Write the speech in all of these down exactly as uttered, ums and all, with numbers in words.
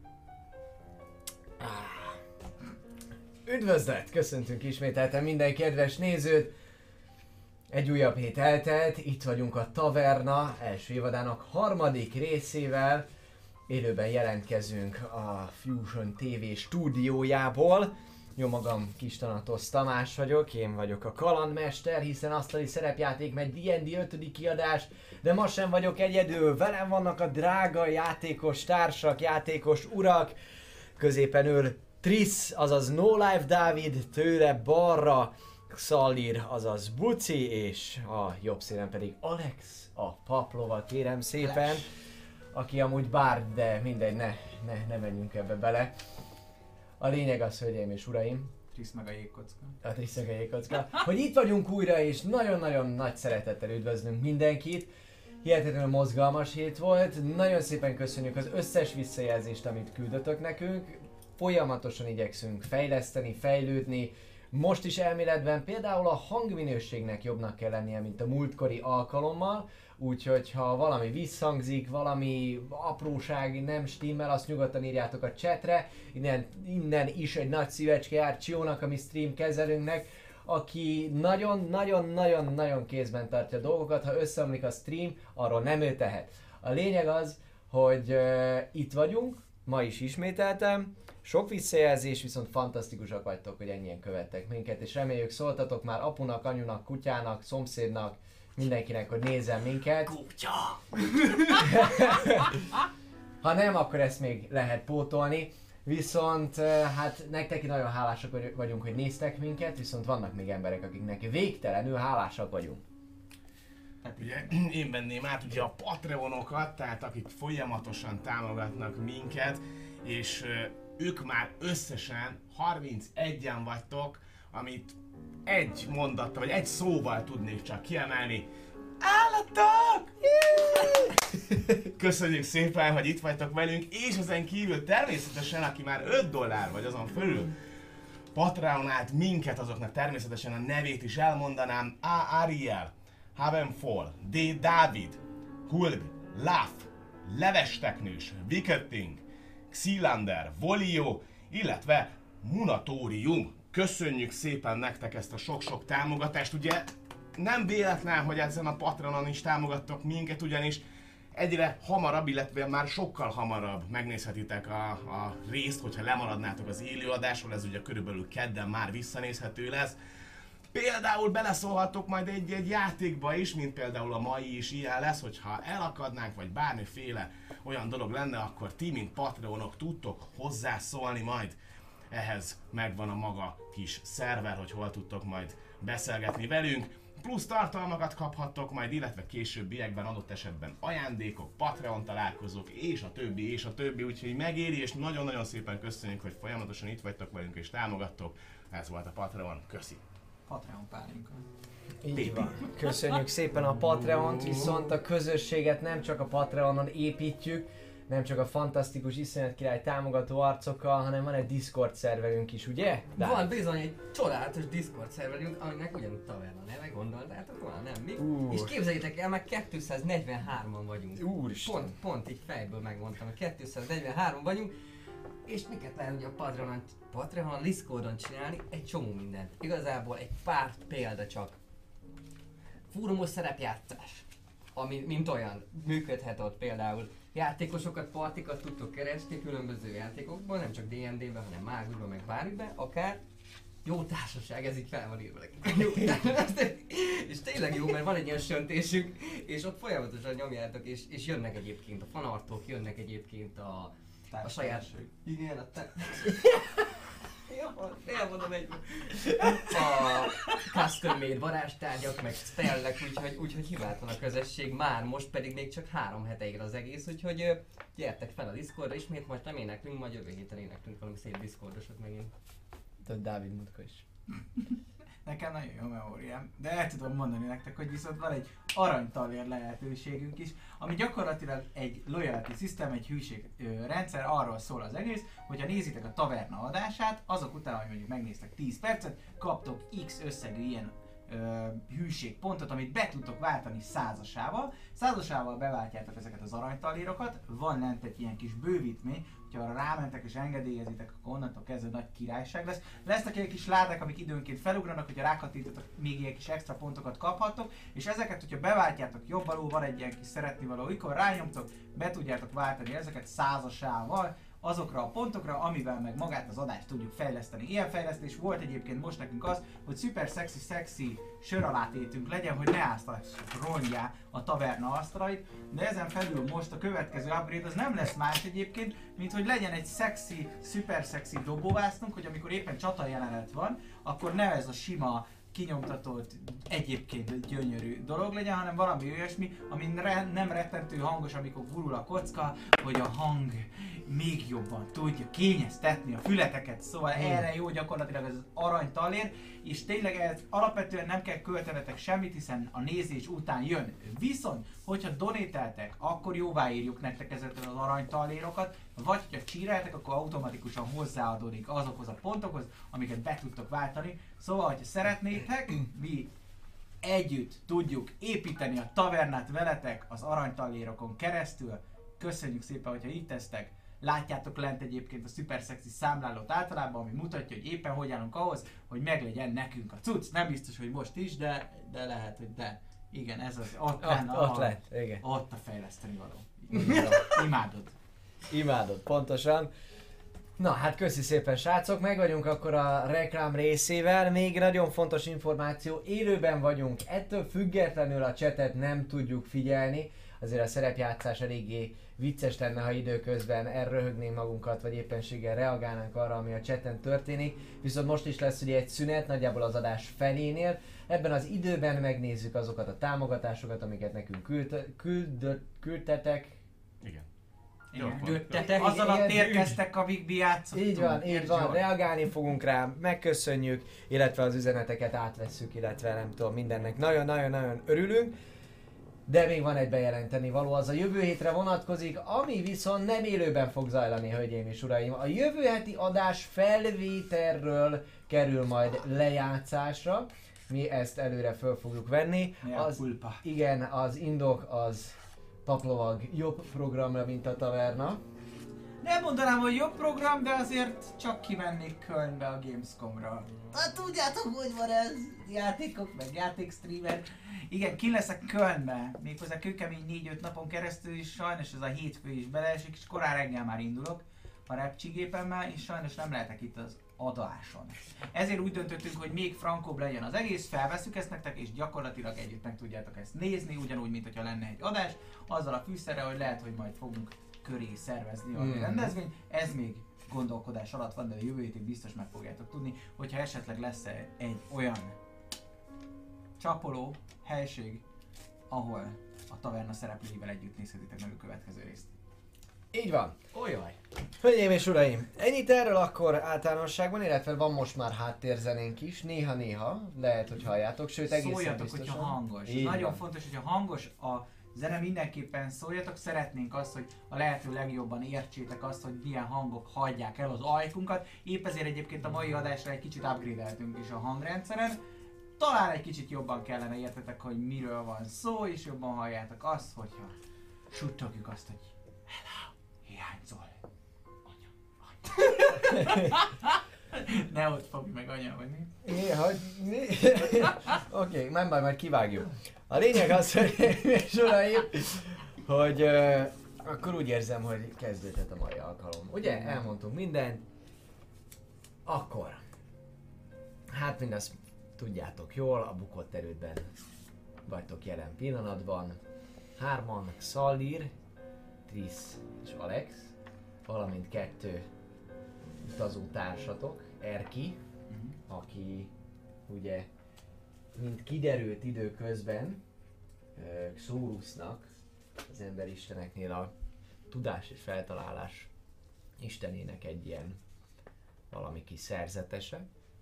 Üdvözlet! Köszöntünk ismételten minden kedves nézőt! Egy újabb hét eltelt, itt vagyunk a Taverna első évadának harmadik részével. Élőben jelentkezünk a Fusion té vé stúdiójából. Jó magam, Kistanatos Tamás vagyok, én vagyok a kalandmester, hiszen asztali szerepjáték megy dé end dé ötödik kiadás, de ma sem vagyok egyedül, velem vannak a drága játékos társak, játékos urak, középen ül Trisz, azaz No Life Dávid, tőle balra Xalir, azaz Buci, és a jobb szélen pedig Alex, a paplova, kérem szépen, aki amúgy bárd, de mindegy, ne, ne, ne menjünk ebbe bele. A lényeg az, hölgyeim és uraim, Trisz meg a jégkocka. A Trisz meg a jégkocka, hogy itt vagyunk újra, és nagyon-nagyon nagy szeretettel üdvözlünk mindenkit. Hihetetlenül mozgalmas hét volt, nagyon szépen köszönjük az összes visszajelzést, amit küldötök nekünk. Folyamatosan igyekszünk fejleszteni, fejlődni. Most is elméletben például a hangminőségnek jobbnak kell lennie, mint a múltkori alkalommal. Úgyhogy ha valami visszhangzik, valami apróság nem stimmel, azt nyugodtan írjátok a chatre. Innen, innen is egy nagy szívecske jár Csiónak, ami stream kezelőnknek, aki nagyon-nagyon-nagyon-nagyon kézben tartja a dolgokat. Ha összeomlik a stream, arról nem ő tehet. A lényeg az, hogy uh, itt vagyunk, ma is ismételtem. Sok visszajelzés, viszont fantasztikusak vagytok, hogy ennyien követtek minket, és reméljük szóltatok már apunak, anyunak, kutyának, szomszédnak, mindenkinek, hogy nézzen minket. Kutya! Ha nem, akkor ezt még lehet pótolni. Viszont hát nektek nagyon hálásak vagyunk, hogy néztek minket, viszont vannak még emberek, akiknek végtelenül hálásak vagyunk. Hát ugye én venném át ugye a Patreonokat, tehát akik folyamatosan támogatnak minket, és ők már összesen harmincegyen vagytok, amit egy mondattal, vagy egy szóval tudnék csak kiemelni. Állatok! Köszönjük szépen, hogy itt vagytok velünk, és ezen kívül természetesen, aki már öt dollár vagy azon fölül Patreonált minket, azoknak természetesen a nevét is elmondanám. A. Ariel, Havenfall, D. Dávid, Hulg, Laf, Levesteknős, Wicketing, Xilander, Volio, illetve Munatorium. Köszönjük szépen nektek ezt a sok-sok támogatást. Ugye nem véletlen, hogy ezen a Patreonon is támogattok minket, ugyanis egyre hamarabb, illetve már sokkal hamarabb megnézhetitek a, a részt, hogyha lemaradnátok az élőadásról, ez ugye körülbelül kedden már visszanézhető lesz. Például beleszólhatok majd egy-egy játékba is, mint például a mai is ilyen lesz, hogyha elakadnánk, vagy bármiféle olyan dolog lenne, akkor ti, mint Patreonok tudtok hozzászólni majd. Ehhez megvan a maga kis szerver, hogy hol tudtok majd beszélgetni velünk. Plusz tartalmakat kaphattok majd, illetve későbbiekben adott esetben ajándékok, Patreon találkozók, és a többi, és a többi, úgyhogy megéri, és nagyon-nagyon szépen köszönjük, hogy folyamatosan itt vagytok velünk és támogattok. Ez volt a Patreon, köszi! Patreon pálinka. Így van. Köszönjük szépen a Patreont, viszont a közösséget nem csak a Patreonon építjük, nem csak a fantasztikus iszonyat király támogató arcokkal, hanem van egy Discord szerverünk is, ugye? De van bizony egy csodálatos Discord szerverünk, aminek ugyanúgy Taverna neve, gondoltátok volna, nem mi? Uh. És képzeljétek el, meg kétszáznegyvenhárman vagyunk. Úristen! Pont, pont így fejből megmondtam, hogy kétszáznegyvenhárom vagyunk, és miket lehet ugye a Patreonon, Patreonon, Discordon csinálni? Egy csomó mindent. Igazából egy pár példa csak. Fórumos szerepjátszás, ami mint olyan működhet ott például. Játékosokat, partikat tudtok keresni különböző játékokban, nem csak dé end dé-ben, hanem mágusban, meg bármiben, akár. Jó társaság, ez így fel van írva nekik. És tényleg jó, mert van egy ilyen söntésünk, és ott folyamatosan nyomjátok, és, és jönnek egyébként a fanartok, jönnek egyébként a, a saját... Igen, a te... Elmondom egyben. A custom made varázstárgyak, meg spellek, úgyhogy, úgyhogy hibát van a közösség már, most pedig még csak három hete ér az egész, úgyhogy ö, gyertek fel a Discordra, ismét most nem éneklünk, majd jövő héten éneklünk valami szép Discordosot megint. Tehát Dávid Mutka is. Nekem nagyon jó memóriám, de el tudom mondani nektek, hogy viszont van egy aranytalér lehetőségünk is, ami gyakorlatilag egy loyalty system, egy hűség ö, rendszer, arról szól az egész, hogyha nézitek a Taverna adását, azok után, hogy mondjuk megnéztek tíz percet, kaptok X összegű ilyen ö, hűségpontot, amit be tudtok váltani százasával. Százasával beváltjátok ezeket az aranytalérokat, van lent egy ilyen kis bővítmény, hogyha arra rámentek és engedélyezitek, akkor onnantól kezdve nagy királyság lesz. Lesznek ilyen kis ládák, amik időnként felugranak, hogyha rákattintotok, még ilyen kis extra pontokat kaphattok, és ezeket, hogyha beváltjátok jobb alul, van egy ilyen kis szeretnivaló, amikor rányomtok, be tudjátok váltani ezeket százasával, azokra a pontokra, amivel meg magát az adást tudjuk fejleszteni. Ilyen fejlesztés volt egyébként most nekünk az, hogy szuper szexi, szexi söralátétünk legyen, hogy ne áztassuk rongyá a taverna asztalait, de ezen felül most a következő upgrade az nem lesz más egyébként, mint hogy legyen egy szexi, szuper szexi dobóvásznunk, hogy amikor éppen csata jelenet van, akkor ne ez a sima kinyomtatott, egyébként gyönyörű dolog legyen, hanem valami olyasmi, ami re- nem rettentő hangos, amikor gurul a kocka, hogy a hang még jobban tudja kényeztetni a fületeket, szóval mm. erre jó gyakorlatilag ez az aranytalér, és tényleg ez alapvetően nem kell költenetek semmit, hiszen a nézés után jön. Viszont, hogyha donételtek, akkor jóváírjuk nektek ezeket az aranytalérokat, vagy hogyha csíreltek, akkor automatikusan hozzáadódik azokhoz a pontokhoz, amiket be tudtok váltani. Szóval, hogyha szeretnétek, mi együtt tudjuk építeni a tavernát veletek az aranytalérokon keresztül. Köszönjük szépen, hogyha így tesztek. Látjátok lent egyébként a szuper szexi számlálót általában, ami mutatja, hogy éppen hogy állunk ahhoz, hogy meglegyen nekünk a cucc. Nem biztos, hogy most is, de, de lehet, hogy de. Igen, ez az ott, ott, a, ott lett, igen. Ott a fejleszteni való. Imádod. Imádod, pontosan. Na hát köszi szépen srácok, meg vagyunk akkor a reklám részével. Még nagyon fontos információ, élőben vagyunk, ettől függetlenül a chatet nem tudjuk figyelni. Azért a szerepjátszás eléggé vicces lenne, ha időközben elröhögnénk magunkat, vagy éppenséggel reagálnánk arra, ami a chaten történik. Viszont most is lesz ugye egy szünet, nagyjából az adás felénél. Ebben az időben megnézzük azokat a támogatásokat, amiket nekünk küld, küld, küldtetek. Igen. Igen. Az alatt érkeztek, amíg mi játszottunk. Így van, így van, reagálni fogunk rá, megköszönjük, illetve az üzeneteket átvesszük, illetve nem tudom, mindennek nagyon-nagyon-nagyon örülünk. De még van egy bejelenteni való, az a jövő hétre vonatkozik, ami viszont nem élőben fog zajlani, hölgyeim és uraim. A jövő heti adás felvételről kerül majd lejátszásra. Mi ezt előre föl fogjuk venni. Az, igen, az indok az paplovag jobb programra, mint a taverna. Nem mondanám, hogy jobb program, de azért csak kimennék Kölnbe a Gamescomra. Hát tudjátok, hogy van ez? Játékok, meg játékstreamer. Igen, ki leszek Kölnbe. Méghozzá kőkemény négy-öt napon keresztül is, sajnos ez a hétfő is beleesik, és korán reggel már indulok a repcsigépemmel, és sajnos nem lehetek itt az adáson. Ezért úgy döntöttünk, hogy még frankóbb legyen az egész, felveszük ezt nektek, és gyakorlatilag együtt meg tudjátok ezt nézni, ugyanúgy, mint hogyha lenne egy adás, azzal a fűszerrel, hogy lehet, hogy majd fogunk köré szervezni a mm. rendezvényt. Ez még gondolkodás alatt van, de a jövő hétig biztos meg fogjátok tudni, hogyha esetleg lesz egy olyan csapoló helység, ahol a taverna szereplőivel együtt nézhetitek meg a következő részt. Így van. Olyaj! Hölgyeim és uraim, ennyit erről akkor általánosságban, illetve van most már háttérzenénk is, néha-néha, lehet, hogy halljátok, sőt egészen szóljatok, biztosan. hogyha hangos. Így Nagyon van. fontos, hogyha hangos a zene, mindenképpen szóljatok, szeretnénk azt, hogy a lehető legjobban értsétek azt, hogy milyen hangok hagyják el az ajkunkat. Épp ezért egyébként a mai adásra egy kicsit upgrade-eltünk is a hangrendszeren. Talán egy kicsit jobban kellene értetek, hogy miről van szó, és jobban halljátok azt, hogyha suttogjuk azt, hogy hello, hiányzol. Anya, anya. Ne ott fogj meg anya, vagy mi? Mi, hogy mi? Oké, okay, nem baj, majd kivágjuk. A lényeg az, hogy és uraim, hogy uh, akkor úgy érzem, hogy kezdődhet a mai alkalom. Ugye, elmondtunk mindent. Akkor, hát mindezt tudjátok jól, a bukott erődben vagytok jelen pillanatban. Hárman, Szallír, Trisz és Alex, valamint kettő utazó társatok, Erki, uh-huh. aki ugye, mint kiderült időközben, Xórusznak, az emberisteneknél a tudás és feltalálás istenének egy ilyen valami kis szerzetese,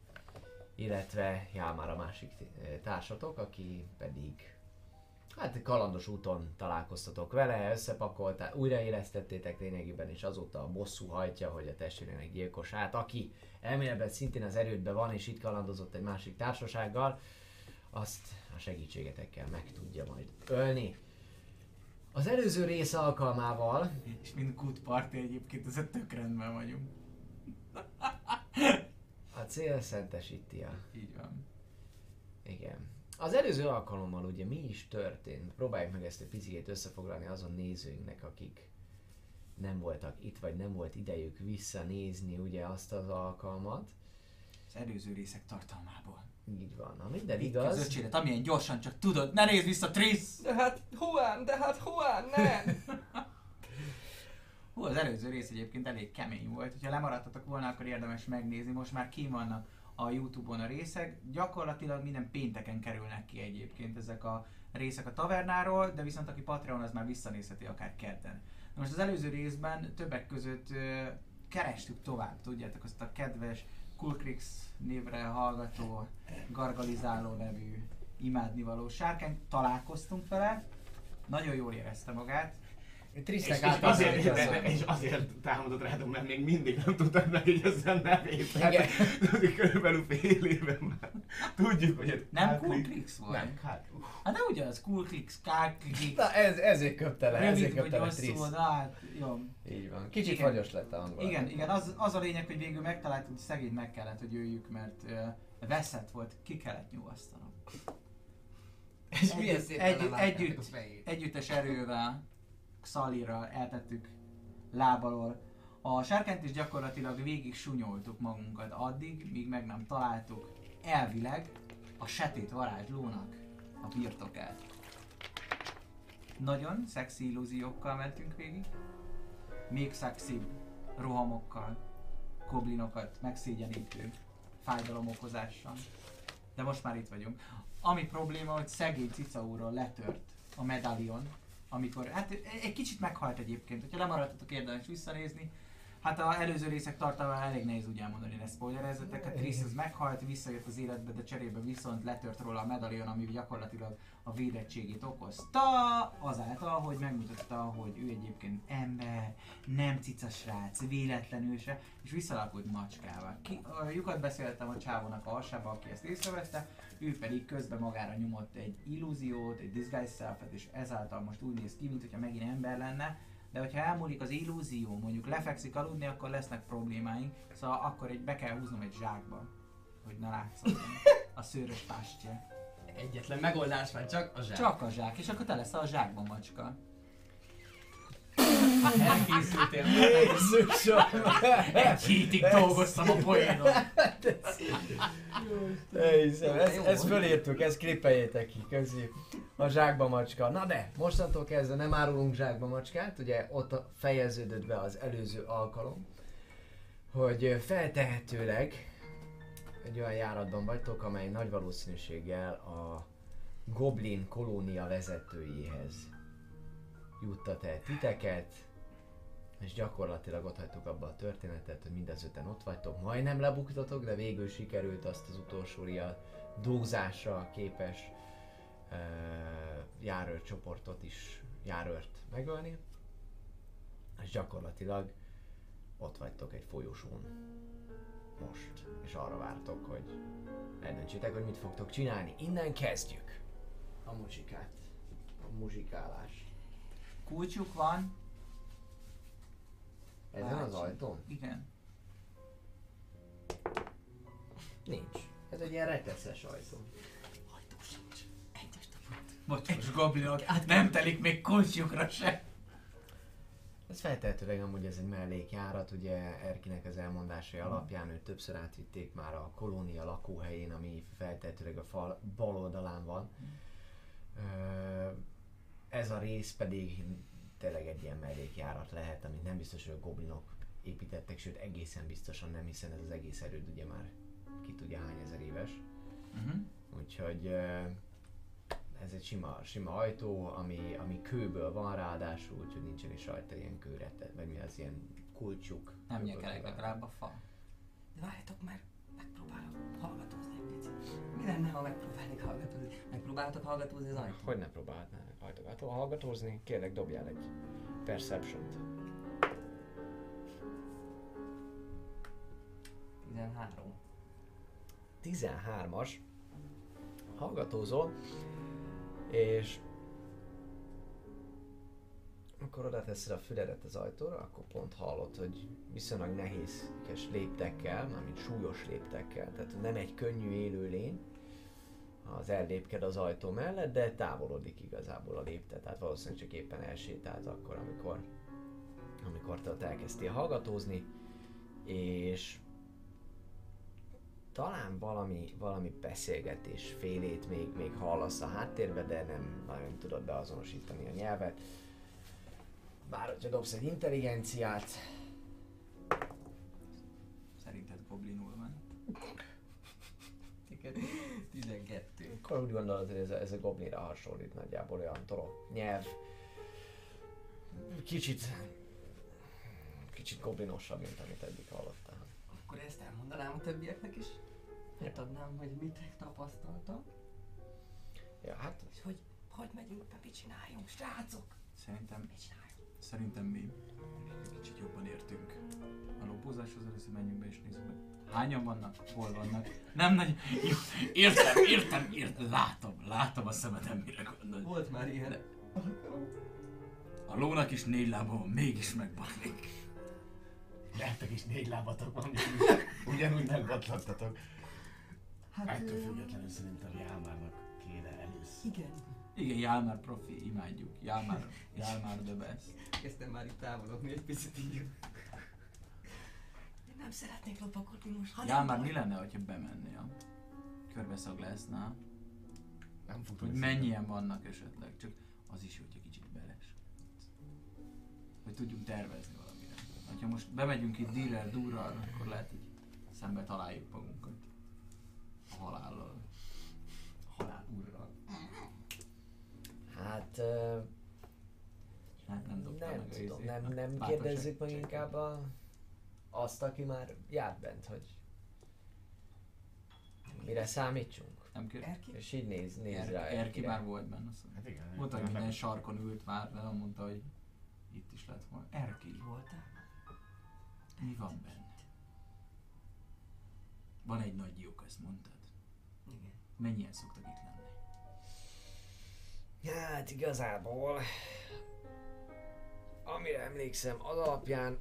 illetve Jámár a másik társatok, aki pedig hát kalandos úton találkoztatok vele, összepakoltál, újraélesztettétek lényegében, és azóta a bosszú hajtja, hogy a testvérének gyilkosát, aki elméletben szintén az erődben van, és itt kalandozott egy másik társasággal, azt a segítségetekkel meg tudja majd ölni. Az előző rész alkalmával... És mint Good Party egyébként, ez tök rendben vagyunk. A cél szentesíti a... Így van. Igen. Az előző alkalommal ugye mi is történt? Próbáljuk meg ezt egy picit összefoglalni azon nézőinknek, akik nem voltak itt, vagy nem volt idejük visszanézni ugye azt az alkalmat. Az előző részek tartalmából. Így van. Ha minden Itt igaz... az öcsédet, amilyen gyorsan csak tudod, ne nézd vissza, Triss! De hát Juan, de hát Juan, nem! Hú, az előző rész egyébként elég kemény volt. Ha lemaradtatok volna, akkor érdemes megnézni. Most már kín vannak a Youtube-on a részek. Gyakorlatilag minden pénteken kerülnek ki egyébként ezek a részek a tavernáról, de viszont aki Patreon, az már visszanézheti akár kedden. Na most az előző részben többek között ö, kerestük tovább, tudjátok, azt a kedves Kulkrix névre hallgató, gargalizáló nevű imádnivaló sárkány. Találkoztunk vele, nagyon jól érezte magát. És, Trisznek és, által azért, szólítja de, a és azért támadott rád, mert még mindig nem tudtad meg így az a nevét. Igen. Hát, körülbelül fél éve már. Tudjuk, hogy egy Nem Kulkrix- Kulkrix volt? Nem, hát, uff. Hát de ugyanaz, Kulkrix, Kárkrix, Na ez, ezért köpte le, ezért rövid vagy köpte le hosszú, Trisz. de hát jó. Így van. Kicsit Igen. fagyos lett a hangulat. Igen, igen, az, az a lényeg, hogy végül megtaláltuk, hogy szegény meg kellett, hogy jöjjük, mert uh, veszett volt, ki kellett nyugasztanom. És milyen Együtt- szépen együtt- levágták együtt- a fejét. Együttes erővel, Xalira eltettük lábalól. A sárkányt is gyakorlatilag végig sunyoltuk magunkat addig, míg meg nem találtuk elvileg a setét varázslónak a birtokát. Nagyon szexi illúziókkal mentünk végig. Még szexibb rohamokkal, goblinokat megszégyenítő fájdalomokozással. De most már itt vagyunk. Ami probléma, hogy szegény cicaúról letört a medalion, amikor, hát egy kicsit meghalt egyébként, hogyha lemaradtatok érdemes visszanézni. Hát az előző részek tartalmával elég nehéz úgy elmondani, hogy ne spoilerezzetek. A Triss az meghalt, visszajött az életbe, de cserébe viszont letört róla a medalion, ami gyakorlatilag a védettségét okozta, azáltal, hogy megmutatta, hogy ő egyébként ember, nem cica srác, véletlenül se, és visszalakult macskával. Ki, a lyukat beszéltem a csávónak a hasába, aki ezt észrevette, ő pedig közben magára nyomott egy illúziót, egy disguise self-et, és ezáltal most úgy néz ki, mintha megint ember lenne. De hogyha elmúlik az illúzió, mondjuk lefekszik aludni, akkor lesznek problémáink, szóval akkor egy, be kell húznom egy zsákba, hogy ne látszódjon a szőrös pástja. Egyetlen megoldás van, csak a zsák. Csak a zsák, és akkor te leszel a zsákban macska. Elkészültél. Jézusom! Egy hétig dolgoztam a poénon. Hiszem, ezt, Jó, ezt jó. fölírtuk, ezt klippeljétek ki, közi. A zsákba macska. Na de, mostantól kezdve nem árulunk zsákba macskát, ugye ott a- fejeződött be az előző alkalom, hogy feltehetőleg egy olyan járatban vagytok, amely nagy valószínűséggel a Goblin kolónia vezetőjéhez juttat el titeket, és gyakorlatilag ott hagytuk abba a történetet, hogy mind az öten ott vagytok, majdnem lebuktatok, de végül sikerült azt az utolsó ria dózásra képes uh, járőr csoportot is, járőrt megölni, és gyakorlatilag ott vagytok egy folyosón most, és arra vártok, hogy eldöntsétek, hogy mit fogtok csinálni. Innen kezdjük a muzsikát, a muzsikálás. Kulcsuk van. Ezen az Bácsi. ajtón? Igen. Nincs. Ez egy ilyen rekeszes ajtó. Ajtó sincs. Egyes tapott. Bocsos goblinok, nem telik még kulcsukra se. Ez feltehetőleg amúgy ez egy mellékjárat, ugye Erkinek az elmondásai alapján őt többször átvitték már a kolónia lakóhelyén, ami feltehetőleg a fal bal oldalán van. Ö, Ez a rész pedig tényleg egy ilyen mellékjárat lehet, amit nem biztos, hogy a goblinok építettek, sőt egészen biztosan nem, hiszen ez az egész erőd ugye már ki tudja hány ezer éves. Uh-huh. Úgyhogy ö, ez egy sima, sima ajtó, ami, ami kőből van ráadásul, úgyhogy nincsen is rajta ilyen kőrete, vagy mi az ilyen kulcsuk. Nem kőből nyekerek van. legalább a fa. De várjatok már, megpróbálok hallgatózni egy picit. Mi lenne, ha megpróbálnék hallgatózni? Megpróbáltok hallgatózni az ajtón? Hogy ne próbálhatnál ajtógától hallgatózni? Kérlek dobjál egy perception-t. tizenhárom. tizenhármas. hallgatózol, és akkor oda teszed a füledet az ajtóra, akkor pont hallod, hogy viszonylag nehézkes léptekkel, mármint súlyos léptekkel, tehát nem egy könnyű élőlény, az ellépked az ajtó mellett, de távolodik igazából a lépte, tehát valószínűleg csak éppen elsétált akkor, amikor, amikor te ott elkezdtél hallgatózni, és talán valami, valami beszélgetés félét még, még hallasz a háttérbe, de nem nagyon tudod beazonosítani a nyelvet. Bár hogyha dobsz egy intelligenciát... Szerinted goblinul van? tizenkettő. Akkor úgy gondolod, hogy ez a, ez a goblinra hasonlít nagyjából olyan torok nyelv. Kicsit... Kicsit goblinosabb, mint amit eddig hallottál. Akkor ezt elmondanám a többieknek is. Hát adnám, hogy mit tapasztaltam. Ja, hát... És hogy, hogy megyünk be, mit csináljunk, srácok? Szerintem, Mit csináljunk? szerintem mi egy kicsit jobban értünk. A lopózáshoz először menjünk be és nézzük meg. Hányan vannak? Hol vannak? Nem nagy... Jó, értem, értem, értem, látom, látom a szemeden, mire gondolsz. Volt már ilyen. De- A lónak is négy lába van, mégis megbaklik. Nektek is négy lábatok van, ugyanúgy megbotlattatok. Hát... Ettől ö, függetlenül szerintem Jálmárnak kéne először. Igen. Igen, Jálmár profi, imádjuk. Jálmár, Jálmár the best. Kezdtem már itt távolodni egy picit így. Én nem szeretnék lopakodni most, ha nem Jálmár baj. mi lenne, hogyha bemennél? Körbeszag leszna, Nem fog hogy mennyien vannak esetleg, csak az is, hogyha kicsit beles. Hogy tudjunk tervezni valamire. Ha most bemegyünk itt dealer durral, akkor lehet, hogy szembe találjuk magunkat. A halállal. A halál urral. Hát... Uh, Hát nem dobtam nem meg a tudom, izét, nem, a nem bátorság kérdezzük meg checket. inkább a, azt, aki már járt bent, hogy mire számítsunk. Nem kér... Erki? És így néz, néz Erki, rá Erki Erkire. már volt benne, azt mondta. Hát igen. Mondta, hogy nem- minden sarkon ült már, de nem mondta, hogy itt is lett volna. Erki, Voltál? mi van benne? Van egy nagy lyuk, ezt mondtad. Igen. Mennyien szoktak itt lenni? Hát igazából, amire emlékszem, az alapján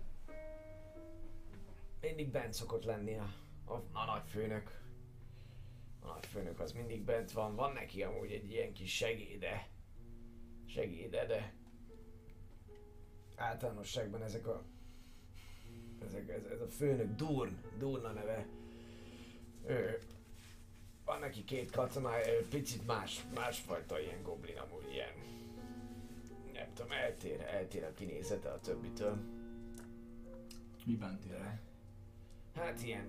mindig bent szokott lenni a, a, a nagyfőnök. A nagyfőnök az mindig bent van, van neki amúgy egy ilyen kis segéde. Segéde, de általánosságban ezek a ezek, ez, ez a főnök Durn, Durn a neve. Ő, van neki két katonája, ő picit más, másfajta ilyen goblin amúgy ilyen. Nem tudom, eltér, eltér a kinézete a többitől. Miben tér el? Hát ilyen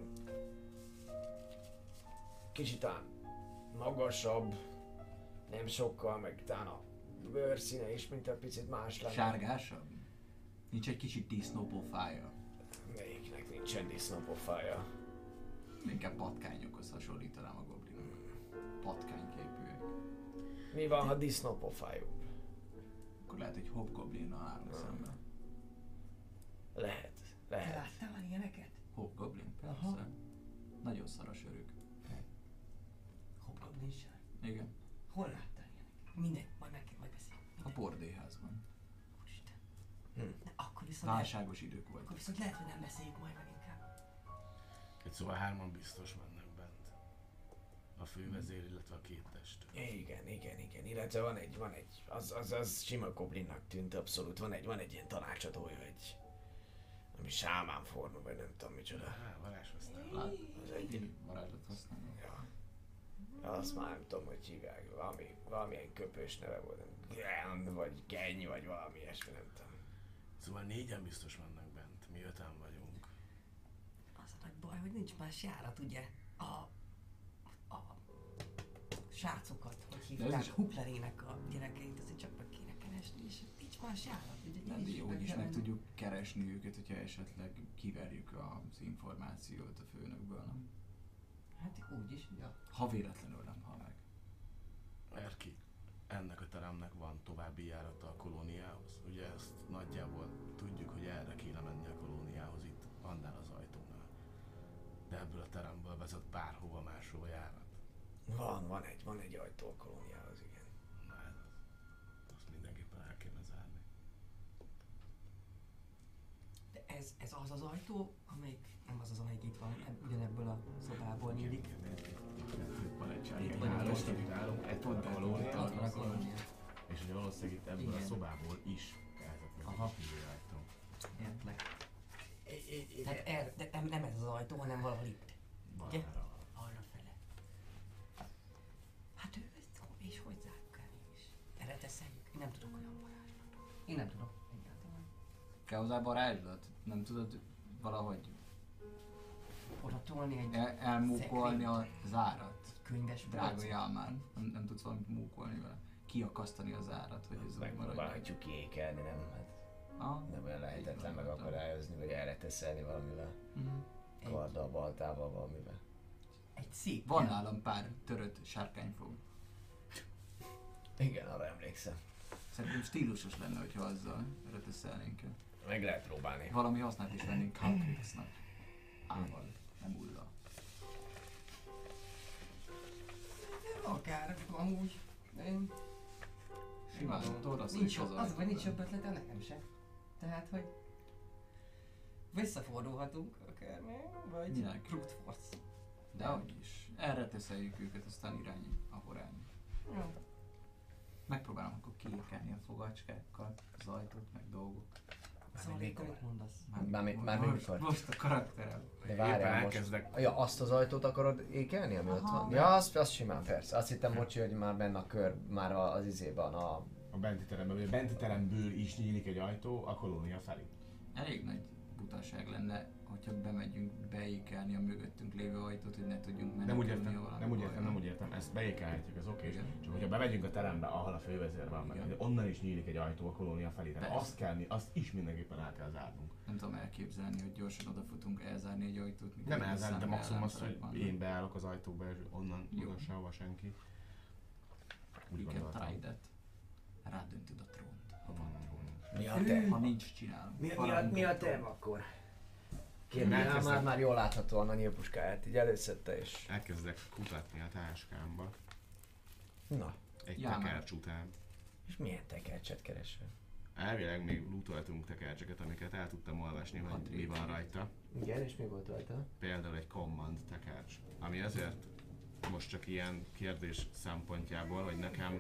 kicsit talán magasabb, nem sokkal, meg talán a bőrszíne is, mint a picit más lenne. Sárgásabb? Nincs egy kicsit disznópofája? Melyiknek nincsen disznópofája. Inkább patkányokhoz hasonlítanám a goblinok. Patkányképűek. Mi van, ha disznópofájuk? Akkor lehet, hogy hobgoblinnal állunk Hmm. szemben. Lehet, Te lehet. láttál már ilyeneket? Hobgoblin? Persze. Aha. Nagyon szaros örök. Hobgoblin sár. Igen. Hol láttál ilyeneket? Mindegy, majd meg kell, majd beszélni. A bordéházban. Úristen. Hm. De akkor viszont, lehet, Válságos idők volt. akkor viszont lehet, hogy nem beszéljük majd meg inkább. Egy szóval hárman biztos mennek bent. A fővezér, illetve a két testőr. Igen, igen, igen. Illetve van egy, van egy, az, az, az sima goblinnak tűnt abszolút. Van egy, van egy ilyen tanácsadója, egy, ami sámán forma, vagy nem tudom micsoda. Á, varázshasznál. Lát, Az egy, egy varázslat használom. ja. Azt már nem tudom, hogy hívják. Valami, valamilyen köpős neve volt. Gen, vagy Geny, vagy valami ilyesmi, nem tudom. Szóval négyen biztos mennek bent, mi öten vagyunk. Az a nagy baj, hogy nincs más járat, ugye? A... a... srácokat, hogy ez hívták, is- Huklerének a gyerekeit, azért csak meg kéne keresni, és nincs más járat, ugye? Nem, Így de jó, meg is kell meg menni. tudjuk keresni őket, hogyha esetleg kiverjük az információt a főnökből, nem? Hát úgy is, ja. Ha véletlenül nem hal meg. Erki, ennek a teremnek van további járata a kolóniához. Ugye ezt nagyjából tudjuk, hogy erre kéne menni a kolóniához itt, annál az ajtónál. De ebből a teremből vezet bárhova máshova járat. Van, van egy, van egy ajtó a kolóniához, igen. Na ez az. Azt mindenképpen el kéne zárni. De ez, ez az az ajtó, amelyik nem az az, amelyik itt van, nem, ugyanebből a szobából nyílik. Itt van egy Itt sárkány vagyunk hálós, most. amit állunk, egy pont a Ott kolónia, van a kolónia. és ugye valószínűleg itt ebből a Igen. szobából is lehetett meg Aha. egy kívül ajtó. Értlek. Hát er, de nem, nem ez az ajtó, hanem valahol itt. Ugye? Balra. Arra fele. Hát ő, ezt, és hogy zárjuk el is? Erre teszeljük? Én nem tudok olyan varázslatot. Én nem tudok egyáltalán. Kell hozzá varázslat? Nem tudod valahogy Oda tolni egy el- elmúkolni a zárat? könyves Drága polcot. Jálmán, nem, nem tudsz valamit múkolni vele. Kiakasztani a zárat, hogy ez úgy maradjon. Megpróbálhatjuk kiékelni, nem? Hát Ah, nem olyan lehetetlen megakadályozni, vagy erre teszelni valamivel. mhm. Egy, Karddal, baltával, valamivel. egy szép Van ilyen- nálam pár törött sárkányfog. Igen, arra emlékszem. Szerintem stílusos lenne, hogyha azzal reteszelnénk el. Meg lehet próbálni. Valami hasznát is vennénk Kalkrixnak. Ával, nem ullal. Akár amúgy. Én... Simán, tudod, azt Nincs is jobb, az az, vagy ajtóban. nincs jobb ötlete nekem se. Tehát, hogy visszafordulhatunk akár, vagy Minek? brute force. De hogy is. Erre teszeljük őket, aztán irány, ahol rány. Jó. Megpróbálom akkor kiékelni a fogacskákkal az ajtót, meg dolgok. Szóval mikor? mit mondasz? Mármint- most, mármint mikor? most a karakterem. De Éppen várjál most. elkezdek. Ja, azt az ajtót akarod ékelni, ami ott Aha. van? Ja, azt, azt simán, persze. Azt hittem, bocsi, hogy már benne a kör, már a- az izében a... A benti teremben, vagy a benti teremből is nyílik egy ajtó a kolónia felé. Elég nagy butaság lenne, hogyha bemegyünk beékelni a mögöttünk lévő ajtót, hogy ne tudjunk menni. Nem úgy értem, nem úgy értem, nem úgy értem, ezt beékelhetjük, ez oké. Igen. Csak hogyha bemegyünk a terembe, ahol a fővezér van, meg, Igen. hogy onnan is nyílik egy ajtó a kolónia felé. Tehát Persze. azt kell, mi- azt is mindenképpen el kell zárnunk. Nem tudom elképzelni, hogy gyorsan odafutunk elzárni egy ajtót. mikor Nem egy elzárni, de számú maximum az, hogy ellenfelek vannak. én beállok az ajtóba, és onnan Jó. oda sehova senki. Úgy You can gondoltam. try that. Rádöntöd a trónt, ha van trón. Mi a te? Ha nincs, csinálom. Mi, mi, a, Valamint mi a a terv trón. akkor? Én Már, elkezdem- már, már jól láthatóan a nyílpuskáját így előszedte és... Elkezdek kutatni a táskámba. Na, Egy Já, már. tekercs után. és milyen tekercset keresel? Elvileg még lootoltunk tekercseket, amiket el tudtam olvasni, hogy Hat mi van réteg. rajta. Igen, és mi volt rajta? Például egy command tekercs, ami azért most csak ilyen kérdés szempontjából, hogy nekem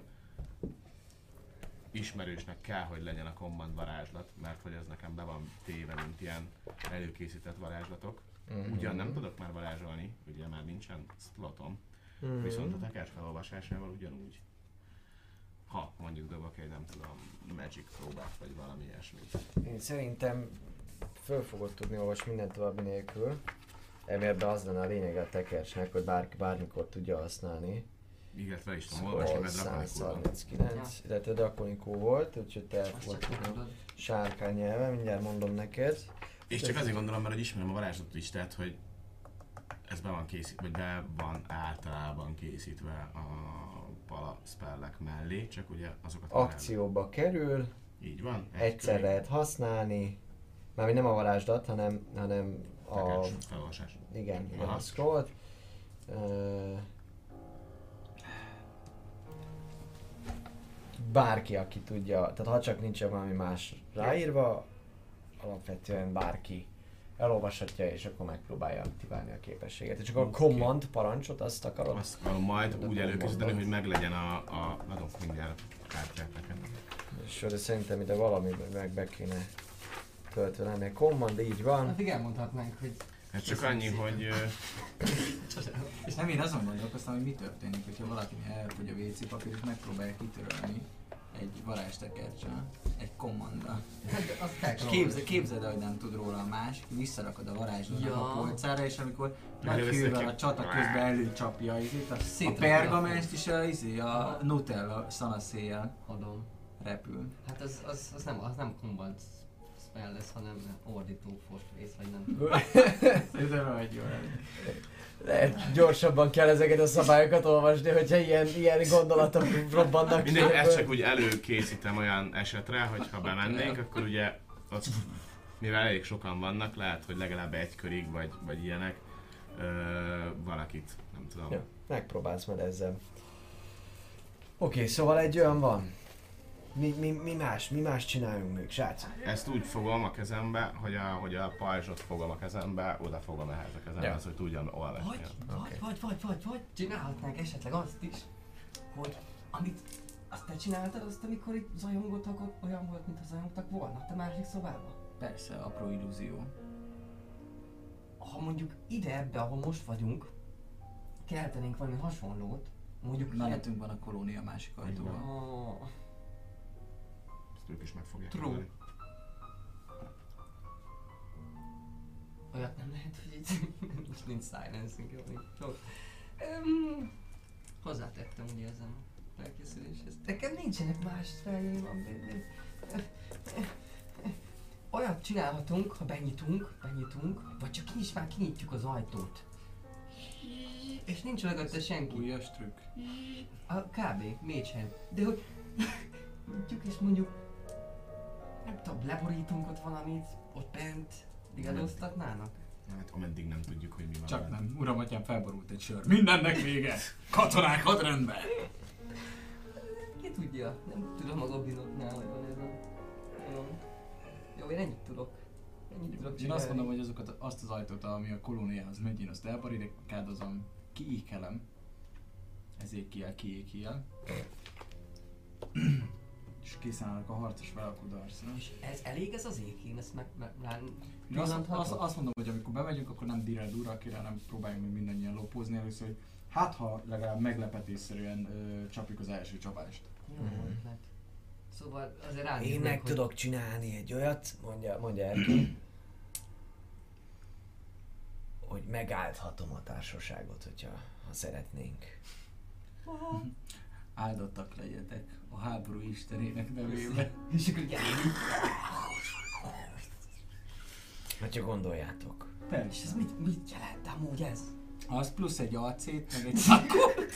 ismerősnek kell, hogy legyen a command varázslat, mert hogy ez nekem be van téve, mint ilyen előkészített varázslatok. Mhm. Ugyan nem tudok már varázsolni, ugye már nincsen slotom, Mhm. viszont a tekercs felolvasásával ugyanúgy. Ha mondjuk dobok egy, nem tudom, magic próbát, vagy valami ilyesmit. Én szerintem föl fogod tudni olvasni mindent további nélkül. Ebben az lenne a lényeg a tekercsnek, hogy bárki bármikor tudja használni. Igen, fel is tudom olvasni, mert drakonikus száz van. harminckilenc, illetve drakonikó volt, úgyhogy te el Azt fogod csak tudni tudod. sárkány nyelven, mindjárt mondom neked. És csak azért gondolom, mert hogy ismerem a varázslatot is, tehát hogy ez be van készítve, vagy be van általában készítve a pala spellek mellé, csak ugye azokat varázs- Akcióba kerül, Így van. egy egyszer körig. lehet használni, mármint nem a varázslat, hanem, hanem a... Tekercs felolvasás. Igen, igen, Aha. a scrollt. Ö, Bárki, aki tudja, tehát ha csak nincsen valami más ráírva, alapvetően bárki elolvashatja és akkor megpróbálja aktiválni a képességet. És csak a Oké. command parancsot azt akarod? Azt akarom majd De úgy akkor előkészíteni, mondod. hogy meglegyen a, a adok mindjárt kártyát neked. És de szerintem ide valami meg be kéne töltve lenni. Command így van. Addig elmondhatnánk, hogy Hát csak annyi, hogy ö, És nem, én azon gondolkoztam, hogy mi történik, hogyha valakinél elfogy a vé cé papír és megpróbálja kitörölni egy varázstekercsel, egy kommanddal. hát azt kell És képze, képzeld el, hogy nem tud róla a másik, visszarakod a varázslatot Ja. a polcára, és amikor Előveszed meghűvel ki- a csata közben előcsapja izét, a, a Szétrakja. pergamenst is a, izé, a Nutella szanaszéjjel adom. repül. Hát az, az, az nem, az nem combat spell lesz, hanem ordító fostrész, vagy nem. Szerintem vagy jó. Lehet gyorsabban kell ezeket a szabályokat olvasni, hogyha ilyen, ilyen gondolatok robbannak ki. mindegy, ezt csak úgy előkészítem olyan esetre, hogy ha bemennénk, akkor ugye ott, mivel elég sokan vannak, lehet, hogy legalább egy körig, vagy, vagy ilyenek, ö, valakit, nem tudom, Ja. megpróbálsz majd ezzel. Oké, okay, szóval egy olyan van. Mi, mi, mi más? Mi más csináljunk még, srácok? Ezt úgy fogom a kezembe, hogy a, hogy a pajzsot fogom a kezembe, oda fogom ehhez a kezembe, Ja. az, hogy tudjam olvasni. Vagy, Oké. vagy, vagy, vagy, vagy, vagy, csinálhatnánk esetleg azt is, hogy amit azt te csináltad, azt amikor itt zajongottak, ott olyan volt, mintha zajongtak volna a másik szobában. Persze, apró illúzió. Ha mondjuk ide, ebbe, ahol most vagyunk, keltenénk valami hasonlót, mondjuk Mellettünk van a kolónia másik ajtóval. Oh, Ezt ők is meg fogják True. mondani. olyat nem lehet, hogy itt most nincs silencing, jó, nincs jó. Um, hozzátettem ugye ezen a felkészüléshez. Nekem nincsenek más feljeim, olyat csinálhatunk, ha benyitunk, benyitunk, vagy csak ki is már kinyitjuk az ajtót. És nincs mögötte senki. Újas trükk. A kb. Mage-hand. De hogy nyitjuk és mondjuk, nem tudom, leborítunk ott valamit, ott bent, digadóztatnának. Hát ameddig nem tudjuk, hogy mi van. Csak veled. nem. Uram, atyám, felborult egy sör. Mindennek vége! Katonák, hadrendben! Ki tudja? Nem tudom a goblinoknál, hogy van ez a... Tudom. Jó, én ennyit tudok. Ennyit tudok Én csinálni. azt mondom, hogy azokat, azt az ajtót, ami a kolóniához megy, én azt elbarikádozom, kiékelem. Ezért kiel, kiékel. És készen állok a harcos vele És ez elég ez az ég? Én ezt meg... meg rá... Én azt, pillanthatok? azt, azt mondom, hogy amikor bemegyünk, akkor nem direl durra, kire nem próbáljunk meg mindannyian lopózni először, hogy hát ha legalább meglepetésszerűen ö, csapjuk az első csapást. Jó ötlet. Szóval azért ránéznék, Én meg hogy... tudok csinálni egy olyat, mondja, mondja Erki, hogy megállthatom a társaságot, hogyha ha szeretnénk. Áldottak legyetek a háború istenének nevében. És akkor gyerünk. Hogyha gondoljátok. És Persze. ez mit, mit jelent amúgy ez? Az plusz egy acét, meg egy szakot.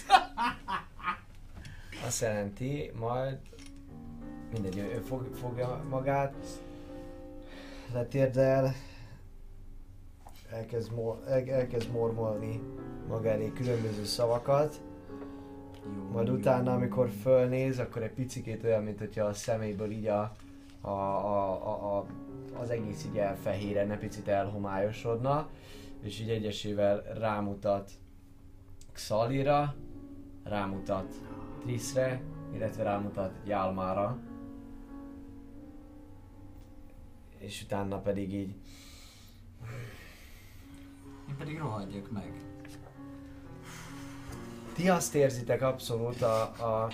Azt jelenti, majd mindegy, ő ő fog, fogja magát, letérdel, elkezd, mor, el, elkezd mormolni maga elé különböző szavakat, Jó, majd jó. utána, amikor fölnéz, akkor egy picikét olyan, mint hogyha a szeméből így a, a, a, a, a, az egész így elfehéredne, picit elhomályosodna, és így egyesével rámutat Xalira, rámutat Triszre, illetve rámutat Jálmára. És utána pedig így... Én pedig rohadjak meg. Ti azt érzitek abszolút, a, a,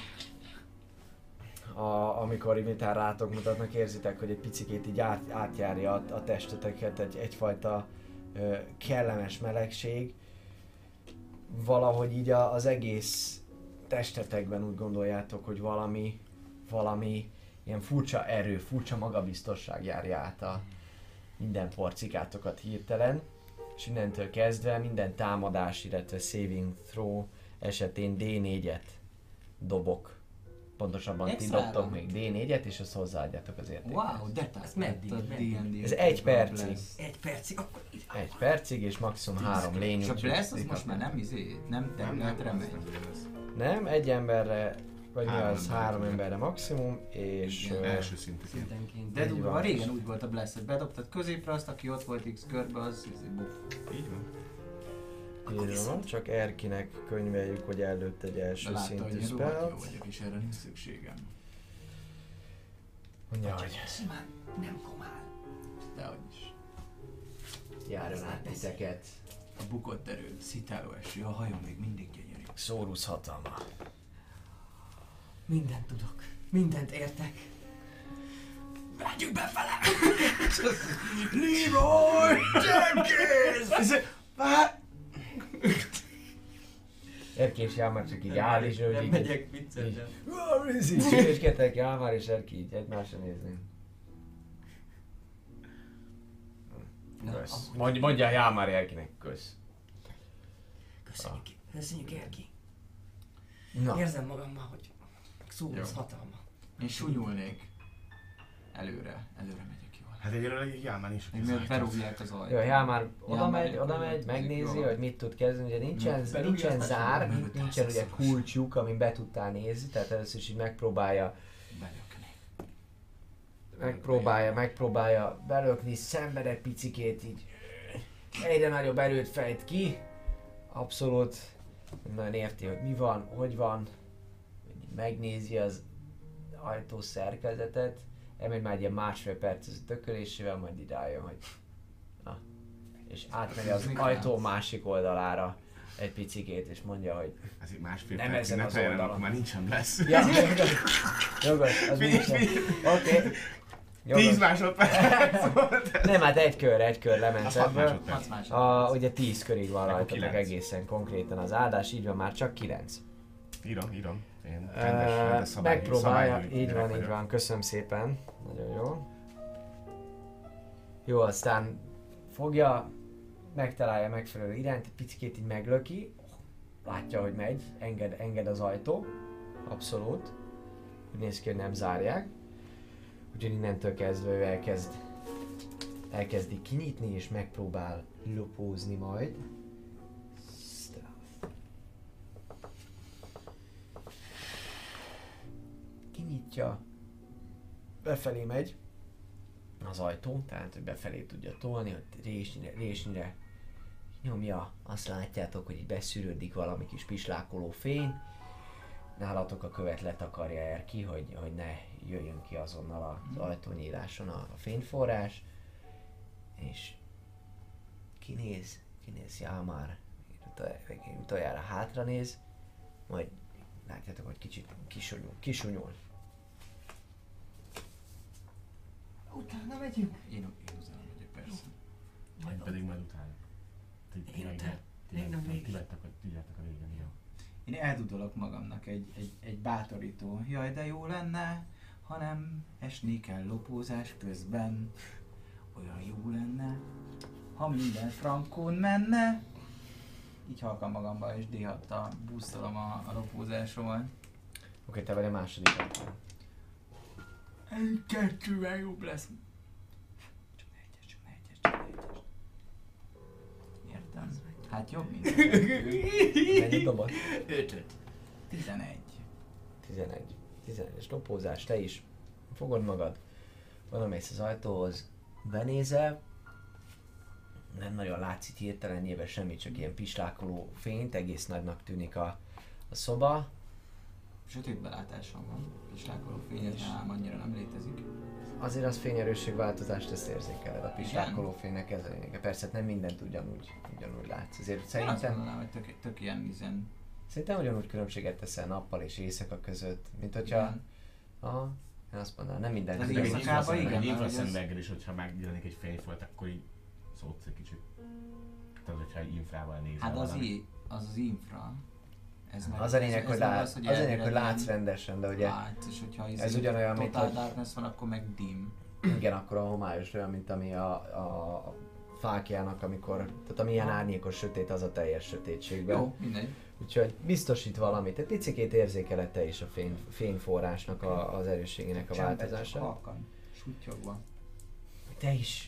a, amikor miután rátok mutatnak, érzitek, hogy egy picikét így át, átjárja a, a testeteket egy, egyfajta ö, kellemes melegség. Valahogy így a, az egész testetekben úgy gondoljátok, hogy valami, valami ilyen furcsa erő, furcsa magabiztosság járja át a minden porcikátokat hirtelen. És innentől kezdve minden támadás, illetve saving throw esetén dé négyet dobok. Pontosabban ti Extra dobtok van. még dé négyet, és azt hozzáadjátok az értékhez. Wow, de Ez meddig? a dé en dé. Ez egy percig. Egy percig, akkor itt... Egy percig, és maximum három lény. És a úgyhogy Bless az ti most már kapjátok. nem izé, nem Nem, nem, területre nem, megy. nem, Nem, egy emberre, vagy mi Három az, emberre. három emberre maximum, és... Igen. ö, Első szintű. Szintenként. De Így durva, van. régen úgy volt a Bless, hogy bedobtad középre azt, aki ott volt X körbe, az izé, buff. Így van. Így van, csak Erkinek könyveljük, hogy előtt egy De első látta, szintű hogy én rohadt jó spell. vagyok, és erre nincs szükségem. Mondja, hogy Simán nem komál. Dehogy is. járjon át titeket. A bukott erő, szitáló eső, a hajom még mindig gyönyörű. Szórusz hatalma. Mindent tudok. Mindent értek. Megyünk befele! Leroy Jenkins! Vár! Erki és Jálmár csak így áll, és ő Nem így... megyek viccesen. Where is he? Csücskedtek Jálmár és Erki így egymásra nézni. Kösz. Mondj, mondja Jálmár Erkinek, kösz. Köszönjük, köszönjük Erki. Na, Érzem magammal, hogy Szórusz Jó. hatalma. Én sunyulnék. Előre, előre megyek jól. Hát egyelőre egy Jálmán is. Még miért berúgják az ajtót. Jó, Jál már oda Jál már megy, oda megy, megnézi, megnézi, jó. hogy mit tud kezdeni, ugye nincsen, Berúgja, nincsen aztán zár, mögött nincsen ugye elszeszem. kulcsjuk, amin be tudtál nézni, tehát először is így megpróbálja, Belökni. megpróbálja, megpróbálja belökni, szenved egy picikét így, egyre nagyobb erőt fejt ki, abszolút nagyon érti, hogy mi van, hogy van, megnézi az ajtó szerkezetet, elmegy már egy ilyen másfél perc az tökölésével, majd ide álljon, hogy na, és átmegy az ajtó másik oldalára egy picikét, és mondja, hogy Ez így másfél Nem percig ezen ne az teljen, oldalon. akkor már nincsen lesz. ja, jogos, jogos, az Figyelj, mindegy. figyelj. Oké. Tíz Jogos. másodperc volt. Nem, hát egy kör, egy kör lement Az hat ebből. másodperc. Hatsz másodperc. A, ugye tíz körig van Akkor rajtatok kilenc. egészen konkrétan az áldás, így van már csak kilenc. Írom, írom. Én Ö, rendes, rendes szabály, megpróbálja, szabályhű így gyerek van, így vagyok. van, köszönöm szépen, nagyon jó. Jó, aztán fogja, megtalálja megfelelő irányt, egy picikét így meglöki, látja, hogy megy, enged, enged az ajtó, abszolút. Úgy néz ki, hogy nem zárják. Úgyhogy innentől kezdve ő elkezd, elkezdi kinyitni és megpróbál lopózni majd. Stealth. Kinyitja, befelé megy az ajtó, tehát hogy befelé tudja tolni, hogy résnyire, résnyire nyomja, azt látjátok, hogy így beszűrődik valami kis pislákoló fény. Nálatok a követ letakarja er ki, hogy, hogy ne jöjjön ki azonnal az ajtónyíláson a, a fényforrás. És kinéz, kinéz Jálmár, utoljára hátra néz, majd látjátok, hogy kicsit kisunyul, kisunyul. Utána megyünk. Én, én utána megyek, persze. Majd pedig majd utána. Ti- ti Én meg- utána. ti Még meg- nem ti végig. lettek a- ti lettek a régen, jó. Én eldudolok magamnak egy, egy, egy bátorító. Jaj, de jó lenne, ha nem esni kell lopózás közben. Olyan jó lenne, ha minden frankón menne. Így halkan magamba és dé hattal buszolom a, a lopózásról. Oké, te vagy a második ajtón. Egy kettővel jobb lesz. Csak ne egyes, csak ne egyes, csak ne egyes. Értem? Hát jobb, mint a kettő. Mennyit dobott? Ötöt. tizenegy. tizenegy. tizenegyes lopózás, te is fogod magad, oda mész az ajtóhoz, benézel, nem nagyon látszik hirtelen nyilván semmi, csak ilyen pislákoló fényt, egész nagynak tűnik a, a szoba. Sötét belátásom van. Kislákoló fényes ám annyira nem létezik. Azért az fényerősségváltozást ezt érzékeled, a pislákoló fénynek ez a lényege. Persze nem mindent ugyanúgy, ugyanúgy látsz, azért Én azt szerintem, mondanám, hogy tök, tök ilyen izen. szerintem ugyanúgy különbséget teszel nappal és éjszaka között, mint hogyha, Igen. aha, én azt mondanám, nem minden Az Meg ugyanúgy. egy éjszakában infraszemüveg- igen, egy mert hogy infraszemüveggel is, hogyha megjelenik egy fényfolt, akkor így szólsz egy kicsit. Tehát, hogyha egy infrával nézel Hát az, valami. i, az az infra. Ez meg- Az a lényeg, ez- hogy, ez meg lát, az, az a lényeg, hogy elvileg látsz ilyen rendesen, de ugye Látsz, és hogyha ez izé ugyanolyan, mint Total hogy- Darkness van, akkor meg dim. igen, akkor a homályos olyan, mint ami a, a fákjának, amikor, tehát ami ilyen árnyékos sötét, az a teljes sötétségben. Jó, mindegy. Úgyhogy biztosít valamit, egy picikét érzékeled te is a fény, fényforrásnak a, az erősségének a Csendben, változása. halkan, sutyogva. Te is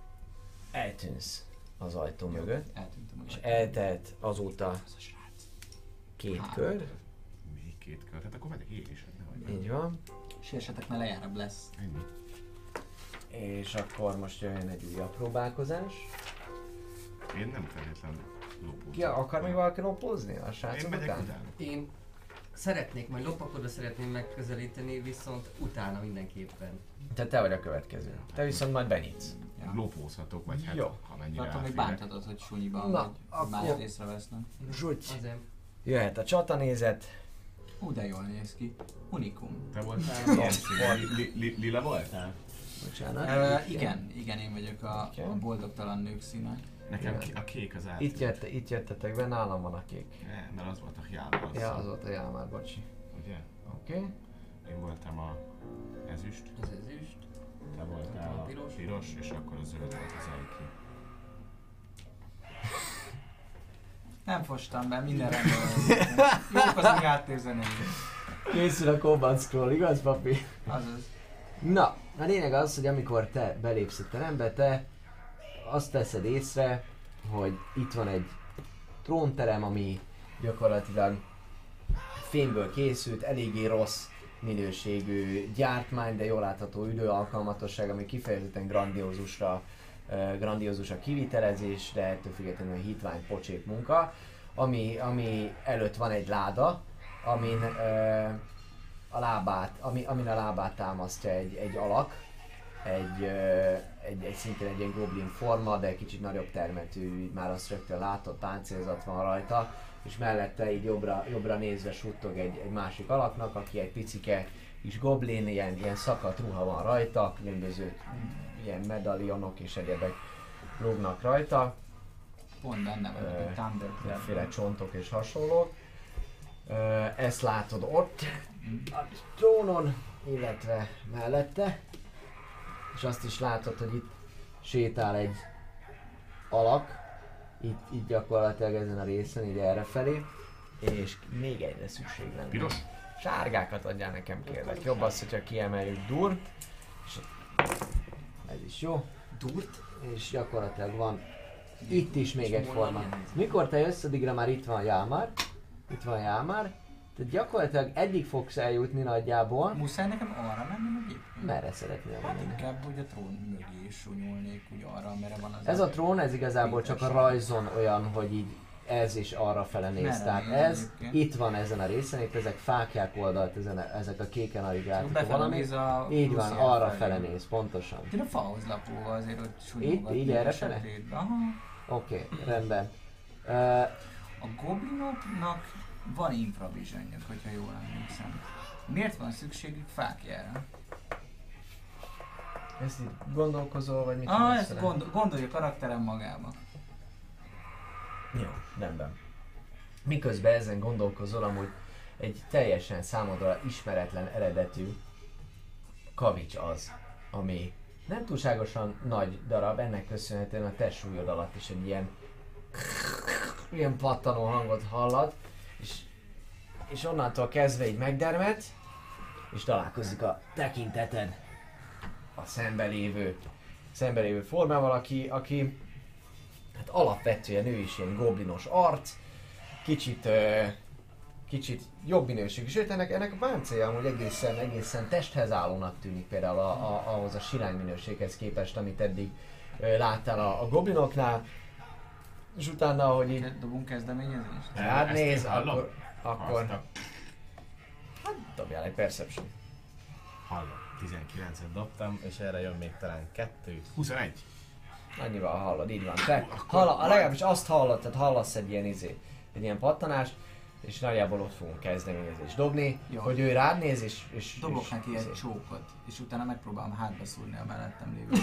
eltűnsz az ajtó mögött, Eltűntem és a eltelt azóta Az a srác. két Három kör, Még két kör, tehát akkor megyek én is, ne vagy benne. így van, Sérsetek, ne lejárebb lesz. Ennyi. és akkor most jön egy újabb próbálkozás. Én nem feltétlenül lopózom. Ki akar még valaki lopózni a Én srácok megyek után? utána. Én szeretnék, majd lopakodva szeretném megközelíteni, viszont utána mindenképpen. Tehát te vagy a következő. Te viszont majd benyitsz. Ja. Lopózhatok, vagy hát Jó. ha mennyire Attól még elférek. bánthatod, hogy sunyiban Na, vagy, akkor- hogy más észrevesznek. Zsugy! Azért. Jöhet a csatanézet. Ú, de jól néz ki. Unikum. Te voltál? Jó. Ilyen színű. Li- li- Lila voltál? Bocsánat. Uh, igen, igen, én vagyok a, Igen. a boldogtalan nők színe. Nekem ki- a kék az át. Itt, jött, itt jöttetek be, nálam van a kék. Ne, mert az volt a hiába. Ja, az volt a Jálmár, bocsi. Ugye? Oké. Okay. Én voltam a ezüst, Az ezüst. te voltál A a piros. piros, és akkor a zöld volt az Aiki. Nem fostam be, minden rendben van. Jók az új háttérzenék. Készül a combat scroll, igaz papi? Azaz. Na, a lényeg az, hogy amikor te belépsz a terembe, te azt teszed észre, hogy itt van egy trónterem, ami gyakorlatilag fémből készült, eléggé rossz minőségű gyártmány, de jól látható ülő alkalmatosság, ami kifejezetten grandiózusra, uh, grandiózus a kivitelezés, de ettől függetlenül hitvány, pocsék munka, ami, ami előtt van egy láda, amin uh, a lábát, ami, amin a lábát támasztja egy, egy alak, egy, uh, egy, egy szintén egy ilyen goblin forma, de kicsit nagyobb termetű, már azt rögtön látott, páncélzat van rajta, és mellette így jobbra, jobbra nézve suttog egy, egy másik alaknak, aki egy picike kis goblin, ilyen, ilyen szakadt ruha van rajta, különböző ilyen medalionok és egyebek lógnak rajta. Pont benne vagyok, egy Thunder Mindenféle csontok és hasonlók. Ö, ezt látod ott, a trónon, illetve mellette. És azt is látod, hogy itt sétál egy alak, itt, itt gyakorlatilag ezen a részen, így errefelé. És még egyre szükség lenne. Piros? Sárgákat adjál nekem, kérlek. Jobb az, hogyha kiemeljük dur. És ez is jó. Durt? És gyakorlatilag van itt is még egy forma. Mikor te jössz, addigra már itt van Jámár. Itt van Jámár. Tehát gyakorlatilag eddig fogsz eljutni nagyjából. Muszáj nekem arra menni, meg itt? Merre szeretnél Hát menni? inkább úgy a trón mögé sunyulnék, úgy arra, amerre van az Ez a trón, ez igazából csak a rajzon olyan, hogy így ez is arra fele néz. Merre Tehát néz ez egyébként? itt van ezen a részen, itt ezek fákják oldalt, ezen a, ezek a kéken alig látható valami. Néz a Így van, Lucian arra felé. fele néz, pontosan. Én a fahoz lapóval azért ott Itt? sunyolgatni. Így a errefele? sötétbe. Aha. Oké, okay, rendben. Uh, A goblinoknak van infravisionjük, hogyha jól emlékszem. Miért van szükségük fákjára? ezt itt gondolkozol, vagy mit Ah, csinálsz ezt vele? gondol, gondolj a karakterem magába. Jó, rendben. Miközben ezen gondolkozol, amúgy egy teljesen számodra ismeretlen eredetű kavics az, ami nem túlságosan nagy darab, ennek köszönhetően a te súlyod alatt is egy ilyen ilyen pattanó hangot hallod, és, és onnantól kezdve így megdermed, és találkozik a tekinteted a szembelévő, szembelévő formával, aki, aki hát alapvetően ő is ilyen goblinos arc, kicsit, ö, kicsit jobb minőségű, sőt ennek, ennek a páncélja amúgy egészen, egészen testhez állónak tűnik például a, a, ahhoz a sirály minőséghez képest, amit eddig ö, láttál a, a goblinoknál, és utána, ahogy így Ke- Dobunk kezdeményezést? hát Ezt nézd, én hallom? akkor, akkor Azt a- hát dobjál egy perception. Hallom. tizenkilencet dobtam, és erre jön még talán kettő. huszonegy. Annyival hallod, így van. Te hall, legalábbis azt hallod, tehát hallasz egy ilyen izé, egy ilyen pattanást, és nagyjából ott fogunk kezdeményezést dobni, Jó. hogy ő rád néz, és... és Dobok és, neki izé. egy csókot, és utána megpróbálom hátba szúrni a mellettem lévő.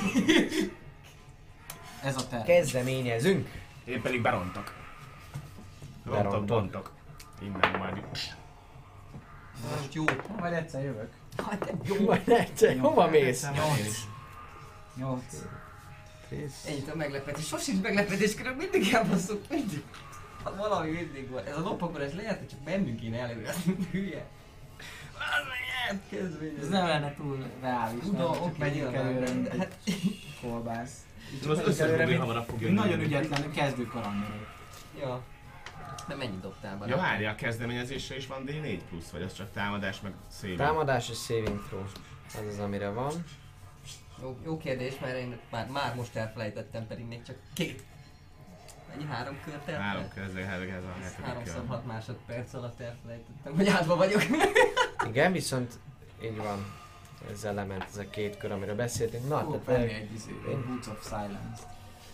Ez a terv. Kezdeményezünk! Én pedig berontok. Rontok, Berontok. bontok. Innen majd. Most jó. Majd egyszer jövök. Hát nem Jó, jó. majd egyszer, hova mész? Nyolc. Nyolc. Ennyit a meglepetés. Sosincs meglepetés, körül mindig elbasszuk, mindig. Ha valami mindig van. Ez a lopakolás lehet, hogy csak mennünk kéne előre, az hülye. Az meg kezdve. Ez nem lenne túl reális, Tudom, nem? Csak oké, megyünk nyilván, előre, de mint egy hát- kolbász. Az összes Előre, goblin mint- hamarabb fog mint jönni. Nagyon ügyetlenül kezdő karannyerek. Ja. De mennyit dobtál be? Ja, várja, a kezdeményezésre is van dé négy plusz, vagy az csak támadás meg saving? Támadás és saving throw. Az az, amire van. Jó, jó kérdés, mert én már, már most elfelejtettem, pedig még csak két. Mennyi? Három kört Három elfelejtettem? kezdve, ez a hetedik Háromszor kör. hat másodperc alatt elfelejtettem, hogy átba vagyok. Igen, viszont így van. Ezzel lement ez a két kör, amiről beszéltünk. Na, Fogok tehát venni eh, egy izé, egy Boots of Silence.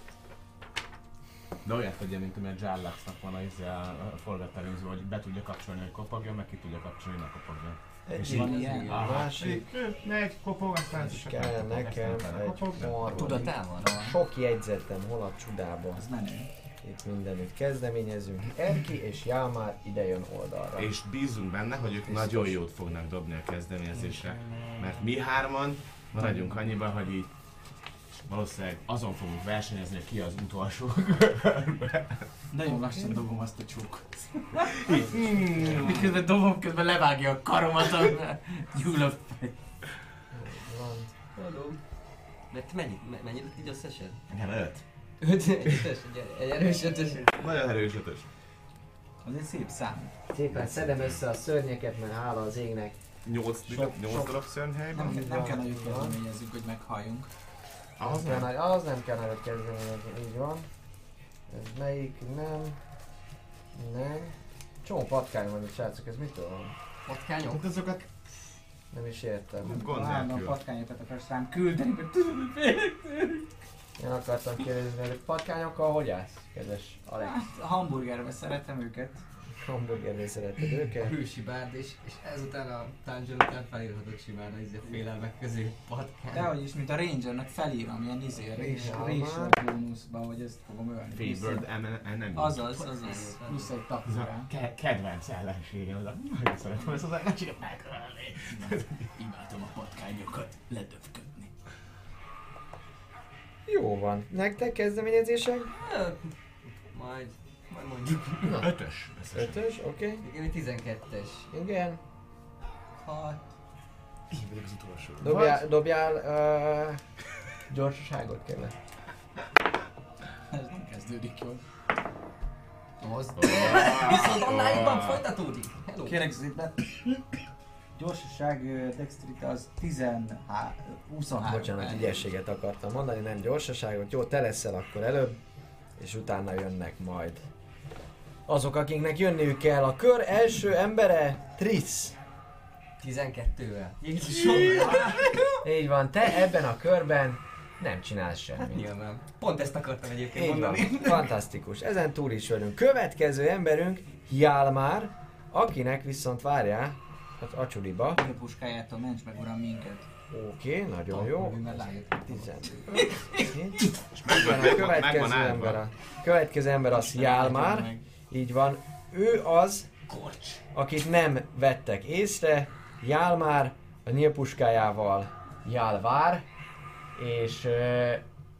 De olyat vegyél, mint ami a Jarlaxnak van a, izé a, a forgatályozó, hogy be tudja kapcsolni, hogy kopogjon, meg ki tudja kapcsolni, hogy ne kopogjon. És egy van így- ilyen? a másik. Ő megy, kopog, aztán És csak kell kopog, nekem aztán egy kopog. harmadik. Tudatában? Sok jegyzetem, hol a csodában. Az menő. Itt mindenütt kezdeményezünk. Erki és Jámár ide jön oldalra. És bízunk benne, hogy ők Biztos. nagyon jót fognak dobni a kezdeményezésre. Mert mi hárman maradjunk annyiban, hogy így valószínűleg azon fogunk versenyezni, hogy ki az utolsó. Nagyon lassan dobom azt a csókot. Miközben dobom, közben levágja a karomat, amivel gyúl a fej. Van. Mert mennyit, me- mennyit lett így összesen? Igen, öt. Öt, egy ötös, egy, egy erős ötös. Nagyon erős ötös. Az egy szép szám. Szépen szedem össze a szörnyeket, mert hála az égnek. Nyolc, Sok- nyolc sok- darab szörnyhelyben. Nem, nem kell nagyon Így van. kezdeményezzünk, hogy meghalljunk. Az nem, nagy- az nem kell nagyot kezdeni, így van. Ez melyik? Nem. Nem. Csomó patkány van itt, srácok, ez mitől van? Patkányok? Hát azokat Nem is értem. gond Állandóan nélkül. patkányokat akarsz rám küldeni, mert tudom, hogy félek tőlük. Én akartam kérdezni, hogy patkányokkal hogy állsz, kedves Alex? Hát, a hamburgerbe szeretem őket. Hamburgernél szereted A őket? hősi bárd, és, és ezután a dungeon után felírhatod simán a izé félelmek közé patkány. Dehogy is, mint a Rangernek felírom, ilyen izé, rés, Ja, résről bónuszba, hogy ezt fogom ölni. Favorite enemy. Azaz, azaz. Plusz egy Ez tapra. a ke- kedvenc ellenségem, az a nagyon szeretem ezt az ellenséget megölni. Imádom a patkányokat ledöfködni. Jó van. Nektek kezdeményezések? Ö, Majd, majd mondjuk. Ötös. összesen. Ötös, oké. Okay. Igen, egy tizenkettes. Igen. Hat. Én vagyok az utolsó. Dobjál, dobjál uh, gyorsaságot kérlek. Ez nem kezdődik jól. Az. Viszont annál jobban folytatódik. Hello. Kérek szépen. Gyorsaság, ö, dexterity az tizenhárom, huszonhárom. Bocsánat, ügyességet akartam mondani, nem gyorsaságot. Jó, te leszel akkor előbb, és utána jönnek majd azok, akiknek jönniük kell. A kör első embere Trisz. tizenkettővel. Jézusom! Így van, te ebben a körben nem csinálsz Hát semmit. nyilván. Pont ezt akartam egyébként Így van, mondani. fantasztikus. Ezen túl is vagyunk. Következő emberünk Hjalmar, akinek viszont várjál, hát a csuliba. A puskájától ments meg uram minket. Oké, nagyon jó. Mivel rájöttem. tizenöt. És megvan, A megvan, következő megvan ember, állva. a következő ember az Hjalmar. Így van. Ő az, Korcs. akit nem vettek észre. Hjalmar a nyílpuskájával jál vár, és uh,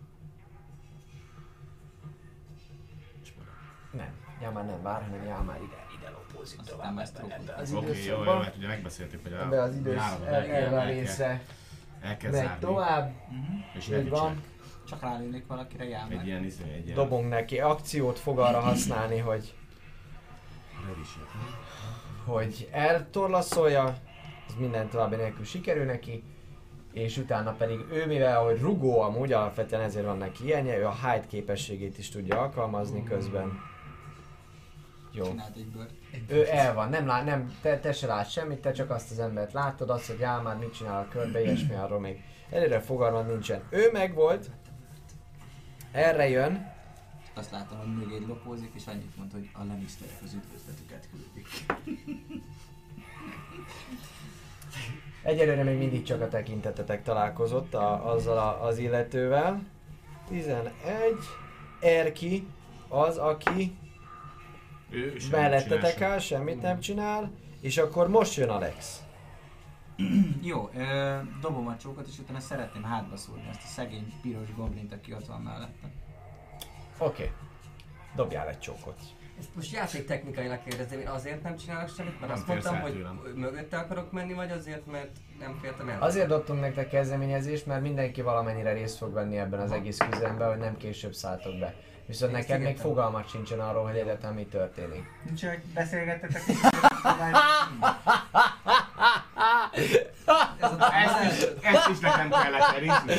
nem, Hjalmar nem vár, hanem Hjalmar ide, ide lopózik Aztán tovább ezt ebben lopod. az Oké, jó, jó, időszakban. mert ugye megbeszéltük, hogy a Ebben az idősz, nyáron el, el kell- erre a el kell- részre el kell megy zárni. tovább, Uh-huh. És így ready van. check. Csak rálőnék valakire jár Egy meg. ilyen, izé, egy ilyen... Dobunk neki akciót, fog arra használni, hogy Ready check. hogy eltorlaszolja, ez minden további nélkül sikerül neki, és utána pedig ő, mivel hogy rugó amúgy, alapvetően ezért van neki ilyenje, ő a hide képességét is tudja alkalmazni közben. Jó. Csinált egy bört. Ő el van, nem, lát, nem te, te se látsz semmit, te csak azt az embert látod, azt, hogy Hjalmar mit csinál a körbe, ilyesmi arról még előre fogalmam nincsen. Ő megvolt, erre jön, Azt látom, hogy mögéd lopózik, és annyit mond, hogy a lemiszterek az üdvözletüket küldik. egyelőre még mindig csak a tekintetetek találkozott a, azzal a, az illetővel. tizenegy, Erki az, aki Ő semmit mellettetek csinál áll, semmit nem csinál, és akkor most jön Alex. Jó, ö, dobom a csókot, és utána szeretném hátba szúrni ezt a szegény piros goblint, aki ott van mellette. Oké. Okay. Dobjál egy csókot. Ezt most játéktechnikailag kérdezem, én azért nem csinálok semmit, mert Nem azt mondtam, félsz el hogy tőlem. mögötte akarok menni, vagy azért, mert nem féltem el. Azért dobtunk nektek kezdeményezést, mert mindenki valamennyire részt fog venni ebben az Aha. egész küzdelemben, hogy nem később szálltok be. Viszont Ezt neked még értem. fogalmat sincsen arról, hogy egyáltalán mi történik. Nincs, hogy beszélgettetek, és Ez a Ezt is, ezt is nekem kellett elízni.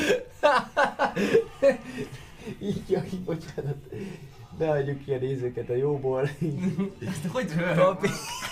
Így, jaj, bocsánat. Ne hagyjuk ki a nézőket a jóból. Ezt hogy röhög? Papi.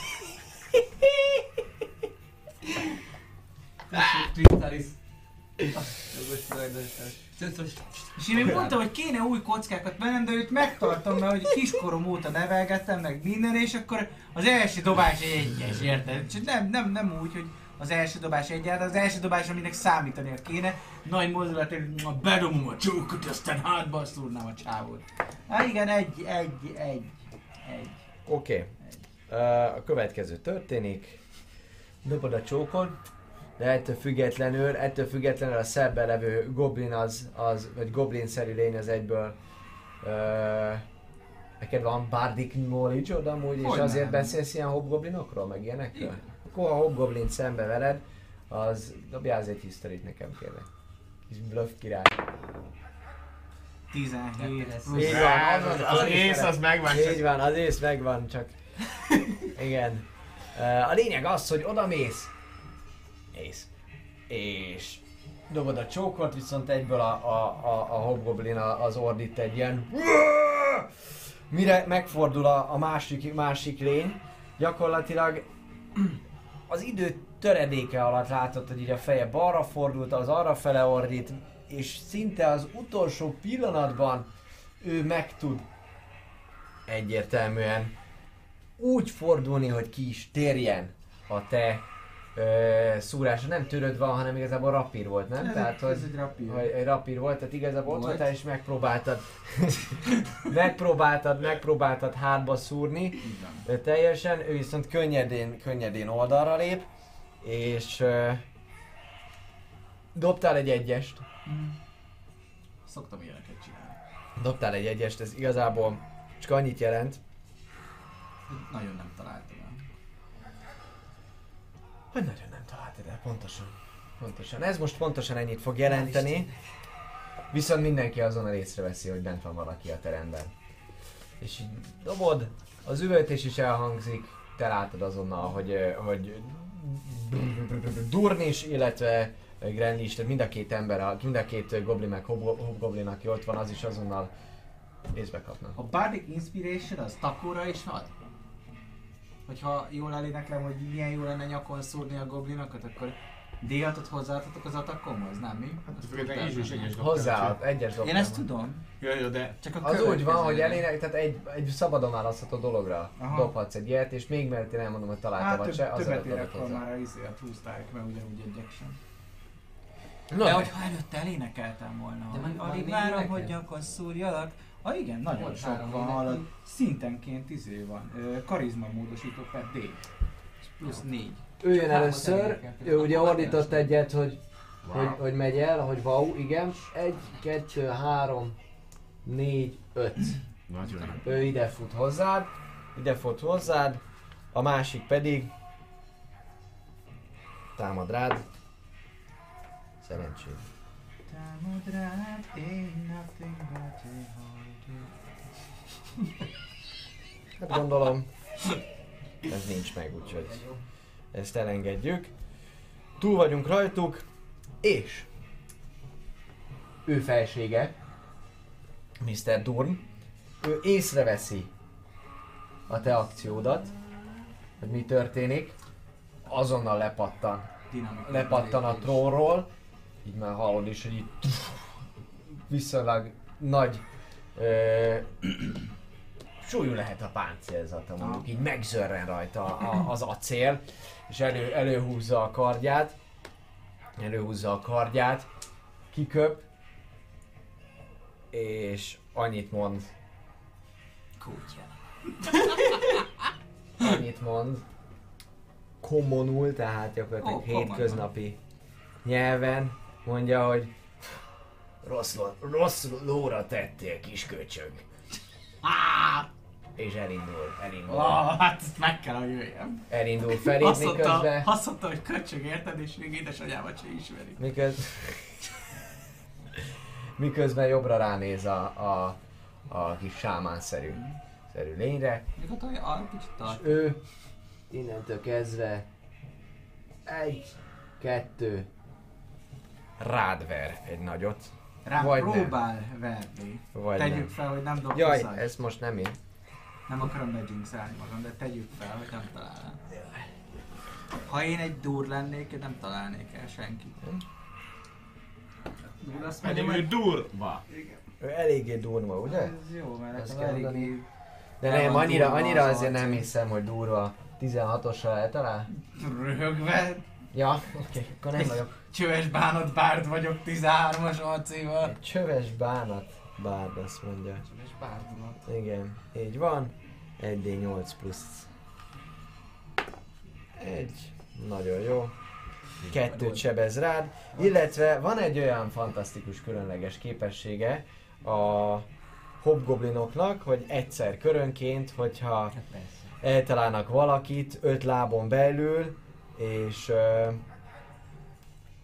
Tristalis. Jogos tulajdonos. és én még mondtam, hogy kéne új kockákat mennem, de őt megtartom, mert hogy kiskorom óta nevelgettem meg minden, és akkor az első dobás egy egyes, érted? Csak nem, nem, nem úgy, hogy az első dobás egyáltalán, az első dobás, aminek számítania kéne, nagy mozdulat, hogy bedobom a csókot, aztán hátba szúrnám a csávót. Hát igen, egy, egy, egy, egy. Oké. Okay. Uh, a következő történik. Dobod a csókon, de ettől függetlenül, ettől függetlenül a szebben levő goblin az, az vagy goblin-szerű lény az egyből uh, neked van bardic knowledge-od amúgy, és Hogyne azért nem. beszélsz ilyen hobgoblinokról, meg ilyenekről? Igen. Akkor ha hobgoblin szembe veled, az dobjál egy historyt nekem kérlek. Kis bluff király. tizenhét lesz. plusz. Így van, az, Az ész az megvan, Így csak van, az ész megvan, csak... Igen. Uh, a lényeg az, hogy oda mész. Ész. És dobod a csókot, viszont egyből a, a, a, a hobgoblin az ordít egy ilyen... Mire megfordul a, a másik, másik lény, gyakorlatilag az idő töredéke alatt látod, hogy így a feje balra fordult, az arra fele ordít, és szinte az utolsó pillanatban ő meg tud egyértelműen úgy fordulni, hogy ki is térjen a te ö, szúrása. Nem töröd van, hanem igazából rapír volt, nem? Ez, tehát, ez hogy, egy rapír. hogy egy rapír volt, tehát igazából ott Volt. voltál és megpróbáltad megpróbáltad, megpróbáltad hátba szúrni Így van. ö, teljesen, ő viszont könnyedén, könnyedén oldalra lép, és ö, dobtál egy egyest. Mm. Szoktam ilyeneket csinálni. Dobtál egy egyest, ez igazából csak annyit jelent, Nagyon nem találtam el. hogy nagyon nem találtad el, pontosan. Pontosan. Ez most pontosan ennyit fog jelenteni. Viszont mindenki azonnal észreveszi, hogy bent van valaki a teremben. És így dobod, az üvöltés is elhangzik, te látod azonnal, hogy, ö, hogy Durnis, illetve Grenly is, tehát mind a két ember, a- mind a két goblin meg hob- hobgoblin, aki ott van, az is azonnal észbe kapnak. A Bardic Inspiration az takóra is ad? Hogyha jól eléneklem, hogy milyen jó lenne nyakon szúrni a goblinokat, akkor díjatot hozzáadhatok az attakomhoz, nem mi? Hát, Azt függetlenül tudtál, így is nem? egyes dobtál, Hozzá, egyes Én dobtam. ezt tudom, Jó, jó, de csak a Az úgy van, hogy következőre. elének, tehát egy, egy szabadon választható dologra Aha. dobhatsz egy ilyet, és még mielőtt én elmondom, hogy találta Hát vagy több, se, az többet előtt adod érek, ha hozzá. már a izélet húzták, mert ugyanúgy egyek sem. No, De hogyha előtte elénekeltem volna, De hogy van- alig van várom, még hogy neked? nyakon szúrjalak. Ah igen, nagyon Volt sok három van, ének. hallod. Szintenként izé van. Ö, karizma módosító per D. És plusz négy. ő jön Csak először, hármat elénekeltek, ő ugye akkor ordított nem egyet, hogy, Wow. hogy, hogy megy el, hogy wow, igen. Egy, kettő, három, négy, öt. Nagyon jó. Ő ide fut hozzád, ide fut hozzád, a másik pedig támad rád. Szerencsét. Támad rád, én nothing but a holiday. Hát gondolom, ez nincs meg, úgyhogy ezt elengedjük. Túl vagyunk rajtuk, és ő felsége, miszter Durn, ő észreveszi a te akciódat, hogy mi történik, azonnal lepattan. Dinamikus Lepattan a lépés. trónról, így már hallod is, hogy így viszonylag nagy ö, súlyú lehet a páncélzata, mondjuk így megzörren rajta a, az acél, és elő, előhúzza a kardját, előhúzza a kardját, kiköp, és annyit mond, Kutya. annyit mond, commonul, tehát gyakorlatilag Ó, common. hétköznapi nyelven mondja, hogy rossz, ló, rossz lóra tettél, kis köcsög. És elindul, elindul. Ah, hát ezt meg kell, hogy jöjjem. Elindul felé, Azt mondta, miközben... azt mondta, hogy köcsög, érted, és még édesanyámat se ismeri. Miköz... miközben jobbra ránéz a, a, a kis sámánszerű szerű lényre, Még ott olyan ah, kicsit és tart. ő innentől kezdve egy, kettő, rád ver egy nagyot, Rám vagy nem. próbál verni. vagy Tegyük nem. fel, hogy nem dob Jaj, hozzá. ez most nem én. Nem akarom bejinxelni magam, de tegyük fel, hogy nem talál el. Ha én egy dur lennék, nem találnék el senkit. Dur azt mondja, megyünk hogy... durva. Ő eléggé durva, ugye? Ez jó, mert Azt ez kell eléggé... mondani. De El nem, van annyira, durva annyira az azért nem arcod. hiszem, hogy durva. tizenhatosra eltalál? Röhögve, Ja, oké, akkor nem vagyok. csöves bánat bárd vagyok tizenhármas arcéval. Egy csöves bánat, bárd azt mondja. Csöves bárdomat. Igen, így van. egy dé nyolc plusz egy. Nagyon jó. Kettőt sebez rád. Illetve van egy olyan fantasztikus, különleges képessége a hobgoblinoknak, hogy egyszer körönként, hogyha Hát persze. eltalálnak valakit öt lábon belül, és, ö,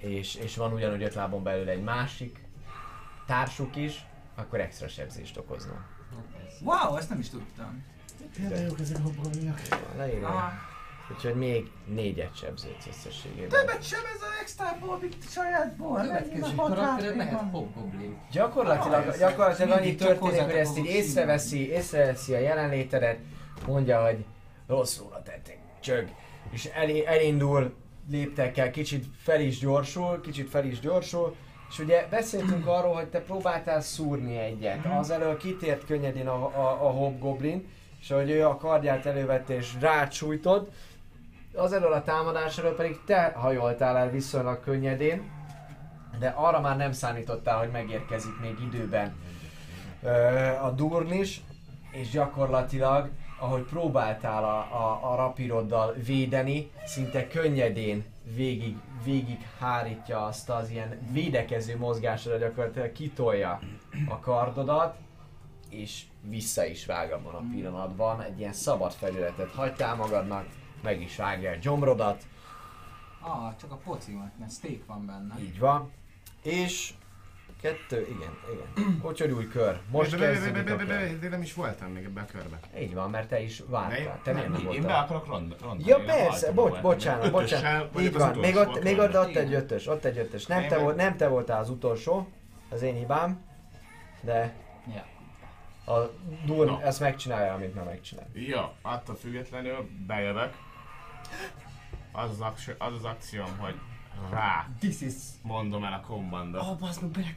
és, és van ugyanúgy öt lábon belül egy másik társuk is, akkor extra sebzést okoznak. Wow, ezt nem is tudtam. Tényleg jók ezek a hobgoblинok. Leírja. Ah, Úgyhogy még négyet sebződsz összességében. többet sem ez a extra mint sajátból. A következő karaktered lehet Hobgoblin. Gyakorlatilag, Ah, gyakorlatilag annyi mindig csak történik, hogy hozzátok ezt így fogok észreveszi, észreveszi a jelenlétedet, mondja, hogy rossz róla tettek, csög. És el, elindul léptekkel, kicsit fel is gyorsul, kicsit fel is gyorsul, és ugye beszéltünk arról, hogy te próbáltál szúrni egyet. Az elől kitért könnyedén a, a, a Hobgoblin, és ahogy ő a kardját elővette és rácsújtod, az elől a támadás elől pedig te hajoltál el viszonylag könnyedén, de arra már nem számítottál, hogy megérkezik még időben ö, a Durnis, és gyakorlatilag, ahogy próbáltál a, a, a rapiroddal védeni, szinte könnyedén végig, végig hárítja azt az ilyen védekező mozgásra, gyakorlatilag kitolja a kardodat, és vissza is vág abban a pillanatban, egy ilyen szabad felületet hagytál magadnak, meg is vágja a gyomrodat, Ah, csak a pocimat, mert steak van benne. így van, és kettő, igen, igen, úgyhogy új kör, most kezdődik a kör. De nem is voltam még ebben a körben. Így van, mert te is vártál, te miért nem Én be voltál? akarok rond, rondani. Ja én persze, rajtam bocs, voltam. bocsánat, bocsánat, Ötössel vagyok így az van, még utolsó ott, még ott, körben. ott egy ötös, ott egy ötös, nem Én te, meg- volt, nem te voltál az utolsó, az én hibám, de Ja. a Durn Na. ezt megcsinálja, amit már megcsinál. Ja, attól függetlenül bejövök. Az az, akci- az, az akcióm, hogy rá This is... mondom el a kommandot. Oh, bazd meg, Berek.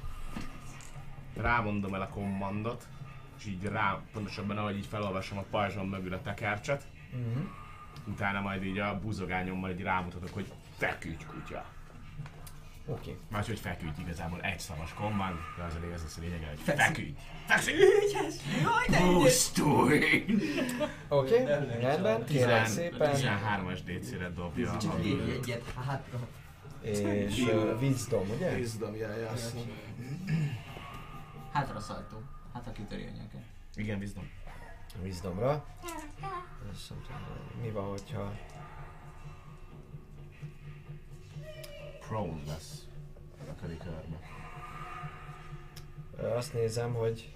Rámondom el a kommandot, és így rá, pontosabban ahogy így felolvasom a pajzsom mögül a tekercset. Mhm. Utána majd így a buzogányommal így rámutatok, hogy feküdj kutya. Oké. Máshogy feküdj, igazából egy szavas kommand, de az a lényeg, az a lényeg, hogy Feksz- feküdj! Feküdj! Jaj, de ügyes! Pusztulj! Oké, Nem lehet rendben, kérek szépen, tizenhármas dé cére dobja a Csak lépj egyet hátra. és uh, Wisdom, ugye? Wisdom, jaj, azt mondom. Hátra szajtó. Hátra kitöri a nyelke. Igen, Wisdom. Wisdomra. Azt nem tudom, mi van, hogyha... Prone lesz a köri körbe. Ö, Azt nézem, hogy...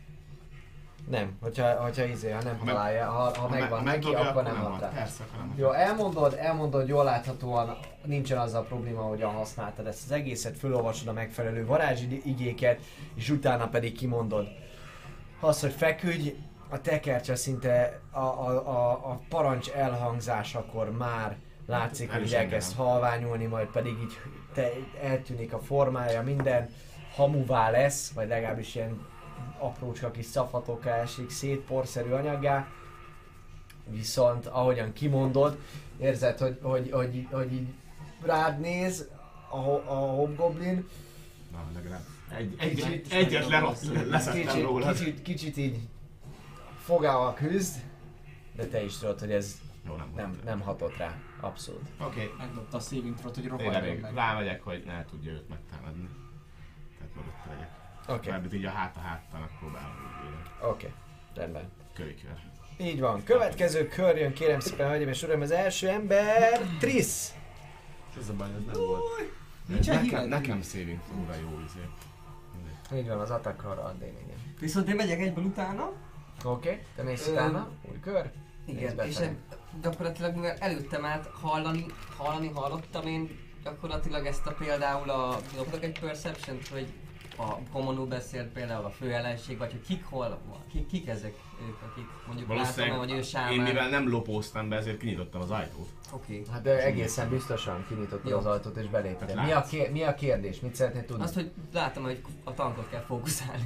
Nem, hogyha, hogyha izé, ha nem Ha meg- találja, ha, ha megvan neki, megdobja, akkor nem hat. hat rá. Persze, akkor nem hat. Jó, elmondod, elmondod, jól láthatóan nincsen az a probléma, hogyan használtad ezt az egészet, fölolvasod a megfelelő varázsigéket, és utána pedig kimondod azt, hogy feküdj, a tekercse szinte a, a, a, a parancs elhangzásakor már látszik, El hogy is elkezd engedem. halványulni, majd pedig így te, eltűnik a formája, minden hamuvá lesz, vagy legalábbis ilyen aprócska kis szafatokká esik szét, porszerű anyaggá. Viszont ahogyan kimondod, érzed, hogy, hogy, hogy, hogy így rád néz a, ho- a Hobgoblin, Na, legalább egy, egy, Kicsit- egyet lerossz, leszettem kicsit, rólad. kicsit, kicsit így fogával küzd, de te is tudod, hogy ez Jó, nem nem, volt. nem hatott rá, abszolút. Oké, Megdobta a saving throw-t, hogy tényleg rohadjon még meg. rámegyek, hogy ne tudja őt megtámadni. Tehát mögött legyek. Oké, okay. Mert így a hát a háttal megpróbálom úgy védeni. oké, okay. Rendben. Körikör. Így van, következő kör jön, kérem szépen, hölgyeim és uraim, az első ember, Triss! És ez a baj, ez nem volt. Nincsen Nekem, híved? nekem saving throw-ra jó izé. Így van, az attackra ad igen. Viszont én megyek egyből utána. Oké, okay. Te mész Ö, utána, új kör. Nézd Igen, és befelé. em- gyakorlatilag mivel előttem át hallani, hallani hallottam én gyakorlatilag ezt a például a, dobtak egy perception hogy a Commonul beszélt például a fő ellenség, vagy hogy kik hol, kik, kik ezek ők, akik mondjuk látom, Valószínűleg hogy ő sámán. én mivel nem lopóztam be, ezért kinyitottam az ajtót. Oké. Okay. Hát de egészen biztosan kinyitottad Jó. az ajtót és beléptél. Tehát Mi a, látsz. ké- mi a kérdés? Mit szeretnél tudni? Azt, hogy látom, hogy a tankot kell fókuszálni.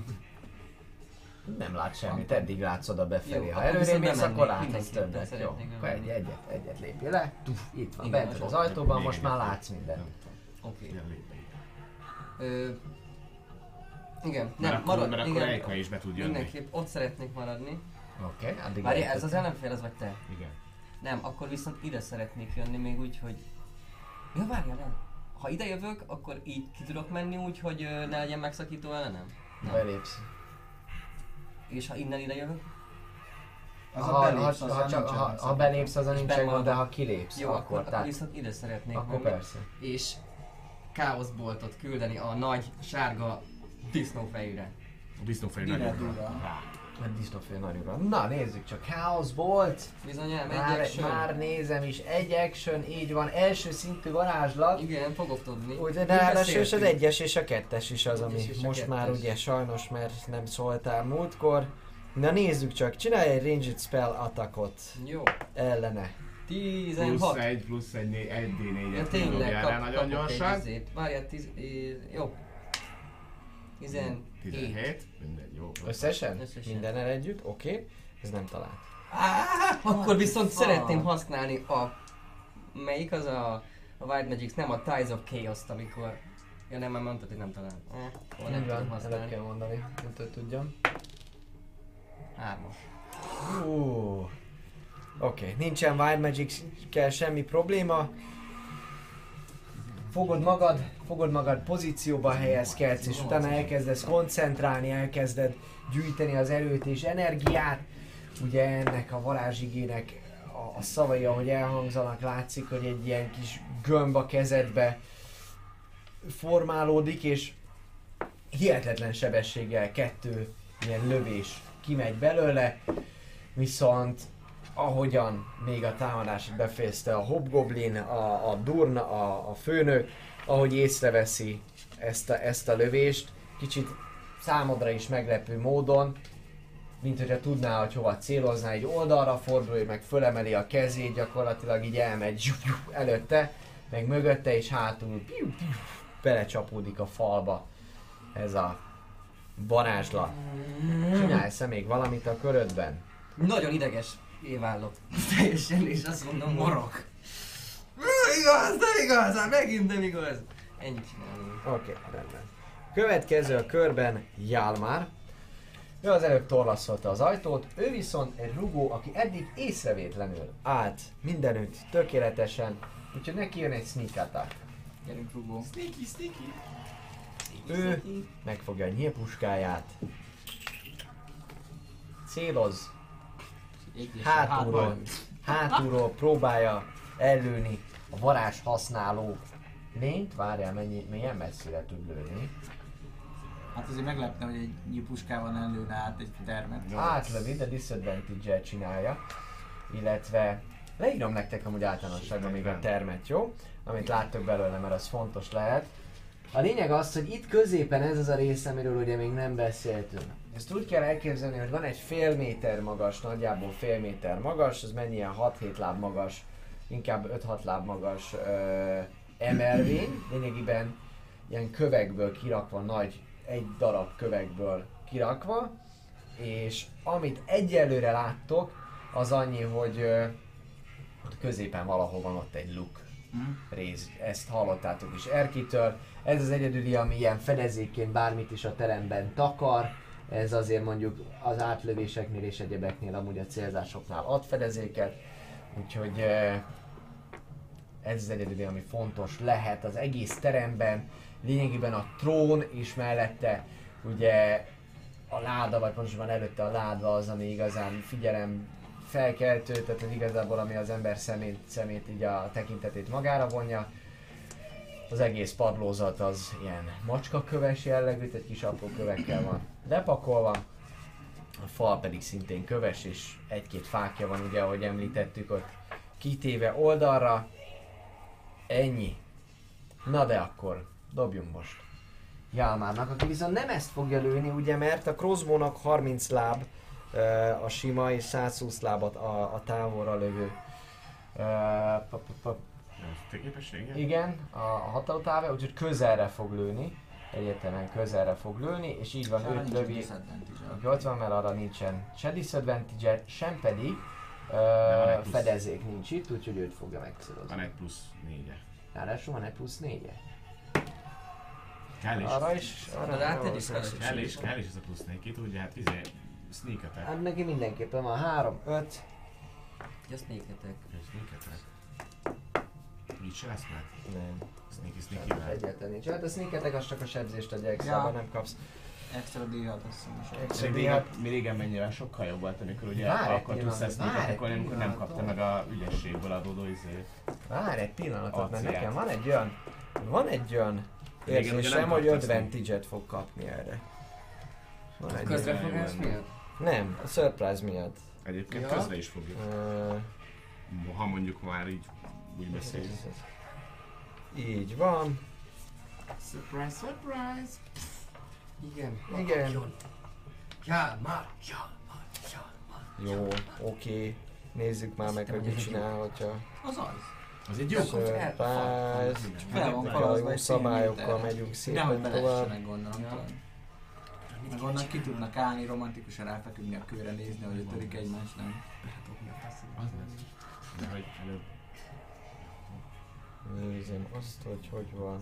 Nem lát semmit, eddig látsz oda befelé. Jó, Ha akkor előrébb viszont mész, bemennék, akkor látsz mindenképpen többet. Jó, szeretnék akkor egy, bemenni. egyet, egyet lépjél le. Tuf, itt van, Igen, bent vagy az ott. ajtóban, Még most egyet már lép. látsz mindent. Nem tudom. Oké. Ilyen lép be. Ö, igen, Mert nem, akkor, marad, mert akkor igen, Eika is be tud jönni. mindenképp ott szeretnék maradni. Oké, okay, addig Várj, ez eljutottam. az ellenfél, az vagy te? Igen. Nem, akkor viszont ide szeretnék jönni még úgy, hogy... Ja, várjál, nem. Ha ide jövök, akkor így ki tudok menni úgy, hogy ö, ne legyen megszakító ellenem? Nem. Belépsz. És ha innen ide jövök? Az Ha, a ha, belépsz, ha, azzal csak, nincsen ha, megszakító. ha belépsz, az a És nincsen gond, de bemaradok. ha kilépsz, Jó, akkor, akkor, akkor tehát, viszont ide szeretnék akkor menni. persze. És Chaos Boltot küldeni a nagy sárga disznófejűre. A disznófejű Dire nagyon dura. rá. A disznófél nagyra. Na nézzük csak, Chaos Bolt. Bizonyám, egy Már, action. már nézem is, egy action, így van, első szintű varázslat. Igen, fogok tudni. Ugye, Mi de ráadásul is az beszéltünk. egyes és a kettes is az, ami Egyes és a most már kettes. ugye sajnos, mert nem szóltál múltkor. Na nézzük csak, csinálj egy ranged spell attackot Jó. ellene. tizenhat. Plusz egy, plusz egy, né- egy dé Ja, négyet tényleg, dobjál rá kap, nagyon kapok gyorsan. egy izét. Várjál, tiz... eh, jó. tizenhét. tizenhét, mindegy, jó. Összesen? Összesen. Mindennel együtt? Oké. Okay. Ez nem talált. Ah, akkor viszont Van. szeretném használni a... Melyik az a... A Wild Magics, nem a Ties of Chaos-t, amikor... Ja nem, már mondtad, hogy nem talán. Eh, akkor nem Így tudom van, előbb használni. kell mondani, mint hogy tudjam. Hármas. Uh. Oké, okay. Nincsen Wild Magic, kell semmi probléma. Fogod magad, fogod magad pozícióba helyezkedsz, és utána elkezdesz koncentrálni, elkezded gyűjteni az erőt és energiát. Ugye ennek a varázsigének a, a szavai, ahogy elhangzanak, látszik, hogy egy ilyen kis gömb a kezedbe formálódik, és hihetetlen sebességgel kettő ilyen lövés kimegy belőle, viszont ahogyan még a támadását befejezte a Hobgoblin, a, a Durna, a, a főnök, ahogy észreveszi ezt a, ezt a lövést, kicsit számodra is meglepő módon, mint hogyha tudná, hogy hova célozná, egy oldalra fordul, meg fölemeli a kezét, gyakorlatilag így elmegy zsup, zsup, előtte, meg mögötte, és hátul piu, piu, belecsapódik a falba ez a varázslat. Csinálsz-e még valamit a körödben? Nagyon ideges éválok. Teljesen, és azt mondom, Morog. "Nem igaz, nem igaz, hát megint nem igaz. Ennyit csinálunk. Oké, okay, rendben. Következő a körben Jalmar. Ő az előbb torlaszolta az ajtót, ő viszont egy rugó, aki eddig észrevétlenül állt mindenütt tökéletesen, úgyhogy neki jön egy sneak attack. Gyerünk rugó. Sneaky, sneaky. Ő megfogja a nyílpuskáját, céloz, hátulról, hátulról próbálja ellőni a varázs használó lényt. Várjál, mennyi, milyen messzire tud lőni. Hát azért meglepne, hogy egy nyílpuskával ellőne át egy termet. Átlövi, de disadvantage-el csinálja, illetve leírom nektek amúgy általánosságban még a termet, jó? Amit láttok belőle, mert az fontos lehet. A lényeg az, hogy itt középen ez az a rész, amiről ugye még nem beszéltünk. Ezt úgy kell elképzelni, hogy van egy fél méter magas, nagyjából fél méter magas, az mennyi ilyen hat-hét láb magas, inkább öt-hat láb magas ö, emelvény, lényegében ilyen kövekből kirakva, nagy, egy darab kövekből kirakva, és amit egyelőre láttok, az annyi, hogy ö, ott középen valahol van ott egy luk rész. Ezt hallottátok is Erkitől. Ez az egyedüli, ami ilyen fedezékként bármit is a teremben takar. Ez azért mondjuk az átlövéseknél és egyebeknél, amúgy a célzásoknál ad fedezéket. Úgyhogy eh, ez az egyedüli, ami fontos lehet az egész teremben. Lényegében a trón is mellette, ugye a láda, vagy pontosabban előtte a láda az, ami igazán figyelem felkeltő, tehát hogy igazából ami az ember szemét, szemét így a tekintetét magára vonja. Az egész padlózat az ilyen macskaköves jellegű, egy kis apró kövekkel van lepakolva. A fal pedig szintén köves, és egy-két fákja van, ugye ahogy említettük, ott kitéve oldalra. Ennyi. Na de akkor dobjunk most Jalmárnak, aki viszont nem ezt fogja lőni, ugye, mert a crossbownak harminc láb uh, a sima és száz húsz lábat a, a távolra lövő. Uh, pa, pa, pa. Te képessége? Igen, a, a hatótáve, úgyhogy közelre fog lőni. Egyértelműen közelre fog lőni, és így van, Arra őt nincsen lövi. disadvantage-e. Aki ott van, mert arra nincsen se disadvantage, sem pedig van uh, egy plusz. fedezék nincs itt, úgyhogy őt fogja Van megcélozni. egy plusz négye. Ráadásul van egy plusz négye. Kell is. Arra is, arra De hát arra egy is is lesz. kell. Kell is, kell is ez a plusz négy, ki tudja, hát izé, sneak attack. Hát neki mindenképpen van három, öt. Just nézhetek. Sneak attack. Így se lesz meg? Nem. Sneaky Hát sneaky egyáltalán nincs. Hát a sneaketek az csak a sebzést adja extra, Ja. nem kapsz. Extra dé hat azt hiszem is. Extra Mi D hat. régen, mi régen mennyivel sokkal jobb volt, amikor ugye Várj egy akkor pillanat, tudsz ezt várj egy attack-olni, amikor nem pillanat. kapta meg a ügyességből adódó izé. Várj egy pillanatot, mert Arciát. nekem van egy olyan Van egy olyan Régen ugye érzésem, nem hogy kaptad advantage-et fog kapni erre. Van egy Közrefogás olyan- miatt? Nem, a surprise miatt. Egyébként Ja. közre is fogjuk. Uh, Ha mondjuk már így úgy beszéljünk. így van. Surprise, surprise! Igen. Igen. Ja, már, ja, már, ja, már. Jó, oké. Nézzük már meg, hogy mit csinál, hogyha Az az. Az egy jó surprise. Fel van A falazva jó egy szabályokkal színűtel. megyünk Nehogy szépen tovább. belessenek, gondolom. Ja. tudod. Meg onnan ki tudnak állni, romantikusan ráfeküdni a kőre, nézni, hogy ötödik egymást, nem? Az lesz. De hogy előbb. Nézem azt, hogy hogy van.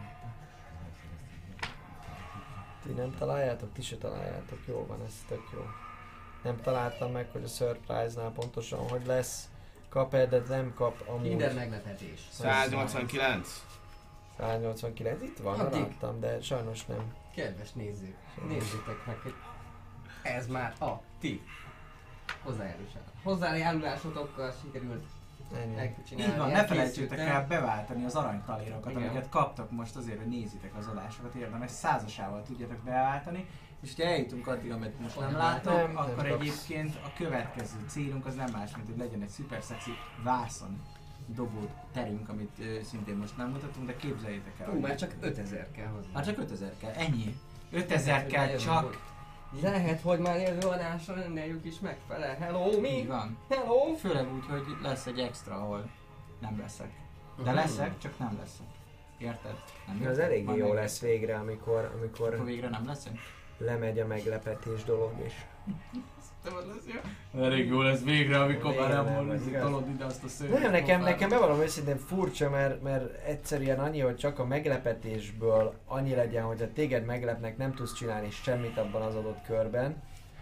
Ti nem találjátok? Ti se találjátok. Jó van, ez tök jó. Nem találtam meg, hogy a surprise-nál pontosan hogy lesz. Kap-e, de nem kap amúgy. Minden meglepetés. száznyolcvankilenc. száznyolcvankilenc, itt van, Addig. láttam, de sajnos nem. Kedves nézők, nézzétek meg, hogy ez már a ti hozzájárulás. Hozzájárulásotokkal sikerült Ennyi. megcsinálni. Így van, ne elkészültem. felejtsétek el beváltani az aranytalérokat, Igen. amiket kaptak most azért, hogy nézitek az adásokat, érdemes százasával tudjátok beváltani, és ha eljutunk addig, amit most nem Nem, látok, nem, nem akkor kapsz. egyébként a következő célunk az nem más, mint hogy legyen egy szuper szexi vászon dobó terünk, amit ö, szintén most nem mutatunk, de képzeljétek el. Hú, hogy- már csak ötezer kell hozzá. Már csak ötezer kell, ennyi. ötezer kell csak. Lehet, hogy már jövő adásra rendeljük is megfelel. Hello, mi? Így van. Hello! Főleg úgy, hogy lesz egy extra, ahol nem leszek. De Mhm. leszek, csak nem leszek. Érted? Nem Ez érted? eléggé Majd jó meg- lesz végre, amikor, Akkor amikor végre nem leszek? lemegy a meglepetés dolog is. Te vagy lesz jó? Elég jó lesz végre, amikor Végre már nem nem lesz, van, igaz? tolod ide azt a szőnyeg. Nem, nekem, nekem bevallom őszintén furcsa, mert, mert egyszerűen annyi, hogy csak a meglepetésből annyi legyen, hogy a téged meglepnek, nem tudsz csinálni semmit abban az adott körben.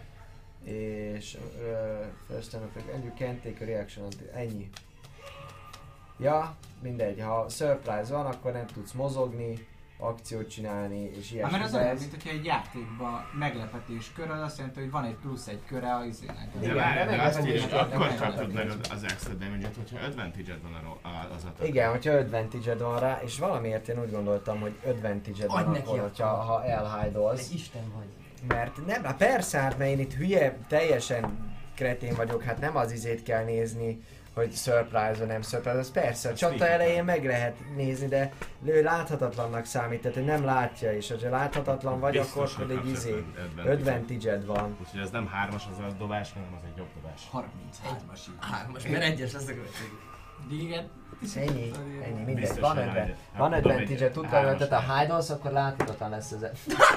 És uh, first time effect, and you can't take a reaction until, ennyi. Ja, mindegy, ha surprise van, akkor nem tudsz mozogni, akciót csinálni és Hát ilyesmi. mert az de olyan, ez- mint hogyha egy játékban meglepetés kör, az azt jelenti, hogy van egy plusz egy köre a izének. De Igen, várj, de de meg azt az írja, is hogy kell, akkor meg kapod meg meg. az- az extra damage-et, hogyha advantage-ed van a ro- a- az attack. Igen, hogyha advantage-ed van rá, és valamiért én úgy gondoltam, hogy advantage-ed van Adj neki akkor, akkor. hogyha ha elhide-olsz. Egy isten vagy. Mert nem, hát persze, hát mert én itt hülye, teljesen kretén vagyok, hát nem az izét kell nézni, hogy surprise vagy nem surprise, az persze, a csata sneak elején attack. meg lehet nézni, de ő láthatatlannak számít, tehát hogy nem látja, és ha láthatatlan vagy, Biztos, akkor hogy pedig kapsz izé, advantage-et. advantage-ed van. Úgyhogy ez nem hármas az a dobás, hanem az egy jobb dobás. harminchármas így. Hármas, mert egyes lesz a következő. Igen. Ennyi, ennyi, mindegy, Biztos, van hogy advantage. rájön. Van Hát, tudom, advantage-ed, egy tudtam, hármas hogy tehát a rájön. hide-olsz, akkor láthatatlan lesz ez.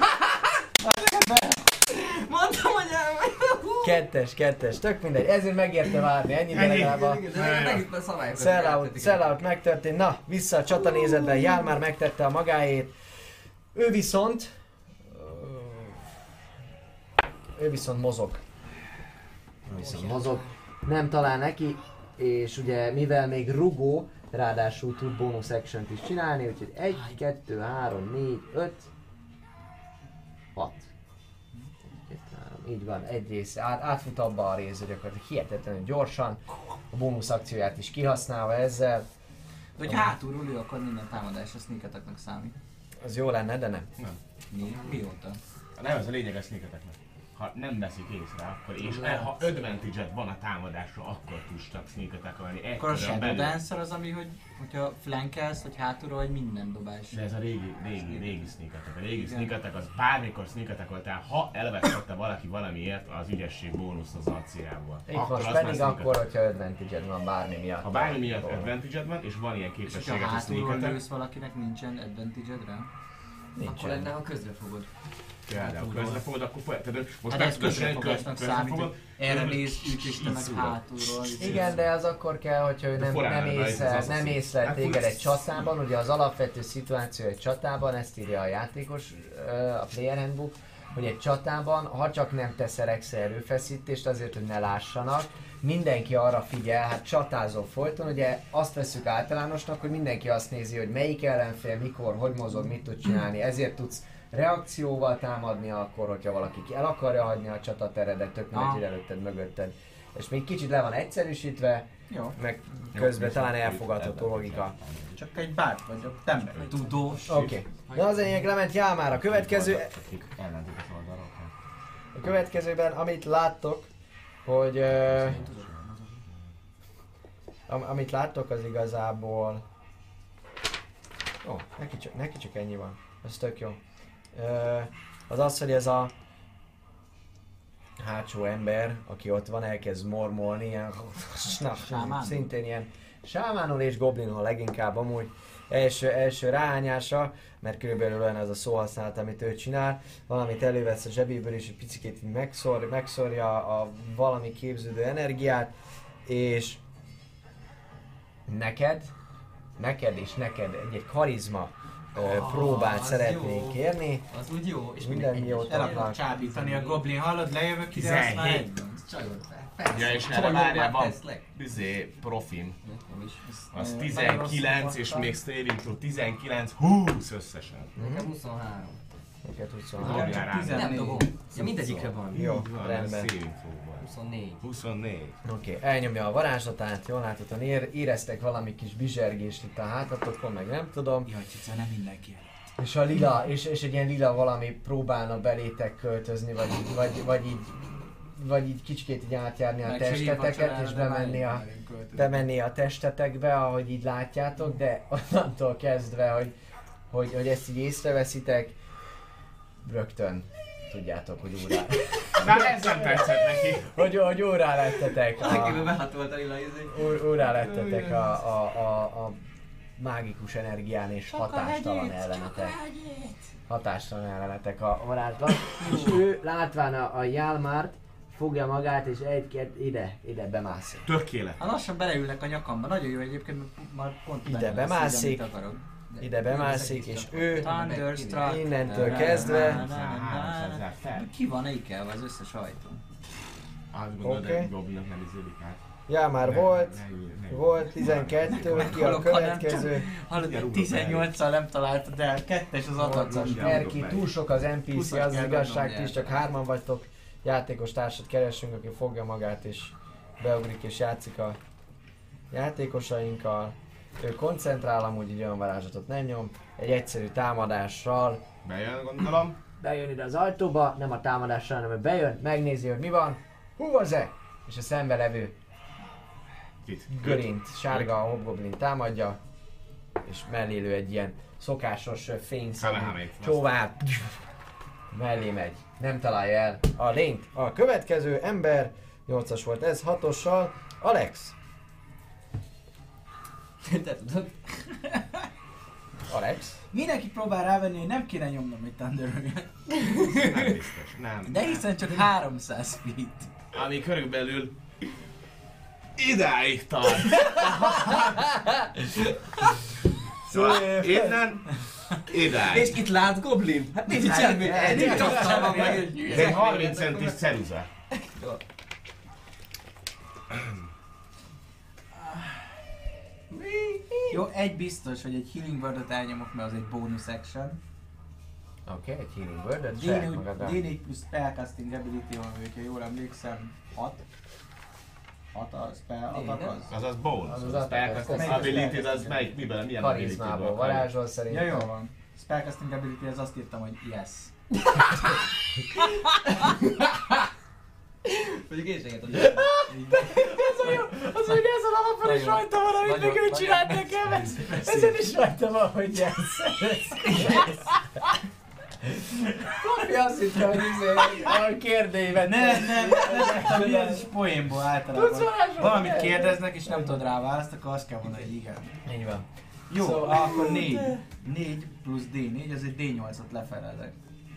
Mondtam, hogy elmegy. Kettes, kettes, tök mindegy, ezért megérte várni, ennyi Ennyi. legalább a De legalább itt a szabályokat sell out, eltetik. sell out megtörtént, na, vissza a csatanézetbe, Jál már megtette a magáét. Ő viszont... Ő viszont mozog. Ő viszont mozog. Nem talál neki, és ugye mivel még rugó, ráadásul tud bonus action-t is csinálni, úgyhogy egy, kettő, három, négy, öt, hat. Kettő, három, így van, egy része, át, átfut abba a részbe gyakorlatilag hihetetlenül gyorsan, a bónusz akcióját is kihasználva ezzel, De hogy hátulról ül, akkor minden támadás a sneak attacknak számít. az jó lenne, de nem. Nem. Mi? Mióta? Nem, ez a lényeg a sneaketeknek. Ha nem veszik észre, akkor és Lehet. ha advantage-ed van a támadásra, akkor tudsz csak sneak attack-olni. Egy Akkor a körön Shadow belül. Dancer az, ami, hogy hogyha flankelsz, vagy hátulról, vagy minden dobás. De ez a régi, régi, régi sneak attack. A régi Igen. sneak attack az bármikor sneak attack-oltál, ha elvesztette valaki valamiért az ügyesség bónusz az acéjából. Itt most az pedig már sneak akkor, attack. hogyha advantage-ed van bármi miatt. Ha bármi miatt akkor advantage-ed van, és van ilyen És hogyha képességet, hogy sneak hátulról attack, lősz valakinek, nincsen advantage-ed rá? Akkor lenne, ha közre fogod. például közre fogod, akkor folytatod. Most Hát ez meg közre közrefogásnak közre számít, fogod, hogy erre néz, ütést így meg szúrod. hátulról. Igen, de az akkor kell, hogyha ő nem, forrán nem, rajta az észlel, az nem az. észlel Hát téged úgy- egy csatában, ugye az alapvető szituáció egy csatában, ezt írja a játékos, ö, a Player Handbook, hogy egy csatában, ha csak nem teszel extra erőfeszítést azért, hogy ne lássanak, mindenki arra figyel, hát csatázol folyton, ugye azt veszük általánosnak, hogy mindenki azt nézi, hogy melyik ellenfél, mikor, hogy mozog, mit tud csinálni, ezért tudsz reakcióval támadni akkor, hogyha valaki el akarja hagyni a csatateredet, tök mindegy, Ah. hogy előtted, mögötted és még kicsit le van egyszerűsítve, Jó, meg közben talán elfogadható logika. csak egy bárt vagyok, ember. Tudós. Oké. Okay. Na az lényeg, lement Jámár. A következő... Ellentétes oldalról. A következőben, amit láttok, hogy... Uh, am, amit láttok az igazából... Ó, oh, neki, csak, neki csak ennyi van. Ez tök jó. Uh, az az, hogy ez a hátsó ember, aki ott van, elkezd mormolni, ilyen... Sámán? Szintén ilyen sámánul és goblinul leginkább amúgy. Első, első ráhányása, mert körülbelül olyan az a szóhasználat, amit ő csinál. Valamit elővesz a zsebéből és egy picikét megszor, megszorja a valami képződő energiát, és neked, neked és neked egy, egy karizma oh, próbát szeretnék jó. kérni. Az úgy jó, és minden mindig jót El adnak. akarok csábítani a goblin, hallod? Lejövök ide, azt már egy. Csajod fel. Ja, és erre várjál, van izé, profim. Az tizenkilenc és még saving throw tizenkilenc, húsz összesen. Nekem huszonhárom. Neked Igen, huszonhárom. csak Nem tizennégy. dobom. Ja, mindegyikre van. Jó, Van, rendben. saving throw-val. huszonnégy. huszonnégy. Oké, okay, elnyomja a varázslatát, jól láthatóan ér, éreztek valami kis bizsergést itt a hátatokon, meg nem tudom. Jaj, Cica, nem mindenki el. És a lila, és, és egy ilyen lila valami próbálna belétek költözni, vagy, így- vagy, vagy így vagy így kicsikét így átjárni a Meg testeteket, segít és vacsorára, de bemenni már a, én költözöm. bemenni a testetekbe, ahogy így látjátok, de onnantól kezdve, hogy, hogy, hogy ezt így észreveszitek, rögtön tudjátok, hogy órá, Na ez nem tetszett neki. hogy, hogy órá lettetek, Nekiből a, behatolt a lila izé. ó- órá lettetek a, a, a, a mágikus energián, és hatástalan ellenetek. Hatástalan ellenetek a varázslat. És ő látván a, a Jálmárt, fogja magát és egy-két ide, ide bemászik. Tökéletes. Hát lassan beleülnek a nyakamba, nagyon jó egyébként, mert már pont Ide benne lesz, bemászik. így, amit akarok. Ide bemászik, és ő Thunderstruck. innentől kezdve... háromszázezer fel. Ki van ékelve az összes ajtó? Azt gondolod, Oké. hogy Goblinok nem izélik át. Jálmár Ne- volt, ne ülj, ne ülj. volt tizenkettő, ki a Meghalok, ha nem következő. Hallod, Ugye, egy rúgok tizennyolccal nem találtad el, kettes az adatlan. Ugye. Erki, túl sok az en pé cé, Húszat az kell igazság, dobnom, ti is csak hárman vagytok. Játékos társat keresünk, aki fogja magát és beugrik és játszik a játékosainkkal. Ő koncentrál, amúgy egy olyan varázslatot nem nyom. Egy egyszerű támadással Bejön, gondolom. bejön ide az ajtóba, nem a támadással, hanem hogy bejön, megnézi, hogy mi van. Hú az -e? És a szembe levő Kit? görint, sárga a hobgoblin támadja, és mellé lő egy ilyen szokásos fényszerű Kamehamék. csóvát. Mellé megy. Nem találja el a lényt. A következő ember, nyolcas volt ez, hatossal, Alex. Te tudod? Alex. Mindenki próbál rávenni, hogy nem kéne nyomnom egy Thunderöget. Nem biztos, nem. De hiszen csak háromszáz feet. Ami körülbelül idáig tart. Szóval innen idáig. És itt lát Goblin? Hát nincs semmi. Nincs ott van meg egy Ez egy harminc centis ceruza. Jó, egy biztos, hogy egy Healing Word-ot elnyomok, mert az egy bonus action. Oké, okay, egy healing word-et D saját négy magadra. D négy plusz spellcasting ability van, hogyha jól emlékszem, hat. hat a spell attack az. Az az bonus. Az Az az az attack, az ability, az melyik, miben, milyen Karizmából ability-ből? varázsol Ja, szerintem. jó van. Spellcasting ability, az azt írtam, hogy yes. Mondjuk én sem értem. Ez a jó, az, hogy ezen alapon is Nagyon- rajta van, amit nagyon- még ő nagyon- csinált nekem, ez, ezen is rajta van, hogy yes. Papi azt hitte, hogy izé, a kérdőívet. Nem, nem, nem, nem, nem, ez is poénból általában. Tudsz varázsolni? Valamit kérdeznek és nem tudod rá választ, akkor azt kell mondani, hogy igen. Így van. Jó, Szóval- akkor négy. négy plusz D négy, ez egy D nyolcat lefelezek.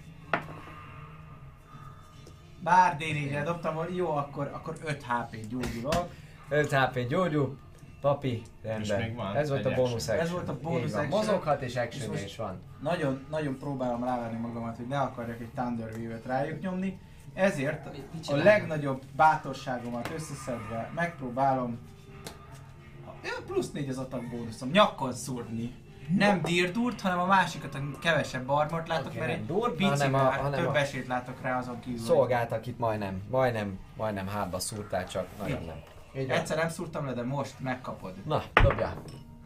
Bár D négyre dobtam volna, jó, akkor, akkor öt há pé-t gyógyulok. öt há pé gyógyul. Papi, rendben. És még van Ez volt egy a bonus action. action. Ez volt a bonus Így van. action. Mozoghat és És action most- is van. Nagyon, nagyon próbálom rávenni magamat, hogy ne akarjak egy Thunder Wave-et rájuk nyomni. Ezért Mit a csináljuk? legnagyobb bátorságomat összeszedve megpróbálom ja, plusz négy az attack bónuszom, nyakon szúrni Nem Dirdurt, hanem a másikat, a kevesebb armort látok, Oké, mert nem egy Durd, picivel hanem a- hanem több a- esélyt látok rá azon kívül. hogy- Szolgált, akit majdnem, majdnem, majdnem hátba szúrtál, csak nagyon nem. Így van. Egyszer nem szúrtam le, de most megkapod. Na, dobjál.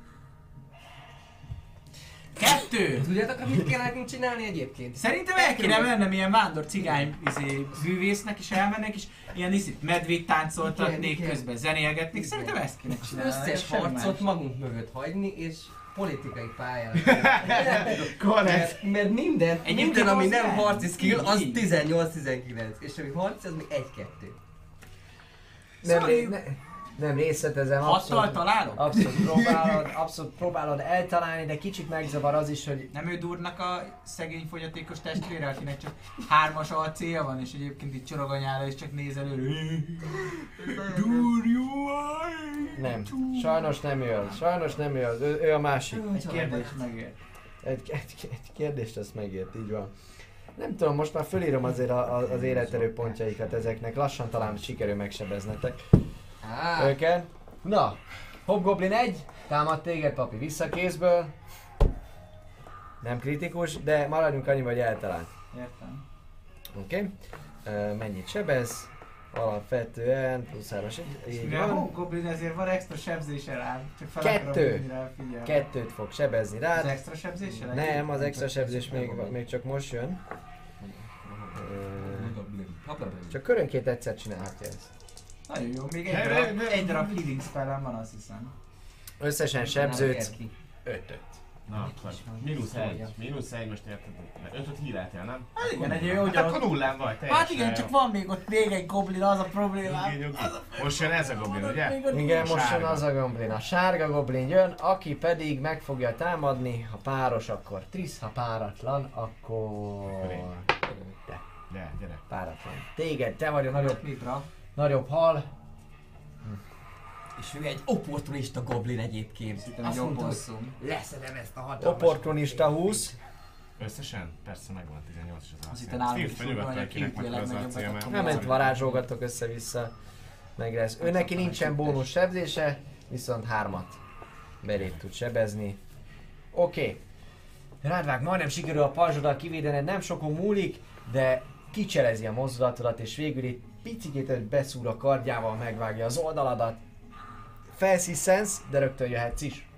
Kettő! Tudjátok, hogy mit kell nekünk csinálni egyébként? Szerintem el kéne mennem ilyen vándor cigány izé, művésznek is elmennek, és ilyen iszit medvét Igen, táncoltatnék, igen. közben zenélgetnék. Igen. Szerintem ezt kéne Az csinálni. összes semmi harcot más. magunk mögött hagyni, és politikai pályára. Korrekt. mert, mert minden, Egyébként minden, ami az nem nem. harci skill, az Így. tizennyolc tizenkilenc. És ami harci, az még egy-kettő. Nem, Sorry. ne, nem részletezem, Hattal abszolút, találok? abszolút próbálod, abszolút próbálod eltalálni, de kicsit megzavar az is, hogy Nem ő Durnak a szegény fogyatékos testvére, akinek csak hármas alcéja van, és egyébként itt csorog anyára, és csak néz előre. Dur, jó vagy! nem. Sajnos nem jön, sajnos nem jön, ő, ő a másik. Egy kérdés megért. Egy, egy, egy kérdést azt megért, így van. Nem tudom, most már fölírom azért a, a, az életerő pontjaikat ezeknek, lassan talán sikerül megsebeznetek Á, őket. Na, Hobgoblin egy, támad téged papi visszakézből. Nem kritikus, de maradjunk annyi, hogy eltalált. Értem. Oké. Okay. Mennyit sebez? Alapvetően plusz hármas, így Mivel van. Hobgoblin ezért van extra sebzése rám. Csak fel Kettő. akarom hívni rá, figyelj. Kettőt fog sebezni Az rád. extra sebzése? Nem, az extra sebzés még, még csak most jön. Ö, Csak körönként egyszer csinálhatja ezt. Nagyon jó, még egy darab, egy darab healing spellem van, azt hiszem. Összesen sebződsz ötöt. Na, akkor mínusz egy. Mínusz egy, most érted? Ötöt híráltál, nem? Hát igen, egy jó Hát darab. akkor nullán vagy, teljesen. Hát igen, csak van még ott még egy goblin, az a problémám. Nyugi, nyugi. Most jön ez a goblin, ugye? Még ott- Igen, A most jön sárga. az a goblin. A sárga goblin jön, aki pedig meg fogja támadni. Ha páros, akkor Trisz, ha páratlan, akkor... De, gyere. Páratlan. Téged, te vagy a nagyobb, Mibra. nagyobb hal. és ő egy opportunista goblin egyébként. Hittem, Azt egy mondta, hogy oposszum. leszedem ezt a hatalmas... Opportunista húsz. Összesen? Persze megvan tizennyolc is az Azt azt. hittem nálunk is Steve, megvan, nyugodtan hogy a kinek két mekkora az legnagyobb acélja, mert- beton- Nem ment varázsolgatok össze-vissza. Meg lesz. Ő neki nincsen bónusz sebzése, viszont hármat belét tud sebezni. Oké. Okay. Rádvág, majdnem sikerül a pajzsoddal kivédened, nem sokon múlik, de kicselezi a mozdulatodat, és végül egy picikét egy beszúr a kardjával, megvágja az oldaladat. Felsziszensz, de rögtön jöhetsz is.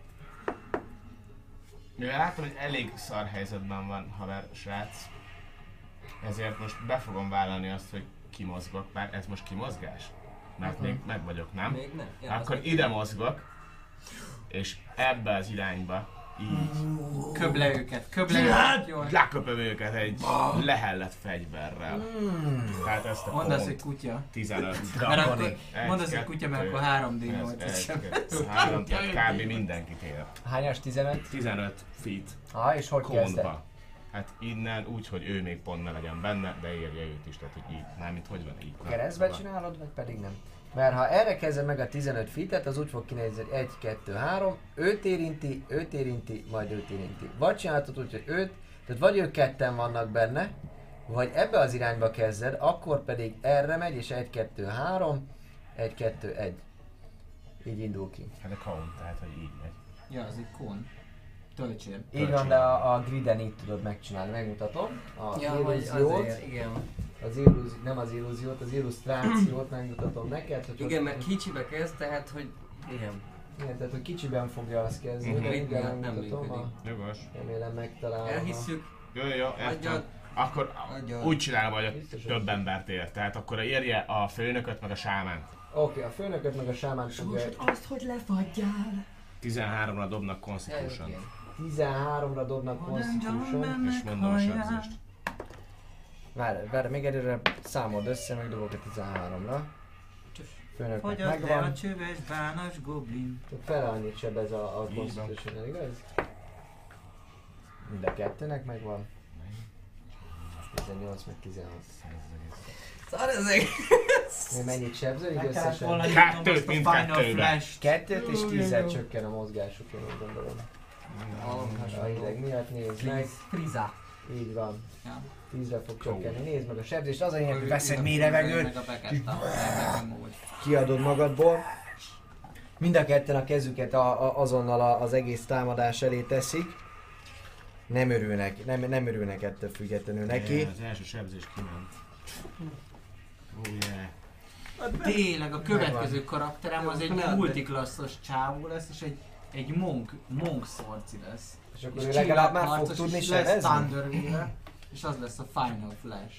Mivel látom, hogy elég szar helyzetben van haver srác, ezért most be fogom vállalni azt, hogy kimozgok, bár ez most kimozgás? Mert még meg vagyok, nem? Még nem. Ja, az Akkor meg- ide mozgok, és ebbe az irányba, így, Köble őket, köble őket, jól. leköpöm őket egy lehellett fegyverrel. Tehát ezt a Mondd azt, pont hogy kutya. tizenöt. Mert akkor, Egy, mondd azt, hogy kettő, kutya, mert akkor három dé nyolc ez, sem. egy, kettő, három, tehát kb. mindenkit ér. Hányas? tizenöt? tizenöt feet Ah, és hogy kezded? kónba. Hát innen úgy, hogy ő még pont ne legyen benne, de érje őt is, tehát hogy így. Mármint hogy van így. nem. Keresztbe csinálod, vagy pedig nem? Mert ha erre kezded meg a tizenöt fitet, az úgy fog kinézni, hogy egy, kettő, három, őt érinti, őt érinti, majd őt érinti. Vagy csinálhatod úgy, hogy őt, tehát vagy ők ketten vannak benne, vagy ebbe az irányba kezded, akkor pedig erre megy, és egy, kettő, három, egy, kettő, egy. Így indul ki. Hát a count, tehát hogy így megy. Ja, az egy kón. Töltsér. Így van, de a, a griden így tudod megcsinálni, megmutatom. A Ja, hogy illúziót, azért, igen. az illúzi, nem az illúziót, az illusztrációt megmutatom neked. Hogy Igen, hogy- mert kicsibe kezd, tehát hogy... Igen. Igen, tehát hogy kicsiben fogja azt kezdeni, Mhm. de mindjárt Nem- nem megmutatom, működik. a- Jogos. remélem megtalálom. a- Elhisszük, Jó, jó, értem. Adjad. Akkor Adjad. úgy csinálom, hogy Biztos, több hogy- embert ér. Tehát akkor érje a főnököt meg a sámánt. Oké, a főnököt meg a sámán fogja azt, hogy lefagyjál. tizenháromra dobnak Constitution. tizenháromra dobnak Constitution. És mondom a sebzést. Várj, várj, még egyre számold össze, megdobok a tizenháromra. Főnöknek Fogyasd le a megvan. csöves bánas goblin. Fele annyit sebez a, a Így van. Constitution, igaz? Mind a kettőnek megvan. tizennyolc meg tizenhat. Szar ez egész. Mi mennyit sebző, így Meg kellett összesen? volna Kettőt nyomnom azt a mindkettőbe. Final Flash-t. Kettőt és tízzel csökken a mozgásuk, én úgy gondolom. Alomhas. A hideg miatt nézd meg. Friza. Így van. Ja. tízre fog csökkenni. Nézd meg a sebzést, az a lényeg, hogy Ő- veszed ő- mély ő- levegőt, meg a bekettem, meg nem úgy. kiadod magadból. Mind a ketten a kezüket a, a, azonnal a, az egész támadás elé teszik. Nem örülnek, nem, nem örülnek ettől függetlenül neki. Yeah, az első sebzés kiment. Oh yeah. Tényleg a következő karakterem az egy Ne add be. multiklasszos csávó lesz, és egy, egy monk, monk szorci lesz. És akkor És ő legalább már fog csillagharcos, tudni és lesz sebezni? Thunderwheel, és az lesz a Final Flash.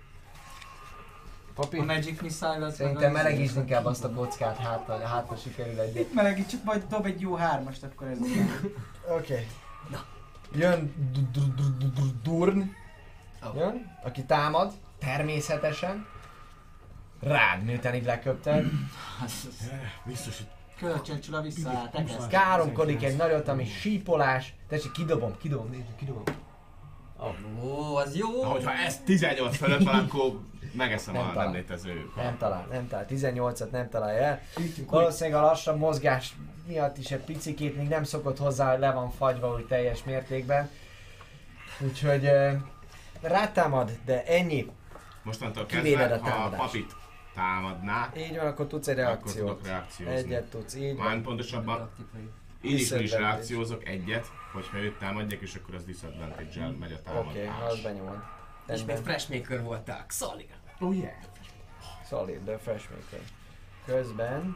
Papi, A Magic Missile az szerintem meg az- melegítsd inkább azt a kockát, hátra, hátra sikerül egyet. Itt melegítsük, majd dob egy jó hármast, akkor ez Oké. Okay. Jön D- D- D- D- D- Durn. Oh. Jön, aki támad, természetesen. Rád, miután így leköpted. Biztos, hogy Kölcsön csula vissza, tekesz. Káromkodik egy nagyot, ami sípolás. Tessék, kidobom, kidobom, nézzük, kidobom. Ó, az jó! hogyha ez tizennyolc fölött van, akkor megeszem Nem a talál. nem létező. Nem talál, nem talál. tizennyolcat nem találja el. Valószínűleg a lassabb mozgás miatt is egy picikét még nem szokott hozzá, hogy le van fagyva úgy teljes mértékben. Úgyhogy uh, rátámad, de ennyi. Mostantól Kivéded kezdve, a ha a támadást. papit támadná, Így van, akkor tudsz egy akkor reakciót. tudok reakciózni. Egyet tudsz, így Már van. pontosabban, Taktikai. így is, úgy is Disadvantage. reakciózok egyet, hogyha őt támadják, és akkor az disadvantage-el megy a támadás. Oké, okay, az benyomod. Ismét Rendben. Freshmaker voltál, Xali. Oh yeah! Solid, de freshmaker. Közben...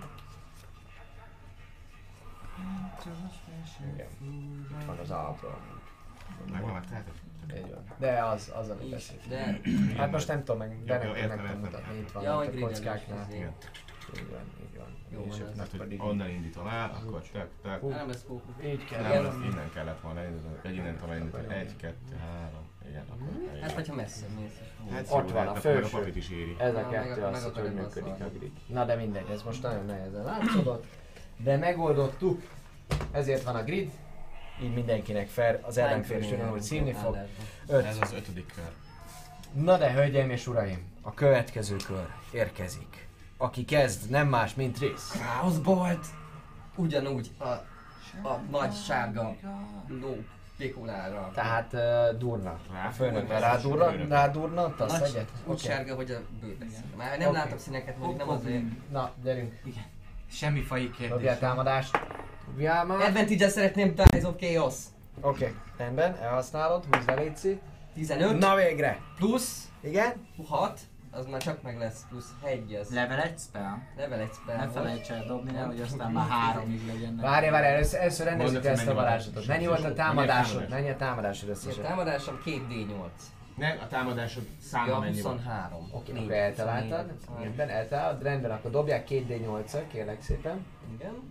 Igen. Itt van az Abra. Megvan megteheted? Így van. De az, az, amit beszélt. De... Hát most nem tudom meg, de Jó, nem jó, tudom értem, értem. megmutatni. Itt van Ja, ott hogy a grindelős kockáknál. izé. Igen. Így van, így van. Jó És van ők ez. meg Tehát, hogy pedig... onnan indítom el, akkor tök, tök. Hú. Nem lesz fókusz. Így kell. Nem, Igen. ezt innen kellett volna indítani. Egy innen tovább indítani. Egy, kettő, három. Igen, akkor... Hát hogyha messze mész is. Hát Ott jó, van de a akkor meg a felső. papit is éri. Ez a Na, kettő meg- az, meg hogy akarod működik a basszolni. grid. Na de mindegy, ez most nagyon nehezen látszódott. De megoldottuk. Ezért van a grid. Így mindenkinek fair, az ellenfél is ugyanúgy szívni fog. Öt. Ez az ötödik kör. Na de hölgyeim és uraim, a következő kör érkezik. Aki kezd, nem más, mint Triss. Chaosbolt! Ugyanúgy a, a nagy sárga ló pikulára. Tehát uh, durna. Rá? A főnökre Vagy rádurna, főnök. rádurna, ott azt Nagy, egyet? úgy Oké. sárga, hogy a bőr Már nem Oké. látok színeket, hogy nem azért. Na, gyerünk. Igen. Semmi fai kérdés. Dobjál támadást. Dobjál már. Advantage-el szeretném Dice of Chaos. Oké, okay. rendben, elhasználod, húzd le létszi. tizenöt Na végre. plusz Igen? hat, az már csak meg lesz, plusz egy az. Level egy spell. Level egy spell Ne volt. felejts el dobni, nehogy aztán már háromig legyen. Várj, várj, először, először rendezzük Mondd, hogy ezt a mennyi volt a varázslatot. Mennyi volt a sebzés? támadásod? Mennyi a Mennyi a támadásod A összesen? támadásom két dé nyolc. Nem, a támadásod száma Ja, mennyi volt? huszonhárom. Oké, Négy, akkor eltaláltad. huszonnégy, Rendben, eltaláltad. Rendben, akkor dobják két dé nyolcat, kérlek szépen. Igen.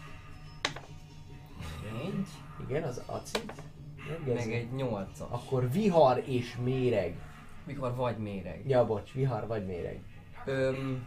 Négy. Igen, az acid. Meg egy nyolcas. Akkor vihar és méreg. Mikor vagy méreg. Ja, bocs, vihar vagy méreg. Öm...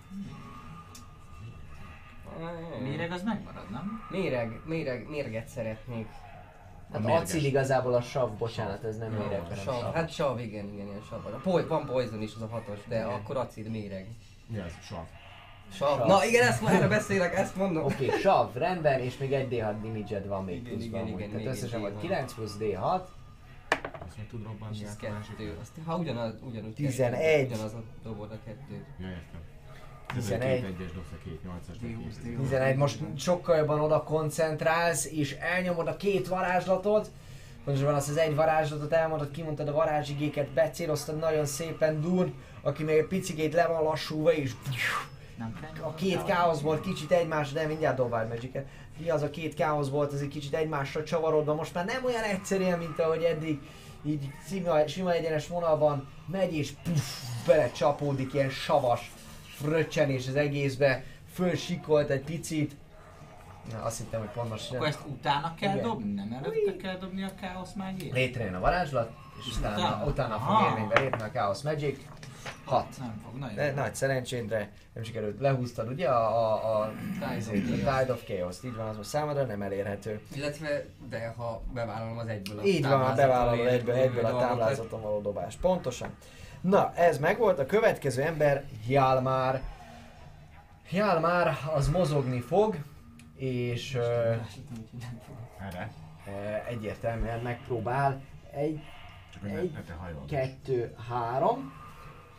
Méreg az megmarad, nem? Méreg, méreg, mérget szeretnék. Hát mérges. acid igazából a sav, bocsánat, ez nem méreg, A hanem sav, sav. hát sav, igen, igen, ilyen sav van. A po- van poison is, az a hatos, de Igen. akkor acid, méreg. Mi az? Sav. Sav. Sav. Na igen, ezt már erre beszélek, ezt mondom. Oké, okay, sav, rendben, és még egy dé hat damage-ed van még Igen, pluszban. igen, amúgy. igen, Tehát még összesen egy volt dé hat. kilenc plusz dé hat. Azt meg tud robbanni És ez át a másik kettő. kör? Azt, ha ugyanaz, ugyanúgy Tizenegy. kettő, ugyanaz a dobod a kettőt. Ja, értem. Tizenegy. Két egyes dobsz, a két nyolcas, dé húsz, dé húsz. tizenegy, most sokkal jobban oda koncentrálsz, és elnyomod a két varázslatot. Pontosabban azt az egy varázslatot elmondod, kimondtad a varázsigéket, becéloztad nagyon szépen Durn, aki még egy picikét le van lassulva, és Nem kell. a két káoszból kicsit egymásra, de mindjárt dobál Magic-et. Mi az a két káosz volt, az egy kicsit egymásra csavarodva, most már nem olyan egyszerűen, mint ahogy eddig, így sima, sima egyenes vonalban megy és puff, bele csapódik ilyen savas fröccsenés az egészbe, fölsikolt egy picit. Na, azt hittem, hogy pont most Akkor ezt utána kell Igen. dobni? Nem előtte kell dobni a Chaos Magic? létrejön a varázslat, és És utána, utána? utána fog Aha. érvénybe lépni a Chaos Magic. hat. Nem fog, nagyon De jó. nagy szerencsédre nem sikerült, lehúztad ugye a, a, a, Tide of a Chaos. Tide of Chaos, így van, az most számodra nem elérhető. Illetve, de ha bevállalom az egyből a Így van, táblázaton bevállalod lévő egyből, egyből a dolgokat. táblázaton való dobás. Pontosan. Na, ez megvolt, a következő ember Hjalmar. Hjalmar az mozogni fog, és ö, Erre? ö, egyértelműen megpróbál egy, Csak hogy ne, Egy, ne te hajolgass. kettő, három.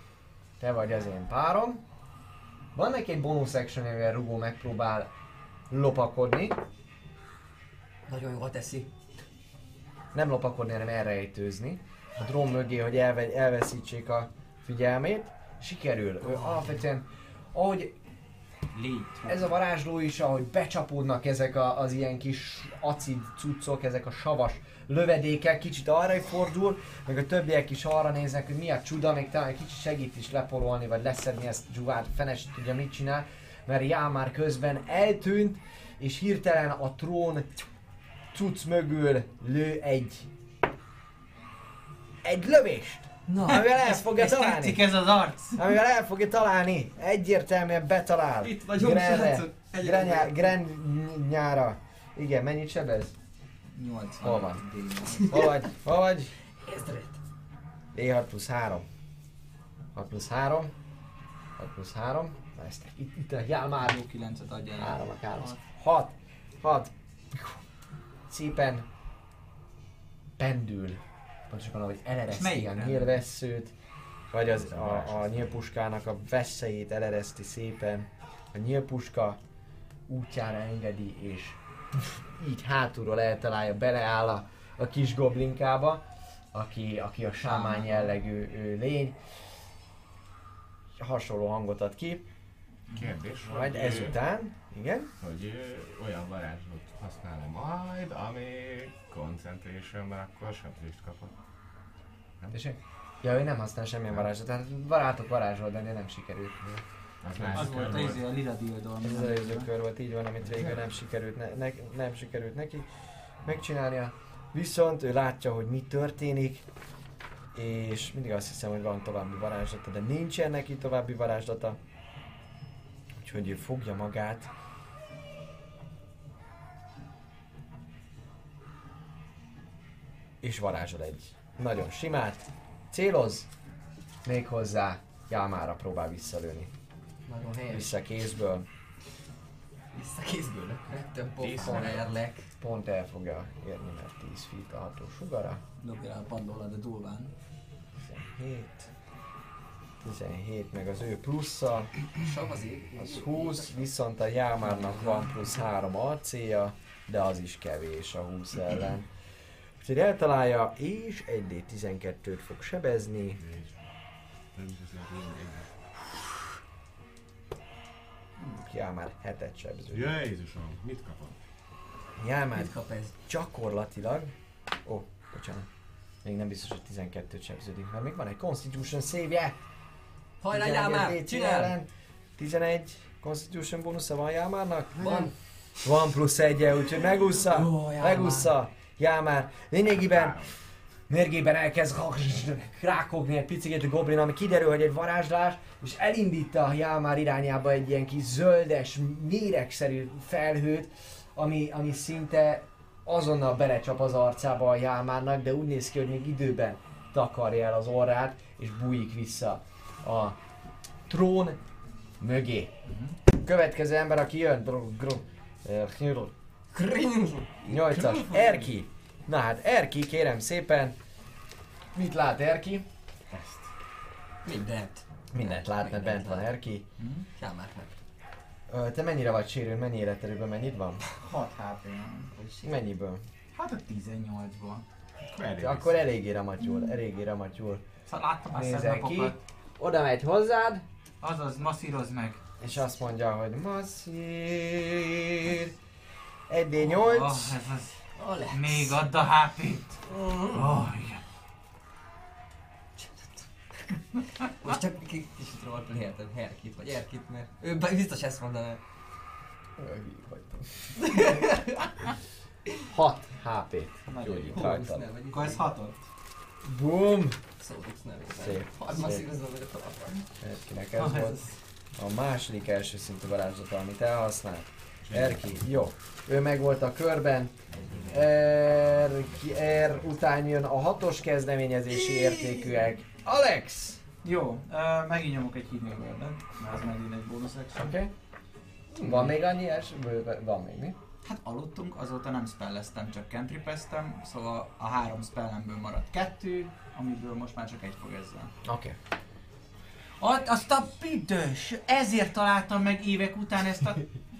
Te vagy az én párom. Van neki egy bonus action, amivel Rugó megpróbál lopakodni. Nagyon jól teszi. Nem lopakodni, hanem elrejtőzni. A drón mögé, hogy elve, elveszítsék a figyelmét. Sikerül. Ő alapvetően, ahogy Légy. ez a varázsló is, ahogy becsapódnak ezek a, az ilyen kis acid cuccok, ezek a savas lövedékek, kicsit arra fordul, meg a többiek is arra néznek, hogy mi a csuda, még talán egy kicsit segít is leporolni, vagy leszedni ezt Dzsuvár, fenes tudja mit csinál, mert Jámár közben eltűnt, és hirtelen a trón cucc mögül lő egy egy lövést, Na, amivel el fogja Ez találni. tetszik ez az arc. Amivel el fogja találni, egyértelműen betalál. itt vagyunk, srácok. Grenyá, Grenyára. Igen, mennyit sebez? nyolcvan. Hol van? Hol vagy? Hol vagy? Ezret. dé hat plusz három. hat plusz három. hat plusz három. Na ezt itt, itt a Jámár. Jó kilencet adja el. három a három. hat. hat. Szépen pendül. Pontosabban, ahogy elereszti melyik a nem? nyílvesszőt, vagy az, a, a nyílpuskának a veszélyét elereszti szépen. A nyílpuska útjára engedi, és így hátulról eltalálja, beleáll a, a kis goblinkába, aki, aki a sámán jellegű ő, lény. Hasonló hangot ad ki. Kérdés, Majd hogy, ezután, igen. hogy ö, olyan varázslót használ-e majd, ami concentration-ben akkor sebzést kapott. Tessék? Ja, ő nem használ semmilyen varázsot, tehát varázslatot varázsolt, de nem sikerült. Az, Az másik volt a volt. izé, a lila dildó. ami Ez az nem előző tudom. kör volt, így van, amit végül nem sikerült, ne, ne, nem sikerült neki megcsinálnia. Viszont ő látja, hogy mi történik, és mindig azt hiszem, hogy van további varázslata, de nincsen neki további varázslata. Úgyhogy ő fogja magát. És varázsol egy nagyon simát. Céloz, méghozzá Jámára próbál visszalőni. Nagyon helyes. Vissza kézből. Vissza kézből. Rögtön Tíz. popcorn erlek. Pont el fogja érni, mert tíz feet a ható sugara. Dobja rá a padlóra, de durván. tizenhét. tizenhét meg az ő plusszal, Sav az ég. az húsz, viszont a Jámárnak van plusz három arcéja, de az is kevés a húsz ellen. Úgyhogy eltalálja, és egy dé tizenkettőt fog sebezni. Jámár hetet sebző. Ja, Jézusom, mit kapott? Jámár Mit kap ez? gyakorlatilag... Ó, oh, bocsánat. Még nem biztos, hogy tizenkettőt sebződik, mert még van egy Constitution save-je. Hajrá, tizenegy Jámár! dé cé Csinál! ellen. tizenegy Constitution bónusza van Jámárnak? Van. Van plusz egye, úgyhogy megúszza, Ó, Jámár. megúszza Jámár. Lényegében mérgében elkezd rákogni egy picit a goblin, ami kiderül, hogy egy varázslás, és elindítja a Jámár irányába egy ilyen kis zöldes, méregszerű felhőt, ami, ami szinte azonnal belecsap az arcába a Jámárnak, de úgy néz ki, hogy még időben takarja el az orrát, és bújik vissza a trón mögé. Következő ember, aki jön, nyolcas, Erki. Na hát Erki, kérem szépen. Mit lát Erki? Mindent. Mindent lát, mert bent van Erki. Jámár meg. Ö, Te mennyire vagy sérült, mennyi életerőben mennyit van? hat há pé. Mennyiből? Hát a tizennyolcból. Akkor elég Akkor eléggé ramatyul, eléggé ramatyul. Szóval láttam a Nézel szebb ki, napokat. oda megy hozzád, Azaz, masszírozd meg. és azt mondja, hogy masszír. egy dé Oh, nyolc. ez az. Alex. Még add a há pét. Oh, igen. Most csak k- kicsit roleplayeltem Herkit, vagy Erkit, mert ő be- biztos ezt mondaná. hat há pét Nagyon gyógyít jó. rajtad. Ne, vagy Akkor ez hatott. Boom! Szóvix nevében. Szép, Hadd szép. masszírozom meg a talapra. Erkinek ez Ah, ez volt az. a második első szintű varázslata, amit elhasznált. Erki, jó. Ő meg volt a körben. Erki, er után jön a hatos kezdeményezési értékűek. Alex! Jó, uh, megint nyomok egy Healing Word-et, mert az megint egy bónusz action. Oké. Okay. Van még annyi első? Van még mi? Hát aludtunk, azóta nem spelleztem, csak cantripeztem, szóval a három spellemből maradt kettő, amiből most már csak egy fog ezzel. Oké. Okay. Azt a büdös! Ezért találtam meg évek után ezt a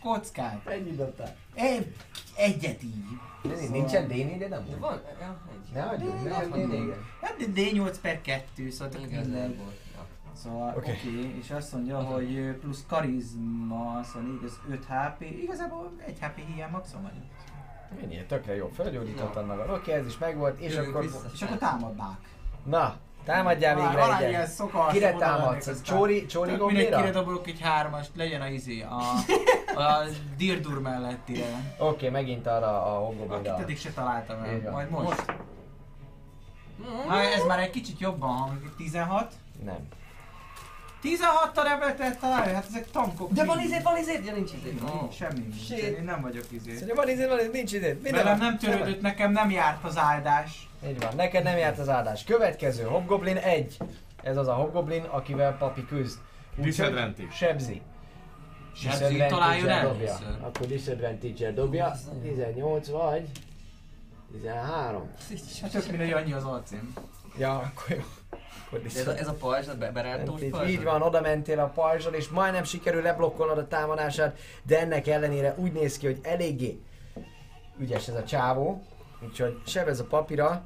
kockát. Ennyit dobtál. Egy, egyet így. Szóval... Nincsen D négy, de nem De úgy. van, ja, egy. Ne hagyjuk, ne Azt hagyjuk D mondom. négy. Hát de D nyolc per kettő, szóval tök mindegy. Igazából. Ja. Szóval oké, Oké. okay. És azt mondja, hogy ö, plusz karizma, szóval így az öt há pé, igazából egy há pé hiány maximum vagyok. Ennyi, tökre jó, felgyógyítottam Ja. magad. Oké, ez is megvolt, és Jövünk akkor... vissza. És akkor támadnák. Na, támadjál Van végre egy ilyen egyet. szokas, Kire oda mennek, támadsz? A aztán Csóri, Csóri tök mindegy, kire gombéra? dobolok egy hármast, legyen a izé, a, a Dirdur mellettire. Oké, megint arra a Akit hobgoblindra. eddig se találtam Így el, van. majd most. Mm. Na, ez már egy kicsit jobban hangzik, tizenhat. Nem. tizenhattal ebben találja, hát ezek tankok. De van mind. izé, van izé, ja nincs izé. Nincs, semmi nincs, Shit. én nem vagyok izé. Szerintem van izé, van izé, nincs izé. Minden Velem van. nem törődött, nekem nem járt az áldás. Így van, neked nem járt az áldás. Következő, Hobgoblin egy. Ez az a Hobgoblin, akivel papi küzd. Úgyhogy Disadvantage. Sebzi. Sebzi, Disadvantage-el találjon el dobja. először. Akkor disadvantage-el dobja. tizennyolc vagy tizenhárom. Hát tök mindegy, annyi az alcím. Ja, akkor jó. Akkor Ez a, ez a pajzs, a be- beráltós Így, pajzs? így van, oda mentél a pajzsal, és majdnem sikerül leblokkolnod a támadását, de ennek ellenére úgy néz ki, hogy eléggé ügyes ez a csávó, úgyhogy sebez a papíra.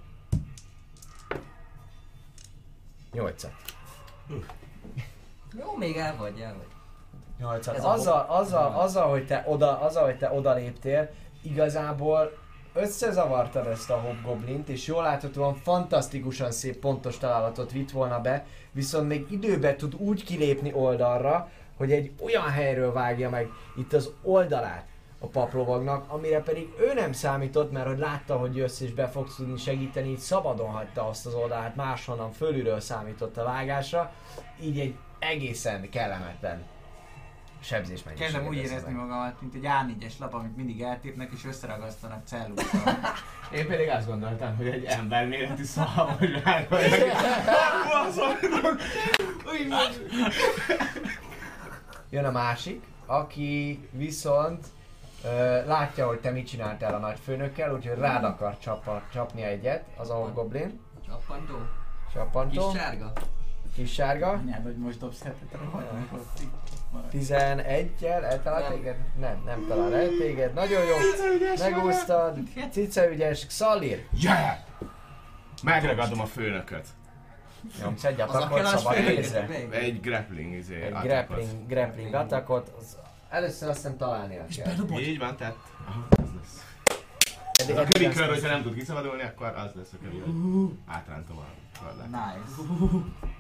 Nyolcat. Jó, még el vagy, el vagy. Nyolcat. Ez a Azzal, hob- azzal, Ja. azzal, hogy te oda, azzal, hogy te oda léptél, igazából összezavartad ezt a hobgoblint, és jól láthatóan fantasztikusan szép pontos találatot vitt volna be, viszont még időbe tud úgy kilépni oldalra, hogy egy olyan helyről vágja meg itt az oldalát a paplovagnak, amire pedig ő nem számított, mert hogy látta, hogy jössz és be fogsz tudni segíteni, így szabadon hagyta azt az oldalát, máshonnan fölülről számított a vágásra, így egy egészen kellemetlen sebzés mennyiséget. Kezdem úgy tesz érezni meg. magamat, mint egy á négyes lap, amit mindig eltépnek és összeragasztanak cellúzzal. Én pedig azt gondoltam, hogy egy emberméretű szalmas rágva. Jön a másik, aki viszont ö, látja, hogy te mit csináltál a nagyfőnökkel, úgyhogy rád akar csapa, csapni egyet, az a hobgoblin. Csappantó. Csappantó. Kis sárga. Kis sárga. Anyád, hogy most dobsz hetet, vagy amikor itt marad. tizenegyel eltalál Nem. téged? Nem, nem talál el téged. Nagyon jó. Megúsztad. Cica ügyes. Xalir. Yeah! Megragadom a főnököt. Nyomsz egy Az atakot akkelás szabad főnök. kézre. Egy grappling izé. Egy attackot. grappling, grappling atakot. Az először azt hiszem találnia kell. Így van, tehát... Aha, az lesz. Ez Eddig- a eddig kövi azt kör, hiszem- hogyha nem tud kiszabadulni, akkor az lesz a kövi, hogy átrántom a kardát. Nice.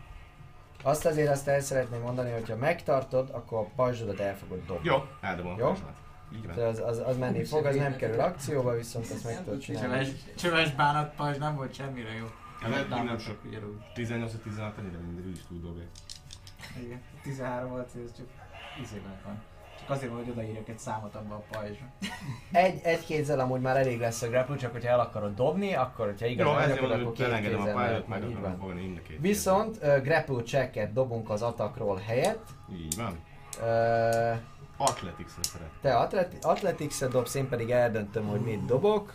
Azt azért azt el szeretném mondani, hogy ha megtartod, akkor a pajzsodat el fogod dobni. Jó, eldobom a Jó? pajzsmat. Így van. De Az, az, az menni fog, az nem kerül akcióba, viszont ezt meg tudod Csöves, csinálni. csöves bánatpajzs nem volt semmire jó. Ez eddig nem Támadtak sok. ugyanúgy. tizennyolc tizenhat annyira mindig, ő is tud dobni. Igen. tizenhárom volt, ez csak izének van. Csak azért van, hogy odaírjak egy számot abba a pajzsra. Egy, egy kézzel amúgy már elég lesz a grapple, csak hogyha el akarod dobni, akkor hogyha Jó, igazán ezért akarod, mondom, akkor hogy két elengedem a kézzel pályát, lehet, meg így akarom van. fogni mind a két Viszont uh, grapple checket dobunk az atakról helyett. kézzel. Így van. Uh, Athletics-re szeret. te atleti- athletics-et dobsz, én pedig eldöntöm, hogy mit dobok.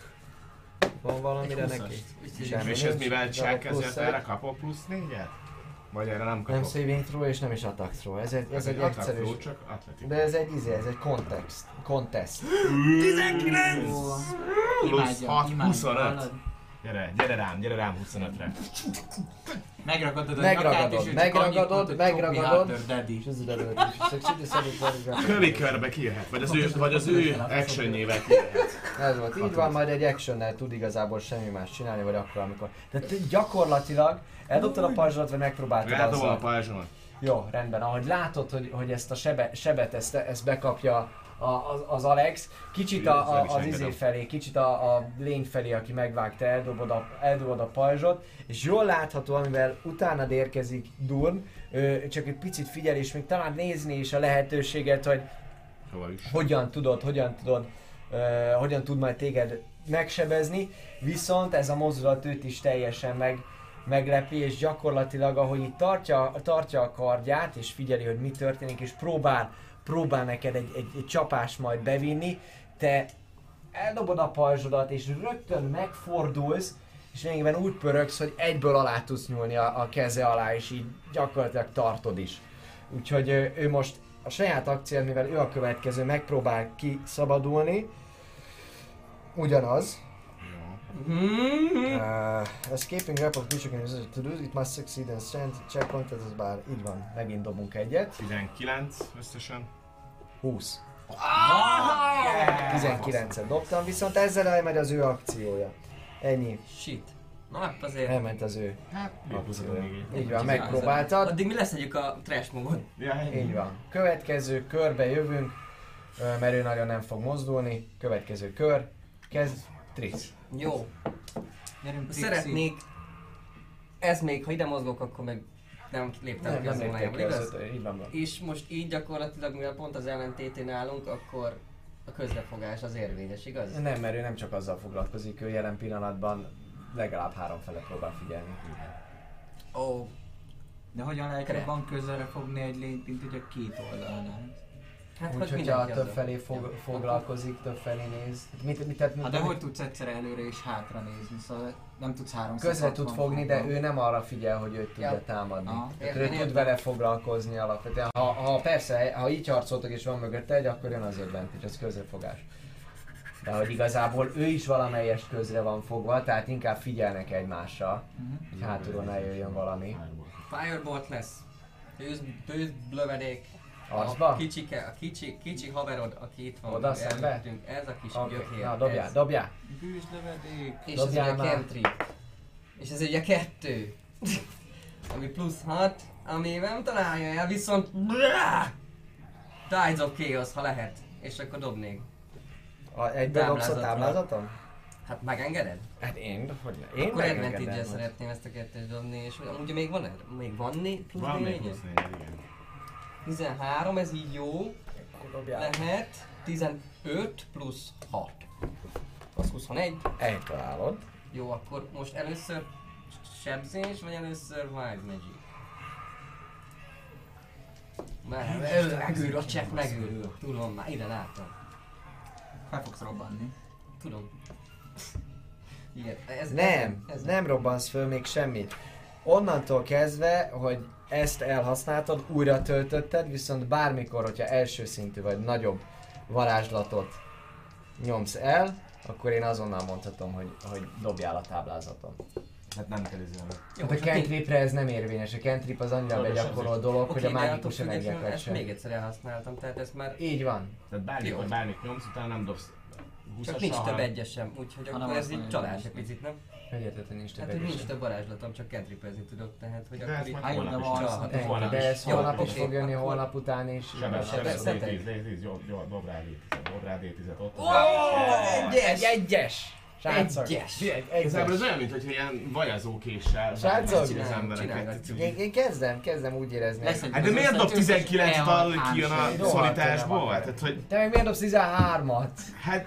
Van valamire Egy neki? huszast. Semmi És ez nincs. mivel Dobok check, plusz ezért egy. erre kapok plusz négyet? Vagy erre nem kapok? Nem saving throw és nem is attack throw. Ez egy, ez egy attack egyszerű... throw, csak athletics. De ez egy izé, ez egy context. Contest. tizenkilenc! Plusz hat, huszonöt. hallod? Gyere, gyere rám, gyere rám huszonötre. Megragadod a Megragadod, nyakát, és ő csak megragadod, annyit mond, hogy megragadod. Copy Hunter Daddy. És ez az előtt is. Succeed the saving throw. Kövi körbe kijöhet, vagy az ő, vagy az ő actionjével kijöhet. Ez volt, így van, majd egy actionnel tud igazából semmi más csinálni, vagy akkor, amikor... Tehát te gyakorlatilag eldobtad a pajzsodat, vagy megpróbáltad Rádobom a azzal. pajzsomat. Jó, rendben, ahogy látod, hogy, hogy ezt a sebe, sebet, ezt, ezt bekapja a, az, az Alex, kicsit a, a, az izé felé, kicsit a, a lény felé, aki megvágta, eldobod a, eldobod a pajzsot, és jól látható, amivel utánad érkezik Durn, ő csak egy picit figyel, és még talán nézni is a lehetőséget, hogy Hova is. hogyan tudod, hogyan tudod, uh, hogyan tud majd téged megsebezni, viszont ez a mozdulat őt is teljesen meg, meglepi, és gyakorlatilag ahogy itt tartja, tartja a kardját, és figyeli, hogy mi történik, és próbál, próbál neked egy, egy, egy csapást majd bevinni, te eldobod a pajzsodat, és rögtön megfordulsz, és lényegében úgy pörögsz, hogy egyből alá tudsz nyúlni a, a keze alá, és így gyakorlatilag tartod is. Úgyhogy ő, ő most a saját akciót, mivel ő a következő, megpróbál kiszabadulni. Ugyanaz. Uh, escaping grab of creature can to do it must succeed and stand check on, ez bár így van, megint dobunk egyet. tizenkilenc összesen. húsz. Yeah! tizenkilencet dobtam, viszont ezzel elmegy az ő akciója. Ennyi. Shit. Na hát azért... Elment az ő Hát, akciója. még egy. Így van, megpróbáltad. Addig mi leszedjük a trash mogot. Ja, ennyi. Így van. Következő körbe jövünk, ö, mert ő nagyon nem fog mozdulni. Következő kör. Kezd. Trisz. Jó. Gyerünk, Pixi. Szeretnék... Ez még, ha ide mozgok, akkor meg nem léptem Nem, ki a nem léptek zónájába, ki az igaz? öt, így van. van. És most így gyakorlatilag, mivel pont az ellentétén állunk, akkor a közrefogás az érvényes, igaz? Nem, mert ő nem csak azzal foglalkozik, ő jelen pillanatban legalább három fele próbál figyelni. Ó, oh, De hogyan lehet Kre. jobban közelre fogni egy lényt, mint hogy a két oldalnál? hát Úgy, hogy hogyha mindenki több azzal. felé fog, foglalkozik, több felé néz. Mit, mit, mit, Hát de hogy tudsz egyszerre előre és hátra nézni, szóval nem tudsz három közre tud fogni, de ő nem arra figyel, hogy őt tudja Ja. támadni. Aha. Tehát ő Értem, tud értem. vele foglalkozni alapvetően. Ha, ha persze, ha így harcoltok és van mögötte egy, akkor jön az advantage, az közrefogás. De hogy igazából ő is valamelyest közre van fogva, tehát inkább figyelnek egymással, Uh-huh. hogy hátulról ne jöjjön valami. Firebolt lesz. Tűz, tűz blövedék. Arcba? A kicsike, a kicsi, kicsi haverod, aki itt van. Oda szembe? előttünk. Ez a kis Oké, gyökér. na dobjál, ez. dobjál! Bűzlövedék! És ez Dobjál ugye már. cantrip. És ez ugye kettő. Ami plusz hat, ami nem találja el, viszont... Tides of Chaos, ha lehet. És akkor dobnék. A, egybe dobsz a Táblázatra. táblázaton? Hát megengeded? Hát én, hogy ne? Én Akkor advantage-el megengedem. szeretném ezt a kettőt dobni, és amúgy még van erre? Még van né? Plusz Van még négye? plusz négy, igen. tizenhárom, ez így jó. Akkor dobjál. Lehet. tizenöt plusz hat. Az huszonegy. Eltalálod. Jó, akkor most először sebzés, vagy először Wild Magic? Mert megőr, a csepp megőrül. Tudom, már ide láttam. Fel fogsz robbanni. Tudom. Igen, ez, Nem, ez, ez, nem robbansz föl még semmit. Onnantól kezdve, hogy ezt elhasználtad, újra töltötted, viszont bármikor, hogyha első szintű vagy nagyobb varázslatot nyomsz el, akkor én azonnal mondhatom, hogy, hogy dobjál a táblázaton. Hát nem kell izélni. Jó, Hát a most a cantripre ez nem érvényes, a cantrip az annyira Tudod, begyakorolt dolog, hogy a Oké, de attól mágikus függetlenül energiákat ezt sem. még egyszer elhasználtam, tehát ezt már Így van. Tehát bármikor Jó. bármit nyomsz, utána nem dobsz csak húszassal, nincs több hanem- egyes sem, úgyhogy Hanem akkor ez azt így mondja, csalás hogy egy picit, nem? Egyetlen nincs több Hát, hogy nincs egyes. több varázslatom, csak cantripezni tudok, tehát hogy De akkor ezt így... majd Hát jó, de holnap is van, csinálod. azt Ennyi, Holnap de is. ez Jó, holnap is oké, fog jönni, akkor- holnap után is. Sebes, Sebes, sebes, sebes. dé tíz, dé tíz, jó, jó, dob rá dé tíz, dob rá dé tízet ott. Egy egyes! Srácok! Egyes. Egy Igazából ez egyes! olyan, mint hogyha ilyen vajazókéssel Srácok, vágják az csinálj, embereket. csinálgatjuk. Én, én kezdem, kezdem úgy érezni. Lesz egy Hát de miért dob összetűs, tizenkilencet, el- ahol kijön a hámség. szorításból? Tehát, hogy Te meg miért dobsz tizenhármat? hát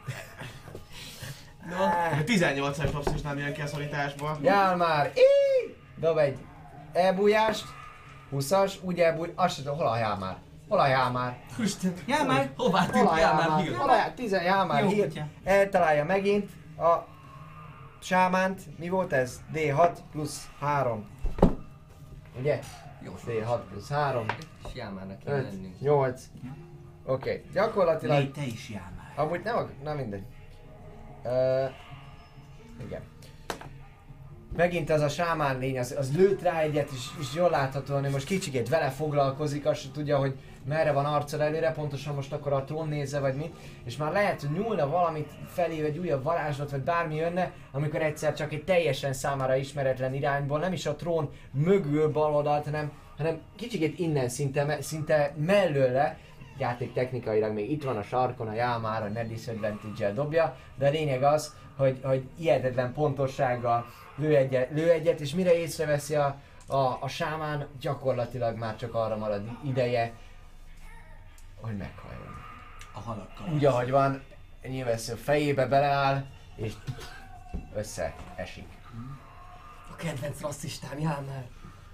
No. tizennyolcas dobsz és nem jön ki a szorításból. Jár már! Íí! Dob egy elbújást, húszas, úgy elbúj, azt sem tudom, hol a jár már? Hol a jár már? Isten, Jár már! hová Hol tűnt a el jár már már? hír? Hol a jár? Tizen jár már Jó hír. kutya. Eltalálja megint a sámánt. Mi volt ez? dé hat plusz három. Ugye? Jó, dé hat plusz három. és Jámárnak kell öt, lennünk. nyolc. Oké, okay. Gyakorlatilag... Légy, te is jár már. Amúgy nem ak- na mindegy. Uh, igen. Megint az a sámán lény, az, az lőtt rá egyet, és, és jól láthatóan, hogy most kicsikét vele foglalkozik, azt se tudja, hogy merre van arccal előre, pontosan most akkor a trón nézze, vagy mit, és már lehet, hogy nyúlna valamit felé, vagy újabb varázslat, vagy bármi jönne, amikor egyszer csak egy teljesen számára ismeretlen irányból, nem is a trón mögül bal oldalt, hanem, hanem kicsikét innen szinte, me- szinte mellőle, játék technikailag még itt van a sarkon, a Jámár, a ne disadvantage-el dobja, de a lényeg az, hogy, hogy hihetetlen pontossággal lő egyet, lő egyet, és mire észreveszi a, a, a sámán, gyakorlatilag már csak arra marad ideje, hogy meghalljon. A halakkal. Úgy ahogy van, nyilvesző fejébe beleáll, és összeesik. A kedvenc rasszistám, Jámár.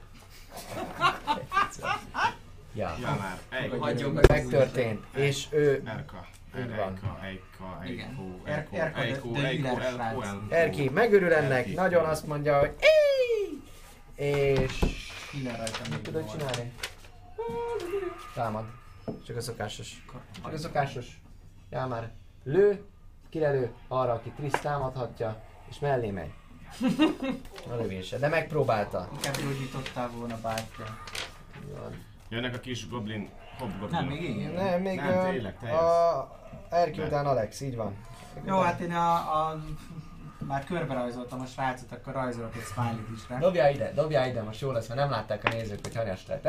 Ja, Ja már, egy, Hagyjon meg. megtörtént, és ő Erka. Így van. Erka, Eika, Igen. Eiko, Er- Eiko, Erka, de- Eiko, de Eiko, üles Eiko, srác. Eiko. Erki megörül ennek, Erki. nagyon azt mondja, hogy Éj! És Minden rajta mit még tudod van. csinálni? Támad. Csak a szokásos. Csak a szokásos. Ja már. Lő, kilelő arra, aki Trisz támadhatja, és mellé megy. A lövése, de megpróbálta. Inkább gyógyítottál volna bátyja. Jönnek a kis goblin, hobgoblin. Nem, még igen. Nem, még Nem, a, tényleg, teljes. a Erki után Alex, így van. Jó, hát én a, a már körbe rajzoltam a srácot, akkor rajzolok egy smiley-t is rá. Dobjál ide, dobjál ide, most jó lesz, mert nem látták a nézők, hogy hanyas lett.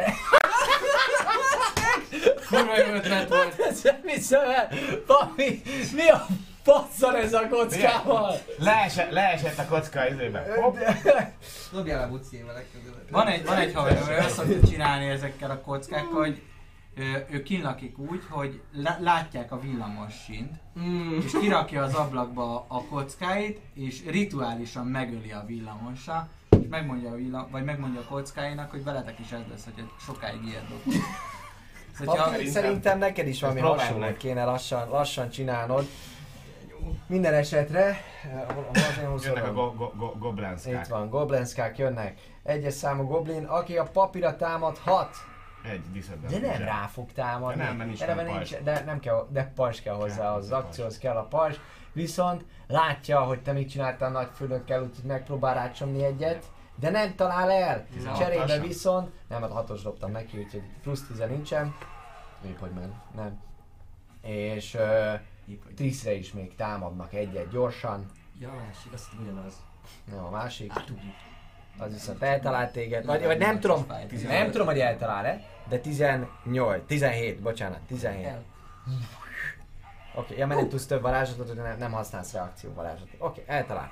Kurva jó ötlet volt. Semmi szöve! Valami, mi a passzal ez a kockával? Leesett, leesett a kocka izébe. Hopp. Dobjál a bucével legközelebb. Van egy, van egy haverom, ő azt szokta csinálni ezekkel a kockákkal, hogy ő, ő kinlakik úgy, hogy lá- látják a villamos sínt, Mm. és kirakja az ablakba a kockáit, és rituálisan megöli a villamossal, és megmondja a, villam- vagy megmondja a kockáinak, hogy veletek is ez lesz, hogy sokáig ilyet dobtok. Szóval, Papi, hogyha- szerintem neked is valami próbáld hasonlót meg. kéne lassan, lassan csinálnod. Minden esetre, eh, hol az én húszadom? Jönnek a go, go, go, goblenszkák. Itt van, goblinskák jönnek. Egyes számú goblin, aki a papira támadhat, Egy diszedben. de nem rá fog támadni. De nem, mert nincs Eleve benne pajzs. de nem kell, de pajzs kell hozzá, Kell az hozzá akcióhoz kell a pajzs. Viszont látja, hogy te mit csináltál a nagyfőnökkel, úgyhogy megpróbál rácsomni egyet. De nem talál el! tizenhat Cserébe sem? viszont, nem, hát a hatos dobtam neki, úgyhogy plusz tíz nincsen. Épp hogy men, nem. És uh, tízre is még támadnak egyet gyorsan. Ja, a másik, azt ugyanaz. Nem a másik. Átugrik. Az viszont eltalált téged. Vagy, vagy nem tudom, nem tudom, hogy eltalál-e, de tizennyolc, tizenhét, bocsánat, tizenhét. El. Oké, okay, ja, mert nem tudsz több varázslatot, de nem, nem használsz reakció varázslatot. Oké, okay, eltalál.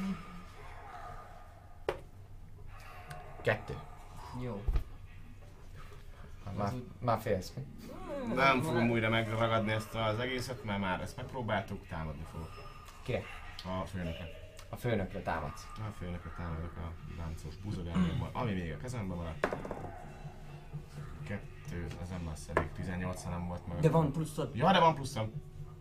Kettő. Jó. Már, már félsz. Nem fogom újra megragadni ezt az egészet, mert már ezt megpróbáltuk, támadni fogok. Kire? A főnökre. A főnökre támadsz. A főnökre támadok a láncos buzogányokban, ami még a kezemben maradt. Kettő, ez nem lesz elég, tizennyolc nem volt meg. De van pluszod. Ja, de van pluszom.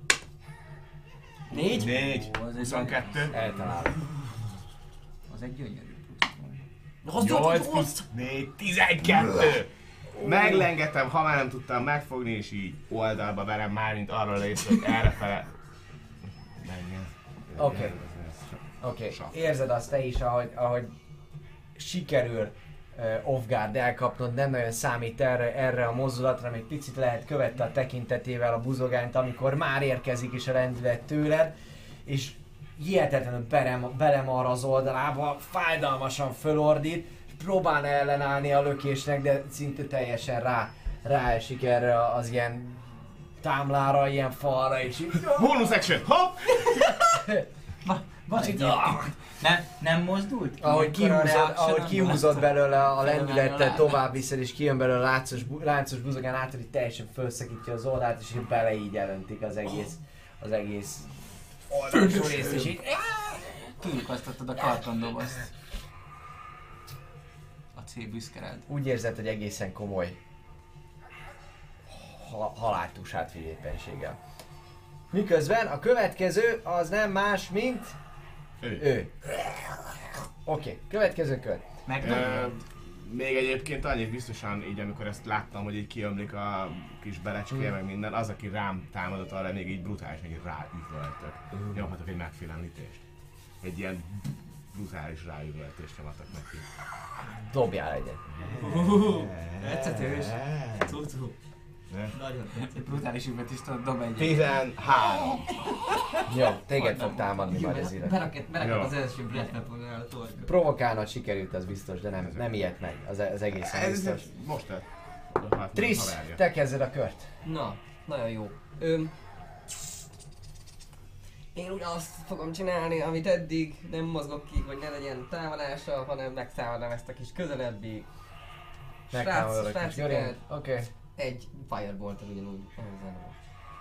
Négy? Négy, Ó, az egy huszonkettő. Eltalál. Az egy gyönyörű plusz. Az nyolc plusz négy, tizenkettő! Meglengetem, ha már nem tudtam megfogni, és így oldalba verem már, mint arra lész, hogy errefele. Menjen. Oké. Oké, okay. Érzed azt te is, ahogy, ahogy sikerül uh, off-guard elkapnod, nem nagyon számít erre, erre a mozdulatra, még picit lehet követni a tekintetével a buzogányt, amikor már érkezik is a rendület tőled, és hihetetlenül belem, belemar az oldalába, fájdalmasan fölordít, és próbálna ellenállni a lökésnek, de szinte teljesen rá, ráesik erre az ilyen támlára, ilyen falra, és így... Bonus action, hopp! Van egy ilyen... Nem, nem mozdult? Ahogy Ilyenkor a kihúzod, reaction ahogy az kihúzod látszott? belőle a Felemeli a lendülettel, lábát. tovább viszed és kijön belőle a láncos, bu- láncos buzogán át, hogy teljesen felszakítja az oldalt, és így bele így elöntik az egész, az egész oldalsó részt, és így... Kiukasztottad a kartondobozt. A C büszkered. Úgy érzed, hogy egészen komoly ha- haláltusát éppenséggel. Miközben a következő az nem más, mint Ő. ő. Oké, okay, következő kör. Ö, Megdobod? még egyébként annyit biztosan így, amikor ezt láttam, hogy így kiömlik a kis belecskéje, meg minden, az, aki rám támadott, arra még így brutálisan így ráüvöltök. Nyomhatok egy megfélemlítést. Egy ilyen brutális ráüvöltést nyomatok neki. Dobjál egyet. Ecetős. Cucu. Ne? Nagyon Egy tetszett. brutális üvet is tudod, dob egyet. tizenhárom. Jó, téged fog támadni majd az illető. Berakett, berakett Jó. az első breath volna a torka. Provokálnod sikerült, az biztos, de nem, nem ilyet meg, az, az egészen Ez biztos. most lett. Hát, Trisz, haverja. te kezded a kört. Na, nagyon jó. Öm, én úgy azt fogom csinálni, amit eddig, nem mozgok ki, hogy ne legyen támadása, hanem megtámadom ezt a kis közelebbi Megtámadod srác, a kis sráciket. Györén. Oké. Egy firebolt-tal ugyanúgy. Ezen a-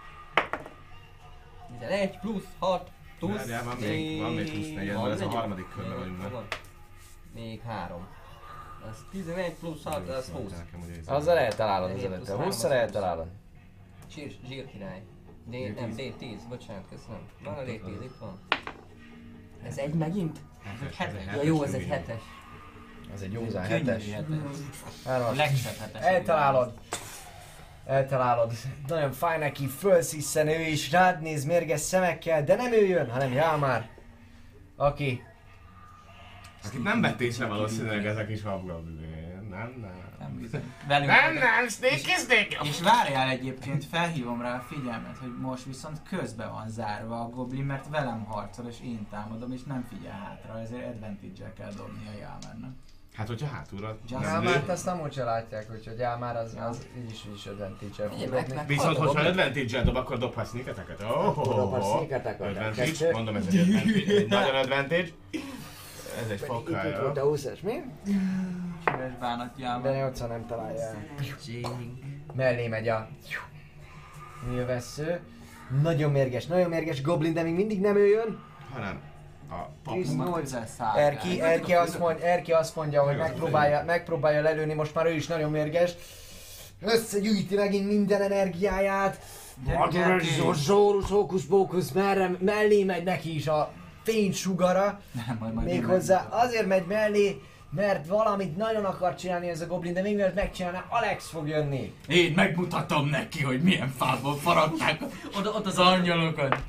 tizenegy plusz hat plusz Várjál, van még- van még plusz négy, van ez a négy? harmadik körben Jó, vagyunk már. van. Még három. Az tizenegy plusz hat, az húsz. Nekem, hogy ez- Azzal eltalálod az Egyet előtte. plusz hússzal három, az eltalálod. Zsír, zsírkirály. D, D nem, tíz. D tíz, bocsánat, köszönöm. Van a D tíz, itt van. Ez egy megint? Hetes, hetes. ez Ja jó, ez egy minimum. hetes. Ez egy józán Gyönyörű hetes. hetes. A Hármas. legsebb hetes. Eltalálod. Eltalálod. Nagyon fáj neki, fölsziszen ő is, rád néz mérges szemekkel, de nem ő jön, hanem Jámár. Aki... Akit nem vett észre valószínűleg ezek is habgabli. Nem, nem. Nem bizony. Velünk Nem, vagyok. nem, sneaky, sneaky! És várjál egyébként, felhívom rá a figyelmet, hogy most viszont közbe van zárva a goblin, mert velem harcol és én támadom, és nem figyel hátra, ezért advantage-el kell dobni a Jámárnak. Hát hogyha hátulra Just nem Jámárt lő. azt amúgy se látják, úgyhogy Jámár az, az így is, így is advantage-el fog Figyelj, dobni. meg- Viszont Hallom, hogyha Goblin. advantage-el dob, akkor dobhatsz sneaketeket. Oh, oh, Dobhatsz oh, sneaketeket, Advantage, kettő. mondom ez egy advantage, egy nagyon advantage. Ez egy Itt fokkal, itt volt a jó? húszas, mi? Csíves bánat De Jámár. nyolcvan nem találja el. Szerencség. Mellé megy a... Nyilvessző. Nagyon mérges, nagyon mérges goblin, de még mindig nem ő jön. Hanem a pap. tizennyolc. Közel Erki, Erki, azt mondja, Erki azt mondja, hogy megpróbálja, megpróbálja lelőni, most már ő is nagyon mérges. Összegyűjti megint minden energiáját. Zórus, hókusz, bókusz, merre, mellé megy neki is a fénysugara. Nem, majd majd én Méghozzá megmutatom. azért megy mellé, mert valamit nagyon akar csinálni ez a goblin, de még mielőtt megcsinálná, Alex fog jönni. Én megmutatom neki, hogy milyen fából faragták oda, ott az angyalokat.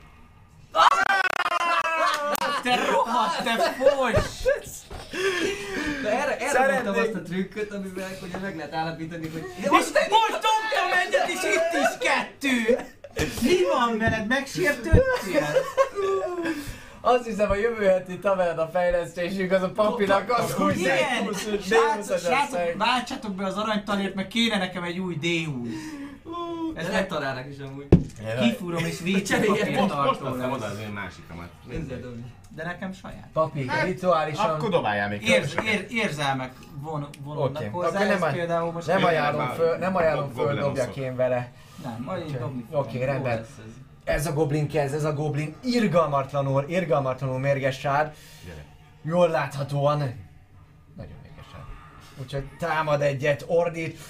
Te rohadt, te fos! De erre, erre Szeretnék- mondtam azt a trükköt, amivel ugye meg lehet állapítani, hogy... És most dobtam egyet, és itt is kettő! Mi van veled? Megsértődtél? Azt hiszem a jövő heti taverna fejlesztésünk az a papinak az húsz Igen! Srácok, srácok, váltsatok be az aranytalért, meg kéne nekem egy új dé húsz. Ez Ez nem nem találnak is amúgy. kifúrom és vécé Cseréljen. papír Most, most tartó tettem oda lesz. az én másikamat. Ezzel dobni. De nekem saját. Papír, Hát, rituálisan... Akkor dobáljál még Érz, keveseket. ér, érzelmek von, vonódnak Oké, hozzá, akkor nem, ez például most... nem Én ajánlom már föl, nem ajánlom gob- föl, goblinoszok. dobjak én vele. Nem, majd én dobni Oké, fogom. okay, rendben. Jó lesz ez. Ez a goblin kezd, ez a goblin irgalmatlanul, irgalmatlanul mérges sár. Gyere. Jól láthatóan. Nagyon mérges sár. Úgyhogy támad egyet, ordít.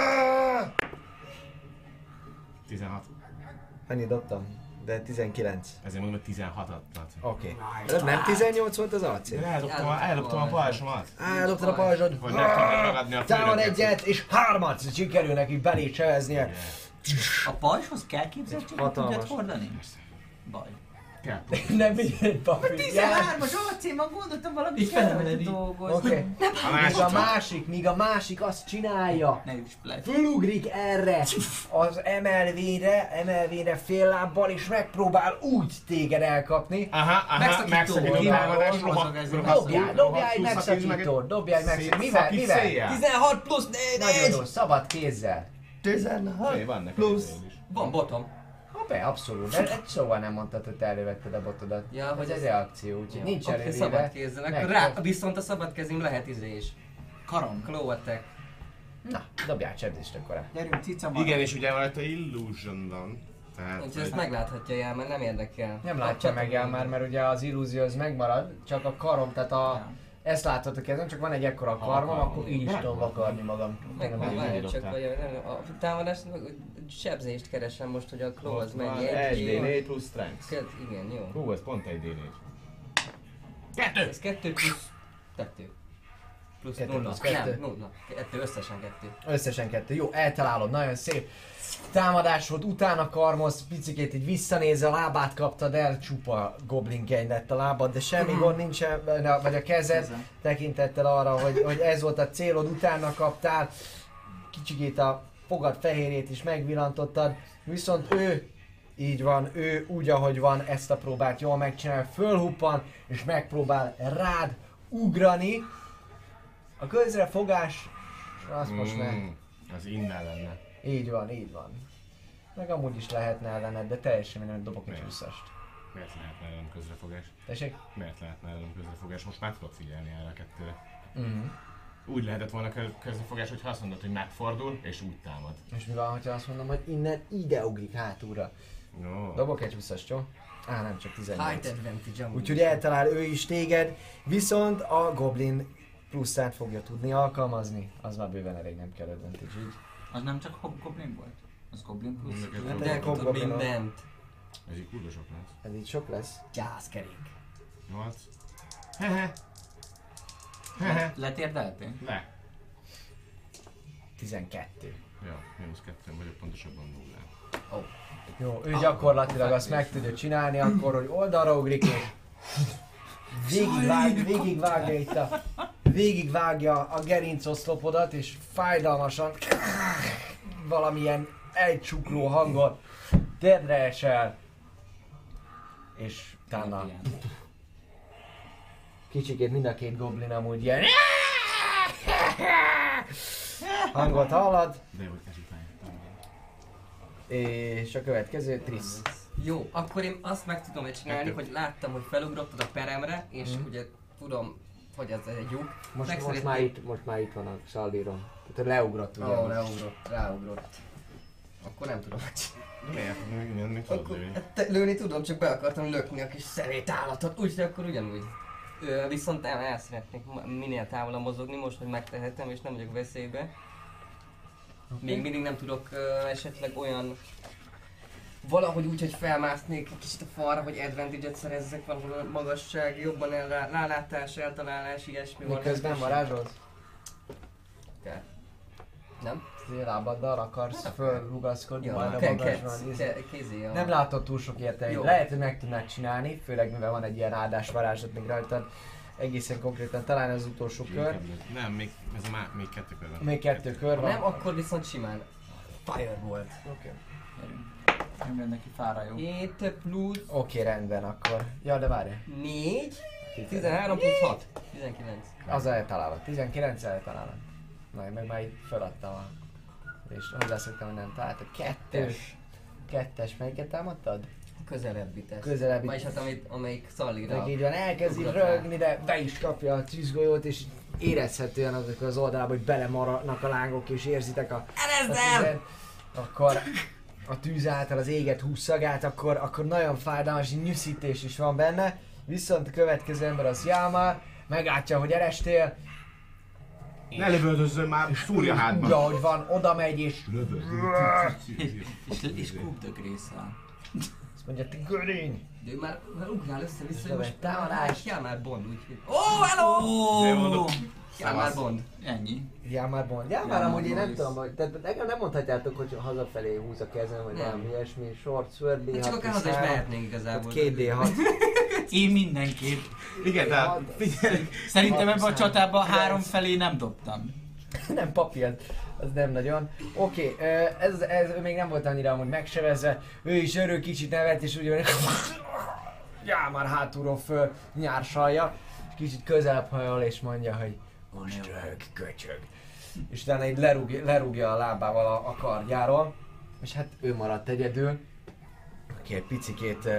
tizenhat. Annyit dobtam? De tizenkilenc. Ezért mondom, hogy tizenhatot. Oké. Okay. Nem tizennyolc volt az acél? Eldobtam a, eldobtam a pajzsomat. Eldobtad a pajzsod. Hogy meg tudjam ragadni a Támad főnöket. egyet, és hármat sikerül neki belé cseveznie. A pajzshoz kell képzettséget Hatalmas. tudját hordani? Baj. Kell. Nem mindegy papír. tizenhármas acémban gondoltam valami Így kell, hogy felemeli. dolgozni. Oké. A Míg másik. a másik, míg a másik azt csinálja. Ne üss le. Fölugrik erre az emelvényre, emelvényre fél lábbal, és megpróbál úgy téged elkapni. Aha, aha, Megszakító. megszakító Kívánok, támadás, mozog rohadt, ez, rohadt, Dobjál, rohadt, dobjál egy plusz a tíz, meg megszakítót, dobjál egy megszakítót. Mivel, szakít mivel? széjjel. tizenhat plusz négy! Nagyon jó, szabad kézzel. É, van neked Plusz. idő is. Van botom. Hoppá, abszolút. De egy szóval nem mondtad, hogy te elővetted a botodat. Ja, hogy hogy ez ez- reakció, úgyhogy nincs Oké, szabad elővéve. kézzel. Meg- Akkor rá, viszont a szabad kezim lehet izé is. Karom. Claw attack. Na, dobjál csebzést akkor rá. Gyerünk, cica marad. Igen, és ugye rajta illusion van. Tehát, Úgyhogy ezt hogy- megláthatja jár, mert nem érdekel. Nem látja meg el már, mert ugye az illúzió az megmarad, csak a karom, tehát a... Ezt látod a kezem, csak van egy ekkora karmam, akkor így is tudom vakarni magam. Meg Nem van, így. várj, dobtál. csak vagy nem, a támadást, meg sebzést keresem most, hogy a claw az Ott van, mennyi. egy Egy, dé négy plusz strength. Kett, igen, jó. Hú, ez pont egy dé négy. Kettő! Ez kettő plusz kettő. Plusz Kettő nulla. plusz kettő. Nem, nulla. Kettő, összesen kettő. Összesen kettő. Jó, eltalálod, nagyon szép. Támadás volt, utána karmoz, picikét így visszanéz, a lábát kaptad el, csupa goblinkegy lett a lábad, de semmi gond nincsen, vagy a kezed Kezem. tekintettel arra, hogy, hogy ez volt a célod, utána kaptál, kicsikét a fogad fehérjét is megvillantottad, viszont ő, így van, ő úgy ahogy van ezt a próbát jól megcsinál, fölhuppan, és megpróbál rád ugrani. A közrefogás, azt most meg. Mm, az innen lenne. Így van, így van. Meg amúgy is lehetne ellened, de teljesen minden dobok egy Miért? húszast. Miért lehetne velem közrefogás? Tessék? Miért lehetne velem közrefogás? Most már tudok figyelni erre a kettőre. Mhm. Úgy lehetett volna kö- közrefogás, hogyha azt mondod, hogy megfordul, és úgy támad. És mi van, ha azt mondom, hogy innen ide ugrik hátulra? No. Dobok egy húszast, jó? Á, nem, csak Height tizennyolc. advantage amúgy. Úgyhogy eltalál ő is téged, viszont a goblin pluszát fogja tudni alkalmazni. Az már bőven elég, nem kell advantage, így. Az nem csak hobgoblin volt? Az goblin plusz? Neked Hát goblin. de Tudod hobgoblinok. mindent. Ez így kurva sok lesz. Ez így sok lesz. Gyászkerék. nyolc. Hehe. Hehe. Letérdeltél? Le. tizenkettő. Ja, mínusz kettőn vagyok, pontosabban nullán. Jó, ő gyakorlatilag azt meg tudja csinálni akkor, hogy oldalra ugrik és végigvág, végigvágja itt a végigvágja a gerincoszlopodat és fájdalmasan valamilyen egycsukló hangon térdre esel és utána kicsikét mind a két goblin amúgy ilyen hangot hallad. De jó, hogy ezután jöttem. És a következő Trisz. Jó, akkor én azt meg tudom csinálni, Megtök. hogy láttam, hogy felugrottad a peremre, és Mhm. ugye tudom, hogy ez egy lyuk. Most, Meg most, szeretném- már itt, most már itt van a Szaldíron. Tehát leugrott ugye. Ó, most. leugrott, ráugrott. Akkor nem tudom, hogy Miért? Még, még, még tudod akkor, lőni. hát te, lőni tudom, csak be akartam lökni a kis szemét állatot, úgyhogy akkor ugyanúgy. Ö, viszont el, el szeretnék ma- minél távolabb mozogni most, hogy megtehetem és nem vagyok veszélybe. Még mindig nem tudok ö, esetleg olyan valahogy úgy, hogy felmásznék egy kicsit a falra, hogy advantage-et szerezzek, valahol a magasság, jobban el, rálátás, eltalálás, ilyesmi van. Miközben varázsolsz? Kell. Nem? Lábaddal akarsz fölrugaszkodni majd a ke- magasban. ke- nézd. ke- kézi a... Nem látod túl sok értelmet. Jó. Lehet, hogy meg tudnád csinálni, főleg mivel van egy ilyen áldás varázslat még rajtad. Egészen konkrétan talán az utolsó kör. Nem, még, ez a má, még kettő kör van. Még kettő kör Ha van. nem, akkor viszont simán fire volt. Oké, Nyomjon neki fára, jó? hét plusz okay, rendben akkor. Ja, de várj. négy, tizenhárom plusz hat. tizenkilenc. Az eltalálod. tizenkilenc eltalálod. Na, én meg már itt feladtam a... És hozzászoktam, hogy nem találtad. Kettős. Kettes, melyiket támadtad? Közelebbi tesz. Közelebbi. Vagyis hát amit, amelyik Szallira. Meg így van, elkezd így ugrott rá. rögni, de be is kapja a tűzgolyót, és érezhetően azok az oldalában, hogy belemaradnak a lángok, és érzitek a, a Erezd el! tüzet. Akkor a tűz által az éget húszagát, akkor, akkor nagyon fájdalmas, nyűszítés is van benne. Viszont a következő ember az Jámár, meglátja, hogy erestél, Ne lövöldözzön már, szúrja hátba. tudja, hogy van, oda megy, és És, és Coop the Grace-el. azt mondja, te görény! De ő már, már ugrál össze-vissza, hogy Ez most egy támadás. Kell már Bond, úgyhogy... Ó, oh, hello! De mondom, Kell már Bond. Ennyi. Jámár Bond. Jámár Jámár amúgy én nem Boris. tudom, hogy, tehát nekem nem mondhatjátok, hogy hazafelé húz a kezem, vagy Nem. valami ilyesmi, short sword, Hát csak akár haza is mehetnénk igazából. két dé hat. Én mindenképp. igen, tehát figyelj. Szerintem ebben a Hat, csatában kilenc. három felé nem dobtam. Nem papírt, az nem nagyon. Oké, okay, ez, ez ő még nem volt annyira amúgy megsevezve, ő is örül, kicsit nevet, és úgy van, já, már hátulról föl nyársalja, és kicsit közelebb hajol, és mondja, hogy most rög, köcsög. És utána így lerúgja, lerúgja a lábával a, a kardjáról, és hát ő maradt egyedül, aki egy picikét uh,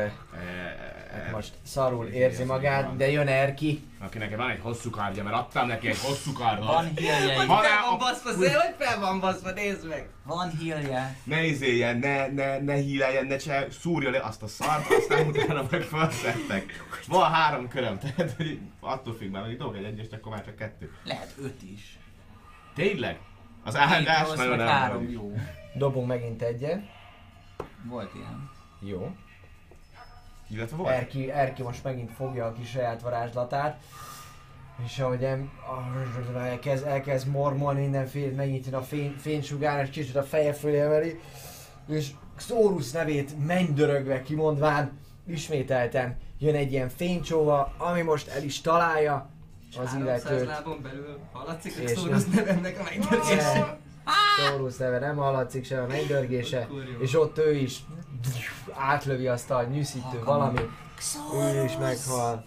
hát most szarul érzi magát, de jön Erki. Akinek van egy hosszú kardja, mert adtam neki egy hosszú kardot. Van healje. Hogy Ha fel rá van a- baszva, Zé, hogy fel van baszva, nézd meg! Van healje. Ne izéljen, ne, ne, ne híleljen, ne cse, szúrja le azt a szart, aztán utána meg felszettek. Van három köröm, tehát hogy attól függ már, hogy dobok egy egyest, akkor már csak kettő. Lehet öt is. Tényleg? Az Két áldás rossz, nagyon meg nem három vagy. jó. Dobunk megint egyet. Volt ilyen. Jó. Illetve volt? Erki, Erki most megint fogja a kis saját varázslatát. És ahogy em, ah, elkezd, elkezd mormolni mindenféle, megint jön a fény, fénysugár, és kicsit a feje fölé emeli. És Xorus nevét mennydörögve kimondván, ismételten jön egy ilyen fénycsóva, ami most el is találja az háromszáz illetőt. lábon belül hallatszik, És hogy Xorus nevemnek a megdörgése. Xorus neve nem hallatszik sem a mennydörgése, Akkor jó. és ott ő is átlövi azt a nyűszítő valami, ő is meghal.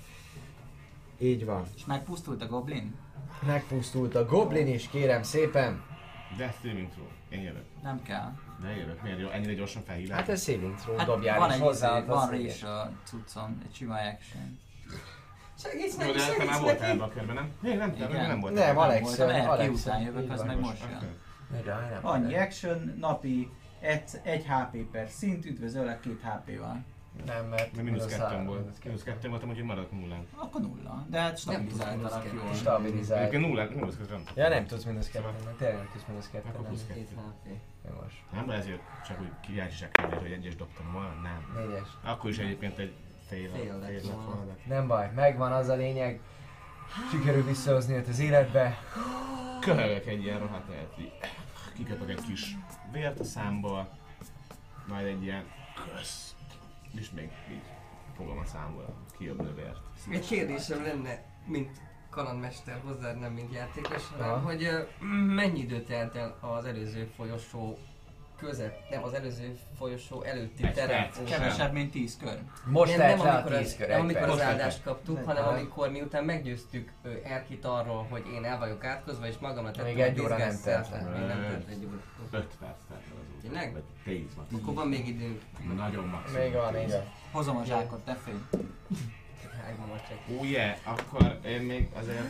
Így van. És megpusztult a goblin? Megpusztult a goblin is, kérem szépen. De streaming throw. Én jövök. Nem kell. De én jövök. Miért jó? Ennyire gyorsan felhívják? Hát ez saving throw, Hát dobjál van is egy hozzá. izé, van rés a cuccon, egy sima action. Segíts Jó, neki, de te már segíts voltál neki! ebben a körben, nem? Még nem, Igen. nem, nem volt. Nem, Alex, voltam, Erki Alex, után így jövök, az van. meg most jön. Annyi action, napi egy há pé per szint, üdvözöllek két há péval. Nem, mert De mínusz kettőm három. volt. Mínusz kettőm voltam, úgyhogy maradok nullán. Akkor nulla, de hát stabilizáltalak Nem, jól. Stabilizálj. Egyébként nullán, mínusz kettőm. Ja, nem tudsz mínusz kettő, mert tényleg nem tudsz mínusz kettő. Akkor plusz nem. kettő. Két há pé. Jogos. Nem, de ezért csak úgy kíváncsiság kérdés, hogy egyes dobtam volna, nem. Négyes. Akkor is egyébként egy fél, Fél fél lett lett volna. volna. Nem baj, megvan az a lényeg. Sikerül visszahozni őt az életbe. Köhögök egy ilyen rohadt helyet, így kiköpök egy kis vért a számból, majd egy ilyen kösz, és még így fogom a számból a kijövő vért. Egy kérdésem lenne, mint kalandmester hozzád, nem mint játékos, hanem Aha. hogy uh, mennyi idő telt el az előző folyosó között, nem az előző folyosó előtti Egy terem. perc. Kevesebb, mint tíz kör. Most nem, lehet nem rá a amikor, tíz az, kör, nem egy amikor perc. az Most áldást egy kaptuk, Egy hanem perc. amikor miután meggyőztük ö, Erkit arról, hogy én el vagyok átkozva és magamra tettem Még egy óra nem bizgásszert. telt el. Még nem telt egy óra. öt perc telt el az út. Tényleg? Vagy tíz van. Akkor van még időnk. Nagyon maximum. Még van, így van. Hozom a zsákot, te fény. Hágom a csak. Ó, yeah, akkor én még azért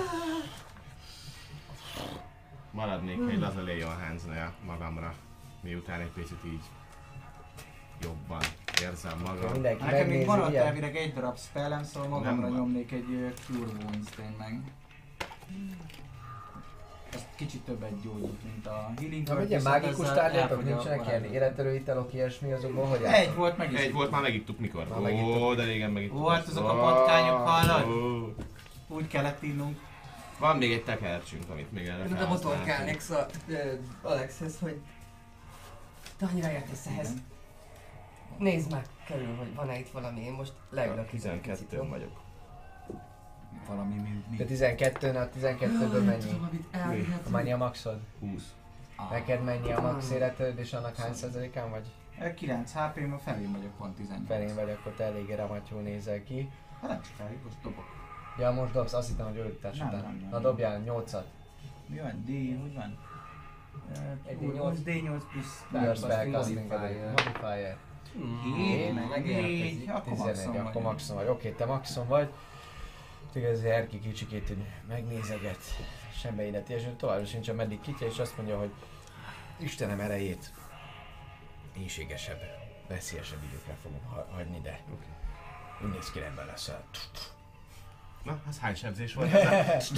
maradnék egy laza Leon Hands-nél magamra, miután egy picit így jobban érzem magam. Mindenki Nekem még megnézi, maradt ilyen. elvileg egy darab spellem, szóval magamra Nem. nyomnék egy ö, Cure Wounds-t én meg. Ez kicsit többet gyógyít, mint a Healing Na, Word, ugye viszont mágikus ezzel tárgyatok elfogy a nincsenek ilyen varázslat. életerőitalok, ilyesmi azokból, hogy Egy volt, meg is. Egy volt, már megittuk mikor? Már Ó, megittuk. de régen megittuk. Volt azt. azok a Ó, patkányok, hallod? ó. Úgy kellett innunk. Van még egy tekercsünk, amit még erre Én oda felhasználhatunk. botorkálnék szó, Alexhez, hogy te annyira értesz ehhez. Igen. Nézd meg körül, hogy van-e itt valami, én most leülök. tizenkettőn vagyok. Valami mi... mi. De tizenkettőn, a tizenkettőből mennyi? Tudom, amit A elvihetünk. mennyi a maxod? húsz. Ah. Neked mennyi a max életed és annak hány százalékán vagy? Ö, kilenc há pé, ma felén vagyok pont tizennyolc. Felén vagy, akkor te eléggé ramatyul nézel ki. Hát nem csak felé, most dobok. Ja, most dobsz, azt hittem, hogy öltás Nem, után. nem, nem. Na dobjál nyolcat. Mi van? D, hogy van? Egy Egy D nyolc. D nyolc plusz... Your Spellcasting spellcasting modifier. modifier. Hét, meg meg négy, akkor tizenegy, maxon akkor vagy. maxon vagy. Oké, te maxon vagy. Tényleg ez Erki kicsikét így megnézeget. Semmi illeti, és továbbra sincs a meddig kitja, és azt mondja, hogy Istenem erejét éjségesebb, veszélyesebb időkre fogom ha- hagyni, de úgy néz ki, rendben leszel. Na, az hány sebzés volt ez?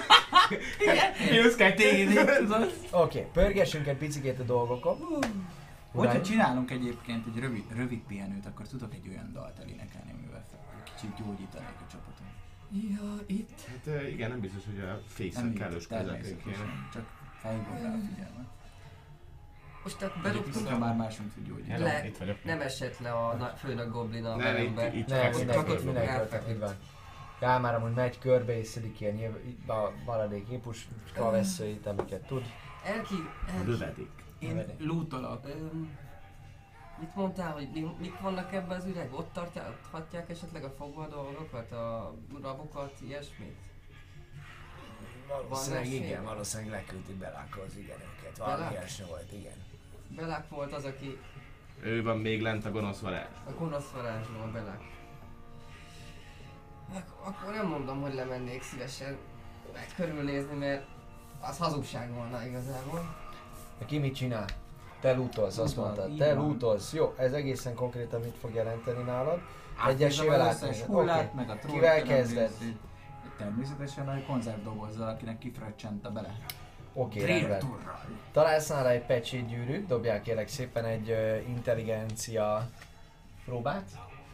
Mínusz kettő. Oké, pörgessünk egy picikét a dolgokon. Hogyha Uraim, csinálunk egyébként egy rövid, rövid pihenőt, akkor tudok egy olyan dalt elénekelni, amivel fel- kicsit gyógyítanék a csapaton. Ja, itt. Hát ö, igen, nem biztos, hogy a fékszen Nem kellős közepén kéne. természetesen, csak felhívom rá a figyelmet. Most akkor Hogyha bedobtunk, már másunk tud gyógyítani. Hello, Le- itt vagyok. nem esett le a na- főnök goblin a Nem, verembe. itt, itt nem, fekszik, mindenki, akkor mindenki fogom. ott így van. Kálmár amúgy megy körbe és szedik ilyen nyilv- a maradék épus veszőit, amiket tud. Elki, elki. Lövedék. Én lootolok. Öm, mit mondtál, hogy mi, mik vannak ebben az üregben? Ott tartják esetleg a fogva a dolgokat, a rabokat, ilyesmit? Valószínűleg Van igen, esély? valószínűleg leküldti Belákhoz, igen őket. Belák? Valami ilyesmi volt, igen. Belák volt az, aki Ő van még lent a gonosz varázs. a gonosz varázsló, a Belák. Ak- akkor nem mondom, hogy lemennék szívesen meg körülnézni, mert az hazugság volna igazából. De ki mit csinál? Te lootolsz, azt Lootol, mondtad. így Te van. lootolsz. Jó, ez egészen konkrétan mit fog jelenteni nálad? Átnézem Egyesével az összes átnézed. hullát, Oké. meg a troll Kivel terem kezded? részét. Természetesen a konzervdobozzal, akinek kifröccsente bele. Oké, rendben. Drillturral. Találsz nála egy pecsétgyűrűt, dobjál kérlek szépen egy uh, intelligencia próbát.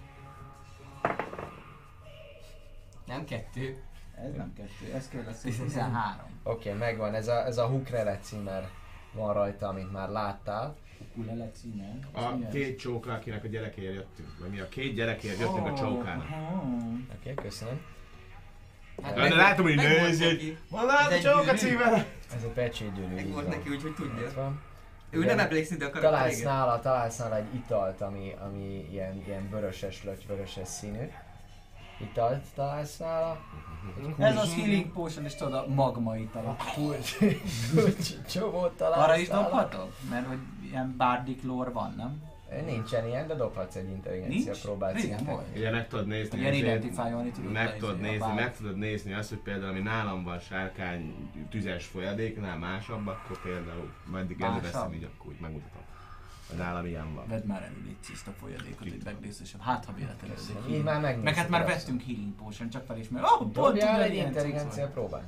Nem kettő. Ez nem kettő, ez kérlek szépen tizenhárom. Oké, okay, megvan. Ez a, ez a Hukrele címer van rajta, amit már láttál. Ukulele címe. Az A mi ez? két csóka, akinek a gyerekért jöttünk. Vagy mi a két gyerekért jöttünk a csókának. Oh. Oké, okay, köszönöm. Hát De látom, hogy meg volt nézi, hogy neki. van lát a Ez egy csóka gyűrű. címe. Ez egy pecsétgyűrű. Meg így volt van. neki úgy, hogy tudja. Itt van. Ő Igen. nem emlékszik, de a karakter Találsz igen. nála, találsz nála egy italt, ami, ami ilyen, ilyen vöröses löty, vöröses színű. Italt találsz nála. Ez az healing potion, és tudod, a magma itala. Kulcs, kulcs csomót találsz Arra is nála. dobhatok? Mert hogy ilyen bardic lore van, nem? Nincsen ilyen, de dobhatsz egy intelligencia Nincs? próbát Régen szintén. volt. Ugye meg tudod nézni, Ilyen ezért- identifálni tudod. meg a tudod izé, a nézni, bár- meg tudod nézni azt, hogy például ami nálam van sárkány tüzes folyadéknál másabb, akkor például majd Másabb? előveszem így, akkor úgy megmutatom. Hogy nálam ilyen van. Vedd már elő, légy ezt a folyadékot, hogy megnézősebb. Hát, ha véletlenül ez egy Így már healing. megnézted. Meg hát már azt. vettünk healing potion, csak fel is, mert oh, pont Dobjál tudod, egy ilyen intelligencia cucc próbát.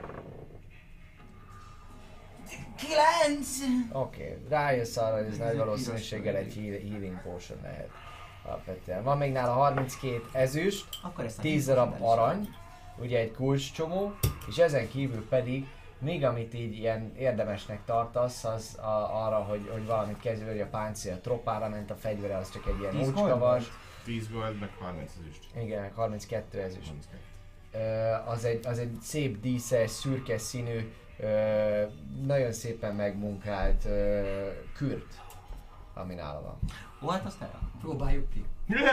van. Kilenc! Oké, okay. rájössz arra, hogy ez Ez nagy egy valószínűséggel egy piros heal- healing potion lehet. Alapvetően. Van még nála harminckét ezüst, Akkor ezt a tíz healing darab potion-el is arany, ugye egy kulcscsomó, és ezen kívül pedig még amit így ilyen érdemesnek tartasz, az a, arra, hogy, hogy valamit kezdődik, a páncél tropára ment, a fegyvere az csak egy ilyen Tíz ócskavas. tíz gold, meg harminc ezüst. Igen, harminckettő ezüst. harminckettő. Ö, az, egy, az egy szép díszes, szürke színű, ö, nagyon szépen megmunkált ö, kürt, ami nála van. Ó, hát azt el. Próbáljuk ki.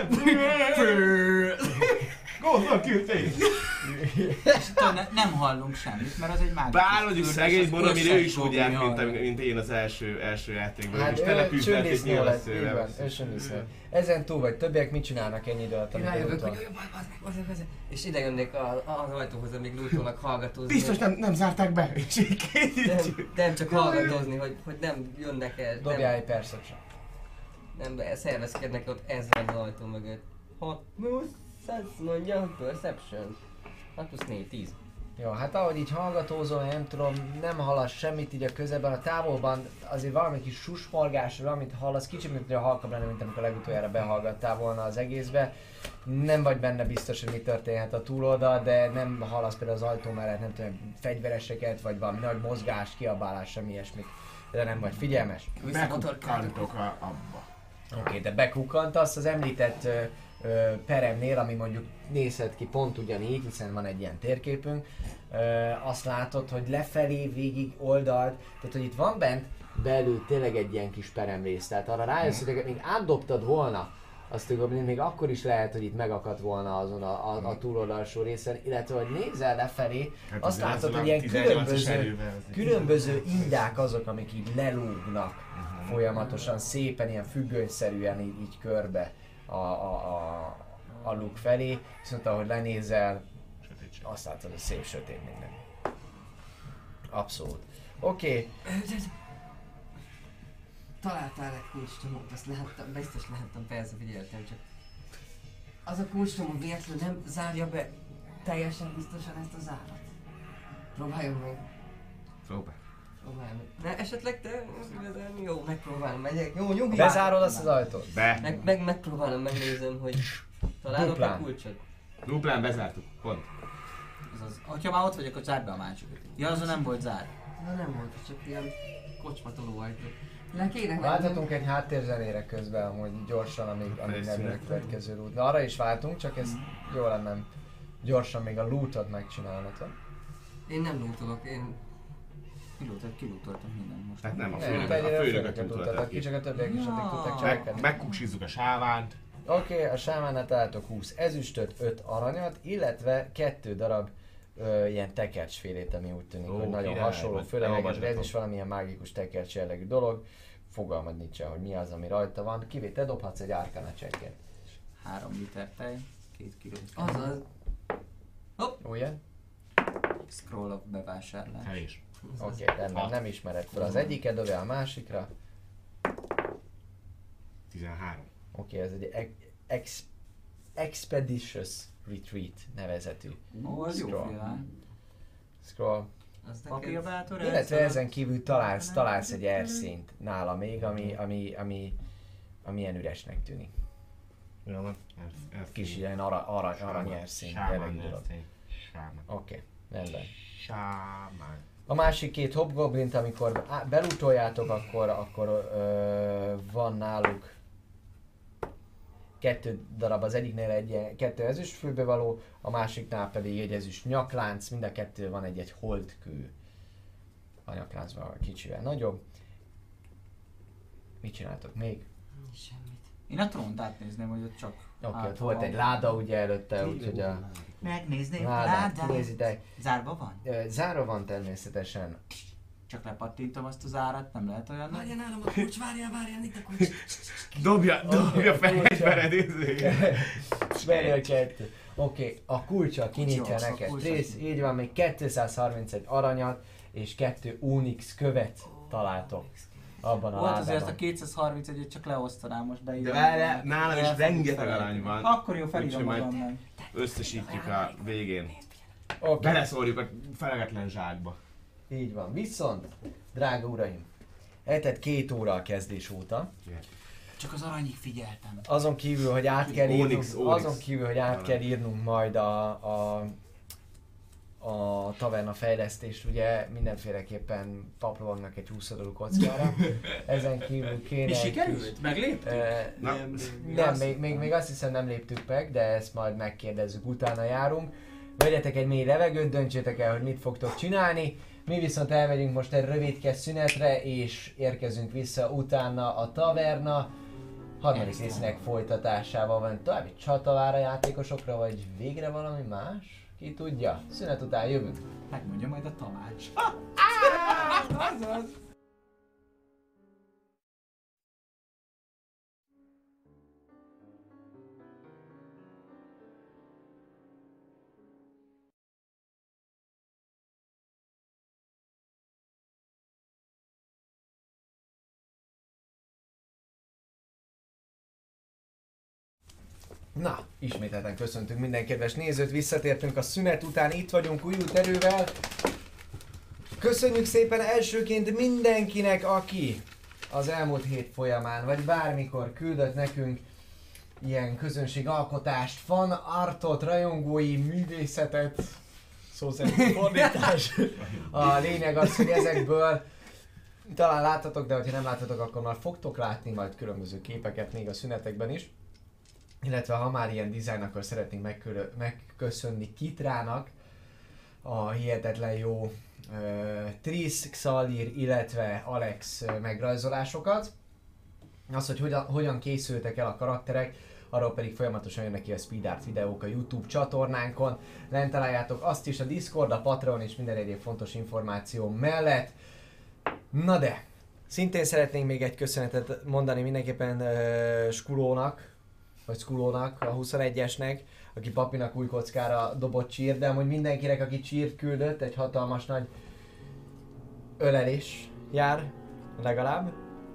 Gondolj ki, te is! És attól ne, nem hallunk semmit, mert az egy mágikus. Bár mondjuk kürt, szegény és az Boromir, ő is összes úgy járt, dobni mint, hall. mint én az első, első játékban. Hát és ő telepüzdelték csündisznó lett, így nyilván van, ő csündisznó. Ezen túl vagy, többiek mit csinálnak ennyi idő alatt, amikor Rájövök, ott van? hogy jaj, bazd meg, bazd meg, bazd meg. És ide jönnék a- az ajtóhoz, amíg lootolnak hallgatózni. Biztos nem, nem zárták be, és így Nem, készítjük. nem csak hallgatózni, hogy, hogy nem jönnek el. Dobjál Nem, egy perception. nem be- szervezkednek ott ezzel az ajtó mögött. hat plusz, azt mondja, perception. hat plusz négy, tíz. Jó, hát ahogy így hallgatózol, nem tudom, nem hallasz semmit így a közelben, a távolban azért valami kis susmorgás, valamit hallasz, kicsit mint hogy a halkabb lenne, mint amikor legutoljára behallgattál volna az egészbe. Nem vagy benne biztos, hogy mi történhet a túloldal, de nem hallasz például az ajtó mellett, nem tudom, fegyvereseket, vagy valami nagy mozgást, kiabálást, semmi ilyesmit. De nem vagy figyelmes. Bekukkantok a- abba. Oké, okay, de bekukkantasz az említett ö, ö, peremnél, ami mondjuk nézhet ki pont ugyanígy, hiszen van egy ilyen térképünk. Ö, azt látod, hogy lefelé, végig oldalt, tehát hogy itt van bent belül tényleg egy ilyen kis peremrész. Tehát arra rájössz, hogy még átdobtad volna azt a goblin, még akkor is lehet, hogy itt megakadt volna azon a, a, a túloldalsó részen, illetve hogy nézel lefelé, Hát azt azért látod, azzal hogy a ilyen tizennyolcas különböző, erővel azért- különböző indák azok, amik így lelógnak folyamatosan, szépen, ilyen függönyszerűen így, így körbe a, a, a, a luk felé, viszont ahogy lenézel, Sötétség. azt látod, hogy szép sötét minden. Abszolút. Oké, okay. Találtál egy kulcscsomót, azt láttam, biztos láttam, persze figyeltem csak. Az a kulcscsomó véletlenül nem zárja be teljesen biztosan ezt az árat. Próbáljuk meg. Próbálj. Próbáljuk meg. Ne, esetleg te igazán jó, megpróbálom, megyek. Jó, nyugi. bezárod azt az ajtót? Be. Meg, meg, megpróbálom, megnézem, hogy találok a Duplán. kulcsot. Duplán bezártuk. Pont. Azaz, hogyha már ott vagyok, akkor zárd be a másikat. Ja, azon nem volt zár. Na nem volt, csak ilyen kocsmatoló ajtó. Le kéne mennem. Válthatunk egy háttérzenére közben, amúgy gyorsan, amíg, amíg nem jön a következő loot. Na arra is váltunk, csak ez jó lenne gyorsan még a lootot megcsinálnod. Én nem lootolok, én... Kilútolt, kilútoltam mindent most. Tehát nem a Nem, főnök, te a egyre főnöket főnöket tudtad tudtatok ki. ki, csak a többiek is addig tudtak Ja. Meg, cselekedni. megkuksizzuk a sávánt. Oké, okay, a sámánnál találtok húsz ezüstöt, öt aranyat, illetve kettő darab ö, ilyen tekercsfélét, ami úgy tűnik, Ó, hogy nagyon király, hasonló, majd főleg neked, elolvasgatom. ez is valamilyen mágikus tekercs jellegű dolog. Fogalmad nincsen, hogy mi az, ami rajta van. Kivétel dobhatsz egy Arcana checket. Három liter tej, két kiló. Azaz. Ugye? Scroll of bevásárlás. Kevés. Oké, okay, rendben, Hat. nem ismered fel az egyiket, dobjál a másikra. tizenhárom. Oké, okay, ez egy ex- ex- Expeditious Retreat nevezetű Ó, az jó Scroll. fél. scroll. Az neked... Papírbátor, Illetve ezen kívül találsz, találsz egy erszényt nála még, ami, ami, ami, ami ilyen üresnek tűnik. Jó van. Ez, ez Kis ilyen ara, ara, arany erszény Sámán jellegű dolog. erszény. Sámán. Oké, okay, rendben. Sámán. A másik két hobgoblint, amikor á- belutoljátok, akkor, akkor ö, van náluk kettő darab, az egyiknél egy ilyen, kettő ezüst fülbevaló, a másiknál pedig egy ezüst nyaklánc, mind a kettő van egy, egy holdkő. A nyakláncban kicsivel nagyobb. Mit csináltok még? Semmit. Én a trónt átnézném, hogy ott csak... Oké, okay, hát, ott volt ha- egy láda ugye előtte, úgyhogy a Megnézném a ládát ládát. kinézitek. Zárva van? Ö, Zárva van természetesen. Csak lepattintom azt az árat, nem lehet olyan nagy? Várjál nálam a kulcs, várjál, várjál, itt a kulcs. Dobja, dobja fel kulcsa. egy veredézőt. Verjél kettő. Oké, okay, a kulcsa kinyitja Jó, a neked. kulcsa Rész, kinyitja. így van, még kétszázharmincegy aranyat és kettő Onyx követ találtok abban a Volt azért ezt a ládában. kétszázharmincegyet csak leosztanám most be. De várjál, nálam is rengeteg arany van. Akkor jó, felírom Úgyhogy magam majd meg. összesítjük a végén. Oké, okay, Beleszórjuk a felegetlen zsákba. így van. Viszont, drága uraim, eltett két óra a kezdés óta. Csak az aranyig figyeltem. Azon kívül, hogy át kell Onyx, írnunk, Onyx. azon kívül, hogy át kell írnunk majd a, a a taverna fejlesztést ugye mindenféleképpen paprovagnak egy húszadalú kockára. Ezen kívül kéne... Mi egy sikerült? kis- Megléptük? Eh, Nem. nem, még, még, még azt hiszem nem léptük meg, de ezt majd megkérdezzük, utána járunk. Vegyetek egy mély levegőt, döntsétek el, hogy mit fogtok csinálni. Mi viszont elmegyünk most egy rövidke szünetre, és érkezünk vissza utána a taverna harmadik részének folytatásával. Van további csatavára játékosokra, vagy végre valami más? Ki tudja? Szünet után jövünk. Megmondja majd a Tamács. Azaz. Na, ismételten köszöntünk minden kedves nézőt, visszatértünk a szünet után, itt vagyunk újult erővel. Köszönjük szépen elsőként mindenkinek, aki az elmúlt hét folyamán, vagy bármikor küldött nekünk ilyen közönségalkotást, fan artot, rajongói művészetet, szó szerint fordítás. A lényeg az, hogy ezekből talán láttatok, de ha nem láttatok, akkor már fogtok látni majd különböző képeket még a szünetekben is. Illetve ha már ilyen dizájn, akkor szeretnénk megkörö- megköszönni Kitrának a hihetetlen jó uh, Trisz, Xalir, illetve Alex uh, megrajzolásokat. Az, hogy hogyan, hogyan készültek el a karakterek, arról pedig folyamatosan jönnek ki a Speed Art videók a YouTube csatornánkon. Lent találjátok azt is, a Discord, a Patreon és minden egyéb fontos információ mellett. Na de, szintén szeretnénk még egy köszönetet mondani mindenképpen uh, Skulónak, vagy Skulónak, a huszonegyesnek, aki papinak új kockára dobott csírt, de amúgy mindenkinek, aki csírt küldött, egy hatalmas nagy ölelés jár, legalább.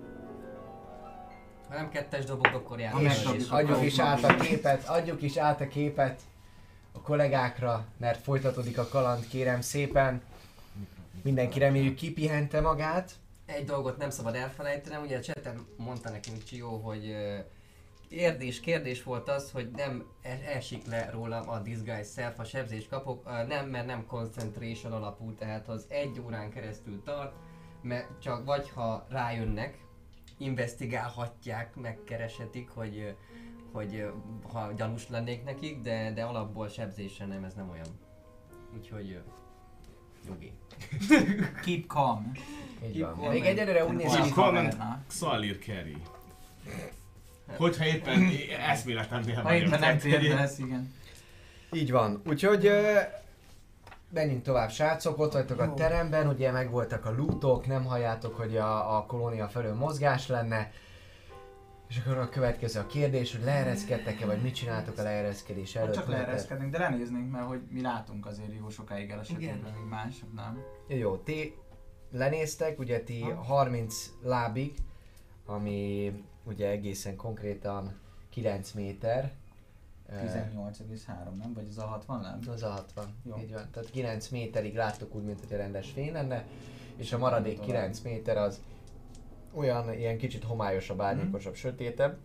Ha nem kettes dobok, akkor jár. És És Adjuk is át a képet, adjuk is át a képet a kollégákra, mert folytatódik a kaland, kérem szépen. Mindenki reméljük kipihente magát. Egy dolgot nem szabad elfelejtenem, ugye a chaten mondta nekünk Csió, hogy uh, Érdés, kérdés volt az, hogy nem el- esik le rólam a disguise self, a sebzést kapok, uh, nem, mert nem concentration alapú, tehát az egy órán keresztül tart, mert csak vagy ha rájönnek, investigálhatják, megkereshetik, hogy, uh, hogy uh, ha gyanús lennék nekik, de, de alapból sebzésre nem, ez nem olyan. Úgyhogy uh, jogi. Keep calm. Így Keep van. calm Még and- egyelőre úgy néz Keep ki, calm and- Taverna. Xalir Kerry. Hogyha éppen eszméletlennél Ha éppen nem vagyok. térdelsz, igen. így van. Úgyhogy ö, menjünk tovább, srácok, ott vagytok a teremben, ugye megvoltak a lootok, nem halljátok, hogy a, a kolónia felől mozgás lenne. És akkor a következő a kérdés, hogy leereszkedtek-e, vagy mit csináltok a leereszkedés Hát előtt? csak Mert- leereszkedünk, de lenéznénk, mert hogy mi látunk azért jó sokáig el a sötétben, Igen. még mások nem. Jó, ti lenéztek, ugye ti Ha. harminc lábig, ami ugye egészen konkrétan kilenc méter. Eh, tizennyolc egész három, nem? Vagy ez a hatvan nem? Az a hatvan, Jó. így van. Tehát kilenc méterig láttok úgy, mint hogy a rendes fény lenne, és a maradék kilenc méter az olyan ilyen kicsit homályosabb, árnyékosabb, sötétebb.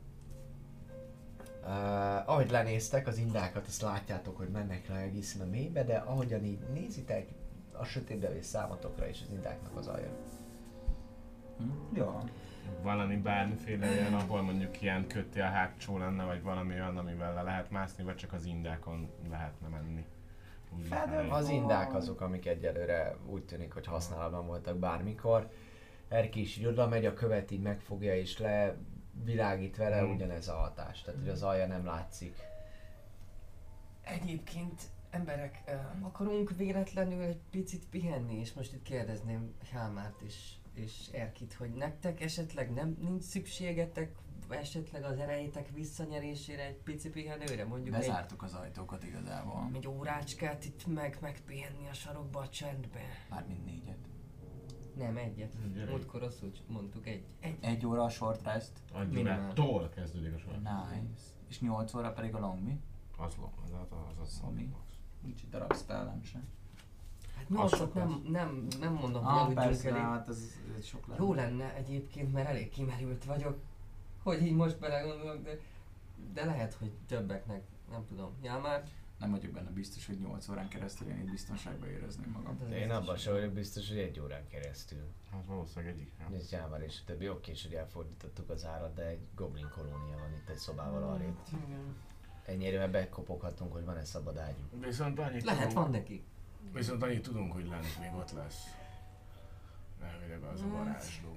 Uh, ahogy lenéztek, az indákat azt látjátok, hogy mennek le egészen a mélybe, de ahogyan így nézitek, a sötétbe vész számotokra és az indáknak az alja. Hm? Jó. Valami bármiféle olyan, ahol mondjuk ilyen kötél hátsó lenne, vagy valami olyan, amivel le lehet mászni, vagy csak az indákon lehetne menni. Úgy Hát, de lehetne. Az indák azok, amik egyelőre úgy tűnik, hogy használatban voltak bármikor. Erki is így oda megy, a követ így megfogja és levilágít vele, Hmm. ugyanez a hatás, tehát hogy az alja nem látszik. Egyébként emberek, uh, akarunk véletlenül egy picit pihenni, és most itt kérdezném Hálmárt és, és Erkit, hogy nektek esetleg nem nincs szükségetek esetleg az erejétek visszanyerésére egy pici pihenőre, mondjuk egy, Bezártuk az ajtókat igazából. egy órácskát itt meg, megpihenni a sarokba a csendbe. Mármint négyet. Nem, egyet. Gyere. Múltkor rosszul c- mondtuk, egy. egy. Egy óra a short rest. Adjuk Minimál. el. Tól kezdődik a sor. Nice. És nyolc óra pedig a long mi? Az lom, az az az az Ami? Nincs itt darab spellem se. Hát nyolcat sok nem, nem, nem mondom, hogy Ah, aludjunk persze, elég. hát ez, ez sok lenne. Jó lenne egyébként, mert elég kimerült vagyok, hogy így most belegondolok, de, de lehet, hogy többeknek, nem tudom. Ja, már Nem vagyok benne biztos, hogy nyolc órán keresztül én így biztonságban érezném magam. De én abban sem vagyok biztos, hogy egy órán keresztül. Hát valószínűleg egyik. Ja. Ez Jámár és a többi. Oké, és hogy elfordítottuk az árat, de egy goblin kolónia van itt egy szobával arrébb. Ennyire meg bekopoghatunk, hogy van-e szabad ágyú. Viszont annyit Lehet, tudunk, van neki. viszont annyit tudunk, hogy lent még ott lesz. Elvileg az a varázsló.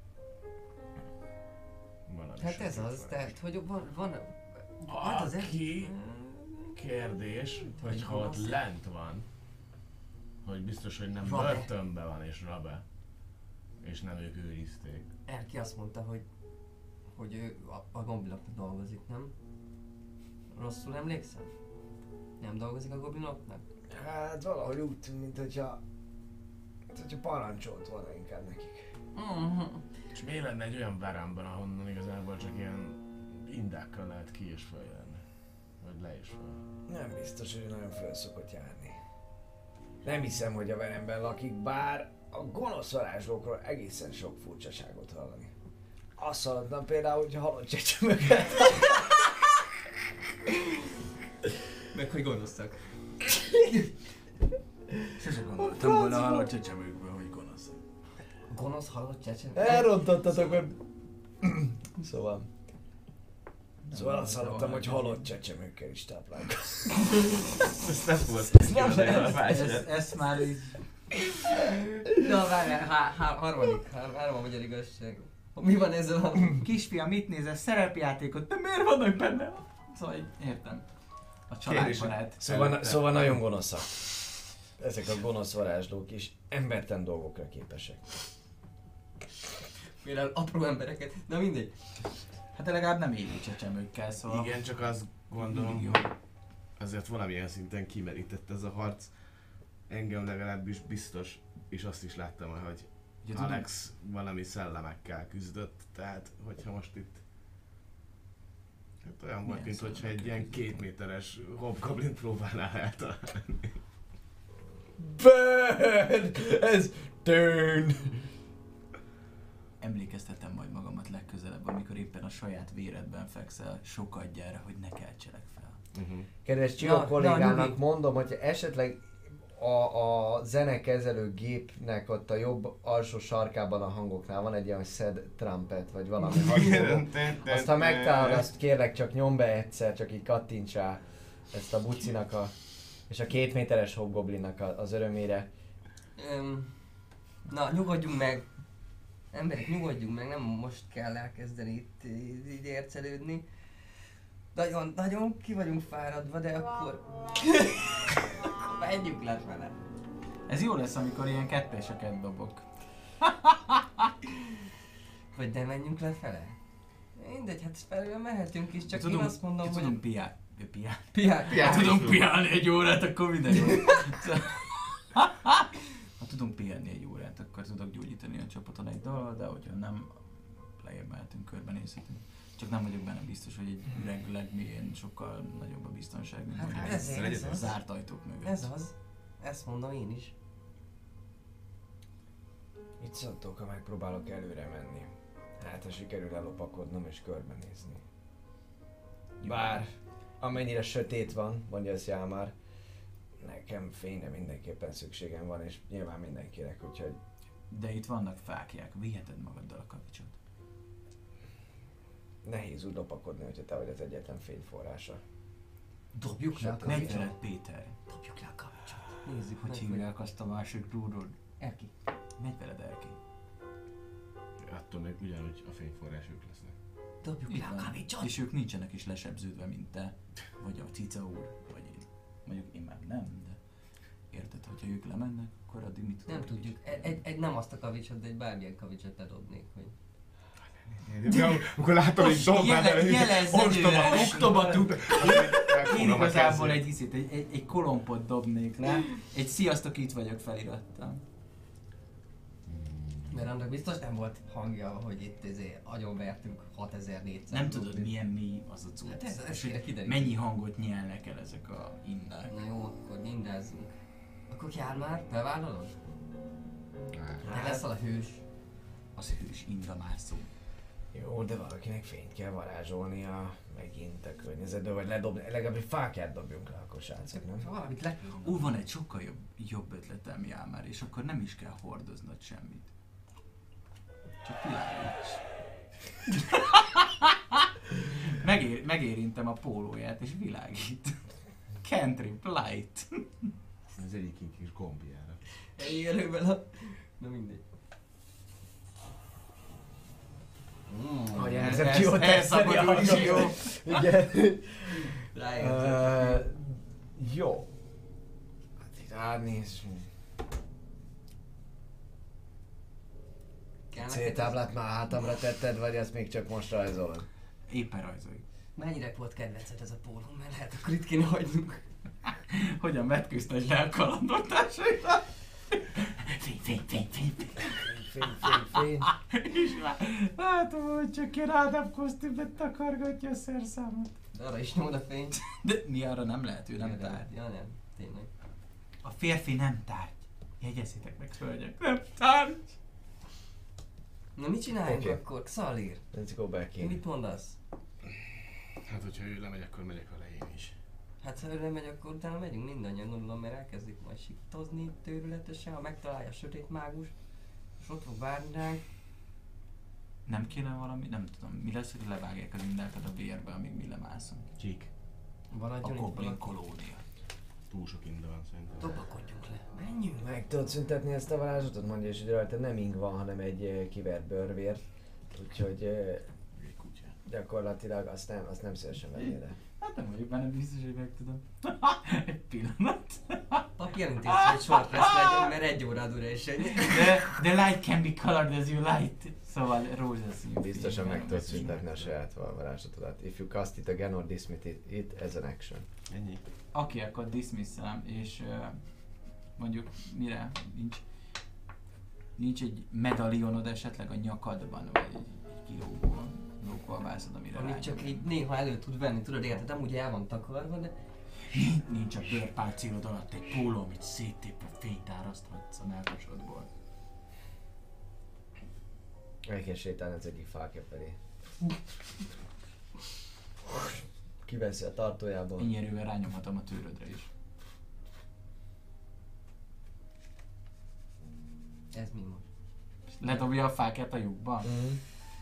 Valami Hát ez sötét az, tehát hogy van, van, varázsló. hát az Aki kérdés, hogy ha ott lent van, hogy biztos, hogy nem Rabe. börtönben van és rabe, és nem ők őrizték. Erki azt mondta, hogy, hogy ő a, a goblinoknak dolgozik, nem? Rosszul emlékszem? Nem dolgozik a goblinoknak? Hát valahogy úgy tűnt, mint hogyha... mint hogyha parancsolt volna inkább nekik. Mm-hmm. És miért lenne egy olyan veremben, ahonnan igazából csak ilyen indákkal lehet ki és följönni? Vagy le és föl? Nem biztos, hogy nagyon föl szokott járni. Nem hiszem, hogy a veremben lakik, bár a gonosz varázslókról egészen sok furcsaságot hallani. Azt hallottam például, hogy halott csecsemőket. Meg hogy gonoszak. Sose gondoltam volna a halott csecsemőkből, hogy gonosz. Gonosz halott csecsemő? Elrontottatok, mert... Szóval... Szóval azt hallottam, hogy halott csecsemőkkel is táplálkoznak. Ezt nem volt. nem lehet. Ezt, ezt már így... Na várjál, há, há, harmadik, há, három a magyar igazság. Mi van ezzel a... Kisfiam, mit nézel? Szerepjátékot, de miért vannak benne? Szóval így értem. A családbarát. Szóval, szóval nagyon gonoszak. Ezek a gonosz varázslók is embertelen dolgokra képesek. Például apró embereket, na mindegy. Hát de legalább nem élő csecsemőkkel, szóval... Igen, csak azt gondolom, Jó. hogy azért valamilyen szinten kimerített ez a harc. Engem legalábbis biztos, és azt is láttam, hogy Ugye, tudom, Alex valami szellemekkel küzdött, tehát hogyha most itt... Hát olyan volt, Milyen mint hogyha egy szellemekkel ilyen küzdött? két méteres hobgoblin próbálnál eltalálni. Burn! Ez... Turn! emlékeztetem majd magamat legközelebb, amikor éppen a saját véredben fekszel, sokadjára, hogy ne keltselek fel. Uh-huh. Kedves Na, Csió na, kollégának nyugi. mondom, hogy esetleg a, a zenekezelő gépnek ott a jobb alsó sarkában a hangoknál van egy ilyen sad trumpet, vagy valami hasonló. Azt ha megtalálod, azt kérlek csak nyom be egyszer, csak így kattints rá ezt a bucinak a... és a két méteres hobgoblinnak a, az örömére. Öm, na, nyugodjunk meg. Emberek, nyugodjunk meg, nem most kell elkezdeni itt így így ércelődni. Nagyon, nagyon ki vagyunk fáradva, de akkor... akkor menjünk lefele. Ez jó lesz, amikor ilyen ketteseket dobok. Vagy ne menjünk lefele? Mindegy, hát felül mehetünk is, csak tudom, én azt mondom, ki hogy... tudom piá... piá... Piá... Piá- Ha tudunk piálni egy órát, akkor minden jó. Ha tudunk piálni egy órát, akkor tudok gyógyítani a csapaton egy dal, de hogyha nem, lejjebb mehetünk, körbenézhetünk. Csak nem vagyok benne biztos, hogy egy üreg legmélyén sokkal nagyobb a biztonság, mint Hát mondjuk ez, egy ez az. zárt ajtók mögött. Ez az. Ezt mondom én is. Itt szóltok, ha megpróbálok előre menni. Hát, ha sikerül ellopakodnom és körbenézni. Bár, amennyire sötét van, mondja ezt Jámár, nekem fényre mindenképpen szükségem van, és nyilván mindenkinek, úgyhogy... De itt vannak fáklyák, viheted magaddal a kavicsot. Nehéz úgy lopakodni, hogyha te vagy az egyetlen fényforrása. Dobjuk le a Sötét. Megy kavicsot. veled Péter. Dobjuk le a kavicsot. Nézzük Hogy meg, hívják azt a másik túrod? Erki. Megy veled Erki. Attól még ugyanúgy a fényforrás ők lesznek. Dobjuk Itt le a van. kavicsot. És ők nincsenek is lesebződve, mint te, vagy a cica úr, vagy én. Mondjuk én már nem, de érted, hogyha ők lemennek, akkor addig mit Nem tudok tudjuk. is. Egy, egy, egy nem azt a kavicsot, de egy bármilyen kavicsot bedobnék, hogy... De amikor látom, hogy dombán Jele, jelezz előre, oktobatuk! Én Én igazából egy, iszét, egy, egy, egy kolompot dobnék le, egy sziasztok, itt vagyok felirattal. Mert annak biztos nem volt hangja, hogy itt ezért agyonvertünk hatezer-négyszáz. Nem tudod milyen mi az a cucc. Hát ez, ez És kéne hogy kideríteni. mennyi hangot nyelnek el ezek a indák. Na jó, akkor mindázzunk. Akkor jár már, bevállalod? Te leszel a hős. Az hős indamászó. Jó, de valakinek fényt kell varázsolnia megint a környezetbe, vagy ledobni, legalább egy fákját dobjunk le akkor srácok, nem? Valamit le... Ú, van egy sokkal jobb, jobb ötletem, Jámár, és akkor nem is kell hordoznod semmit. Csak világíts. Megér, megérintem a pólóját, és világít. Cantrip light. Az egyik kis gombjára. Egy előben a... Na mindegy. Mm, Hmm, hogy ez- ezek ez- ki ott ez tetszeni szabadul is hangot. jó. Igen. Rájöttem. Uh, jó. Hát itt ránézünk. Kell neked Céltáblát már hátamra tetted, vagy ezt még csak most rajzolod? Éppen rajzoljuk. ez- Mennyire volt kedvenced ez a póló, mert lehet akkor itt kéne hagynunk. Hogyan vetkőzted le a kalandor társaira? Fény, fény, fény, fény, fény. Fény, fény, fény. És már látom, hogy csak ilyen Ádám kosztümben takargatja a szerszámot. De arra is nyomod a fényt. De mi arra nem lehet, ő nem tárgy. Ja nem, tényleg. A férfi nem tárgy. Jegyezzétek meg, hölgyek, nem tárgy. Na mit csináljunk Oké. akkor? Xalir, Let's go back in. mit mondasz? Hát, hogyha ő lemegy, akkor megyek vele én is. Hát ha ő megy, akkor utána megyünk mindannyian, gondolom, mert elkezdik majd siktozni tőrületesen, ha megtalálja a sötét mágus, és ott fog várni ránk. Nem kéne valami, nem tudom, mi lesz, hogy levágják az indákat a vérbe, amíg mi lemászunk. Csík. A Valadjon itt goblin valaki. kolónia. Túl sok inda van szerintem. Dobakodjunk le, menjünk! Meg tudod szüntetni ezt a varázslatot? Mondja is, hogy rajta nem ing van, hanem egy eh, kivert bőrvér. Úgyhogy eh, Egy kutya. gyakorlatilag azt nem, azt nem szívesen venni de. Hát nem vagyok benne biztos, hogy meg tudom. Egy pillanat. Papi elintézni, hogy short rest legyen, mert egy órád ura is ennyi. The, the light can be colored as you like. Szóval rózsaszín. Biztosan meg tudod Fényben szüntetni a van. saját varázslatodat. If you cast it again or dismiss it, it as an action. Ennyi. Oké, akkor dismisselem, és uh, mondjuk mire nincs nincs egy medalionod esetleg a nyakadban, vagy egy, egy kilógó lókolvászod, amire Amit rányom. csak így néha elő tud venni, tudod, érted? Amúgy el van takarva, de... Nincs a bőrpálcélod alatt egy póló, amit széttépve fényt áraszthatsz a melkasodból. El kell sétálni az egyik fákja felé. Kiveszi a tartójából. Ennyi erővel rányomhatom a tőrödre is. Ez mi most? Ledobja a fákját a lyukba? Mm.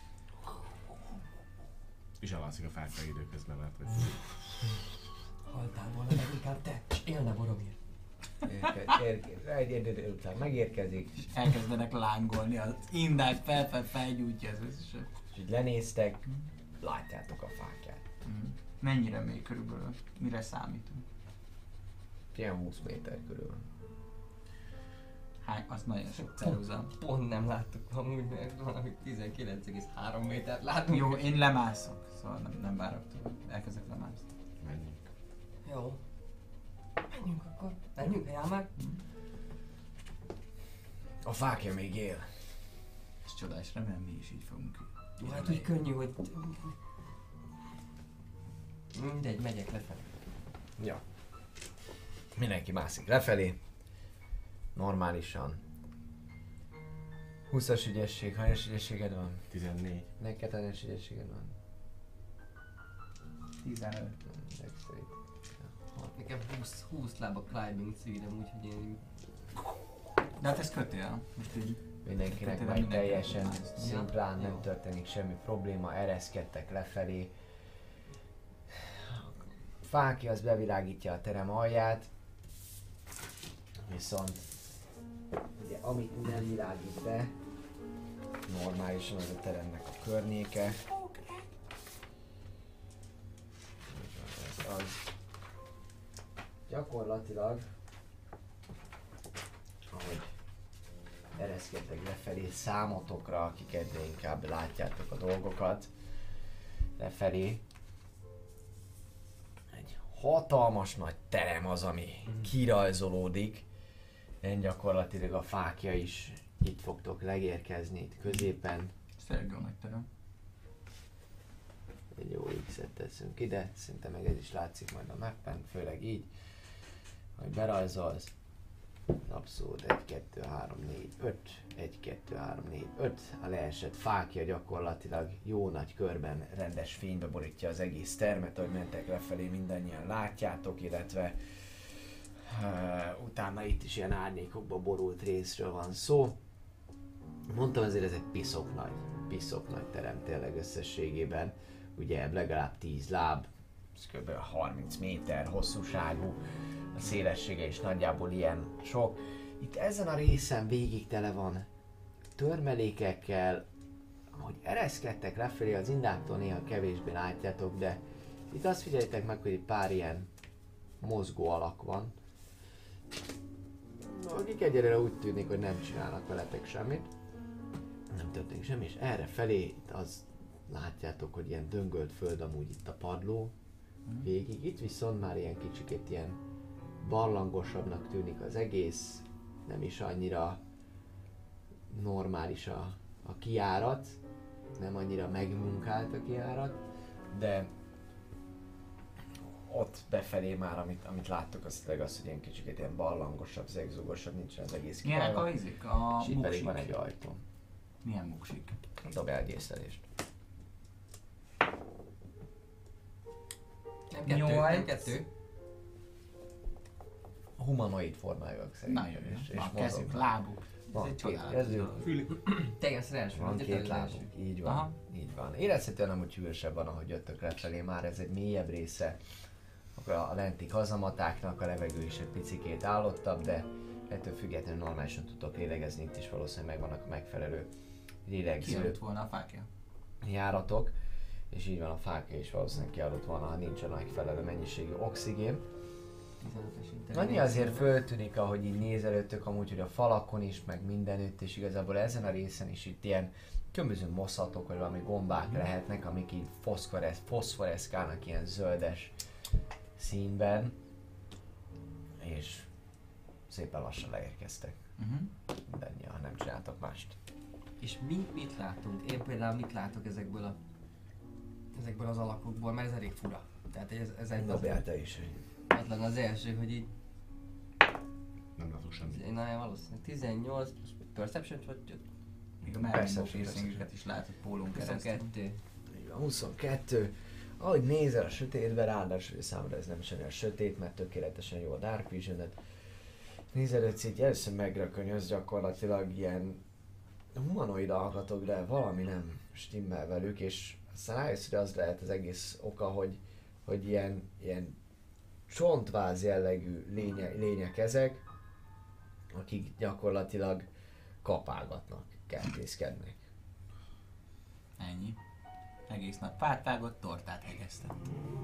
És elalszik a fákra időközben, mert hogy... Haltál volna meg inkább te, és élne Boromir. Érke, érke, egy idő után megérkezik, És elkezdenek lángolni, az indák fel-fel felgyújtja az összeset. és így lenéztek, látjátok a fákját. Mhm. Mennyire mély körülbelül? Mire számítunk? Ilyen húsz méter körül. Hány? Az nagyon sok ceruza. Pont nem láttuk amúgy, mert valami tizenkilenc egész három métert látunk. Jó, én lemászok, szóval nem, nem várok tovább. Elkezdek lemászni. Menjünk. Jó. Menjünk akkor. Menjünk, el már. A fákja még él. Ez csodás, remélem mi is így fogunk. Jó, hát úgy könnyű, hogy... Mindegy, megyek lefelé. Ja. Mindenki mászik lefelé. Normálisan. húszas ügyesség, hányas ügyességed van? tizennégy. Neked hányas ügyességed van? tizenöt. Dexterity. Nekem húsz, húsz láb a climbing szívem, úgyhogy én így... De hát ez kötél. Most így. Mindenkinek Tényleg megy mindenki teljesen más. szimplán, Ja. nem történik semmi probléma, ereszkedtek lefelé. Fáki az bevilágítja a terem alját, viszont ugye amit nem világít be, normálisan az a teremnek a környéke. Ez az. Gyakorlatilag, ahogy ereszkedtek lefelé számotokra, akik egyre inkább látjátok a dolgokat, lefelé egy hatalmas nagy terem az, ami kirajzolódik. Én gyakorlatilag a fákja is itt fogtok legérkezni, itt középen. Szergő nagy terem. Egy jó X-et teszünk ide, szinte meg ez is látszik majd a mappen, főleg így, hogy berajzolsz. Abszolút egy, kettő, három, négy, öt, egy, kettő, három, négy, öt. A leesett fákja gyakorlatilag jó nagy körben rendes fénybe borítja az egész termet, ahogy mentek lefelé, mindannyian látjátok, illetve uh, utána itt is ilyen árnyékokba borult részről van szó. Mondtam, azért ez egy piszok nagy, piszok nagy terem tényleg összességében. Ugye legalább tíz láb, ez kb. harminc méter hosszúságú, a szélessége is nagyjából ilyen sok. Itt ezen a részen végig tele van törmelékekkel, ahogy ereszkedtek lefelé, az indáktól néha kevésbé látjátok, de itt azt figyeljétek meg, hogy egy pár ilyen mozgó alak van, akik egyelőre úgy tűnik, hogy nem csinálnak veletek semmit. Nem történik semmi, és erre felé itt az látjátok, hogy ilyen döngölt föld amúgy itt a padló végig. Itt viszont már ilyen kicsikét ilyen barlangosabbnak tűnik az egész, nem is annyira normális a, a kijárat, nem annyira megmunkált a kijárat, de ott befelé már, amit, amit láttok, az tényleg az, hogy ilyen kicsikét ilyen barlangosabb, zegzugosabb, nincsen az egész Milyenek kijárat. a izék? A És itt pedig muksik? van egy ajtó. Milyen muksik? Dobjál egy észlelést. Nem kettő, Nyolc. nem kettő. Humanoid formájúak szerintem. Nagyon jó. és, és A kezük, mozognak. lábuk. Ez Van egy két csodálatos kezük, dolog. Teljesen első. van két lábuk, így van, Aha. így van. Érezhetően amúgy hűvösebb van, ahogy jöttök lefelé, már ez egy mélyebb része. Akkor a lenti kazamatáknak a levegő is egy picikét állottabb, de ettől függetlenül normálisan tudtok lélegezni, itt is valószínűleg megvannak a megfelelő lélegző Kijött volna a fákja. járatok, és így van, a fákja is valószínűleg kiadott volna, ha nincs a megfelelő mennyiségű oxigén. Annyi azért föltűnik, ahogy így nézelődtök amúgy, hogy a falakon is, meg mindenütt, és igazából ezen a részen is itt ilyen különböző mosszatok, vagy valami gombák lehetnek, amik így foszforesz, foszforeszkálnak ilyen zöldes színben, és szépen lassan leérkeztek. Uh-huh. Mindannyian, ha nem csináltok mást. És mi mit látunk? Én például mit látok ezekből a ezekből az alakokból, mert ez elég fura. Tehát ez, ez egy Dobjál te is. az lenne az első, hogy így Nem látok semmit. én nagyon valószínűleg tizennyolc plusz perception vagy Még a mellénk Perception, piercingeket is látod pólón keresztül. huszonkettő. Így van, huszonkettő. Ahogy nézel a sötétbe, ráadásul hogy számomra ez nem is olyan sötét, mert tökéletesen jó a Dark Vision-et. Nézelődsz így, először megrökönyöz gyakorlatilag ilyen humanoid alkatok, de valami nem stimmel velük, és aztán rájössz, hogy az lehet az egész oka, hogy, hogy ilyen, ilyen csontváz jellegű lénye, lények ezek, akik gyakorlatilag kapálgatnak, kertészkednek. Ennyi. Egész nap fát vágott, tortát hegesztett.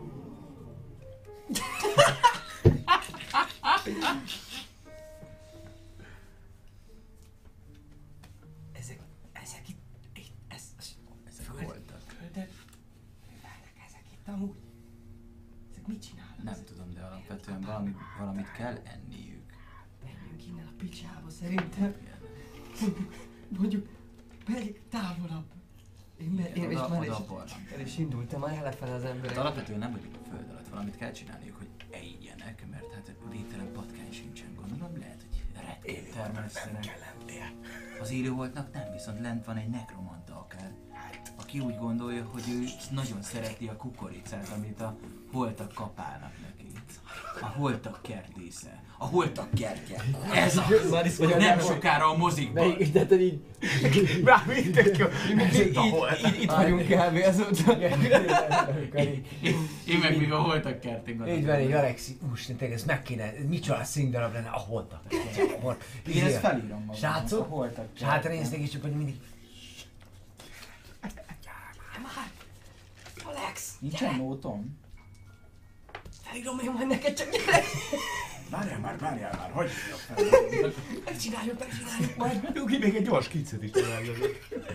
Ezek, ezek itt, itt ez, ez, Ezek föld, voltak. földek, földek, ezek itt amúgy. Ezek mit csinálnak? Nem tudom, de alapvetően valamit, valamit kell enniük. Menjünk innen a picsába szerintem. Mondjuk, megyek távolabb. Én, me, én és Oda, már oda is, a barlang. el is indultam már elefele az Hát emberek. alapvetően nem vagyunk a föld alatt, valamit kell csinálniuk, hogy ejjenek, mert hát végtelen patkány sincsen, gondolom, lehet, hogy rettén termesztenek. Az élőholtnak nem, viszont lent van egy nekromanta akár, aki úgy gondolja, hogy ő nagyon szereti a kukoricát, amit a holtak kapálnak neki. A holtak kertésze. A holtak kertje. Ez az! Marisz vagy a Nem nem sokára a mozikban. Melyik, tehát így... Már mindenki, így, így, itt vagyunk kb. azóta. Én meg még a holtak kertén Így van, így Alexi, úristen, tényleg ez meg kéne, micsoda színdarab lenne, a holtak. Én ezt felírom magam. Srácok, A holtak és hátra néztek is csak, hogy mindig... Alex, Nincsen nótom? felírom én majd neked, csak gyere! Várjál már, várjál már, hogy Megcsináljuk, megcsináljuk majd. Nyugi, még egy gyors kicsit is találjuk.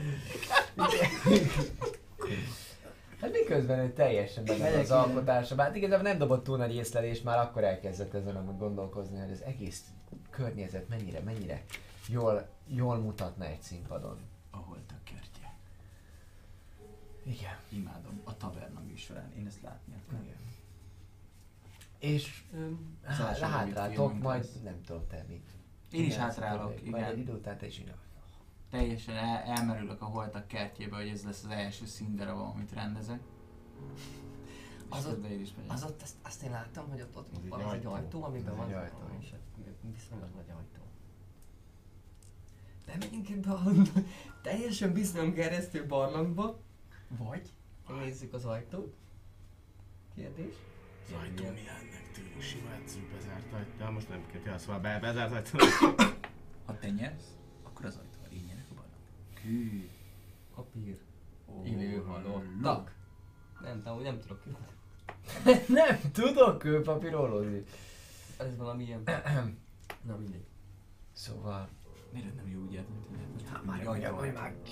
Hát miközben ő teljesen benne van Megyek az innen. alkotásában, hát igazából nem dobott túl nagy észlelést, már akkor elkezdett ezen amúgy gondolkozni, hogy az egész környezet mennyire, mennyire jól, jól mutatna egy színpadon. A holtak kertje. Igen. Imádom. A taverna műsorán. Én ezt látni akarom. Igen. És Öm, Az há- első rövid hátrátok filmünk majd, lesz. nem tudom te mit Én is hátrálok, Majd egy igen. idő után te is ide. Teljesen el, elmerülök a holtak kertjébe, hogy ez lesz az első színdarab, amit rendezek. Az És ott- közben én is megyek. Az ott, azt, azt én láttam, hogy ott, ott Ez egy van az egy ajtó. ajtó, amiben Ez van egy ajtó. és viszonylag nagy ajtó. Bemegyünk ebbe a teljesen bizonyomgeresztő barlangba, vagy nézzük az ajtót. Kérdés? Az ajtó mi ennek tűnik? Sima egyszerű bezárt ajtó. De most nem kell, szóval be, bezárt ajtó. Ha te nyersz, akkor az ajtóval én nyerek a barlang. Hű. Papír. Élő halottak. Nem, nem, nem tudok kívül. Nem tudok kőpapírolózni. Ez valami ilyen... Na mindegy. Szóval... Miért nem jó úgy értem, hogy Hát már már, ajtó. hogy már...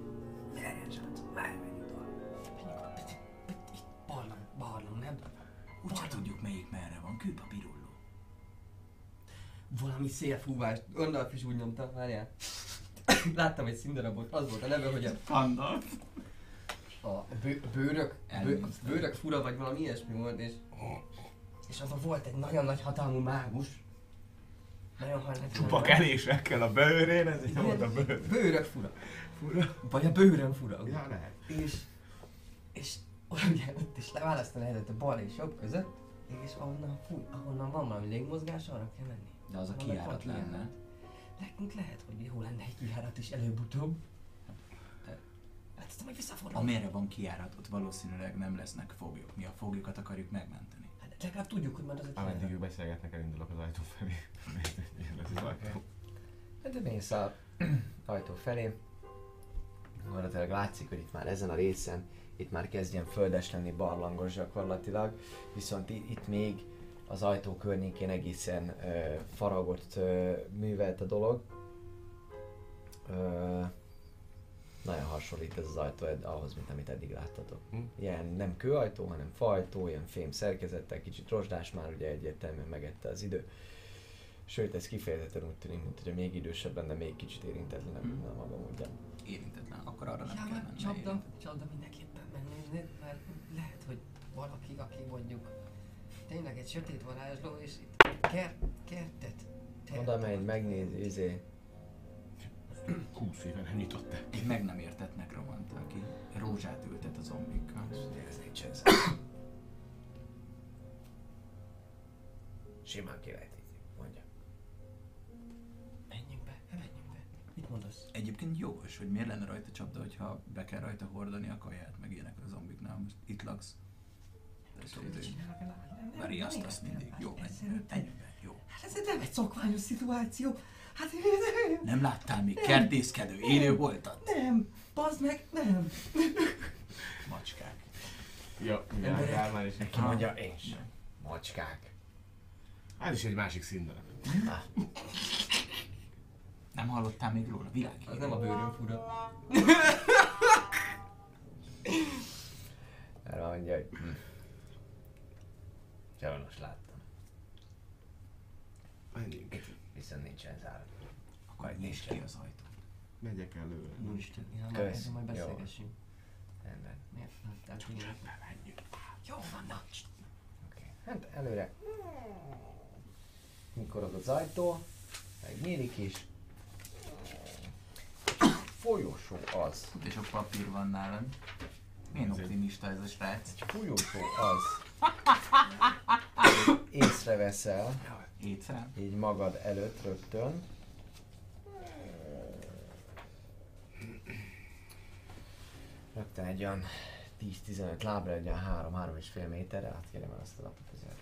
Itt barlang, barlang, nem? Úgyse tudjuk melyik merre van, kőpapírolló. Valami szélfúvás. Gandalf is úgy nyomta, várjál. Láttam egy színdarabot, az volt a neve, hogy a, Gandalf. a bő, bőrök, bő, Elnézést. bőrök fura, vagy valami ilyesmi volt, és, és azon volt egy nagyon nagy hatalmú mágus. Nagyon hajlak. Csupa kerésekkel a bőrén, ez így volt a bőr. Bőrök fura. Fura. Vagy a bőrön fura. ugye? Ja, lehet. És, és ugye ott is leválasztani lehetett a bal és jobb között, és ahonnan, fú, ahonnan van valami légmozgás, arra kell menni. De az a Annak kijárat van kijárat. lenne. Nekünk lehet, hogy jó lenne egy kijárat is előbb-utóbb. Hát ezt majd visszafordulom. Amerre van kijárat, ott valószínűleg nem lesznek foglyok. Mi a foglyokat akarjuk megmenteni. Hát legalább tudjuk, hogy majd az egy Ameddig kijárat. ők beszélgetnek, elindulok az ajtó felé. Nézd, ez az ajtó. Hát de mész a ajtó felé. Gyakorlatilag látszik, hogy itt már ezen a részen, itt már kezd ilyen földes lenni, barlangos gyakorlatilag. Viszont i- itt még az ajtó környékén egészen ö, faragott ö, művelt a dolog. Ö, nagyon hasonlít ez az ajtó ed- ahhoz, mint amit eddig láttatok. Hm? Ilyen nem kőajtó, hanem faajtó, ilyen fém szerkezettel, kicsit rozsdás, már ugye egyértelműen megette az idő. Sőt, ez kifejezetten úgy tűnik, mint hogy még idősebb lenne, még kicsit érintetlenebb lenne a maga módján. Érintetlen, akkor arra nem Ja, kell már menni. csapda, érintett. csapda mindenképpen megnézni, mert lehet, hogy valaki, aki mondjuk tényleg egy sötét varázsló, és itt kert, kertet tert. Oda megy, megnézi, izé. Húsz éve nem nyitották. Egy meg nem értett nekromant, aki rózsát ültet a zombikkal. Ez nincs ez. Simán ki lehet így, mondja. Menjünk be, menjünk be. Mit mondasz? Egyébként jogos, hogy miért lenne rajta csapda, hogyha be kell rajta hordani a kaját, meg ilyenek a zombiknál. Most itt laksz. Ez izé- Veri azt, azt mindig. Jó, menjünk be, menjünk be, jó. Hát ez nem egy szokványos szituáció. Hát Nem láttál még kertészkedő élő voltat? nem, bazd meg, nem. Macskák. Ja, igen, Kálmán is. Ki mondja, én sem. Macskák. Ez is egy másik színdarab. Nem hallottál még róla? Világhírű. Az nem a bőrön fura. Erre mondja, hogy hm. Sajnos láttam. Menjünk. Viszont nincsen zárva. Akkor nyisd ki az ajtót. Megyek előre. Úristen, ja, majd Kösz. erről majd Jó. beszélgessünk. Rendben. Miért láttál ki? Menjünk. Jó van, na. Oké. Hát előre. Nyikorog az ajtó. Megnyílik is. Folyosó az. De sok papír van nálad. Milyen Ez egy- optimista ez a srác. Folyosó az. Észreveszel Étszel? így magad előtt rögtön. Rögtön egy olyan tíz-tizenöt lábra, egy olyan három-három és fél méterre, átkérem el azt a lapot azért.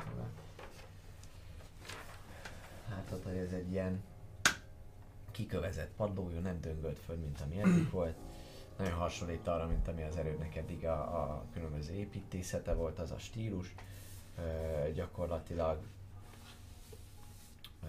Látod, hogy ez egy ilyen kikövezett padlójú, nem döngölt föl, mint ami eddig volt. Nagyon hasonlít arra, mint ami az erődnek eddig a, a különböző építészete volt, az a stílus. Ö, gyakorlatilag ö,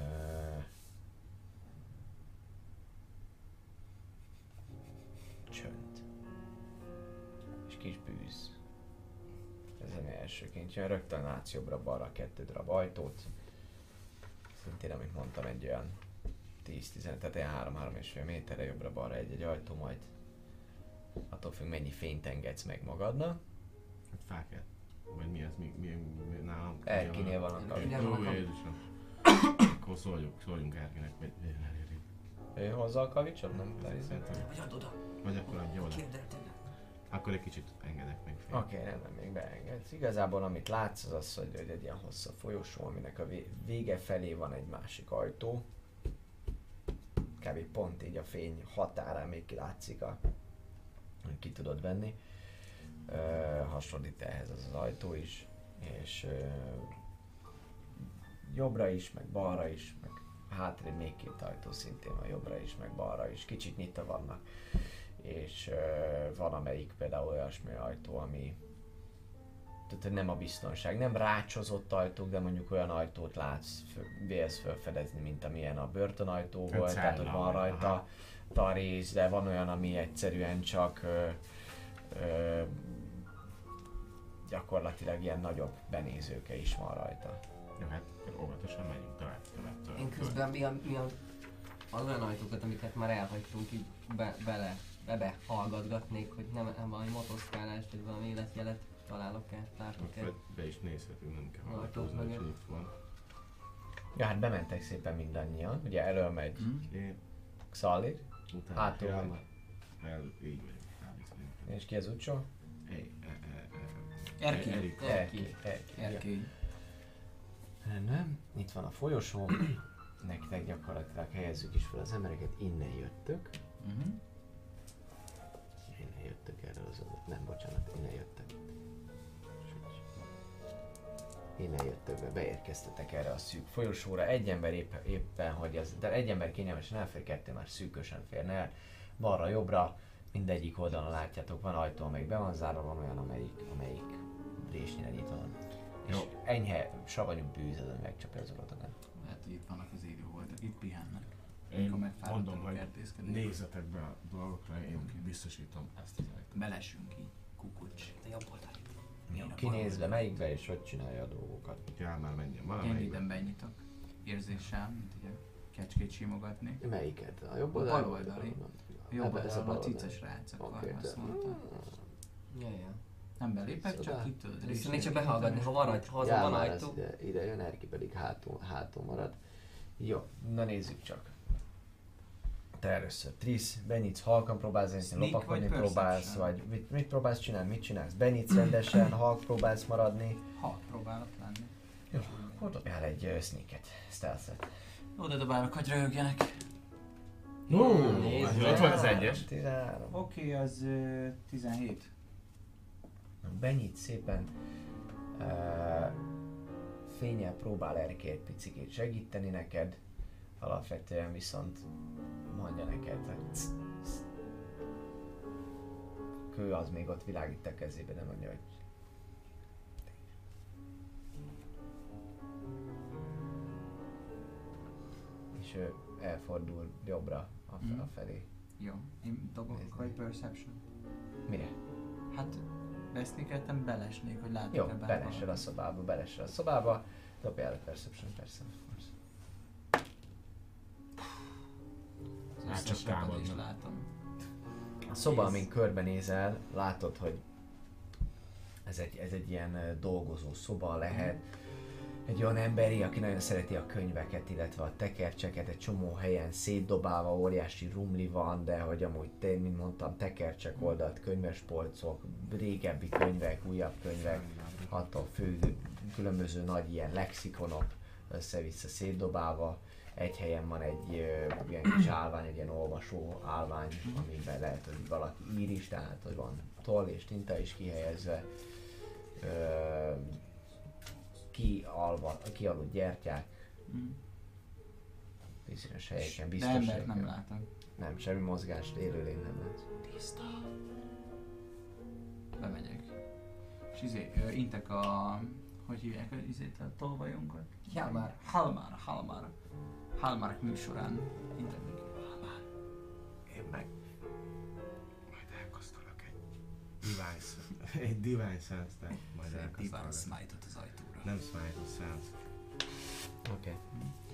csönd és kis bűz. Ez az elsőként jön, rögtön látsz jobbra-balra kettő darab ajtót. Szintén, amit mondtam, egy olyan tíz-tizenöt, tehát ilyen három-három és fél méterre jobbra-balra egy-egy ajtó, majd attól függ, mennyi fényt engedsz meg magadnak. Hát fákját. Vagy mi az? Mi, mi, mi nálam? Erkinél vannak a... Erkinél Ó, vannak a- Jézusom. Akkor szóljuk, szóljunk Erkinek, hogy elérjük. Ő hozza a kavicsot? Nem? Szerintem. Vagy add oda. Vagy akkor adja oda. Kérdel tőle. Akkor egy kicsit engedek még fél. Oké, okay, rendben, még beengedsz. Igazából amit látsz az az, hogy hogy egy ilyen hosszabb folyosó, aminek a vé- vége felé van egy másik ajtó. Kb. Pont így a fény határán még kilátszik, a, hogy ki tudod venni. Ö, hasonlít ehhez az, az ajtó is, és ö, jobbra is, meg balra is, meg hátrébb még két ajtó szintén van, jobbra is, meg balra is, kicsit nyitva vannak. És uh, van amelyik például olyasmi ajtó, ami tehát nem a biztonság, nem rácsozott ajtók, de mondjuk olyan ajtót látsz, fő- vélsz felfedezni, mint amilyen a börtönajtó Egy volt, tehát hogy cella, van aha. rajta tarész, de van olyan, ami egyszerűen csak ö, ö, gyakorlatilag ilyen nagyobb benézőke is van rajta. Jó, hát óvatosan megyünk tovább, tovább, tovább. Én közben mi a, mi a, az olyan ajtókat, amiket már elhagytunk, így be, bele, bebe hallgatgatnék, hogy nem, nem valami motoszkálást, vagy valami életjelet találok-e, látok-e. Be, be is nézhetünk, nem kell Ajtók hallgatózni, hogy mögött. nyitva van. Ja, hát bementek szépen mindannyian, ugye elől megy Én Xalir, utána hátul kell, meg. el, így megyünk. Elviszünk. És ki az utcsó? Hey, e, e, e, Erki. Erik. Erki. Erki. Ja. Erkély. Nem, itt van a folyosó. Nektek gyakorlatilag helyezzük is fel az embereket, innen jöttök. Uh-huh. Innen jöttök erről az adat. Nem, bocsánat, innen jöttek. Innen jöttök be, beérkeztetek erre a szűk folyosóra. Egy ember épp, éppen, hogy ez, de egy ember kényelmesen elfér, kettő már szűkösen férne el. Balra, jobbra, mindegyik oldalon látjátok, van ajtó, amelyik be van zárva, van olyan, amelyik, amelyik résnyire nyitva van. És Jó. enyhe, savanyú bűz az, ami megcsapja az uratokat. Hát itt vannak az élő voltak, itt pihennek. Én Mikor megfáradtak mondom, a hogy kertészkedni. nézzetek be a dolgokra, én Oké. biztosítom ezt az ajtót. Belessünk így, kukucs. A jobb oldali. Jó, kinéz le melyikbe és hogy csinálja a dolgokat. Úgyhogy el már menjen Én valamelyikbe. minden benyitok. Érzéssel, mint ugye kecskét simogatni. Melyiket? A jobb A oldal? bal oldali. A jobb oldalon a cicas rác, akkor azt mondta. Ja, ja. Nem belépek, csak Szóval- itt tudod. Vissza még csak behallgatni, ha van rajta, ha azon Ja, van már az ajtó. ide, ide jön, Erki pedig hátul, hátul marad. Jó, na nézzük csak. Te először Trisz, benyitsz, halkan próbálsz zenni, Sneak lopakodni vagy próbálsz, perception? vagy mit, mit próbálsz csinálni, mit csinálsz? Benyitsz rendesen, halk próbálsz maradni. Ha próbálok lenni. Jó, akkor dobjál egy uh, sneaket, stealth-et. Oda dobálok, hogy röhögjenek. Ó, nézd ott van az egyes. tizenhárom. Oké, okay, az uh, tizenhét. Na, benyit szépen, uh, fényel próbál Erki egy picikét segíteni neked, alapvetően viszont mondja neked, hogy cs, cs. Kő az még ott világít a kezébe, de mondja, hogy és ő elfordul jobbra a, Mhm. a felé. Jó, én dobok Nézd vagy meg. perception. Mire? Hát, beszélgettem, belesnék, hogy látok-e Jó, bárhol. belesel a szobába, belesel a szobába, dobjál a perception, persze, of course. Az Hát összes csak rabat is támadnak. látom. A szoba, amin körbenézel, látod, hogy ez egy, ez egy ilyen ö, dolgozó szoba lehet. Egy olyan emberi, aki nagyon szereti a könyveket, illetve a tekercseket, egy csomó helyen szétdobálva, óriási rumli van, de hogy amúgy te, mint mondtam, tekercsek oldalt, könyvespolcok, régebbi könyvek, újabb könyvek, attól fő különböző nagy ilyen lexikonok össze-vissza szétdobálva. Egy helyen van egy ö, ilyen kis állvány, egy ilyen olvasó állvány, amiben lehet, hogy valaki ír is, tehát hogy van toll és tinta is kihelyezve. Ö, kialva, kialudt gyertyák, Mm. bizonyos helyeken, De biztos embert helyeken. nem látom. Nem, semmi mozgást, élőlény nem látsz. Tiszta. Bemegyek. És izé, ö, intek a... Hogy hívják az izét a tolvajunkat? Halmár. Halmár, Halmár. Halmár műsorán intek neki. Halmár. Én meg majd elkasztolok egy divine, s- egy divine sense, tehát majd Divine elkasztolok. smite-ot az ajtóra. Nem smite, a sense. Oké. Okay.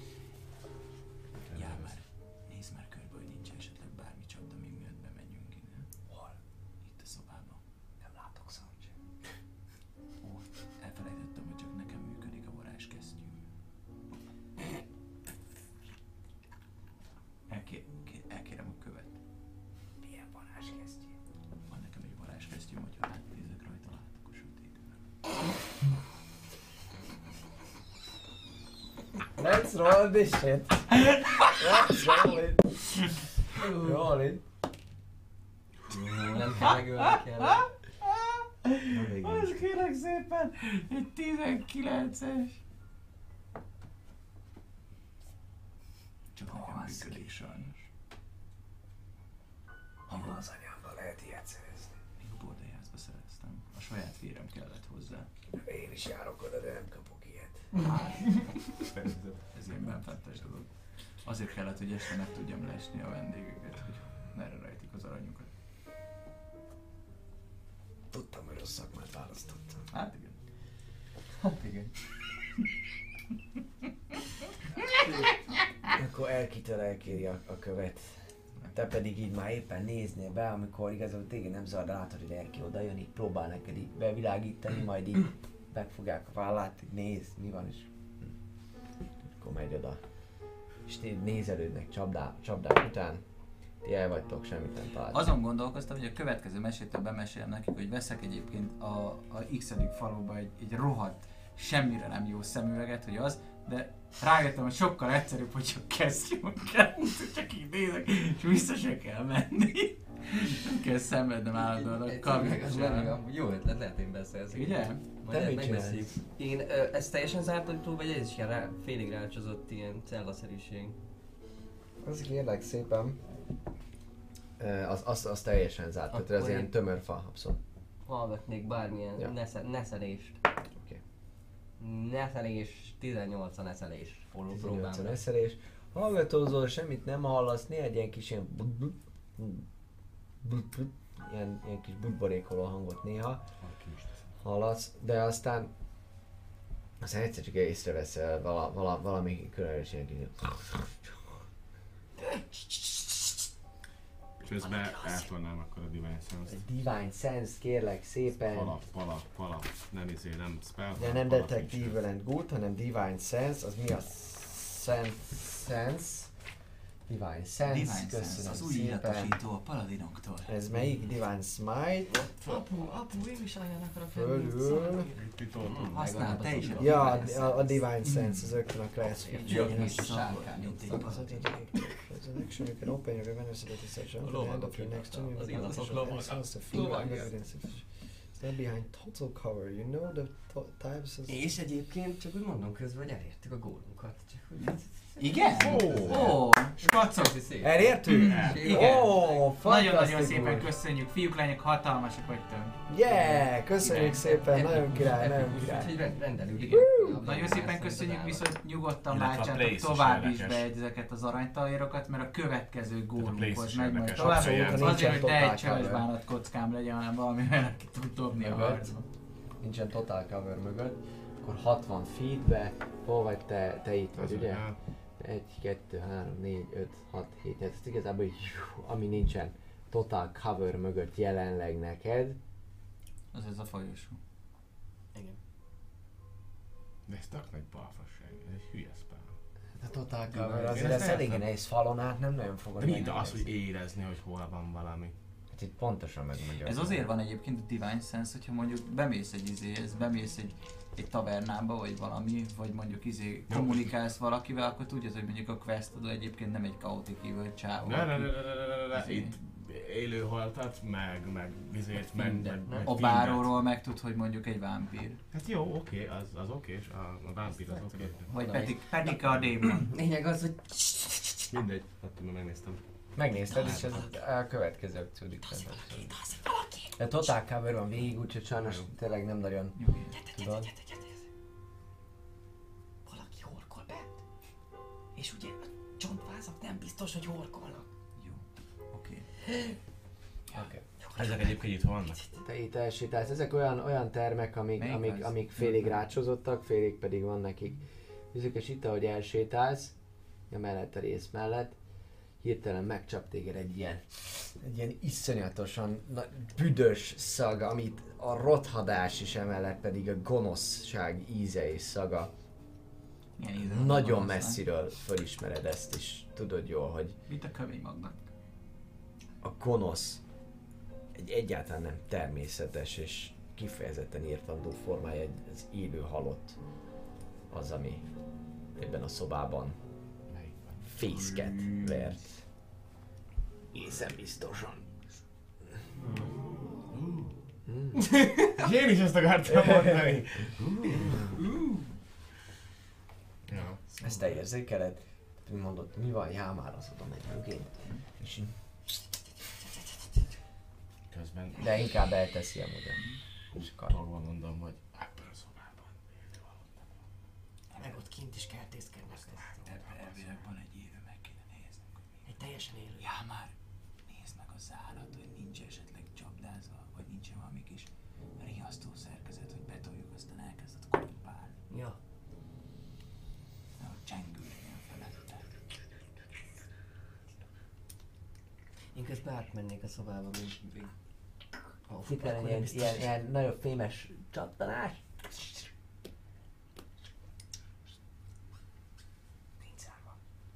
Jár már. Nézd már körbe, hogy nincs esetleg bármi csapda, még miatt bemegyünk innen. Hol? Itt a szobában. Nem látok szart sem. Ó, elfelejtettem, hogy csak nekem működik a varázskesztyű. Let's roll this shit. Let's roll it. Roll it. Jó, nem kell megölni kell. Az kérlek szépen, egy tizenkilences. Csak nekem működik sajnos. Hol az anyámmal lehet ilyet szerezni? Még a bordélyházba szereztem. A saját vérem kellett hozzá. Én is járok oda, de nem kapok ilyet. Ez ilyen benfentes dolog. Azért kellett, hogy este meg tudjam leesni a vendégeket, hogy merre rejtik az aranyukat. Tudtam, hogy rossz szakmát választottam. Hát igen. Hát igen. Akkor elkitől elkéri a, a követ. Te pedig így már éppen néznél be, amikor igazából téged nem zavar, de látod, hogy Erki oda jön, így próbál neked így bevilágítani, majd így megfogják a vállát, így néz, mi van is. Akkor megy oda. És ti nézelődnek csapdá, csapdák után, ti el vagytok, semmit nem találtok. Azon gondolkoztam, hogy a következő mesétől bemesélem nekik, hogy veszek egyébként a, a x-edik faluba egy, egy rohadt, semmire nem jó szemüveget, hogy az, de rájöttem, hogy sokkal egyszerűbb, hogy csak kezdjünk el, csak így nézek, és vissza se kell menni. Nem kell szenvednem állandóan a kavicsán. Jó ötlet, lehet én beszerzni. Ugye? Te mit megbeszéljük. csinálsz? Én, ö, ez teljesen zárt ajtó, vagy ez is ilyen rá, félig rácsozott ilyen cellaszerűség? Az kérlek szépen. Ö, Az, az, az teljesen zárt, tehát ez Akkor ilyen én- tömör fa, abszolút. Hallgatnék bármilyen Ja. nesze, neszelést. Oké. Neszelés, tizennyolc a neszelés. Forró tizennyolcon próbálom. eszelés. Hallgatózol, semmit nem hallasz, néha egy ilyen kis ilyen blut, blut, blut, blut, ilyen, ilyen kis butborékoló hangot néha hallasz, de aztán aztán egyszer csak észreveszel vala, vala, valami különös ilyen kis Közben eltornám akkor a Divine Sense-t. egy Divine Sense, kérlek szépen. Pala, pala, pala. Nem izé, nem spell. De nem Detective and Good, hanem Divine Sense, az mi a Sense? Sense? Divine Sense, Divine Sense, köszönöm az új szépen. illatosító a paladinoktól. Ez melyik? Divine Smite? Apu, apu, én is olyan akarok Fölül. Használ, te is. Ja, a, a, a Divine Sense, az rögtön a class. Jön Jön is is a sárkány, sárkány, mint egy mint paladin. As an action, you can open your awareness ability section A at the end lovagok of your next turn. You az can illatok also lovagok. sense the feel Lovag, and yes. evidence. Stand behind total cover. You know the to- types of... És egyébként csak úgy mondom közben, hogy elértük a gólunkat. Csak hogy... Igen? Ó. Ó, skacok. Szép. Elértük? Igen. Ó, Nagyon-nagyon fantasztikus. szépen köszönjük, fiúk, lányok, hatalmasak vagytok. Yeah, köszönjük Igen. szépen, nagyon király, nagyon király. Úgyhogy rend- rendelünk. Igen. A Nagyon Blind szépen Sense-et köszönjük, az viszont nyugodtan Illetve a váltsátok Place is tovább is érdekes. be ezeket az aranytalérokat, mert a következő Place gólunkhoz is megy majd érdekes. tovább. Abszolút, Abszolút, nincsen Azért, hogy ne egy total csöves cover. bánat kockám legyen, hanem valamivel, aki tud dobni a Mögött. harcba. Nincsen total cover mögött. Akkor hatvan feetbe, hol vagy te, te itt vagy, ugye? egy, kettő, három, négy, öt, hat, hét, ez igazából így, ami nincsen total cover mögött jelenleg neked. Az ez a folyosó. Igen. De ez tök nagy balfasság, ez egy hülye spell. A total Divine. cover Én azért ezt ez elég értem. nehéz falon át, nem nagyon fogod De mi, de megnézni. az, hogy érezni, hogy hol van valami. Hát itt pontosan megmondja. Ez azért van egyébként a Divine Sense, hogyha mondjuk bemész egy izéhez, bemész egy, egy tavernába, vagy valami, vagy mondjuk izé kommunikálsz valakivel, akkor tudod, hogy mondjuk a questodó egyébként nem egy kaotik evil csávó. Ne, ne, aki- ne, ne, ne, ne, ne, ne, Izé. itt élő haltat, meg, meg vizét, meg, Findet, meg, nem? meg A findet. báróról megtud, hogy mondjuk egy vámpír. Hát jó, oké, az, az oké, és a, a vámpír az oké. Vagy Oda pedig, pedig a démon. Lényeg az, hogy Mindegy, hát már megnéztem. Megnézted, és ez a következő akciódik. De total cover van végig, úgyhogy sajnos tényleg nem nagyon Nyugi. tudod. valaki horkol bent. És ugye a csontvázak nem biztos, hogy horkolnak. Jó. Oké. Oké. Ezek egyébként itt vannak. Te itt elsétálsz. Ezek olyan, olyan termek, amik, Melyik amik, az? amik félig rácsozottak, félig pedig van nekik. Ezek, és itt ahogy elsétálsz, a mellett a rész mellett, hirtelen megcsap téged egy ilyen, egy ilyen iszonyatosan na, büdös szag, amit a rothadás is, emellett pedig a gonoszság íze és szaga. Milyen íze van a Nagyon gonosznak? messziről fölismered ezt, és tudod jól, hogy Mint a kövény magnak. a gonosz egy egyáltalán nem természetes és kifejezetten értandó formája egy az élő halott az, ami ebben a szobában fészket vert. Egészen biztosan. Én is ezt akartam mondani. Ja. Ezt te érzékeled? Mi mondod, mi van, já már az oda megy mögé. És így- Közben de inkább elteszi amúgy. És akar. magban mondom, hogy ebben a szobában élő halottak. Meg ott kint is kertészkednek. Elvileg van egy élő, meg kéne néznünk, hogy mi. Egy teljesen élő. Já már, nézd meg az állat, hogy nincs esetleg csapdázva, vagy nincs valami kis riasztó szerkezet, hogy betoljuk, aztán elkezdett korrumpálni. Ja. Hogy csengőrjön felette. Én közben átmennék a szobába, mint még. Ha Itt van egy ilyen, ilyen, ilyen nagyon fémes csattanás. Pincárban.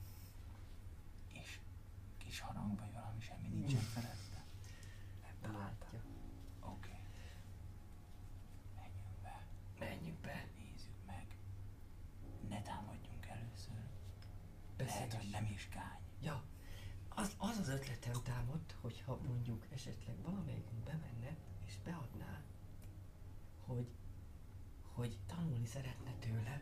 És kis harang vagy valami, semmi nincsen felette. Nem látja. Oké. Okay. Menjünk be. Menjünk be. Nézzük meg. Ne támadjunk először. Lehet, hogy Beszélgessünk. nem is kány. Ja. Az, az az ötletem támadt, hogyha mondjuk esetleg valamelyikünk bemenne és beadná, hogy, hogy tanulni szeretne tőle.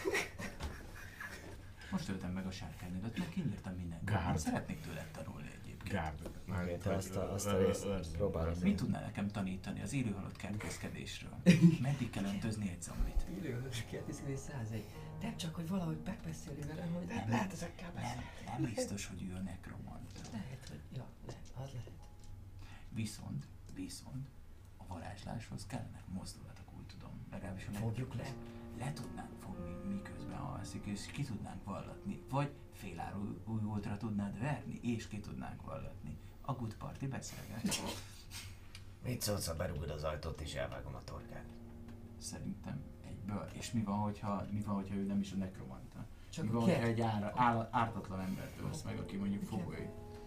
Most öltem meg a sárkányodat, meg kinyírtam mindent. Gárd. Szeretnék tőled tanulni egyébként. Gárd. Oké, te azt a, azt a részt próbálod. Mit tudnál nekem tanítani az élőhalott kertészkedésről? Meddig kell öntözni egy zombit? Élőhős kérdezik, százegy. Nem csak, hogy valahogy megbeszéli velem, hogy nem lehet ezekkel beszélni. Nem, nem biztos, hogy ő a nekromant. Lehet, hogy... Ja, nem, az lehet. Viszont, viszont a varázsláshoz kellenek mozdulatok, úgy tudom. Legalábbis a Fogjuk le. Le tudnánk fogni, miközben alszik, és ki tudnánk vallatni. Vagy félárultra tudnád verni, és ki tudnánk vallatni. A Good Party beszélget. Mit szólsz, ha berúgod az ajtót és elvágom a torkát? Szerintem egyből. És mi van, hogyha, mi van, hogyha ő nem is a nekromanta? Csak Mi van, a hogyha kert. egy ára, áll, ártatlan embert ölsz meg, aki mondjuk fogolj?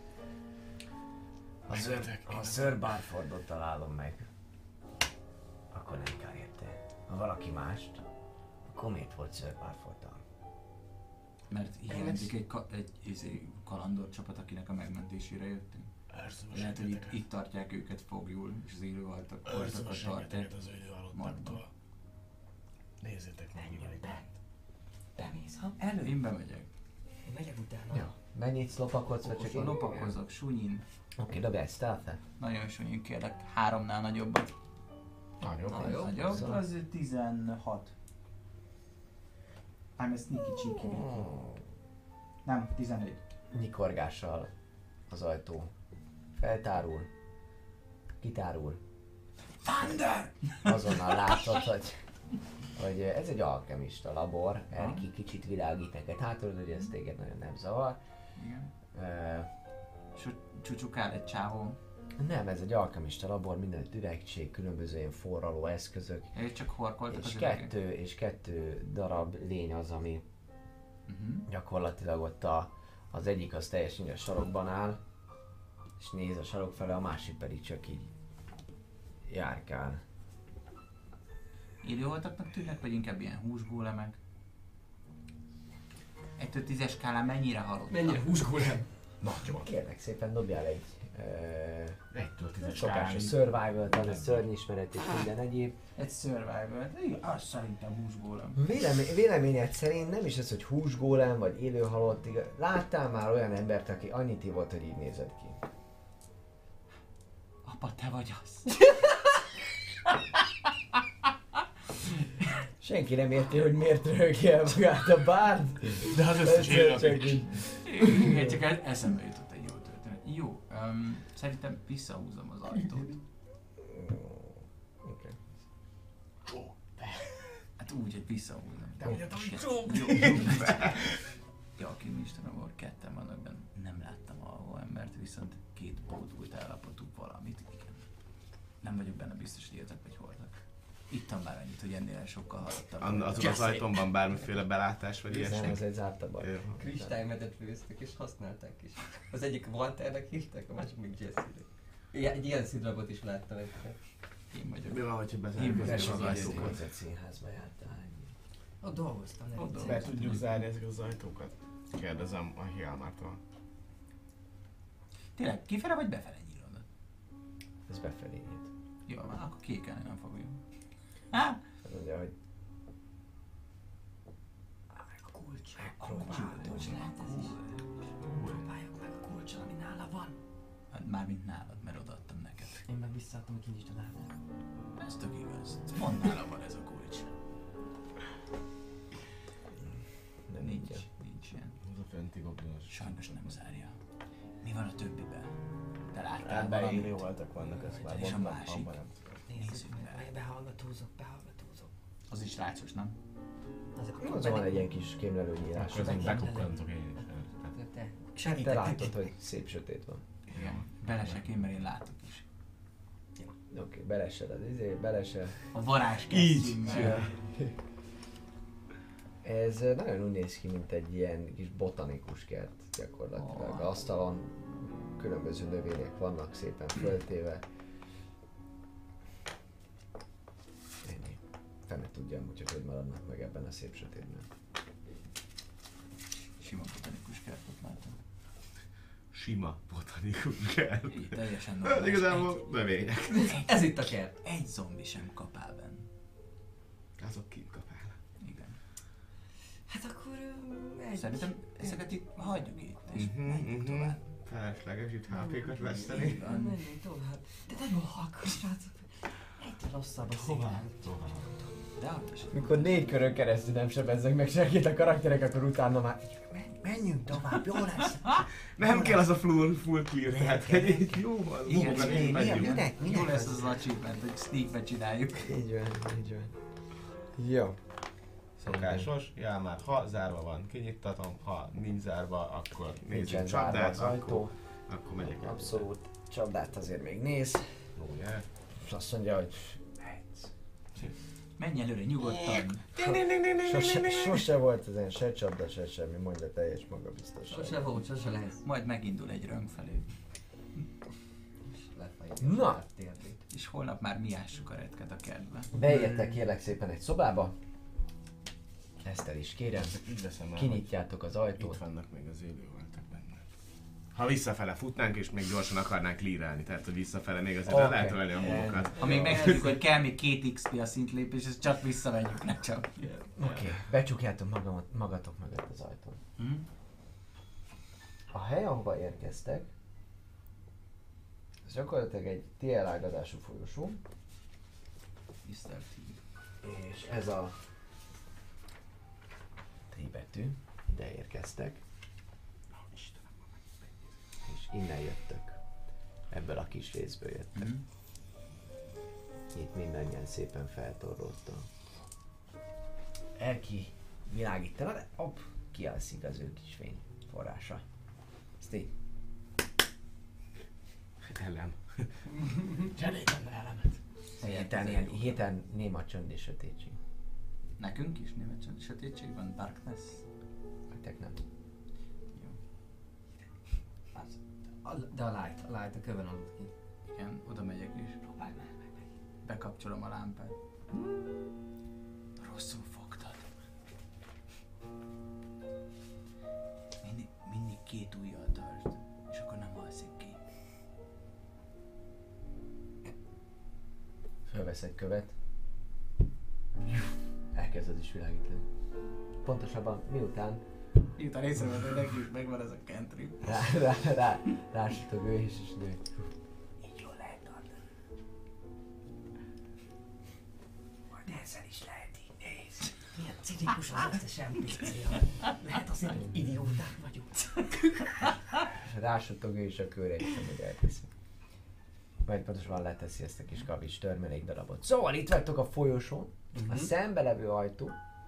Ha Sir, ha Sir Barfordot találom meg, akkor nem kell érte. Ha valaki mást, akkor miért volt Sir Barforddal? Mert hiányzik egy, ka, egy, egy kalandor csapat, akinek a megmentésére jöttünk. Lehet, hogy itt, itt tartják őket fogjul, és az élőhaltak voltakat tartják. az idő Madban. Nézzétek meg, mi van itt. Bemész, ha? Elő, én bemegyek. Én megyek utána. Ja. Mennyit lopakodsz, vagy csak Okosan én? lopakozok, sunyin. Oké, dobj egy stealth-et. Nagyon sunyin kérlek, háromnál nagyobbat. Nagyon Na jó. Nagyobb, Szóval- az tizenhat. I'm a sneaky cheeky. Nem, tizenegy. Nyikorgással az ajtó feltárul, kitárul. Thunder! Azonnal látod, hogy, hogy ez egy alkemista labor, Erki kicsit világít neked hátul, hogy ez téged nagyon nem zavar. Igen. Ö, És ott csúcsukál egy csávó. nem, ez egy alkemista labor, minden üvegség, különböző ilyen forraló eszközök, És csak horkoltak és az üvegek. kettő, és kettő darab lény az, ami Uh-huh. gyakorlatilag ott a, az egyik az teljesen így a sarokban áll, és néz a sarok fele, a másik pedig csak így járkál. Élőholtaknak tűnnek, vagy inkább ilyen húsgólemek? Egytől tízes skálán mennyire halottak? Mennyire húsgólem? Nagyon. Kérlek szépen dobjál egy ö, Egytől tízes szokásos skálán. survival-t, ami szörnyismeret és minden egyéb. Egy survival. Igen, az szerintem húsgólem. Vélemény, véleményed szerint nem is ez, hogy húsgólem vagy élőhalott, igaz- láttál már olyan embert, aki annyit ivott, hogy így nézett ki? Apa, te vagy az. Senki nem érti, hogy miért röhögj el magát a bárd. De az összes Egyszer élő, csak aki... így. Igen, csak e- eszembe jutott egy jó történet. Jó, um, szerintem visszahúzom az ajtót. Oké. Hát úgy, hogy visszahúzom. De ugye, hogy Jó, jó, jó. Ja, aki is tudom, ahol ketten vannak benne. Nem láttam alvó embert, viszont két bódult állapotú valamit, igen. Nem vagyok benne biztos, hogy éltek vagy holtak. Ittam már annyit, hogy ennél sokkal hallottam. An- Azon az ajtón van bármiféle belátás, vagy Nem, ilyesmi? ez egy zártabb ajtó. Jó. Kristálymedet főztek és használták is. Az egyik Walternek hívták, a másik még Jesse-nek. Igen, egy ilyen színdarabot is láttam egyszer. Én vagyok. Mi van, hogyha Én bezárjuk vagyok. az Versenyző ajtókat? egy színházba jártál. Ott dolgoztam, nem Ott viccelj. Be tudjuk zárni ezeket az ajtókat? Kérdezem a Hialmártól. Tényleg, kifele vagy befele nyílod? Ez befelé nyit. Jó van, akkor kékelni nem fogjuk. Há? Azt mondja, hogy A kulcs. A Kulcs. kulcs lehet ez is. Próbáljuk meg a kulcsal, ami nála van. Hát mármint nálad, mert odaadtam neked. Én meg visszaadtam, hogy kinyisd a ládát. Ez tök igaz. Mondd nála van ez a kulcs. nem Nincs, nincs. nincs ilyen. Az a fenti goblinos. Sajnos nem zárja. Mi van a többiben? Te láttál Hát beírni valamit? voltak vannak, ezt már És a mondtam, másik? abban nem. Nézzük Nézzük meg. meg. Behallgatózok, behallgatózok. Az is rácos, nem? Az, Az van egy ilyen kis kémlelőnyírás. Akkor ezen Meg- bekukkantok én is. Te, te. Te Segítek látod, neked. hogy szép sötét van. Igen. Belesek én, mert én látok is. Oké, okay, belesel az izé, belesel. A varázs Így. Ez eh, nagyon úgy néz ki, mint egy ilyen kis botanikus kert gyakorlatilag. Oh. Asztalon különböző növények vannak szépen föltéve. Ennyi. Fene tudjam, úgyhogy hogy maradnak meg ebben a szép sötétben. Sima botanikus kertot látom. Sima botanikus kell. Így teljesen Hát normális. igazából növények. Ez itt a kert. Egy, egy zombi sem kapál benn. Azok kint kapálnak. Igen. Hát akkor ö, egy. Szerintem ezeket itt hagyjuk itt, és Mhm, menjünk mhm. tovább. Felesleges itt há pé-kat Így veszteni. van, menjünk tovább. De nem halk, srácok. Egyre rosszabb a szívem. De ott is. Mikor négy körön keresztül nem sebezzek meg senkit a karakterek, akkor utána már "Men- menjünk tovább, jó lesz. Nem kell az a full, full clear, tehát egy jó van. Igen, Magukat igen, így igen. megyünk. Minek? Jó Minek lesz az? az achievement, hogy sneakbe csináljuk. Így van, így van. Jó. Szokásos, já már ha zárva van, kinyittatom, ha nincs zárva, akkor nézzük Nincsen zárva csapdát, az akkor, ajtó. akkor megyek el. Abszolút. Csapdát azért még néz. Ó, yeah. És azt mondja, hogy mehetsz. Menj előre, nyugodtan. Sose, sose volt ezen se csapda, se semmi, mondja teljes magabiztosan. Sose volt, sose lesz. Majd megindul egy rönk felé. És lefajja Na. a térdét. És holnap már mi ássuk a retket a kertbe. Beértek kérlek szépen egy szobába. Ezt el is kérem. Így veszem el, Kinyitjátok az hogy itt ajtót. vannak még az élőholtak benne. Ha visszafele futnánk és még gyorsan akarnánk clearelni, tehát hogy visszafele még azért Oké. el lehet ölni a magokat. Ha még megtudjuk, hogy kell még két iksz pé a szintlépés, és csak visszamegyünk, ne csak. Oké, okay. Becsukjátok magamat, magatok mögött az ajtót. Hm? A hely, ahova érkeztek, ez gyakorlatilag egy té el ágazású folyosó, miszter T. és ez a T betű, ide érkeztek, és innen jöttök. Ebből a kis részből jöttek. Hm? Itt mindannyian szépen feltorlódtak. Elki világítana, de hopp, kialszik az ő kis fény forrása. Ezt így. Ellen. Cseréljem le elemet. Héten, ilyen, héten néma csönd és sötétség. Nekünk is német csönd, sötétség van, darkness. Nektek nem. Jó. Az, a, de a light, a light a kövön aludt ki. Igen, oda megyek is. Próbálj meg, meg, meg. Bekapcsolom a lámpát. Rosszul fogtad. Mindig, mindig két ujjal tartsd, és akkor nem alszik ki. Fölvesz egy követ. Elkezd az is világítani. Pontosabban miután Miután észrevett, hogy neki is megvan ez a cantrip. rá, rá, rá, rásütök ő is, és nő. Így jól lehet tartani. Majd ezzel is lehet így, nézd. Milyen cinikus az összes en pé cé. Lehet azért, hogy idióták vagyunk. És rásütök ő is a körre, és amíg elteszi. Majd pontosabban leteszi ezt a kis kavics törmelék darabot. Szóval itt vagytok a folyosón. A szembe levő ajtó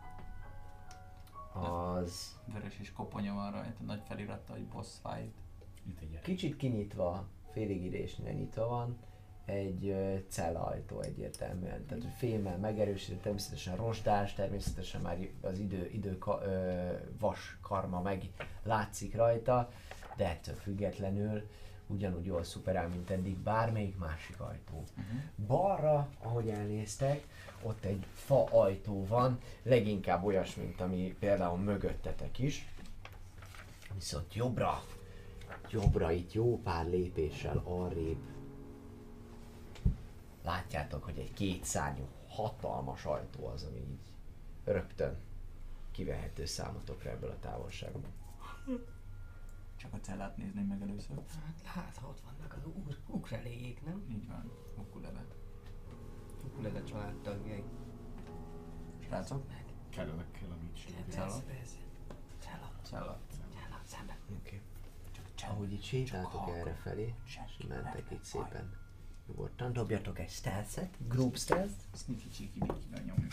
az Vörös és koponya van rajta, nagy felirattal, hogy boss fight. Itt egy gyerek. kicsit kinyitva, félig idésnél nyitva van, egy uh, cellajtó egyértelműen. Tehát hogy fémmel megerősített, természetesen rostás, természetesen már az idő, idő ka, ö, vas karma meg látszik rajta, de ettől függetlenül ugyanúgy jól szuperál, mint eddig bármelyik másik ajtó. Uh-huh. Balra, ahogy elnéztek, ott egy fa ajtó van, leginkább olyas, mint ami például mögöttetek is. Viszont jobbra, jobbra itt jó pár lépéssel arrébb látjátok, hogy egy kétszárnyú, hatalmas ajtó az, ami így rögtön kivehető számotokra ebből a távolságból. Csak a cellát nézném meg először. Hát, hát ha ott vannak az uk- ukreléjék, nem? Így van, ukulele. Ukulele családtagjai. Srácok? Kellene kell a mit sem. Persze, persze. Cella. Cella. Cella, szemben. Oké. Csak Ahogy itt sétáltok erre felé, és mentek itt szépen nyugodtan, dobjatok egy stealth-et, group stealth. Sneaky cheeky mikivel nyomjuk.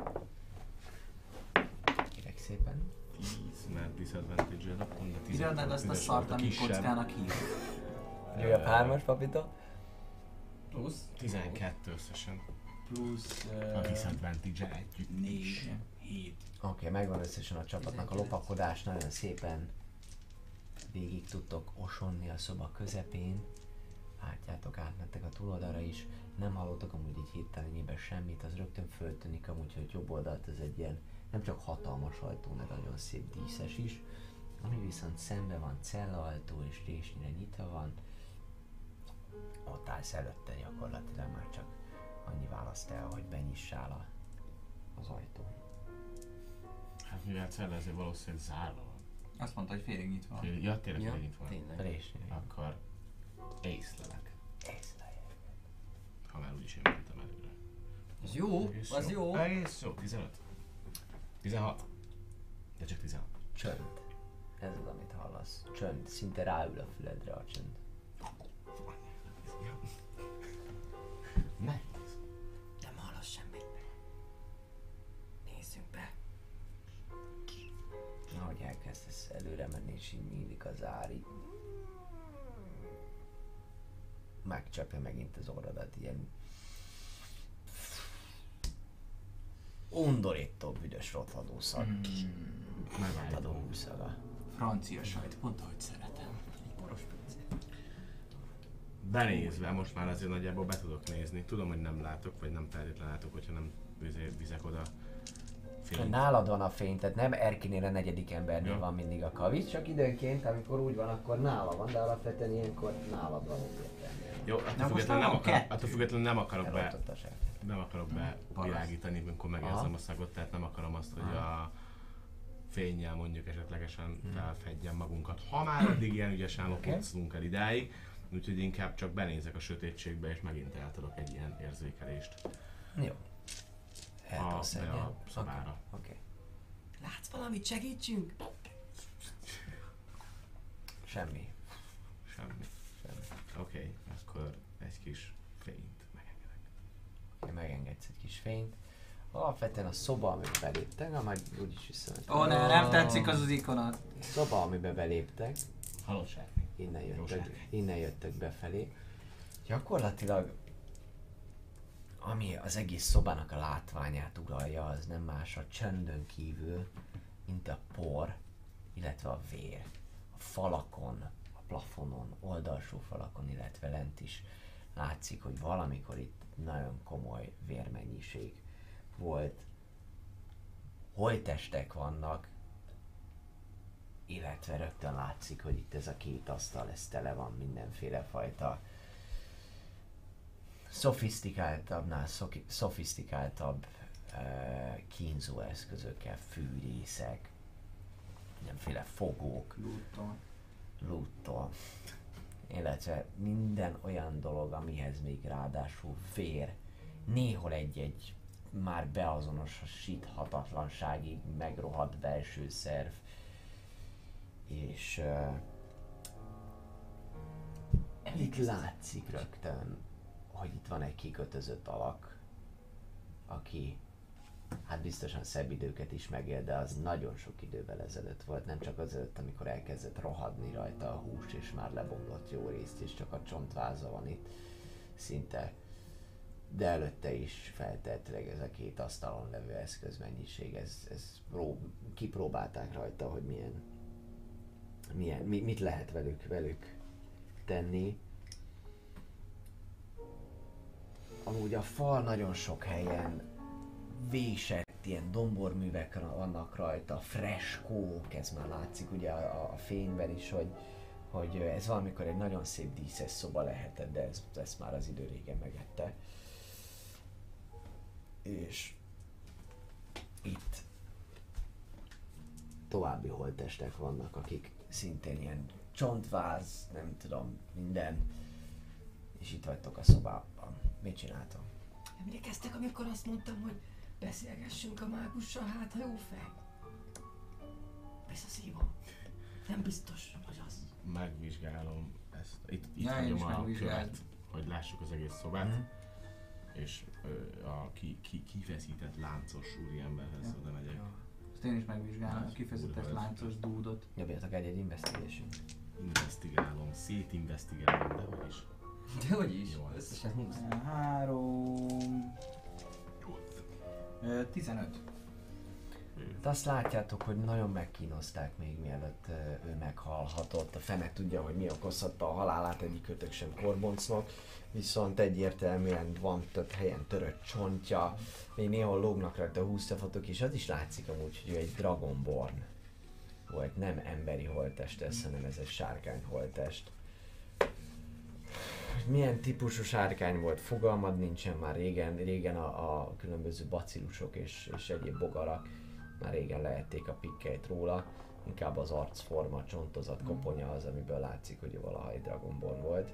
Kérek szépen. tíz, mert disadvantage-el akkor a Kiradnád azt a szart, amit kockának hív. Újabb hármas, papita. Plusz. tizenkettő összesen. Plusz... A disadvantage-el együtt. négy, hét. Oké, okay, megvan összesen a csapatnak a lopakodás, nagyon szépen végig tudtok osonni a szoba közepén. Látjátok, átmentek a túloldalra is, nem hallottok amúgy így hirtelenjében semmit, az rögtön föltűnik amúgy, hogy jobb oldalt ez egy ilyen nem csak hatalmas ajtó, de nagyon szép díszes is, ami viszont szembe van cellaajtó és résnyire nyitva van, ott állsz előtte gyakorlatilag már csak annyi választ el, hogy benyissál a, az ajtón. Hát mivel cella ezért valószínűleg zárva van. Azt mondta, hogy félig nyitva van. Fél- Ja, tényleg Ja, félig nyitva van. tényleg. Résnyire. Akkor észlelek, Észlelj. ha már úgyis én mentem előre. Az jó, Egész az jó. Egész jó, tizenöt. tizenhat. De csak tizenhat. Csönd. Ez az, amit hallasz. Csönd. Szinte ráül a füledre a csönd. Nehéz. Nem hallasz semmit. Nézzünk be. Ahogy elkezdesz előre menni és így nyílik az ár, így megcsapja megint az orrodat, ilyen undorító, büdös, rothadó szag. Rothadó húszaga. Francia sajt, pont ahogy szeretem. Egy poros pincér. Benézve, most már azért nagyjából be tudok nézni. Tudom, hogy nem látok, vagy nem feltétlenül látok, hogyha nem vizé- vizek oda fényt. Nálad van a fény, tehát nem Erkinél a negyedik embernél Ja. van mindig a kavics, csak időnként, amikor úgy van, akkor nála van, de alapvetően ilyenkor nálad van egyértelműen. Jó, attól most függetlenül nem, van akar, kettő. attól függetlenül nem akarok be, Elrontott a sejtet. nem akarok be világítani, amikor megérzem Aha. a szagot, tehát nem akarom azt, hogy a fénnyel mondjuk esetlegesen felfedjem magunkat. Ha már addig ilyen ügyesen lopózunk el idáig, úgyhogy inkább csak benézek a sötétségbe, és megint eltadok egy ilyen érzékelést Jó. a, Eltolsz be egyet. a szobára. Oké. Okay. Látsz valamit? Segítsünk? Semmi. Semmi. Semmi. Oké, okay, akkor egy kis fényt megengedek. Okay, megengedsz egy kis fényt. Alapvetően a szoba, amiben beléptek, ha majd úgyis visszament. Ó, ne, nem tetszik az az ikonat. A szoba, amiben beléptek, Halott sárni. innen Jó jöttek, sárni. innen jöttek befelé. Gyakorlatilag, ami az egész szobának a látványát uralja, az nem más a csöndön kívül, mint a por, illetve a vér. A falakon, a plafonon, oldalsó falakon, illetve lent is látszik, hogy valamikor itt nagyon komoly vérmennyiség volt. Holttestek vannak, illetve rögtön látszik, hogy itt ez a két asztal, ez tele van mindenféle fajta szofisztikáltabbnál szoki, szofisztikáltabb uh, kínzó eszközökkel, fűrészek, mindenféle fogók, Lúton. lúttól, illetve minden olyan dolog, amihez még ráadásul vér, néhol egy-egy már beazonosíthatatlanságig megrohadt belső szerv, és uh, itt látszik rögtön, hogy itt van egy kikötözött alak, aki hát biztosan szebb időket is megél, de az nagyon sok idővel ezelőtt volt, nem csak azelőtt, amikor elkezdett rohadni rajta a hús, és már lebomlott jó részt, és csak a csontváza van itt szinte. De előtte is feltehetőleg ez a két asztalon levő eszközmennyiség, ez, ez prób- kipróbálták rajta, hogy milyen, milyen mi, mit lehet velük, velük tenni. Amúgy a fal nagyon sok helyen vésett ilyen domborművek vannak rajta, freskók, ez már látszik ugye a, a fényben is, hogy, hogy ez valamikor egy nagyon szép díszes szoba lehetett, de ez, ezt már az idő régen megette. És itt további holttestek vannak, akik szintén ilyen csontváz, nem tudom, minden. És itt vagytok a szobában. Mit csináltok? Emlékeztek, amikor azt mondtam, hogy beszélgessünk a mágussal, hát ha jó fej? Visszaszívom. Nem biztos, hogy az. Megvizsgálom ezt. Itt, itt Ja, én hagyom is a megvizsgálom. követ, hogy lássuk az egész szobát. Mhm. És ö, a ki, ki, kifeszített láncos úriemberhez Ja. oda megyek. Ezt én is megvizsgálom, a Nagy kifejezetten kurva ez. láncos dúdot. Nyomjatok egy-egy investigation. Investigálom, szétinvestigálom, de hogy is. De hogy is? Jó, ez- Összesen húsz. Három... Ö, tizenöt. De azt látjátok, hogy nagyon megkínozták még mielőtt ö, ő meghalhatott. A fene tudja, hogy mi okozhatta a halálát, egyikőtök sem korboncnak. Viszont egyértelműen van több helyen törött csontja, még néhol lógnak rajta húsztafotok, és az is látszik amúgy, hogy ő egy Dragonborn volt, nem emberi holttest ez, hanem ez egy sárkány holttest. Milyen típusú sárkány volt, fogalmad nincsen, már régen, régen a, a különböző bacillusok és, és egyéb bogarak már régen lehették a pikkeit róla, inkább az arcforma, csontozat, koponya az, amiből látszik, hogy ő valaha egy Dragonborn volt.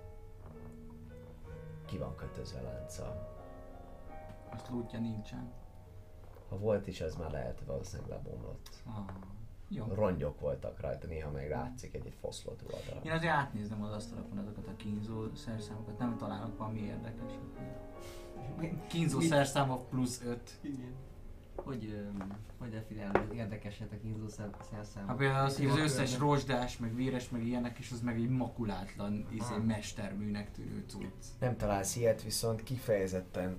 Ki van kötözve lánccal. Azt lootja nincsen. Ha volt is, az már lehet, valószínűleg lebomlott. Ah, jó. Rongyok voltak rajta, néha meg látszik egy, egy foszlott oldala. Én azért átnézem az asztalokon azokat a kínzó szerszámokat, nem találok valami érdekes. Kínzó szerszámok plusz öt. Igen. Hogy, öm, hogy definiálod érdekeset a kínzó szerszám? Hát például az, hogy az összes rozsdás, meg véres, meg ilyenek, és az meg egy makulátlan, izé, Ah. mesterműnek tűnő cucc. Nem találsz ilyet, viszont kifejezetten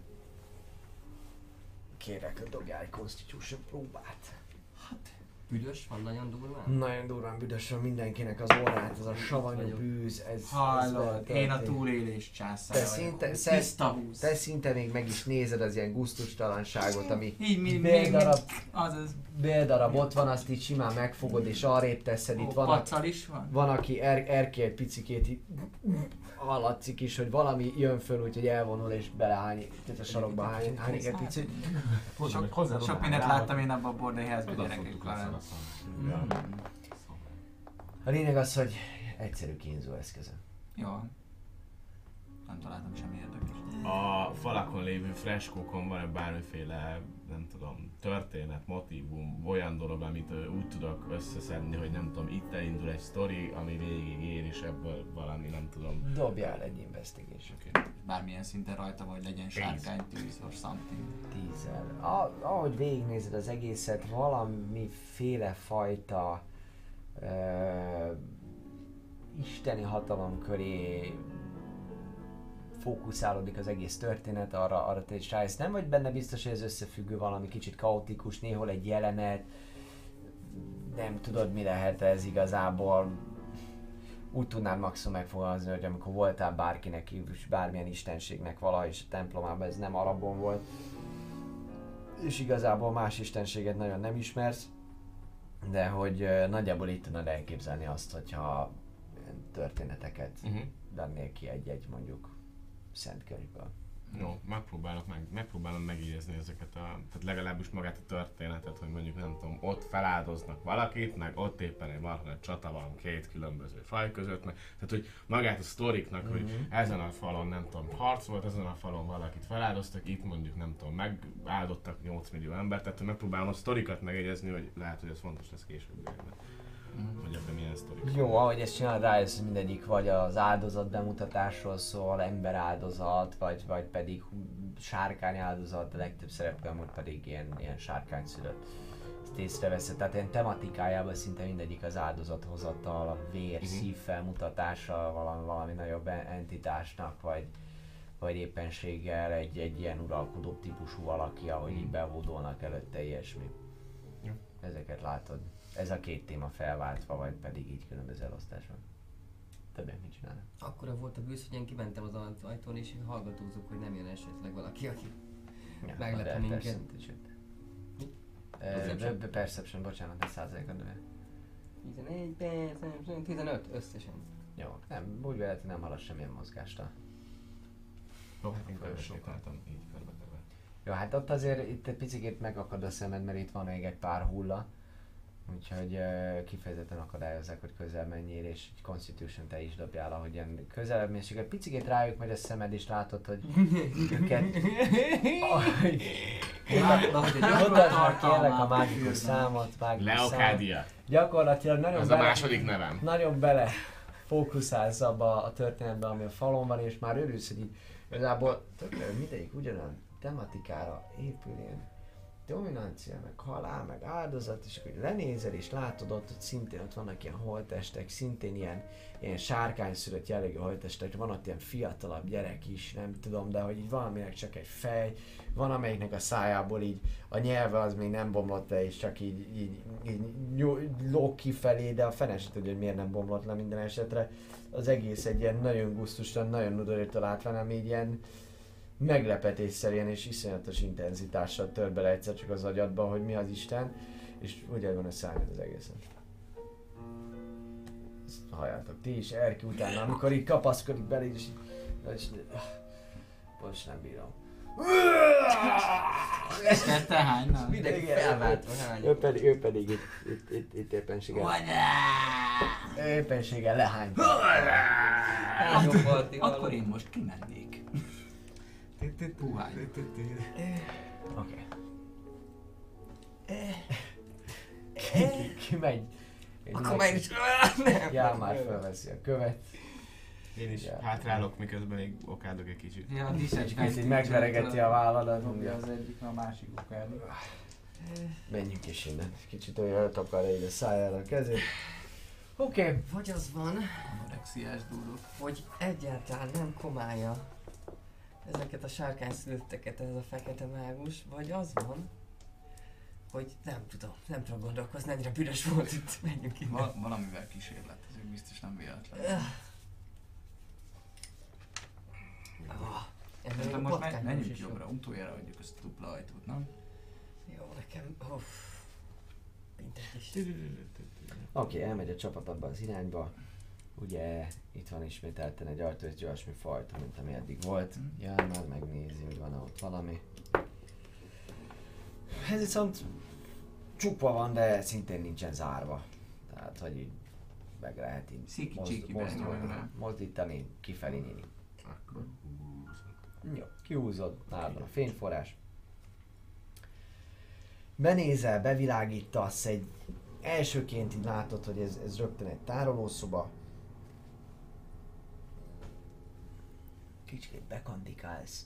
kérek, hogy dobjál egy Constitution próbát. Büdös van nagyon durván? Nagyon durván büdösön mindenkinek az orrát, ez a savanyú vagyok. bűz, ez... ez Hallod, veled én a történik. túlélés Te császára szinte, vagyok. szer, Tiszta húsz. te szinte még meg is nézed az ilyen gusztustalanságot, ami Így mi, még, béldarab, azaz. béldarab ott van, azt így simán megfogod és arrébb teszed, itt Ó, van, a, paccal is van? van aki er, erkél egy picikét így hallatszik is, hogy valami jön föl, úgyhogy elvonul és belehány, tehát a sarokba hány, hányik egy picit. Hozzá, meg Sok, hozzá, sok hozzá, mindent rá, láttam én abban a bordélyházban Odafogtuk gyerekekkel. azt a Mm. A lényeg az, hogy egyszerű kínzó eszköze. Jó. Nem találtam semmi érdekes. A falakon lévő freskókon van-e bármiféle, nem tudom, történet, motívum, olyan dolog, amit ö, úgy tudok összeszedni, hogy nem tudom, itt elindul egy sztori, ami végig ér, és ebből valami, nem tudom. Dobjál egy investigation. Okay. Bármilyen szinten rajta vagy legyen sárkány tűz or something. Tízzel. A, ahogy végignézed az egészet, valamiféle fajta ö, isteni hatalom köré fókuszálódik az egész történet, arra, arra te is rájössz. Nem vagy benne biztos, hogy ez összefüggő, valami kicsit kaotikus, néhol egy jelenet, nem tudod mi lehet ez igazából. Úgy tudnád maximum megfogalmazni, hogy amikor voltál bárkinek, és bármilyen istenségnek valaha is a templomában, ez nem arabon volt, és igazából más istenséget nagyon nem ismersz, de hogy uh, nagyjából így tudnád elképzelni azt, hogyha ilyen történeteket Uh-huh. vennél ki egy-egy mondjuk szent könyvből. Jó, megpróbálok meg, megpróbálom megígézni ezeket a, tehát legalábbis magát a történetet, hogy mondjuk nem tudom, ott feláldoznak valakit, meg ott éppen egy marha nagy csata van két különböző faj között, meg, tehát hogy magát a sztoriknak, hogy Mhm. ezen a falon nem tudom, harc volt, ezen a falon valakit feláldoztak, itt mondjuk nem tudom, megáldottak nyolc millió embert, tehát hogy megpróbálom a sztorikat megjegyezni, hogy lehet, hogy ez fontos lesz később. Hogy ebben milyen sztorik. Jó, ahogy ezt csinálod, rájössz, hogy mindegyik vagy az áldozat bemutatásról szól, ember áldozat, vagy, vagy pedig sárkány áldozat, de legtöbb szereplő amúgy pedig ilyen, ilyen sárkány szülött. Ezt észreveszed, tehát ilyen tematikájában szinte mindegyik az áldozathozatal, a vér, Mhm. szív felmutatása valami, valami nagyobb entitásnak, vagy, vagy éppenséggel egy, egy ilyen uralkodó típusú valaki, ahogy így Mhm. bevódolnak előtte ilyesmi. Jó. Ezeket látod. Ez a két téma felváltva, vagy pedig így különböző elosztásban. Többet mit csinálnak? Akkora volt a bűz, hogy én kimentem az ajtón és hallgatózok, hogy nem jön esetleg valaki, aki Ja, meglep de minket. persze, Uh, perception, bocsánat, egy százalékot nő. tizenegy, perception, tizenöt összesen. Jó, nem, úgy véletlenül nem halasz semmilyen mozgástól. Jó, Hát én körbe sokkal. sétáltam, így körbe-körbe. Jó, hát ott azért itt egy picit megakad a szemed, mert itt van még egy pár hulla. Úgyhogy uh, kifejezetten akadályozzák, hogy közel menjél, és egy Constitution te is dobjál, ahogyan közelebb mész, csak egy picit rájuk megy a szemed, és látod, hogy őket... Mondd már kérlek a mágikus számot, mágikus számot. Leokádia. Gyakorlatilag nagyon Ez a bele, második nevem. nagyon bele fókuszálsz abba a történetbe, ami a falon van, és már örülsz, hogy így igazából tökéletes mindegyik ugyanolyan tematikára épül, ilyen dominancia, meg halál, meg áldozat, és akkor lenézel és látod ott, hogy szintén ott vannak ilyen holttestek, szintén ilyen, ilyen sárkányszülött jellegű holttestek, van ott ilyen fiatalabb gyerek is, nem tudom, de hogy így valaminek csak egy fej, van amelyiknek a szájából így a nyelve az még nem bomlott le, és csak így, így, így lóg kifelé, de a fene se tudja, hogy miért nem bomlott le minden esetre. Az egész egy ilyen nagyon gusztustalan, nagyon udorító látvány, ami így ilyen meglepetésszerűen és iszonyatos intenzitással tör bele egyszer csak az agyadba, hogy mi az Isten, és úgy van összeállni az egészen. Ezt halljátok ti is, Erki utána, amikor így kapaszkodik bele, és, és most nem bírom. Ezt te hány, na? Mindenki felváltva hány. Ő pedig, ő pedig itt, itt, itt, itt éppenséggel, éppenséggel lehány. Hány parti Akkor én most kimennék. Puhány. Oké. Ki, ki megy? Akkor meg is... Nem. Jár már felveszi a követ. Én is Ja. hátrálok, miközben még okádok egy kicsit. Ja, a Egy kicsit megveregeti a válladat. Dobja az egyik, a másik okádi. Menjünk is innen. Kicsit olyan eltakarja így a szájára a kezét. Oké. Okay. Vagy az van, Anorexiás dúdok. hogy egyáltalán nem komálja ezeket a sárkányszülötteket ez a fekete mágus, vagy az van, hogy nem tudom, nem tudom gondolkozni, ennyire büdös volt itt, menjünk innen. Val- valamivel kísérlet, ez biztos nem véletlen. Ah, ennél Szerintem a most men- patkányos menjünk is jó. jobbra, utoljára adjuk ezt a dupla ajtót, nem? Jó, nekem, uff. Mindegy is. Oké, okay, elmegy a csapat abba az irányba. Ugye itt van ismételten egy ajtó, egy olyasmi fajta, mint ami eddig volt. Jár már, megnézi, hogy van ott valami. Ez viszont csukva van, de szintén nincsen zárva. Tehát, hogy így meg lehet így Sziki mozd, csiki mozdulni, benne. mozdítani, kifelé nyílik. Akkor Jó, kihúzod, nálad van a fényforrás. Benézel, bevilágítasz, egy elsőként így látod, hogy ez, ez rögtön egy tárolószoba. Kicsit bekandikálsz.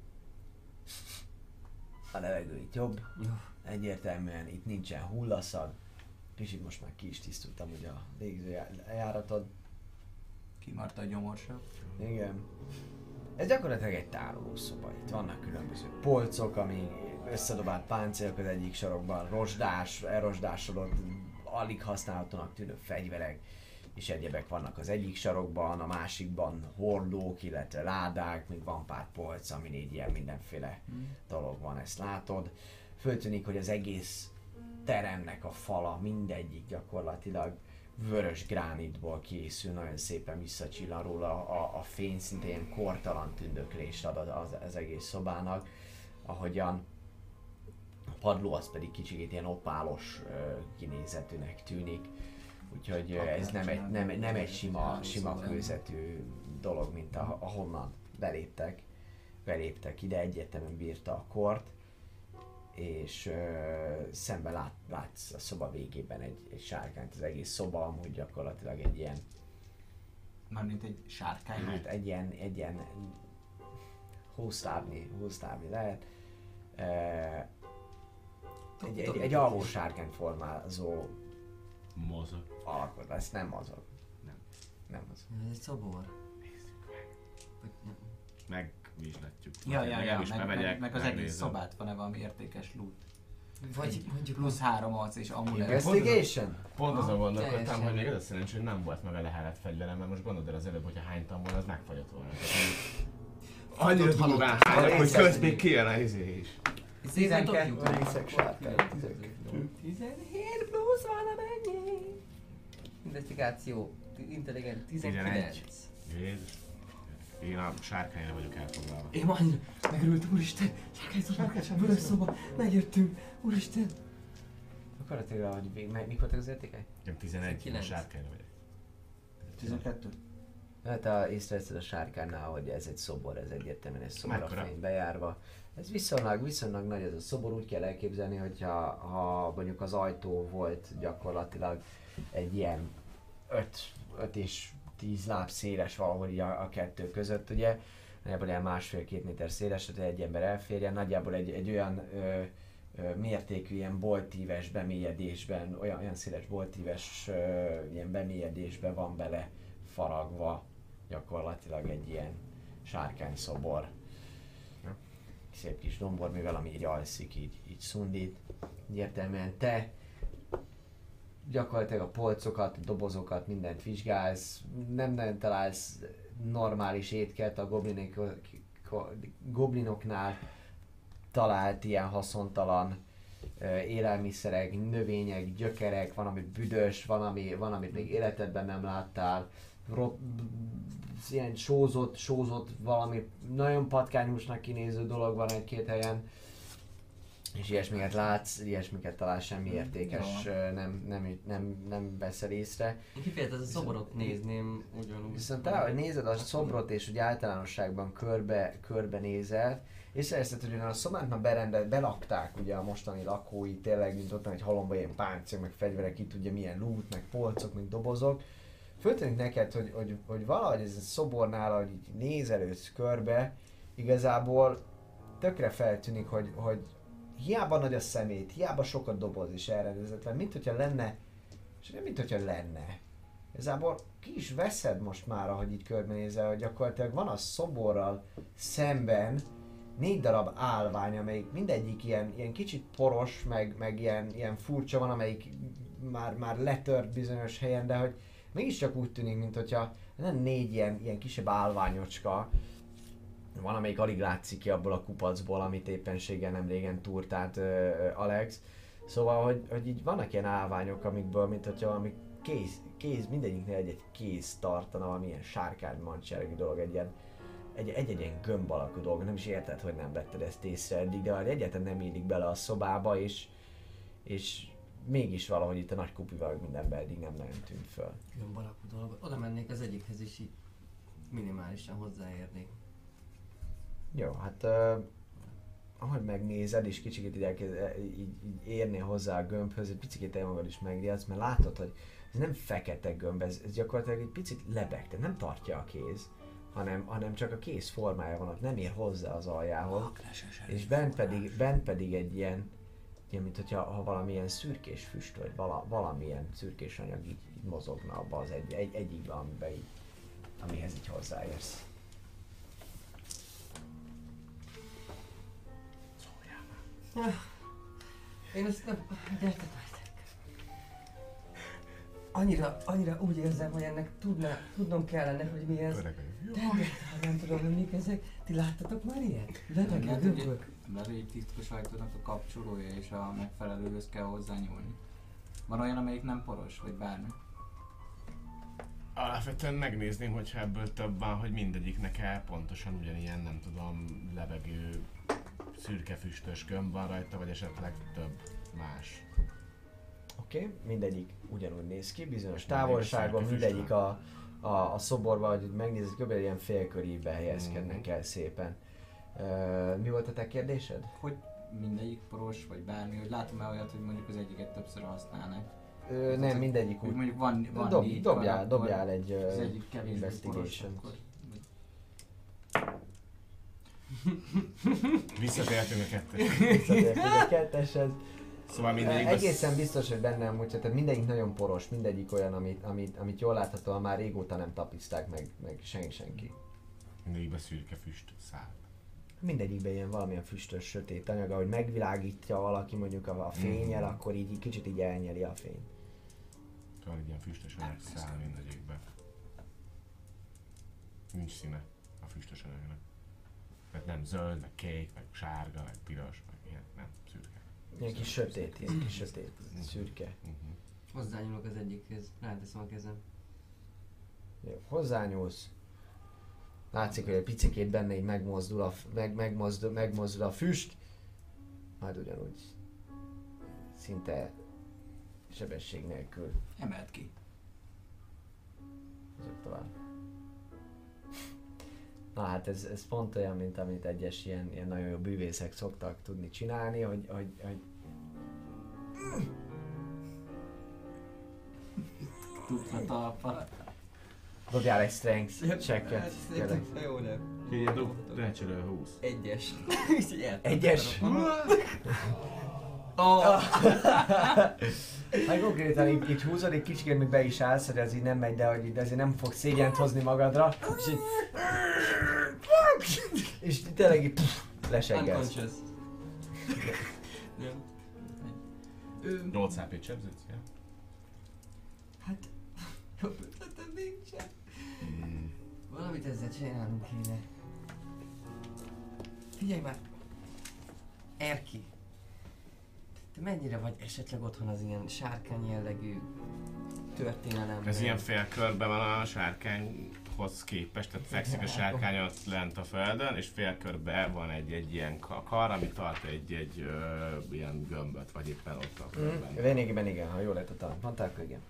A levegő itt jobb. Egyértelműen itt nincsen hullaszag. Kicsit most már ki is tisztultam ugye a légzőjáratod. Kimart a gyomorsav. Igen. Ez gyakorlatilag egy tárolószoba. Itt vannak különböző polcok, ami összedobált páncélok az egyik sarokban, rozsdás, elrozsdásodott, alig használhatónak tűnő fegyverek és egyebek vannak az egyik sarokban, a másikban hordók, illetve ládák, még van pár polc, amin így ilyen mindenféle dolog van, ezt látod. Föltűnik, hogy az egész teremnek a fala, mindegyik gyakorlatilag vörös gránitból készül, nagyon szépen visszacsillan róla a, a fény, szinte ilyen kortalan tündöklést ad az, az, az egész szobának, ahogyan a padló az pedig kicsit ilyen opálos uh, kinézetűnek tűnik, úgyhogy uh, ez nem egy, nem, nem egy sima, sima kőzetű dolog, mint a, ahonnan beléptek, beléptek ide, egyértelműen bírta a kort, és uh, szemben lát, látsz a szoba végében egy, egy sárkányt, az egész szoba amúgy gyakorlatilag egy ilyen, Mármint egy sárkány. hát egy ilyen, egy ilyen húsz lábnyi, húsz lábnyi lehet. Uh, egy, egy, egy alvó sárkány formázó mozog. alkot, ez nem mozog. Nem. Nem mozog. Ez egy szobor. Vagy nem. Megvizslatjuk. Ja, ja, ja, is meg, bemegyek, meg, meg az egész megnézem. szobát van-e valami értékes loot. Vagy mondjuk Plusz három arc és amulet. Investigation? Pont azon gondolkodtam, teljesen. hogy még az a szerencsé, hogy nem volt meg a lehelet fegyverem, mert most gondolod el az előbb, hogyha hánytam volna, az megfagyott volna. Annyira durván hányok, hogy közben kijön a izé is. tizenkettő. Részek sárkány, tizenkettő. tizenhét plusz valamennyi. Investigáció, intelligens, tizenkilenc. Jézus. Én a sárkányra vagyok elfoglalva. Én már annyira megörültem, úristen, sárkány szoba, vörös szoba, megjöttünk, úristen. Akkor tényleg, hogy vég- meg- mik voltak az értékei? Igen, tizenegy, én a tizenkilenc. sárkányra vagyok. tizenkettő. Hát a, észreveszed a sárkánynál, hogy ez egy szobor, ez egyértelműen egy szobor a Mekkora? fény bejárva. Ez viszonylag, viszonylag nagy ez a szobor, úgy kell elképzelni, hogyha ha mondjuk az ajtó volt gyakorlatilag egy ilyen öt és tíz láb széles valahogy így a, a kettő között, ugye. Nagyjából ilyen másfél-két méter széles, hogy egy ember elférjen. Nagyjából egy, egy olyan ö, ö, mértékű ilyen boltíves bemélyedésben, olyan, olyan széles boltíves ö, ilyen bemélyedésben van bele faragva gyakorlatilag egy ilyen sárkányszobor. Ja. Szép kis dombor, mivel ami így alszik, így, így szundít. Egyértelműen te gyakorlatilag a polcokat, a dobozokat, mindent vizsgálsz, nem nagyon találsz normális étkelt a goblinok, goblinoknál talált ilyen haszontalan ö, élelmiszerek, növények, gyökerek, van ami büdös, van, ami, van amit még életedben nem láttál, Ro- ilyen sózott, sózott valami nagyon patkányhúsnak kinéző dolog van egy-két helyen, és ilyesmiket látsz, ilyesmiket találsz, semmi értékes, ö, nem, nem, nem, nem veszel észre. Én kifejezetten a szoborot nézném ugyanúgy. Viszont te, hogy nézed a szobrot és hogy általánosságban körbe, körbe nézel, észreveszed, hogy a szobát már berendelt, belakták ugye a mostani lakói, tényleg, mint ott van egy halomba ilyen páncél, meg fegyverek, itt ugye milyen loot, meg polcok, meg dobozok. Föltűnik neked, hogy, hogy, hogy valahogy ez a szobornál, ahogy így nézelődsz körbe, igazából tökre feltűnik, hogy, hogy hiába nagy a szemét, hiába sokat doboz is elrendezetlen, mint hogyha lenne, és nem mint hogyha lenne. Igazából ki is veszed most már, ahogy így körbenézel, hogy gyakorlatilag van a szoborral szemben négy darab állvány, amelyik mindegyik ilyen, ilyen kicsit poros, meg, meg ilyen, ilyen furcsa van, amelyik már, már letört bizonyos helyen, de hogy mégiscsak úgy tűnik, mint hogyha nem négy ilyen, ilyen kisebb állványocska, van, amelyik alig látszik ki abból a kupacból, amit éppenséggel nem régen túrtált uh, Alex. Szóval, hogy, hogy így vannak ilyen állványok, amikből, mint hogyha valami kéz, kéz, mindegyiknél egy-egy kéz tartana, valamilyen sárkánymancseregi dolog, egy ilyen egy-egy ilyen gömb alakú dolog, nem is érted, hogy nem vetted ezt észre eddig, de egyáltalán nem illik bele a szobába, és, és mégis valahogy itt a nagy kupival mindenben eddig nem nagyon tűnt föl. Gömb alakú dolog. Oda mennék az egyikhez is így minimálisan hozzáérnék. Jó, hát uh, ahogy megnézed, és kicsit így, elkezd, így, így érnél hozzá a gömbhöz, egy picit te magad is megriadsz, mert látod, hogy ez nem fekete gömb, ez, ez gyakorlatilag egy picit lebeg, tehát nem tartja a kéz, hanem, hanem csak a kéz formája van, ott nem ér hozzá az aljához, és bent pedig, bent pedig egy ilyen, ilyen mint hogyha ha valamilyen szürkés füst, vagy vala, valamilyen szürkés anyag így, így mozogna abba az egy, egy, egyikbe, amiben így, amihez így hozzáérsz. Én ezt nem... Gyertek, gyertek. Annyira, annyira úgy érzem, hogy ennek tudná, tudnom kellene, hogy mi ez. Öreg vagyok. De nem tudom, hogy mik ezek. Ti láttatok már ilyet? Lebegő Hát, gömbök? Belül egy titkos ajtónak a kapcsolója és a megfelelőhöz kell hozzányúlni. Van olyan, amelyik nem poros, vagy bármi. Alapvetően megnézném, hogyha ebből több van, hogy mindegyiknek el pontosan ugyanilyen, nem tudom, lebegő, szürke füstös gömb van rajta, vagy esetleg több más. Oké, okay, mindegyik ugyanúgy néz ki, bizonyos És mindegyik távolságon, szürke mindegyik füstön. a, a, a szoborban, hogy megnézed, kb. Ilyen félköríbe helyezkednek Mhm. el szépen. Uh, mi volt a te kérdésed? Hogy mindegyik poros, vagy bármi, hogy látom-e olyat, hogy mondjuk az egyiket többször használnak. Uh, nem, mindegyik Hogy úgy. mondjuk van, van Dob, négy dobjál, kar, akkor dobjál egy az uh, egyik kevésbé poros, investigation. akkor... Visszatértünk a kettőt. Visszatértünk a ketteshez. Szóval mindegyik Uh, egészen biztos, hogy bennem úgy, tehát mindegyik nagyon poros, mindegyik olyan, amit, amit, amit jól láthatóan már régóta nem tapiszták meg, meg senki senki. Mindegyikben szürke füst szál. Mindegyikben ilyen valamilyen füstös, sötét anyag, ahogy megvilágítja valaki mondjuk a, a fényel, Mhm. akkor így kicsit így elnyeli a fényt. Van egy ilyen füstös anyag szál mindegyikben. Nincs színe a füstös anyagnak. Mert nem zöld, meg kék, meg sárga, meg piros, meg ilyen. Ilyen kis sötét, ilyen kis sötét, szürke. Hozzányúlok az egyikhez, ráteszem a kezem. Jó, hozzányúlsz. Látszik, hogy egy picikét benne így megmozdul a, meg, megmozdul, megmozdul a füst. Majd ugyanúgy szinte sebesség nélkül Emelt ki. mozog tovább. Na hát ez, ez pont olyan, mint amit egyes ilyen, ilyen nagyon jó bűvészek szoktak tudni csinálni, hogy, hogy, hogy Tudsz a talpa. dobjál egy strength checket. kérlek. Jó, nem. Figyelj, dob, rácsöröl húsz. Egyes. Egyes? Oh. Hát konkrétan így, így húzod, egy kicsikét még be is állsz, hogy ez így nem megy, de hogy így azért nem fogsz szégyent hozni magadra, és így... És tényleg így pff, leseggelsz. Unconscious. Nem. Ő, nyolc há pé-t sebződsz, ja? hát, jobb ötletem nincsen. Mm. Valamit ezzel csinálnunk kéne. Figyelj már! Erki! Te mennyire vagy esetleg otthon az ilyen sárkány jellegű történelemben? Ez ilyen félkörben van a sárkányhoz képest, tehát fekszik a sárkány ott lent a földön, és félkörben van egy, egy ilyen ka- kar, ami tart egy, egy ö, ilyen gömböt, vagy éppen ott a körben. Mm, lényegében igen, ha jól értettem. Mondták, hogy igen.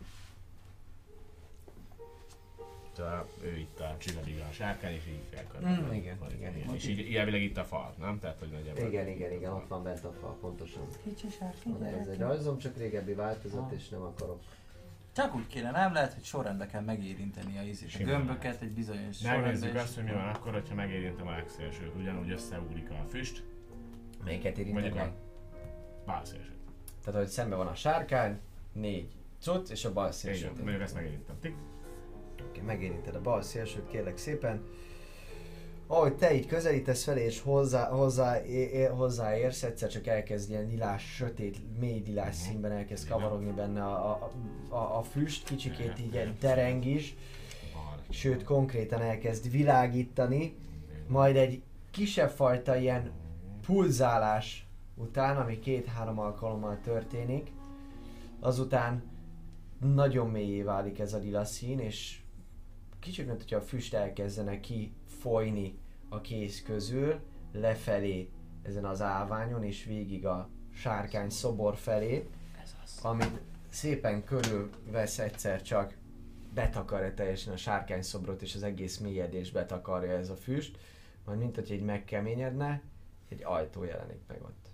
Tehát ő itt a csilladiga a sárkány, és így félkörben. Mm, van. igen, Van igen, ilyen. igen. És így elvileg itt a fal, nem? Tehát, hogy nagyjából... Igen, igen, igen, ott van bent a fal, pontosan. Kicsi sárkány. Van ez egy rajzom, csak régebbi változat, és nem akarok. Csak úgy kéne, nem lehet, hogy sorrendbe kell megérinteni a ízét, a Simán gömböket egy bizonyos sorrendben. Megnézzük és- azt, hogy mi van akkor, hogyha megérintem a legszélsőt. Ugyanúgy összeugrik a füst, Melyiket érinted mondjuk meg? a bal szélsőt. Tehát, hogy szemben van a sárkány, négy cucc, és a bal Igen, szélsőt. mondjuk ezt megérintem. Tik. Oké, megérinted a bal szélsőt, kérlek szépen. Ahogy te így közelítesz felé és hozzá, hozzá, é, é, hozzáérsz, egyszer csak elkezd ilyen lilás, sötét, mély lilás Mhm. színben elkezd Igen. kavarogni benne a, a, a, a füst, kicsikét Igen, így igen. ilyen dereng is, Bal. sőt konkrétan elkezd világítani, majd egy kisebb fajta ilyen pulzálás után, ami két-három alkalommal történik, azután nagyon mélyé válik ez a lila szín, és kicsit, mint hogyha a füst elkezdene kifolyni a kéz közül, lefelé ezen az állványon, és végig a sárkány szobor felé, amit szépen körülvesz egyszer csak, betakarja teljesen a sárkány szobrot, és az egész mélyedés betakarja ez a füst, majd mint hogy egy megkeményedne, egy ajtó jelenik meg ott.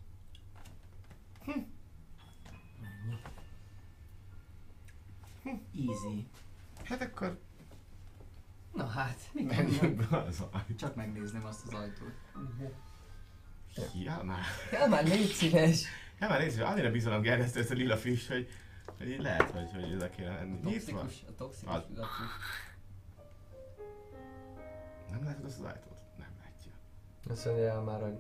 Easy. Hát akkor Na hát, mi menjünk be az ajtó. Csak megnézném azt az ajtót. Ja, már. kell már, légy szíves! Ja, már nézzük, annyira bizalom gerjesztő ez a lila füst, hogy, hogy így lehet, hogy, hogy oda kéne menni. Nyitva? Toxikus, a toxikus Az. tudatú. Nem látod azt az ajtót? Nem látja. Azt mondja el már, hogy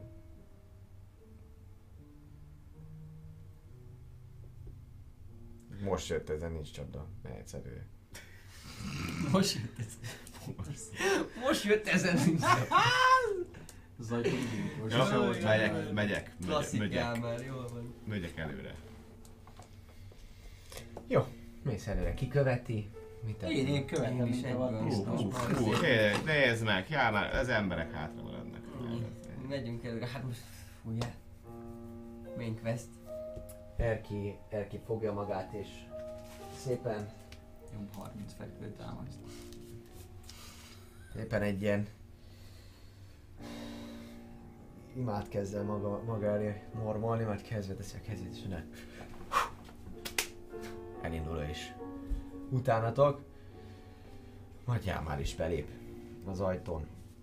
most jött, ezen nincs csapda, mert egyszerű. Most jött ez. Most jött ezen nincs. Az ajtó indítós. Ja, Sose volt megyek, olyan. megyek, Klasszik megyek, már, jól van. megyek előre. Jó, mész előre, ki követi? Mit Én, én követem, Én is mint a egyből. vad Hú, biztos. hú, Most hú, már kérlek, nézd meg, já, már az emberek hátra maradnak. Megyünk előre, hát most, ugye? Main quest. Erki, Erki fogja magát és szépen, Nyom harminc fekvő támaszt. szépen egy ilyen imát kezd el maga, maga elé mormolni, majd kezdve teszi a kezét és ne. Elindul ő is. Utánatok, majd já, már is belép az ajtón.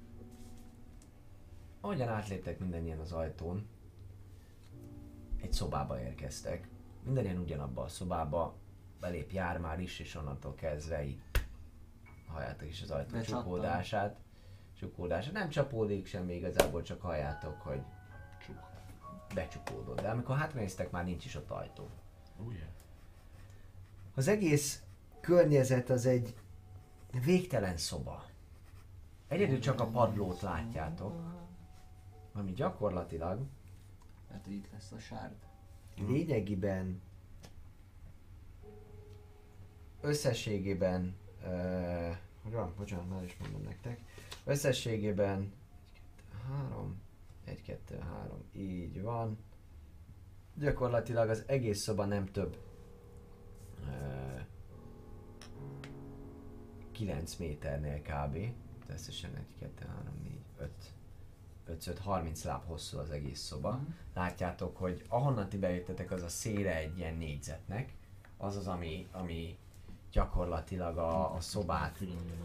Ahogyan átléptek mindannyian az ajtón, egy szobába érkeztek. Mindannyian ugyanabba a szobába belép jár már is, és onnantól kezdve így halljátok is az ajtó Becsattan. csukódását. Csukódását. Nem csapódik semmi, igazából csak halljátok, hogy becsukódott. De amikor hátranéztek, már nincs is ott ajtó. Ugye? Az egész környezet az egy végtelen szoba. Egyedül csak a padlót látjátok, ami gyakorlatilag Lehet, hogy itt lesz a sárd. lényegében összességében uh, hogy van? Bocsánat, már is mondom nektek. Összességében három, egy, kettő, három, így van. Gyakorlatilag az egész szoba nem több uh, kilenc méternél kb. Összesen egy, kettő, három, négy, öt, öt, öt, harminc láb hosszú az egész szoba. Uh-huh. Látjátok, hogy ahonnan ti bejöttetek, az a széle egy ilyen négyzetnek. Az az, ami, ami gyakorlatilag a, a szobát,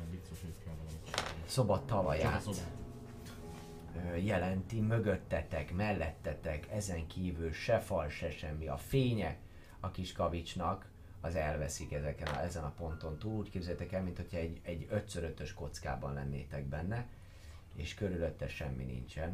szoba talaját ö, jelenti. Mögöttetek, mellettetek, ezen kívül se fal, se semmi. A fénye a kis kavicsnak az elveszik ezeken a, ezen a ponton túl. Úgy képzeljétek el, mint hogyha egy, egy ötször ötös kockában lennétek benne, és körülötte semmi nincsen.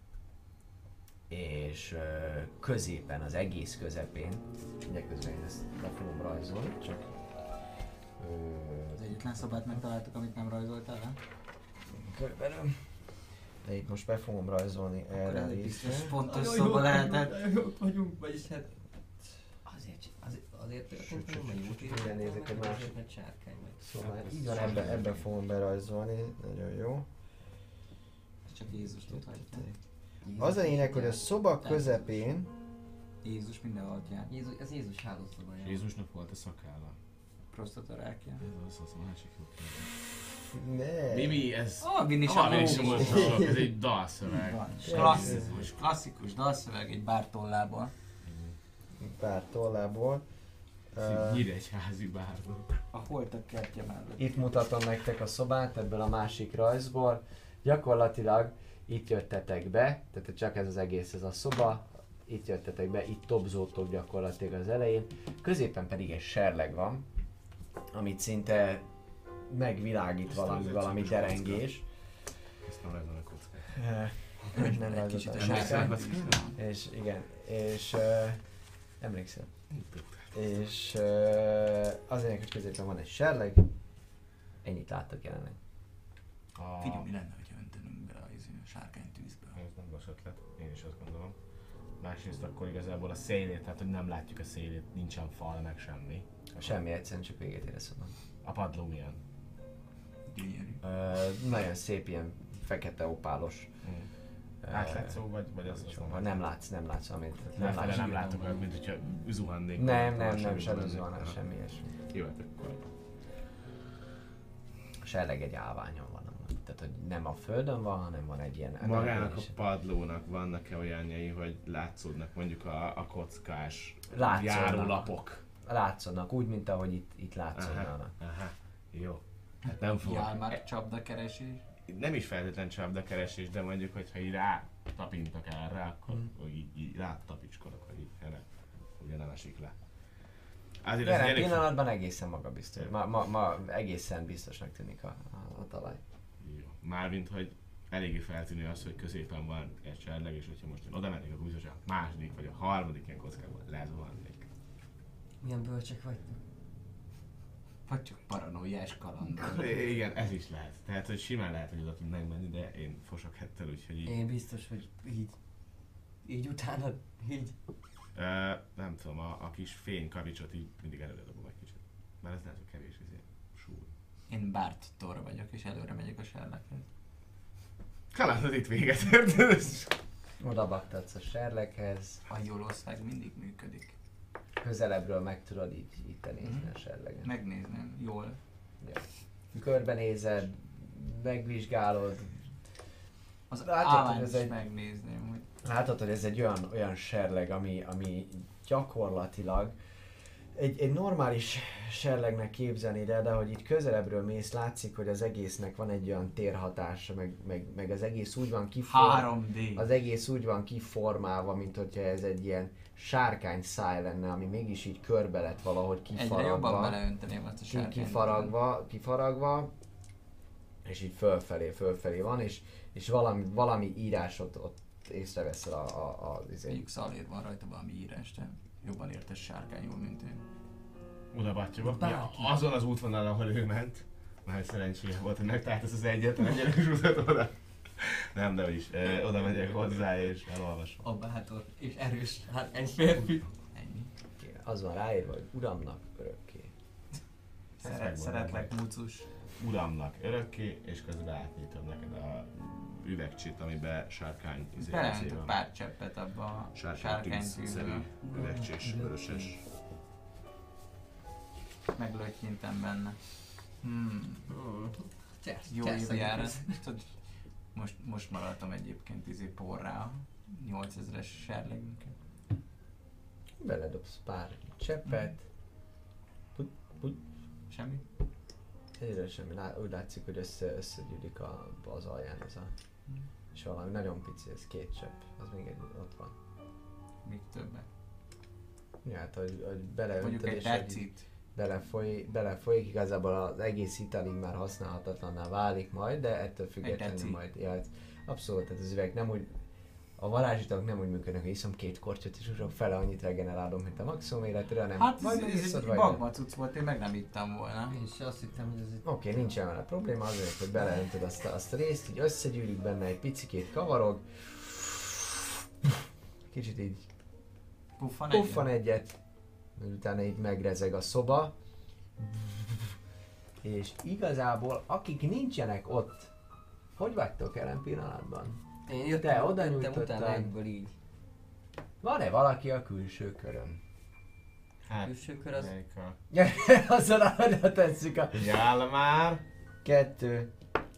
És ö, középen, az egész közepén, ugye közben én ezt be fogom rajzolni, csak ö, Az egyetlen szobát megtaláltuk, amit nem rajzoltál le? körülbelül. De itt most be fogom rajzolni Akkor erre ez a egy részre. biztos fontos Nagyon szoba jók lehetett. vagyunk, nagyon jók vagyunk, vagyis hát azért, azért, azért történt, hogy nem jó tíz, Igen, nézzük egy másik. mert sárkány vagy. Szóval így van, ebben ebbe fogom berajzolni, nagyon jó. Ez csak Jézus tudhatja. Az a lényeg, hogy a szoba közepén, Jézus mindenhol jár. Jézus, ez Jézus hálószoba. Jézusnak volt a szakálla. Prostatarákja. Ez az, az a másik jó kérdés. ne, Bibi, ez... Alvin is Alvin a is lógó. a ez egy dalszöveg. Van. Klasszikus, klasszikus dalszöveg egy bár tollából. pár tollából. Ö, Nyíregyházi bárban. A holtak kertje mellett. Itt mutatom nektek a szobát ebből a másik rajzból. Gyakorlatilag itt jöttetek be, tehát csak ez az egész, ez a szoba. Itt jöttetek be, itt tobzódtok gyakorlatilag az elején. Középen pedig egy serleg van, amit szinte megvilágít Ezt valami, az valami egyszerűs derengés. Ezt nem rajzolom a kockát. Eh, Nem Egy kicsit a rajzoltam. sárkány. És igen, és uh, emlékszel. És uh, az lényeg, hogy középen van egy serleg. Ennyit láttok jelenleg. A... Figyelj, mi lenne, hogyha öntenünk bele a izé- a sárkány tűzbe? Ez nem rossz ötlet, én is azt gondolom. Másrészt akkor igazából a szélét, tehát hogy nem látjuk a szélét, nincsen fal meg semmi. Semmi, egyszerűen csak véget ér a szoba. A padló milyen? Gyönyörű. Uh, nagyon szép, ilyen fekete opálos. Mm. Átlátszó vagy, vagy az az Ha nem látsz, nem látsz, amit nem, nem nem, látsz. nem látok olyan, mint hogyha zuhannék. Nem, nem, nem, semmi zuhanás, semmi ilyesmi. Jó, hát akkor. A serleg egy állványon van amúgy. Tehát, hogy nem a földön van, hanem van egy ilyen Magának a emelkedés. padlónak vannak-e olyanjai, hogy látszódnak mondjuk a, a kockás Látszódnak. járólapok? Látszódnak, úgy, mint ahogy itt, itt látszódnak. Aha, aha, jó. Hát nem fogok. Jár már csapdakeresés. Nem is feltétlen csapdakeresés, de mondjuk, hogyha így rá tapintok erre, akkor Mm. így, így rá tapicskolok, hogy így erre, ugye nem esik le. Azért ez Jelen elég pillanatban egészen magabiztos. Ma, ma, ma egészen biztosnak tűnik a, a, a talaj. jó. Mármint, hogy eléggé feltűnő az, hogy középen van egy serleg, és hogyha most én oda mennék, akkor biztos a második vagy a harmadik ilyen kockában lezuhannék. Milyen bölcsek vagytok? Vagy csak paranoiás kaland. Igen, ez is lehet. Tehát, hogy simán lehet, hogy oda tudnánk menni, de én fosok hettel, úgyhogy így... Én biztos, hogy így. Így utána, így. Ö, nem tudom, a, a kis fénykavicsot így mindig előre dobom egy kicsit. Mert ez lehet, hogy kevés izé, súly. Én Bárt Thor vagyok, és előre megyek a serleghez. Kalandod itt véget ért. Oda baktatsz a serleghez, A Jólország mindig működik. közelebbről meg tudod így, így te nézni a serlegen. Megnézném, jól. Körbenézed, megvizsgálod, Az Látod, hogy állányt ez is egy- megnézném, hogy látod, hogy ez egy olyan, olyan serleg, ami, ami gyakorlatilag egy, egy normális serlegnek képzelni, de, de hogy így közelebbről mész, látszik, hogy az egésznek van egy olyan térhatása, meg, meg, meg az egész úgy van kiformálva, három dé. az egész úgy van kiformálva, mint hogyha ez egy ilyen sárkány száj lenne, ami mégis így körbe lett valahogy Egyre jobban kifaragva, beleönteném azt a ki, sárkányt. kifaragva, kifaragva, és így fölfelé, fölfelé van, és, és valami, valami írás ott, ott észreveszel a, a, a, izé. Mondjuk Szalér van rajta valami írás, te jobban értes sárkányul, mint én. Oda battyogok. Bárki. Ja, azon az útvonalon, ahol ő ment. Már szerencséje volt, hogy megtalált ez az egyetlen egyenes utat oda. Nem, de is. Ö, oda megyek hozzá és elolvasom. A bátor és erős, hát egy férfi. az van ráírva, hogy uramnak örökké. Szeret, szeretlek, mucus. Uramnak örökké, és közben átnyitom neked a üvegcsit, amiben sárkány izé Beleöntöm pár cseppet abba a sárkány-szerű sárkánytűzből. üvegcsés, vöröses. Meglöttyintem benne. Hmm. Hmm. Csersz, Jó csersz, időjára. Most, most maradtam egyébként izé porrá a nyolcezres serlegünket. Beledobsz pár cseppet. Put, put. Semmi? Egyre semmi. Lá- úgy látszik, hogy össze, összegyűlik a, az alján ez a... És valami nagyon pici, ez két csepp. Az még egy, ott van. Még többet. Ja, hát, hogy, hogy Mondjuk beleöntöd egy és hogy percit. belefoly, belefolyik, igazából az egész italig már használhatatlanná válik majd, de ettől függetlenül deci. majd, ja, ez abszolút, tehát az üveg nem úgy, a varázsitalak nem úgy működnek, hogy iszom két kortyot és csak fele annyit regenerálom, mint a maximum életre, hanem Hát majd ez, ez megiszod, egy vagy nem. magma cucc volt, én meg nem ittam volna. Én is azt hittem, hogy ez egy... Oké, okay, nincsen vele probléma, azért, hogy beleöntöd azt a, azt a részt, így összegyűlik benne, egy picikét kavarog, kicsit így Puffan, puffan egyet, majd utána így megrezeg a szoba, és igazából akik nincsenek ott, hogy vagytok jelen pillanatban? Én Te jöttem, oda jöttem nyújtottad. utána egyből így. Van-e valaki a külső körön? Hát, Külső kör az... Amerika. Azzal arra tesszük a Jár már! kettő.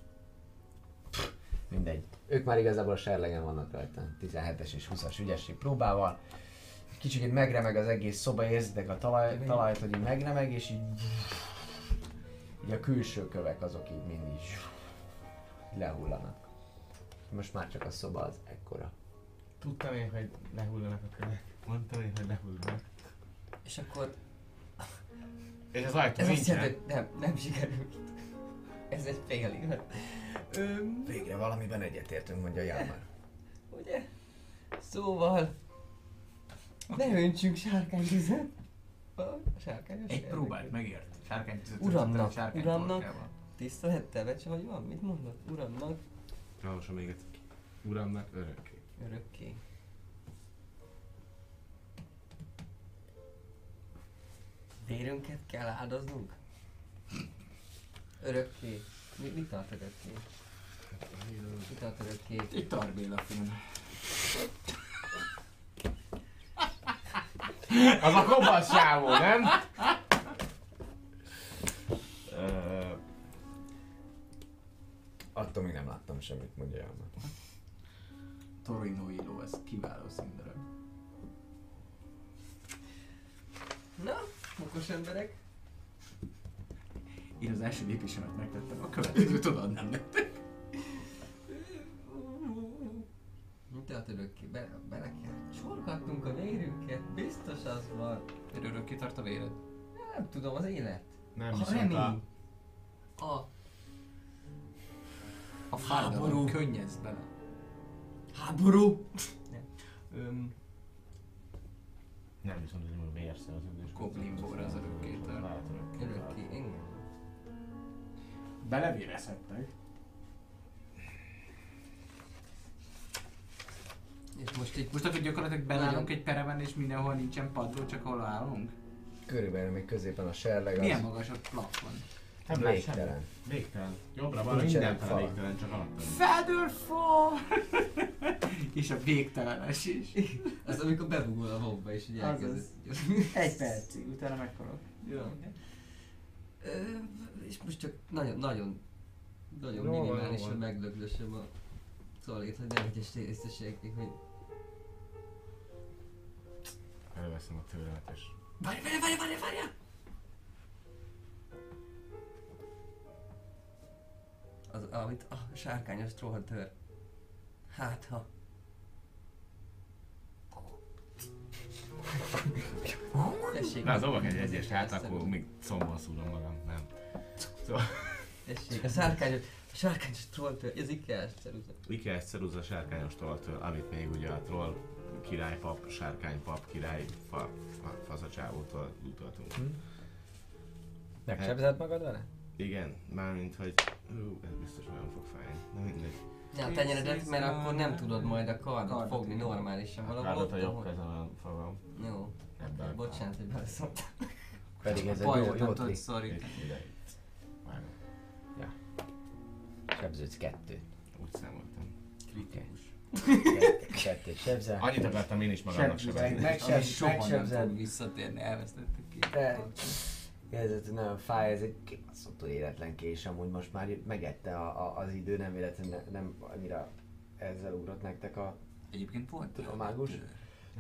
Mindegy. Ők már igazából a serlegen vannak rajta. tizenhetes és huszas ügyesség próbával. Kicsit megremeg az egész szoba, érzitek a talaj, talajt, hogy így megremeg, és így, így a külső kövek azok így mind így lehullanak. Most már csak a szoba az ekkora. Tudtam én, hogy lehullanak a kövek. Mondtam én, hogy lehullanak. És akkor... És az ajtó Ez azt nincsen. jelenti, hogy nem, nem sikerült. Ez egy fél élet. Öm, Végre valamiben egyetértünk, mondja Jálmár. ugye? Szóval... Ne öntsünk sárkányvizet. A sárkányos Egy serleg. próbát megért. Sárkány tüzet. Uramnak, sárkány uramnak. torkával. Tisztelettel, vagy van? Mit mondod? Uramnak Olvasom még egyszer. Uramnak örökké. örökké. Vérünket kell áldoznunk? Örökké. Mi, mi tart örökké? Mi tart örökké? Egy Tarbéla film. Az a kopasz sávó, nem? Ö, Attól még nem láttam semmit, mondja Jálmár. Torino Ilo, ez kiváló színdarab. Na, okos emberek. Én az első lépésemet megtettem, a következőt odaadnám nektek. Mi tart örökké? Be, bele kell csorgatnunk a vérünket, biztos az van. Örökké tart a véred. Nem tudom, az élet. nem A viszont a... remény. A A fájdalom Háború. könnyezd bele. háború. Öm, Nem viszont az a vérszerződés. Goblin-bor az örökkétől. Lehet örökké. örökké, igen. Belevérezhettek. És most így Most akkor gyakorlatilag belállunk egy peremen és mindenhol nincsen padló, csak ahol állunk? Körülbelül még középen a serleg Milyen az magas a plafon? Nem lát végtelen. semmi. Végtelen. Jobbra van, Nincsenek mindenfele falak. végtelen, csak alatt. Featherfall! és a végtelenes is. az, amikor bebugol a hobba és így Azaz. elkezdesz. Egy percig, utána meghalok. Jó. Ö, és most csak nagyon, nagyon, nagyon Jó van, jó minimálisan van. megdöglösöm a szolét, hogy nem egyes részességek, hogy Előveszem a tőlemet és... várj, várj, várj, várj, várj! Az, amit a sárkányos troll tör. Hát ha. Tessék. Na, dobok egy egyes, hát akkor még szomban szúrom magam, nem. Szóval... Tessék, a sárkányos, a sárkányos troll tör, ez ikás ceruza. Ikeás ceruza sárkányos trolltől, amit még ugye a troll királypap, sárkánypap, király fa, fa, fazacsávótól utoltunk. Hm? Megsebzed magad vele? Igen, mármint hogy... Hú, ez biztos nagyon fog fájni, de mindegy. Ne a tenyeredet, mert akkor nem tudod majd a kardot Kardot, fogni igen. normálisan A valahol kardot ott, a jobb ahol... kezemen fogom. Jó. Ebben. Bocsánat, hogy beleszóltam. Pedig ez egy Pajzsot jó, nem jó tudod trikk. szorítani. Itt ide, itt. Vágom. Sebződsz kettőt. Úgy számoltam. Kritikus. Kettőt sebzel. Annyit akartam én is magamnak Semmi, sebelni. meg- ami megseb- soha nem megsebzed. tud visszatérni, elvesztettük ki. De ez nagyon fáj, ez egy kibaszottul életlen kés, amúgy most már megette a, a, az idő, nem véletlenül ne, nem annyira ezzel ugrott nektek a... Egyébként volt A mágus? tör.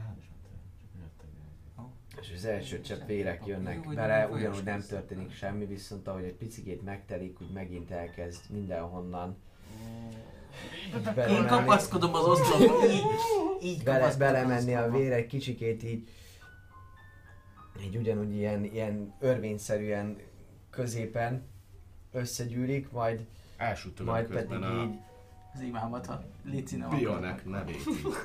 És az első csepp vérek jönnek Jó, hogy bele, nem ugyanúgy nem folyoskoztak. történik semmi, viszont ahogy egy picikét megtelik, úgy megint elkezd mindenhonnan Én belemenni, kapaszkodom az oszlopba. Így, így bele, kapaszkodom belemenni az a oszlopba. vér egy kicsikét így, így ugyanúgy ilyen, ilyen örvényszerűen középen összegyűlik, majd, Elsütöm majd pedig közben a így Az imámat, ha Lici nem Bionek nevét.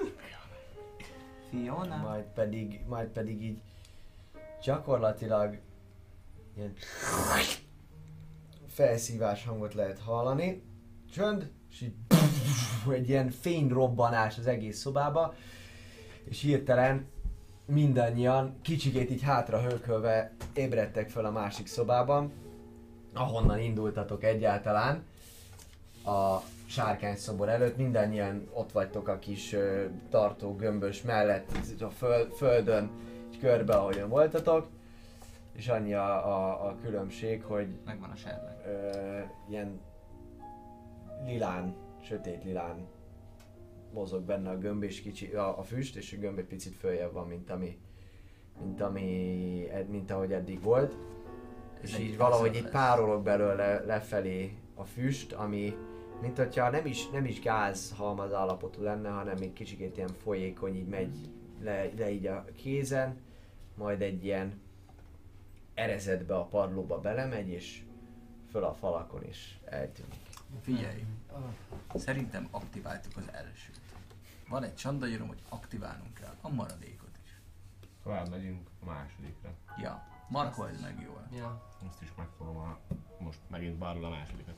Fiona? majd pedig, majd pedig így gyakorlatilag ilyen felszívás hangot lehet hallani, csönd, és így egy ilyen fényrobbanás az egész szobába, és hirtelen mindannyian kicsikét így hátra hölkölve ébredtek fel a másik szobában, ahonnan indultatok egyáltalán a sárkány szobor előtt, mindannyian ott vagytok a kis ö, tartó gömbös mellett, a föl, földön, így körbe, ahogyan voltatok, és annyi a, a, a különbség, hogy Megvan a serleg. ö, ilyen lilán, sötét lilán mozog benne a gömb, és kicsi, a, a füst, és a gömb egy picit följebb van, mint ami, mint ami, ed- mint ahogy eddig volt. És Ez így egy valahogy faszat így lesz. párolog belőle lefelé a füst, ami mint hogyha nem is, nem is gáz halmaz állapotú lenne, hanem még kicsikét ilyen folyékony, így megy le, le így a kézen, majd egy ilyen erezetbe a padlóba belemegy, és föl a falakon is eltűnik. Figyelj, szerintem aktiváltuk az elsőt. Van egy csandagyörom, hogy aktiválnunk kell a maradékot is. Tovább megyünk a másodikra. Ja, markold meg jól. Ja. Azt is megfogom a... Most megint balról a másodikat.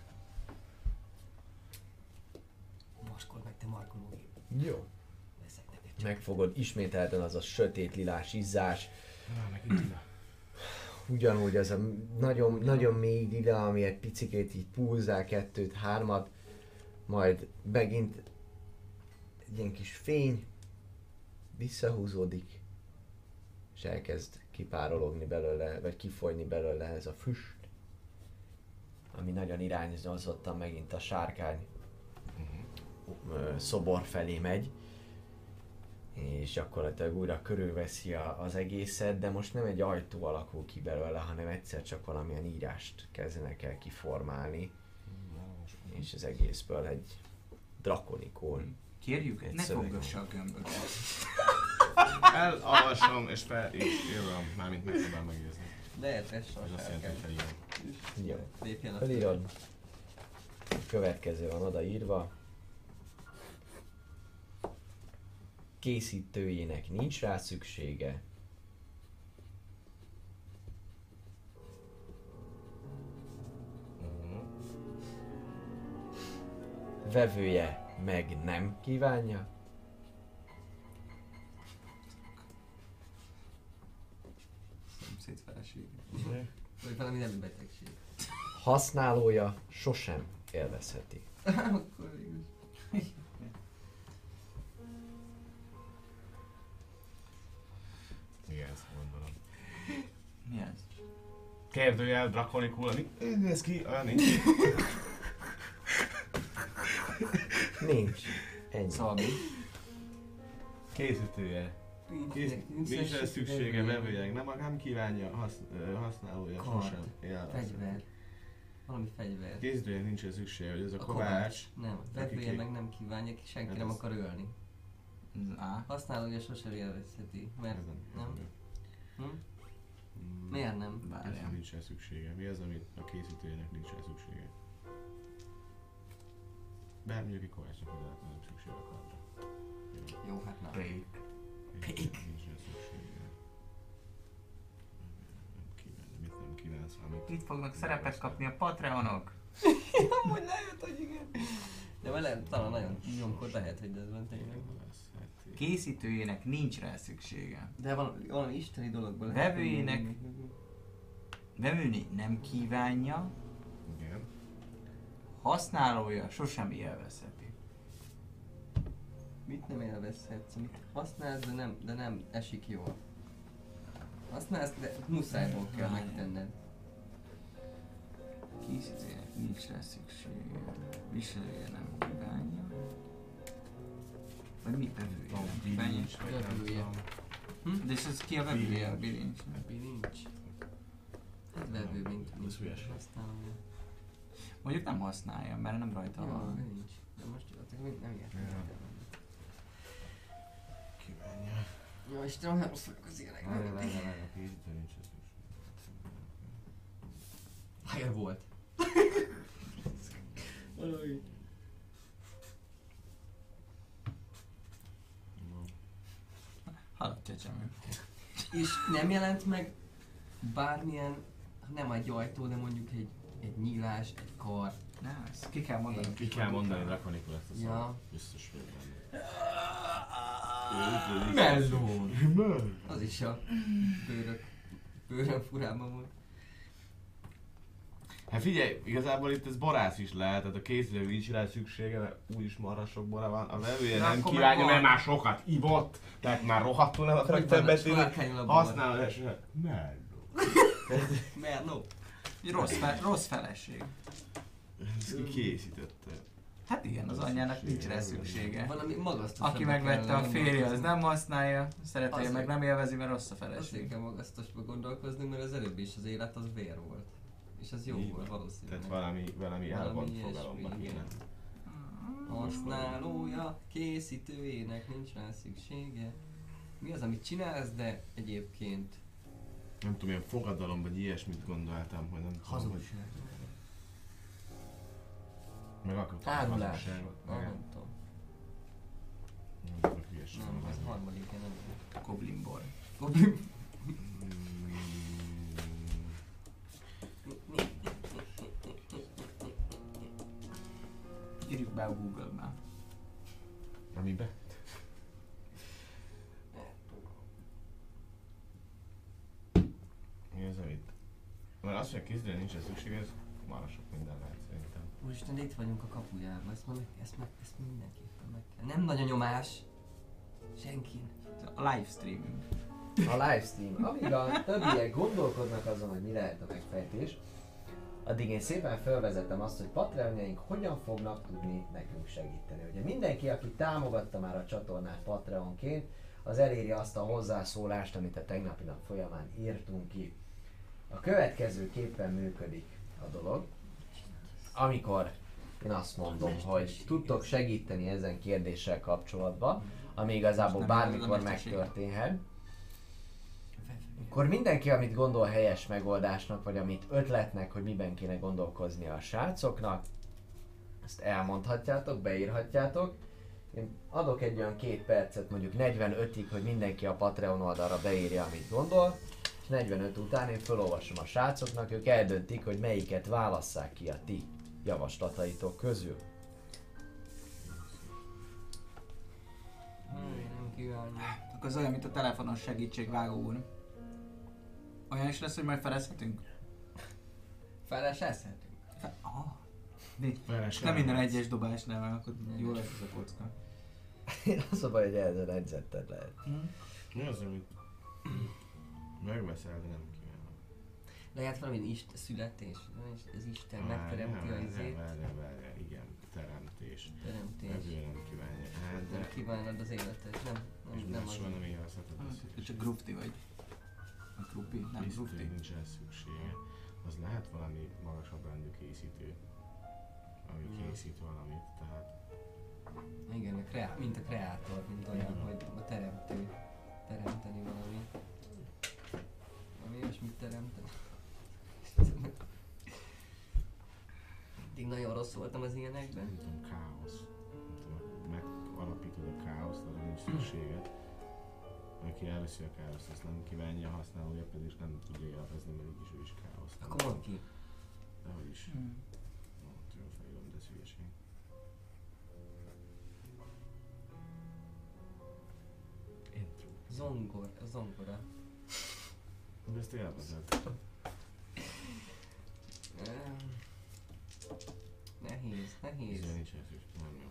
Markold meg, te markolói. Jó. Veszek neked. Megfogod ismételten az a sötét lilás izzás, Na, megint ide. ugyanúgy az a nagyon, nagyon mély lila, ami egy picikét így pulzál kettőt, hármat, majd megint egy ilyen kis fény visszahúzódik, és elkezd kipárologni belőle, vagy kifolyni belőle ez a füst, ami nagyon irányozottan megint a sárkány ö, szobor felé megy, és gyakorlatilag újra körülveszi a, az egészet, de most nem egy ajtó alakul ki belőle, hanem egyszer csak valamilyen írást kezdenek el kiformálni, és az egészből egy drakonikon. Kérjük, Egy ne szöveg. foggassa a gömböket. Elolvasom, és fel is írom, mármint megpróbálom megírni. De értes a Ez azt jelenti, hogy felírom. Jó. Lépjen a Felírod. A következő van odaírva. Készítőjének nincs rá szüksége. Vevője meg nem kívánja. Szomszéd feleség. Vagy valami nem betegség. Használója sosem élvezheti. Akkor végül is. Igen, ezt gondolom. Mi ez? Kérdőjel, drakonikul, mi néz ki? Olyan nincs. Nincs. Ennyi. Szóval mi? Készítője. Kész, nincs rá szüksége, vevőjeg, nem, nem kívánja, hasz, ö, használója Kard. sosem. Ja, Fegyver. Valami fegyver. Készítője nincs rá szüksége, hogy ez a, A kovács. Nem, Aki vevője ki- meg nem kívánja, ki senki Hát nem ez- akar ölni. Á, Használója sosem élvezheti, mert Ez nem. nem. Hm? Mm, Miért nem? Ez várjál. nincs rá szüksége. Mi az, amit a készítőjének nincs rá szüksége? Bár mondjuk egy kovácsnak az nem szükség a kardra. Jó, hát nem. Pék. Pék. Nincs rá szüksége. Nem kíván, mit nem kívánsz, amit... Itt fognak szerepet kapni a Patreonok. Amúgy lehet, hogy igen. De már lehet, talán nagyon nyomkod lehet, hogy ez van tényleg. Élvezheti. Készítőjének nincs rá szüksége. De valami, valami isteni dologban Vevőjének vevőni nem kívánja, Igen. használója sosem élvezheti. Mit nem élvezhetsz, amit használsz, de nem, de nem esik jól. Használsz, de muszájból kell megtenned. Készítőjének nincs rá szüksége, viselője nem kívánja. Vagy mi vevője nem kívánja? Vevője. Hm? De és ez ki a vevője? A bilincs. Bilincs. Hát vevő, mint, mint Ez hülyeség. használom. Mondjuk nem használja, mert nem rajta Jó, van. bilincs. De most gyakorlatilag nem értem. Kívánja. Jó, Istenem, nem rossz vagyok az ilyenek. Várj, várj, várj, a készítő nincs ez. Hajr volt. Valahogy. Halott csecsemő. És nem jelent meg bármilyen, nem egy ajtó, de mondjuk egy, egy nyílás, egy kar. Nem, ezt ki kell mondani. Ki kell mondani, lakonikul ezt a Ja. szót. Biztos vagyok benne. Mellón! Az is a bőrök, bőrön furában volt. Hát figyelj, igazából itt ez borász is lehet, tehát a készítőnek nincs rá szüksége, mert úgyis marha sok bora van. A vevője Na, nem akkor kívánja, meg mert van. már sokat ivott, tehát már rohadtul nem akarok Hogy van, többet hogy inni. elkerül a bor? Használod, mert Melló. Egy rossz, fe, rossz feleség. ezt ki készítette. Hát igen, az anyjának nincs rá szüksége. Valami magasztos. Aki megvette a férje, az nem használja, szeretője Az- meg nem élvezi, mert rossz a Azért feleség. kell magasztosba gondolkozni, mert az előbb is az élet az vér volt. És az jó Így volt van. valószínűleg. Tehát valami, valami Valami elvont ilyesmi, fogalomba igen. kéne. Használója, készítőjének nincs rá szüksége. Mi az, amit csinálsz, de egyébként Nem tudom, ilyen fogadalom vagy ilyesmit gondoltam, hogy nem tudom, hogy hazugság. meg akartam Árulás. hazugságot. Ah, meg- nem tudom. Nem tudok hülyeség. Nem, ez a harmadik, én nem tudom. Goblinból. Goblin. Írjuk be a Google-be. Amibe? Mi az, amit? Mert az, hogy a kézdőre nincs szükség, ez marha sok minden lehet szerintem. Úristen, de itt vagyunk a kapujában, ezt, meg, ezt, meg, ezt mindenképpen meg kell. Nem nagy a nyomás. Senkin. A livestreaming. A livestream. Amíg a többiek gondolkodnak azon, hogy mi lehet a megfejtés, addig én szépen felvezetem azt, hogy Patreonjaink hogyan fognak tudni nekünk segíteni. Ugye mindenki, aki támogatta már a csatornát Patreonként, az eléri azt a hozzászólást, amit a tegnapi nap folyamán írtunk ki. A következőképpen működik a dolog, amikor én azt mondom, hogy tudtok segíteni ezen kérdéssel kapcsolatban, ami igazából Most nem bármikor ez a mestersége. megtörténhet, akkor mindenki, amit gondol helyes megoldásnak, vagy amit ötletnek, hogy miben kéne gondolkozni a srácoknak, ezt elmondhatjátok, beírhatjátok. Én adok egy olyan két percet, mondjuk negyvenötig, hogy mindenki a Patreon oldalra beírja, amit gondol, és negyvenöt után én felolvasom a srácoknak, ők eldöntik, hogy melyiket válasszák ki a ti javaslataitok közül. Nem kívánja. Akkor az olyan, mint a telefonos segítségvágó úr. Olyan is lesz, hogy majd felezhetünk? Felesezhetünk. Fe- ah. Nincs. Feles Nem minden elmész. egyes dobásnál van, akkor jó lesz ez a kocka. Az a baj, hogy ezzel edzetted lehet. Hm? Mi az, amit megveszel, de nem kívánom? Lehet valami ist, születés, nem is, ez Isten Várjál, megteremti a várjál, izét, várjál, várjál, igen, teremtés. teremtés. Ező nem kívánja. Hát, Nem de... kívánod az életet, nem, És nem, nem más az. soha nem élvezheted Ah, ezt. te csak grufti vagy. A grupi? Nem, Készítő grufti. nincs rá szüksége. Az lehet valami magasabb rendű készítő, ami Mm. készít valamit, tehát Igen, a kreá- mint a kreátor, mint olyan, hogy a teremtő, teremteni valami. Valami olyasmit teremteni. Eddig nagyon rossz voltam az ilyenekben. nem tudom, káosz. Nem tudom, megalapítod a káoszt, arra nincs szükséged. Aki elveszi a káoszt, azt nem kívánja, a használója pedig nem tudja élvezni, mert így is ő is káosz. Akkor mondd ki. Dehogy is. Hm. Mondom, felírom, de ez hülyeség. Zongor, zongora. De ezt élvezed. Ehm, Nehéz, nehéz. Ezért nincs ez is, nem jó.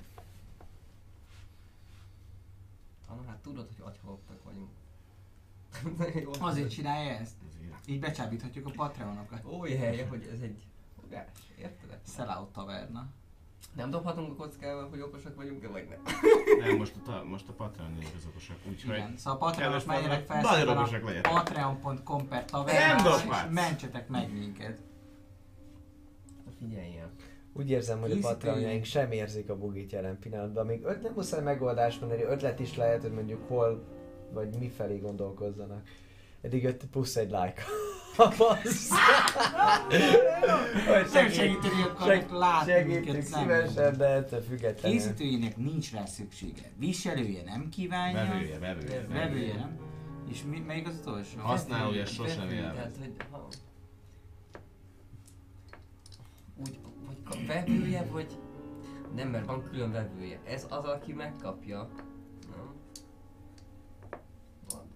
Ah, hát tudod, hogy agyhalottak vagyunk. Azért csinálja ezt. Azért. Így becsábíthatjuk a Patreonokat. Ó, helye, hogy ez egy fogás, érted? Sellout taverna. Nem dobhatunk a kockával, hogy okosak vagyunk, de vagy nem. Nem, most a, ta- most a Patreon nézik az okosak, úgyhogy... Igen, szóval a Patreonos Kedves menjenek fel nagyon szépen okosak a legyetek. patreon pont com per Nem taverna, és dobhatsz. mentsetek meg minket. Figyeljen. Úgy érzem, hogy a Készítőink. patronjaink sem érzik a bugit jelen pillanatban. Még öt, nem muszáj megoldást mondani, ötlet is lehet, hogy mondjuk hol, vagy mifelé gondolkozzanak. Eddig jött plusz egy like. Basz! Hogy Nem segíteni akarnak látni Segítünk minket, nem. szívesen, de ettől függetlenül. Készítőjének nincs rá szüksége. Viselője nem kívánja. Vevője, vevője. Vevője nem. És mi, melyik az utolsó? Használója sosem Vevő, élvez. Tehát, hogy ha... Úgy, hogy ka- vevője, vagy... Nem, mert van külön vevője. Ez az, aki megkapja. Nem? Van.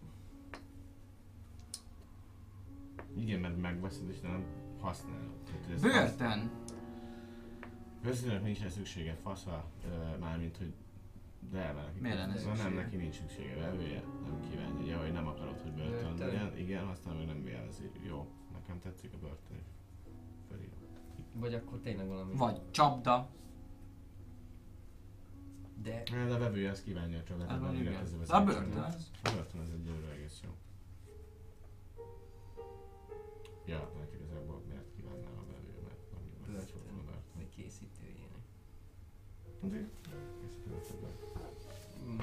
Igen, mert megveszed és nem használod. Tehát ez Börtön. Közülök nincs rá szüksége, fasza, ö, mármint, hogy de elve neki. Miért lenne Na, nem, szüksége? neki nincs szüksége, vevője, nem kívánja, ugye, hogy nem akarod, hogy börtön Börtön. legyen, igen, aztán meg nem jelzi. Jó, nekem tetszik a börtön is. Fölírom. Vagy akkor tényleg valami. Vagy csapda. De... Hát, de a vevője ezt kívánja, csak Az hát van, nem igen. illetkező De a börtön az. A börtön az egyelőre egész jó. Ja, hát igazából miért kívánnám a vevő, mert nem jó, mert Börtön. a börtön. Vagy készítőjének. De, készítőnek a Mm.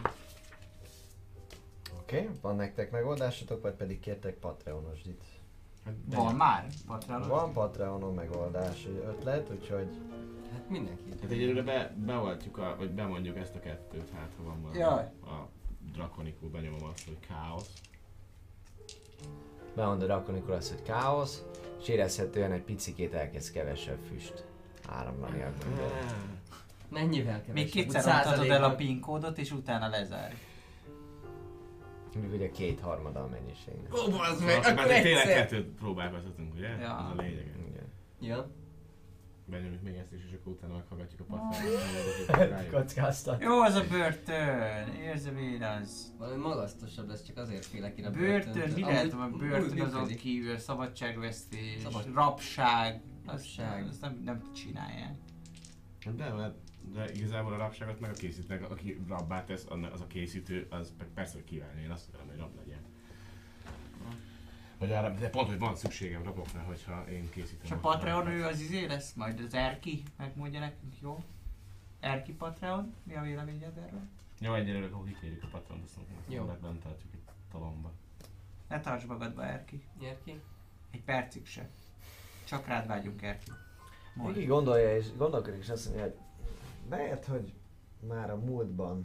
Oké, okay, van nektek megoldásotok, vagy pedig kértek Patreonosdit? Hát, Van már? Patreonos? Van Patreonon megoldás ötlet, úgyhogy Hát mindenki. Hát egyelőre be, beoltjuk, a, vagy bemondjuk ezt a kettőt, hát ha van valami. Jaj. A drakonikul benyomom azt, hogy káosz. bemondod akkor, amikor az, hogy káosz, és érezhetően egy picikét elkezd kevesebb füst áramlani a gömbön. Mennyivel kevesebb? Még Úgy kétszer adhatod el a százalékban- PIN kódot, és utána lezárj. Mondjuk ugye kétharmada a mennyiségnek. Ó, bazd Szóval meg, akkor akkor már tényleg egyszer! kettőt próbálkozhatunk, ugye? Ja. Ez a lényeg. Igen. Ja. Benyomjuk még ezt is, és akkor utána meghallgatjuk a patronot. Kockáztat. Jó, az a börtön. Érzem én az. Valami magasztosabb lesz, csak azért félek én a Börtön, börtöntől. mi Amúgy lehet a úgy börtön azon működik. kívül? Szabadságvesztés, Szabad- rabság. Rabság. Azt, azt nem, nem csinálják. De, mert, de igazából a rabságot meg a készítnek, aki rabbá tesz, annak- az a készítő, az pe- persze, hogy kívánja, én azt akarom, hogy rab legyen. Vagy arra, de pont, hogy van szükségem rabokra, hogyha én készítem. És a Patreon ő az izé lesz? Majd az Erki megmondja nekünk, jó? Erki Patreon? Mi a véleményed erről? Jó, egyelőre akkor kikérjük a patront, azt Jó. mondom, mert bent tartjuk itt talomba. Ne tarts magadba, Erki. Nyer ki? Egy percig se. Csak rád vágyunk, Erki. Mondd. Így gondolja és gondolkodik és azt mondja, hogy lehet, hogy már a múltban,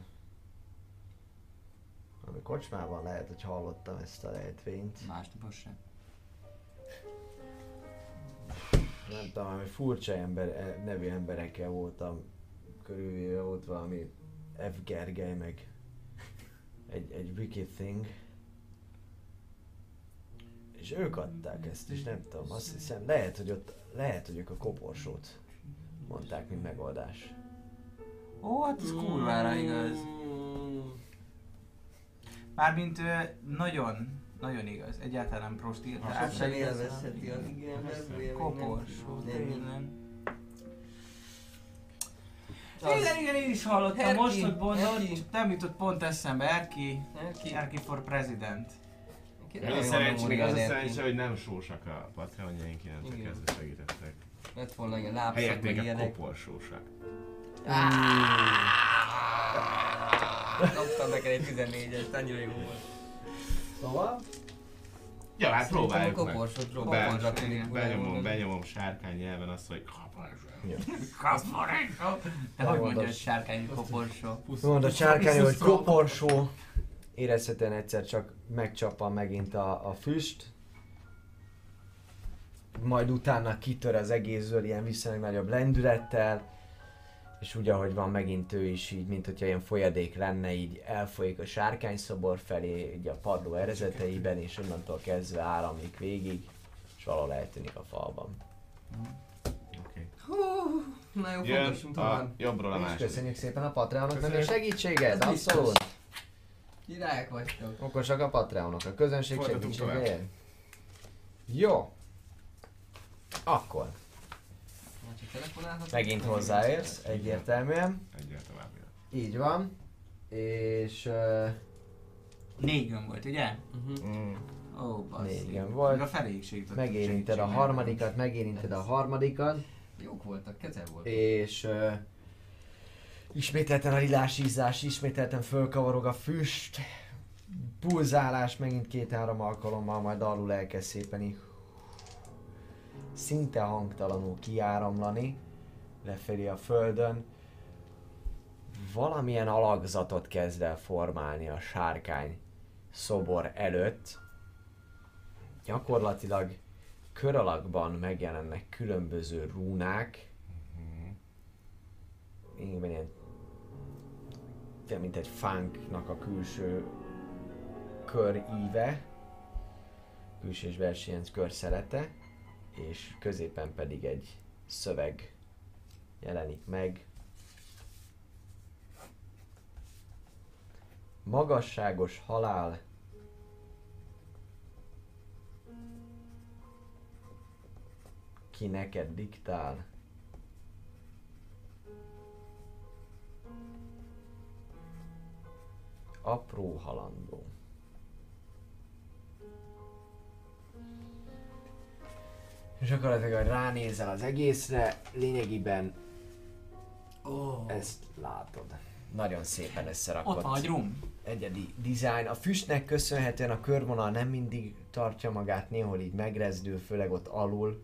ami kocsmában lehet, hogy hallottam ezt a rejtvényt. Másnapos sem. Nem tudom, valami furcsa ember, e- nevű emberekkel voltam körülvéve, volt valami F. Gergely, meg egy, egy Wicked Thing. És ők adták ezt, és nem tudom, azt hiszem, lehet, hogy ott, lehet, hogy ők a koporsót mondták, mint megoldás. Ó, hát ez kurvára igaz. Mármint ö, nagyon, nagyon igaz. Egyáltalán nem prostiltás. Sosem élvezheti az igen, vevője, meg nem Koporsó, tudom. tényleg. Az- Igen, igen, én is hallottam Erki, most, hogy mondod, Erki. nem jutott pont eszembe, Erki. Erki. Erki for President. Erki, Az a nagyon jó szerencsé, memóriád, az a Erki. szerencsé, hogy nem sósak a patronjaink, innentől Igen. kezdve segítettek. Lett volna ilyen lábszak, Helyett meg még a ilyenek. koporsósak. Kaptam neked egy tizennégyest, annyira jó volt. Szóval? Ja, hát próbáljuk a meg. koporsót Be- próbálom rakni. Benyomom, benyomom sárkány nyelven azt, hogy koporsó. Kaporsó! Te hogy mondja, hogy sárkányi koporsó? Mondod sárkány, hogy koporsó, érezhetően egyszer csak megcsappan megint a, a füst, majd utána kitör az egészből ilyen viszonylag nagyobb lendülettel, és úgy ahogy van megint ő is így, mint hogyha ilyen folyadék lenne, így elfolyik a sárkányszobor felé, így a padló erezeteiben, és onnantól kezdve áramlik végig, és valahol eltűnik a falban. Oké. Hú, na jó, Jön fontossunk a tovább. jobbról a És második. köszönjük szépen a Patreonoknak a Köszönjük. segítséget, Ez biztos. abszolút. Királyok vagytok. Okosak a Patreonok, a közönség Folytatunk segítségéért. Jó. Akkor, Na, csak telefonálhatok. megint hozzáérsz, egyértelműen. Egyel tovább jön. Így van. És... Uh, Négy gön volt, ugye? Uh-huh. Mm. Ó, basszus. Négy gön volt. Még a feléig segített. megérinted a harmadikat, megérinted a harmadikat. Jók voltak, kezel volt. És uh, ismételten a lilás ízás, ismételten fölkavarog a füst, pulzálás megint két-három alkalommal, majd alul elkezd szépen így szinte hangtalanul kiáramlani lefelé a földön. Valamilyen alakzatot kezd el formálni a sárkány szobor előtt. Gyakorlatilag kör alakban megjelennek különböző rúnák. Igen, ilyen, ilyen mint egy fánknak a külső kör íve, külső és belső ilyen körszelete, és középen pedig egy szöveg jelenik meg. Magasságos halál, ki neked diktál, apró halandó. És gyakorlatilag, hogy ránézel az egészre, lényegében Ó, ezt látod. Nagyon szépen ott összerakott. van a rum. Egyedi design. A füstnek köszönhetően a körvonal nem mindig tartja magát, néhol így megrezdül, főleg ott alul.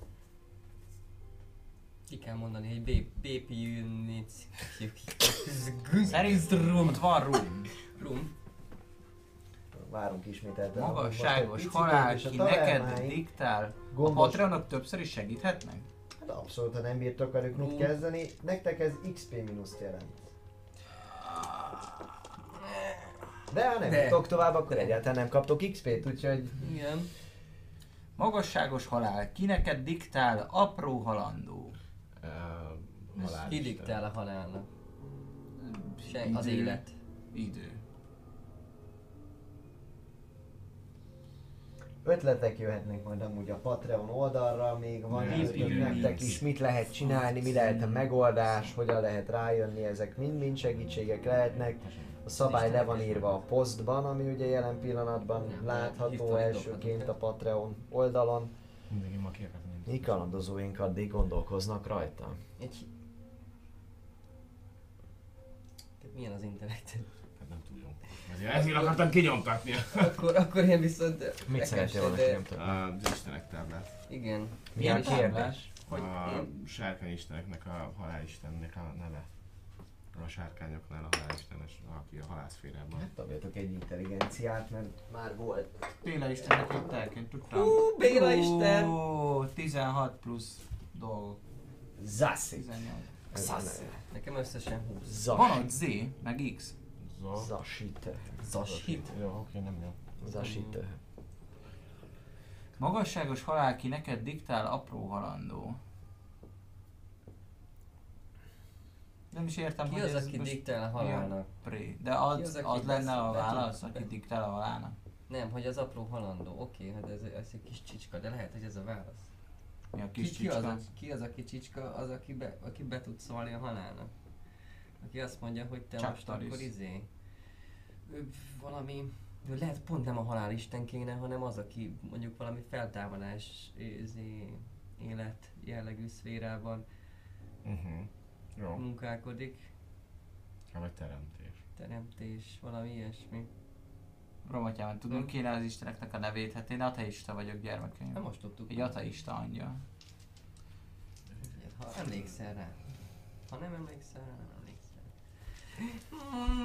Ki kell mondani, hogy B- bé pé unit. Szerintem ott van rum. Rum. Várunk ismételten. Magasságos Most egy halál, picit, ki és a neked tavernáink diktál. A gombos- Patreonok többször is segíthetnek? Hát abszolút, ha nem bírtok velük mit kezdeni. Nektek ez iksz pé mínuszt jelent. De ha nem De. jutok tovább, akkor egyáltalán nem kaptok iksz pét, úgyhogy... Igen. Magasságos halál, ki neked diktál, apró halandó. Uh, Ki halál diktál a halálnak? Se, az Idő. élet. Idő. Ötletek jöhetnek majd amúgy a Patreon oldalra, még van Nem, ötlet igen. nektek is, mit lehet csinálni, mi lehet a megoldás, hogyan lehet rájönni, ezek mind-mind segítségek lehetnek. A szabály le van írva a posztban, ami ugye jelen pillanatban látható History elsőként a document. Patreon oldalon. Mindig ma képet nem. Mi kalandozóink addig gondolkoznak rajta. Egy... Tehát milyen az internet? Hát nem tudom. Ezért, ezért akartam kinyomtatni. akkor, akkor én viszont... Mit szeretnél volna de- kinyomtatni? Az Istenek táblát. Igen. Mi a is- kérdés? Hogy A én... sárkányisteneknek a halálistennek a neve. A sárkányoknál a halálistenes, aki a halászférában. Hát dobjatok egy intelligenciát, mert már volt. Béla Istennek hívták, tudtam. Hú, Béla Isten! Ó, tizenhat plusz dolgok. Zassi. tizennyolc. Zassi. Nekem összesen húsz. Van Zassi. ott Z, meg X. Zo. Zasit. Zashit. Jó, oké, nem jó. Zasit. Magasságos halál, ki neked diktál, apró halandó. Nem is értem, Ki hogy az, ez aki most diktál a mi a halálnak? pré. De az, Ki az, aki az lenne a beszél? válasz, Be- aki diktál a halálnak. Nem, hogy az apró halandó. Oké, hát ez, ez egy kis csicska, de lehet, hogy ez a válasz. Mi a Ki, kis ki, az, csicska? a, ki az, aki csicska, az, aki be, aki be tud szólni a halálnak? Aki azt mondja, hogy te Chuck most Norris. akkor izé... ő Valami... ő lehet pont nem a halálisten kéne, hanem az, aki mondjuk valami feltámadás izé, élet jellegű szférában Uh-huh. Jó. munkálkodik. Ha vagy teremtés. Teremtés, valami ilyesmi. Romatyában tudunk kéne az isteneknek a nevét, hát én ateista vagyok, gyermekeim. Nem most tudtuk. Egy ateista angyal. Ha emlékszel rá. Ha nem emlékszel rá, nem emlékszel.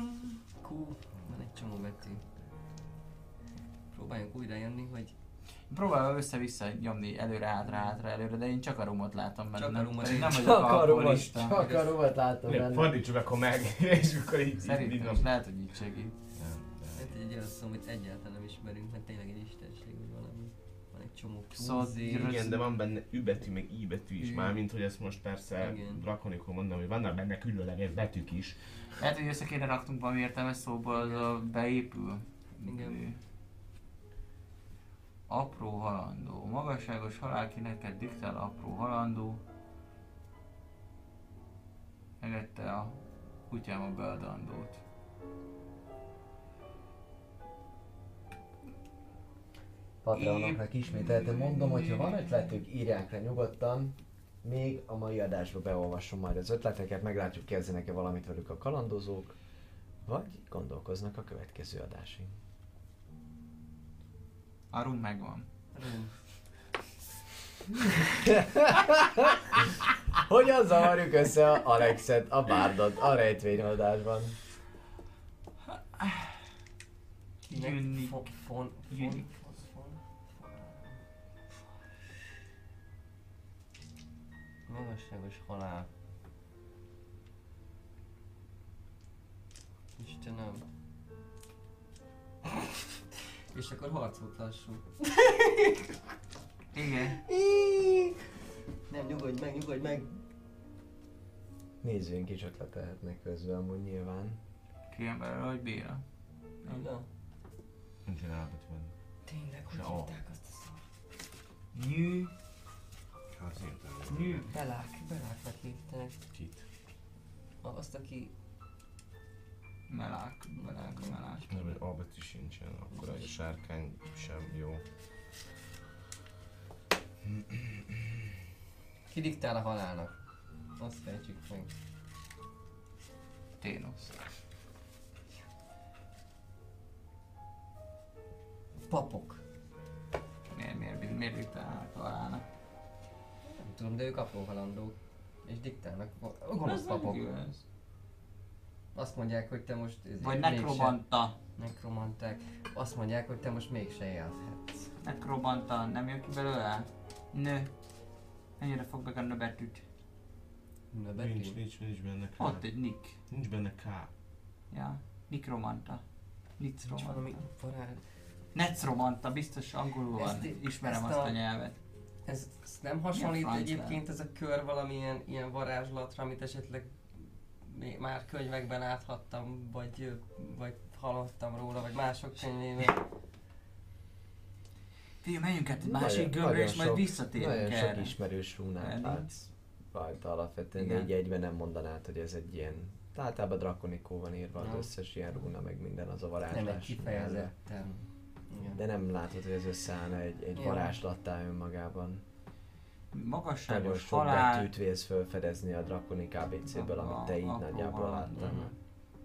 Q. Van egy csomó betű. Próbáljunk újra jönni, hogy... Próbálom össze-vissza nyomni előre-hátra-hátra előre, de én csak a rumot látom benne. Csak a rumot. Pedig nem vagyok Csak a rumot, alkoholista. csak a rumot látom Lép, benne. fordítsuk akkor meg, és akkor így... így Szerintem nem- is lehet, hogy így segít. Nem, nem. Hát egy olyan szó, amit egyáltalán nem ismerünk, mert tényleg egy istenség, vagy valami. Van egy csomó Szóval túlzé. rögzít- Igen, de van benne ü betű, meg i betű is, Igen. mármint, hogy ezt most persze Igen. drakonikul mondom, hogy vannak benne különleges betűk is. Lehet, hogy össze kéne raknunk valami értelmes szóból, az a beépül. Igen. Apró halandó. Magasságos halál ki neked diktál apró halandó. Megette a kutyám a beadandót. Patreonoknak ismételten mondom, hogy ha van ötletük, írják le nyugodtan. Még a mai adásba beolvasom majd az ötleteket, meglátjuk, kezdenek-e valamit velük a kalandozók, vagy gondolkoznak a következő adásig. A rum megvan. Rum. Hogyan zavarjuk össze a Alexet, a Bárdot a rejtvényoldásban? Jönni. Fon, fon, Jönni. fon, fon, fon. Magasságos halál. Istenem. És akkor harcot lassú. Igen. Nem, nyugodj meg, nyugodj meg! Nézőink is ötletelhetnek közben amúgy nyilván. Kijön belőle, hogy Béla. Na, Nincsen állapot benne. tényleg, hogy Se a. hívták azt a szart? Nyű. Hát szépen. Nyű. Belák, beláknak hívták. Kit? A- Azt, aki... Melák. Melák a melák. Nem, hogy A betű sincsen, akkor a sárkány sem jó. Ki diktál a halálnak? Azt fejtsük meg. Ténosz. Papok. Miért, miért, miért diktálnak halának? Nem tudom, de ők apró halandók. És diktálnak. A gonosz papok. Igaz. Azt mondják, hogy te most... ezért Vagy mégse- nekrobanta. Nekromanták. Azt mondják, hogy te most mégse élhetsz. Nekrobanta, nem jön ki belőle? Nő. Mennyire fog meg a nő betűt? Na, Nincs, betű. nincs, nincs benne K. Ott egy nick. Nincs benne K. Ja. Nikromanta. Nincs Nicromanta. valami varázs. Necromanta, biztos angolul van. Ezt- Ismerem ezt azt a- a nyelvet. Ez, ez nem hasonlít franc egyébként ez a kör valamilyen ilyen varázslatra, amit esetleg még már könyvekben áthattam, vagy, vagy hallottam róla, vagy mások könyvében. Figyelj, menjünk át egy Nagyon- másik gömbre, nagyon és majd sok- visszatérünk Nagyon erre. sok ismerős rúnát Elég. látsz rajta alapvetően, de Igen. így egyben nem mondanád, hogy ez egy ilyen... Általában drakonikó van írva az Nem. összes ilyen rúna, meg minden az a Nem egy varázslás. mellett. kifejezetten. Igen. De nem látod, hogy ez összeállna egy, egy Ja. varázslattá önmagában. Nagyon Magasságos sok halál. betűt vélsz felfedezni a drakonik á bé cé-ből, amit te így Apró nagyjából halandó. láttál. Mhm.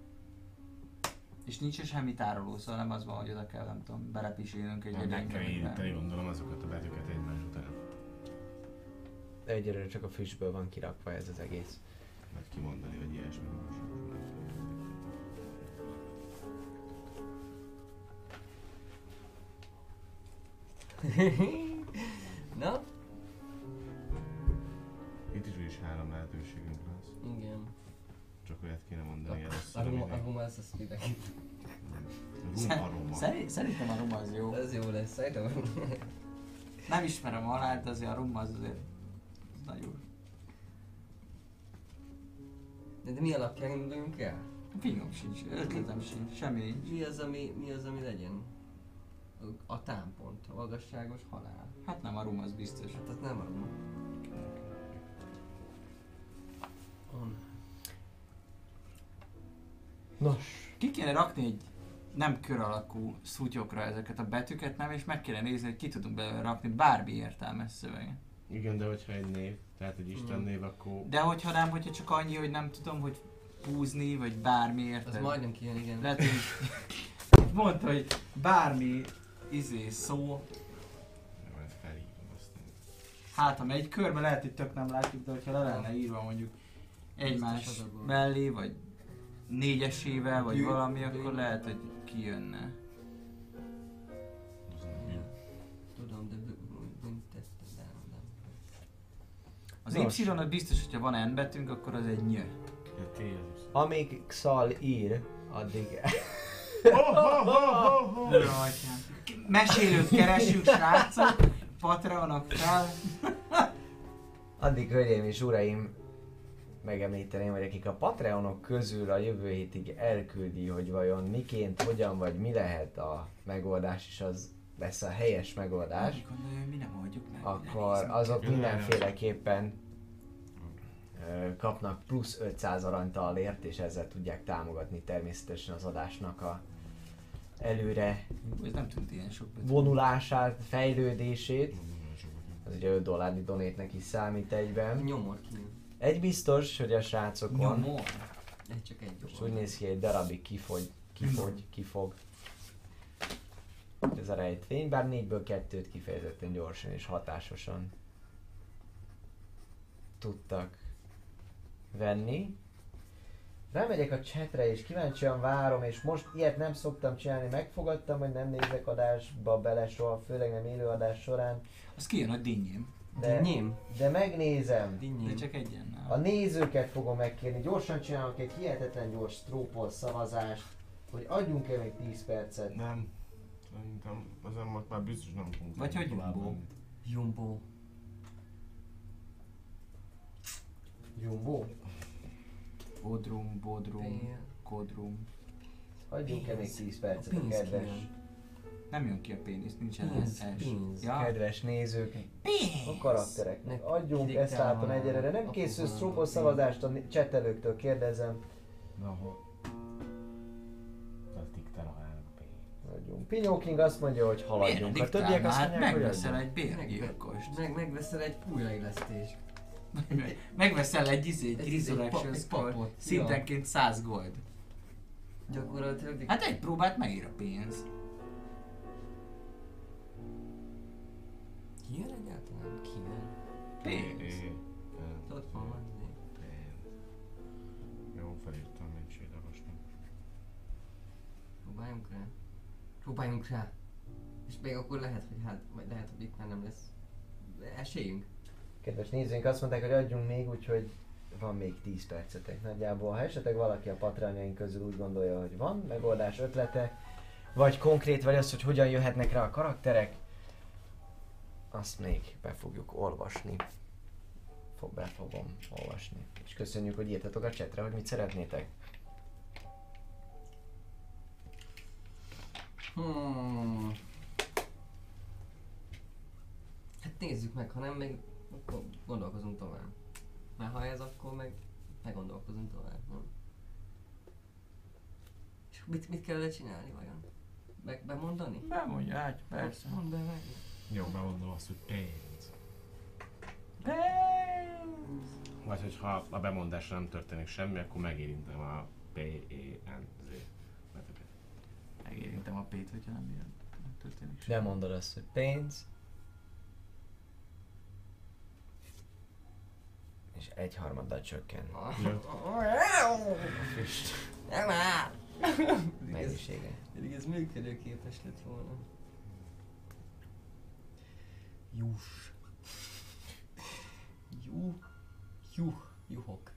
És nincs semmi tároló, szóval nem az van, hogy oda kell, nem tudom, belepisélnünk egy Meg kell jegyekbe. írítani, gondolom azokat a betűket egymás után. De egyelőre csak a füstből van kirakva ez az egész. Vagy kimondani, hogy ilyesmi. Na? Itt is úgyis három lehetőségünk lesz. Igen. Csak olyat kéne mondani A, először, a, rum, aminek- a rum az az mindenki. Rum aroma. Szerint, szerintem a rum az jó. Ez jó lesz, szerintem. Nem ismerem a halált, de azért a rum az azért az nagyon. De, de mi alapján induljunk el? Fingom sincs, ötletem sincs, semmi nincs. Mi az, ami, mi az, ami legyen? A, a támpont, a magasságos halál. Hát nem, a rum az biztos. Hát az nem a rum. On. Nos, Ki kéne rakni egy nem kör alakú szutyokra ezeket a betűket, nem? És meg kéne nézni, hogy ki tudunk belőle rakni bármi értelmes szöveget. Igen, de hogyha egy név, tehát egy Isten Mm. név, akkor... De hogyha nem, hogyha csak annyi, hogy nem tudom, hogy húzni, vagy bármi Az érted. majdnem kijön, igen. Lehet, hogy mondta, hogy bármi izé szó, Majd felhívom azt. hát ha megy körbe, lehet, hogy tök nem látjuk, de hogyha le lenne írva mondjuk egymás Biztos adagol. mellé, vagy négyesével, vagy Gyű- valami, gyű- akkor lehet, hogy kijönne. Az nem jó. Tudom, de Az Y-ot biztos, hogyha van N betűnk, akkor az egy nyö. Ja, T az. Amíg Xal ír, addig... Oh, oh, oh, oh, oh. Rajtján. Mesélőt keresünk, srácok. Patreonok fel. Addig, hölgyeim és uraim, megemlíteném, hogy akik a Patreonok közül a jövő hétig elküldi, hogy vajon miként, hogyan vagy mi lehet a megoldás, és az lesz a helyes megoldás, Úgy gondolja, hogy mi nem oldjuk meg. akkor ne azok Jön mindenféleképpen ö, kapnak plusz ötszáz aranytalért, és ezzel tudják támogatni természetesen az adásnak a előre nézzük. Ez nem tűnt ilyen sok betű. vonulását, fejlődését. Az ugye öt dollárnyi donate-nek is számít egyben. Nyomor ki. Egy biztos, hogy a srácokon, Nyomor. Egy csak egy most gyomor. úgy néz ki, egy darabig kifogy, kifogy, kifog. Ez a rejtvény, bár négyből kettőt kifejezetten gyorsan és hatásosan tudtak venni. Rámegyek a chatre és kíváncsian várom, és most ilyet nem szoktam csinálni, megfogadtam, hogy nem nézek adásba bele soha, főleg nem élő adás során, Az kijön, hogy dinnyém. de, Dinnyém? de megnézem. De Dinnyém. csak egyennel. A nézőket fogom megkérni, gyorsan csinálok egy hihetetlen gyors strópol szavazást, hogy adjunk el még tíz percet. Nem. Szerintem ezen most már biztos nem fogunk. Vagy hogy tovább Jumbo? menni. Jumbo. Jumbo? Bodrum, Bodrum, Pénz. Kodrum. Adjunk el még tíz percet a pénz kedves, kijön. Nem jön ki a pénisz, nincsen Pénz, S. pénz. Ja? kedves nézők, a Pénz! karaktereknek. Nek- Adjunk, kidiktálva ezt látom a- egyelőre. Nem a készül fogalom, strópol a pénz. szavazást a csetelőktől, kérdezem. Na, hol? Az diktál a pénz. Adjunk. Pinyó King azt mondja, hogy haladjunk. A többiek azt hát mondják, hogy megveszel adjunk. egy bérgyilkost. Meg, megveszel egy újraélesztést. Megveszel egy izé, egy Egy izé, Resurrection pa- egy Skull, papot. szintenként száz gold. Gyakorlatilag... Hát egy próbát megír a pénz. Ki jön egyáltalán? Ki jön? Pénz. Ott van van. Pénz. Jó, felírtam egy sétagosnak. Próbáljunk rá. Próbáljunk rá. És még akkor lehet, hogy hát, vagy lehet, hogy itt már nem lesz esélyünk. Kedves nézőink azt mondták, hogy adjunk még, úgyhogy van még tíz percetek nagyjából. Ha esetleg valaki a patronjaink közül úgy gondolja, hogy van megoldás ötlete, vagy konkrét, vagy az, hogy hogyan jöhetnek rá a karakterek, azt még be fogjuk olvasni. Fog, be fogom olvasni. És köszönjük, hogy írtatok a chatre, hogy mit szeretnétek. Hmm. Hát nézzük meg, ha nem, még akkor gondolkozunk tovább. Mert ha ez, akkor meg meggondolkozunk tovább, nem? És mit, mit kellene csinálni vajon? Meg, bemondani? Bemondja, hát persze. Mondd be meg. Jó, bemondom azt, hogy pénz. Pénz! Vagy hogyha a bemondásra nem történik semmi, akkor megérintem a P-E-N-Z. Megérintem a P-t, hogyha nem jön. Nem történik De mondod azt, hogy pénz. És egyharmaddal csökken. Füst Nem áll! mennyisége. Pedig ez működőképes lett volna. Juh. Juh. Juh. Juhok.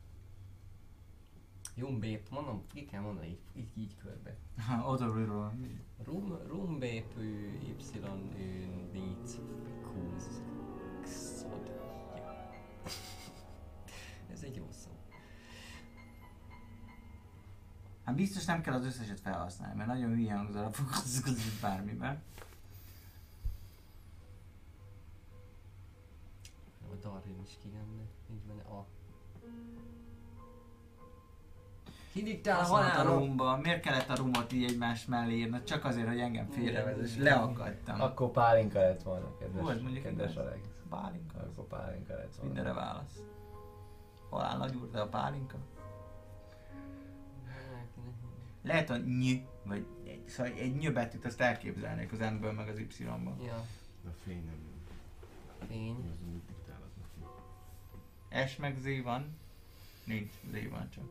Jumbép, mondom, ki kell mondani így, így, így körbe. Ha, odaról. Rum, rumbépű, y, ün, nic, kúz, xod. Ja. Ez egy jó szó. Hát biztos nem kell az összeset felhasználni, mert nagyon hülye hangzol a foglalkozik bármiben. A Darwin is kijönne, így van a. Kidiktál a Azt mondta a halálom! rumba, miért kellett a rumot így egymás mellé írni? Csak azért, hogy engem félrevezess. Leakadtam. Akkor pálinka lett volna, kedves, Volt mondjuk kedves igaz. Alex. Pálinka. Akkor pálinka lett volna. Mindenre válasz. Halál nagy úr, de a pálinka. Lehet a ny, vagy egy, szóval egy ny betűt azt elképzelnék az N-ből meg az Y-ban. Ja, A fény nem jön. fény. Mi az, amit diktálod neki? S meg Z van. Nincs, Z van csak.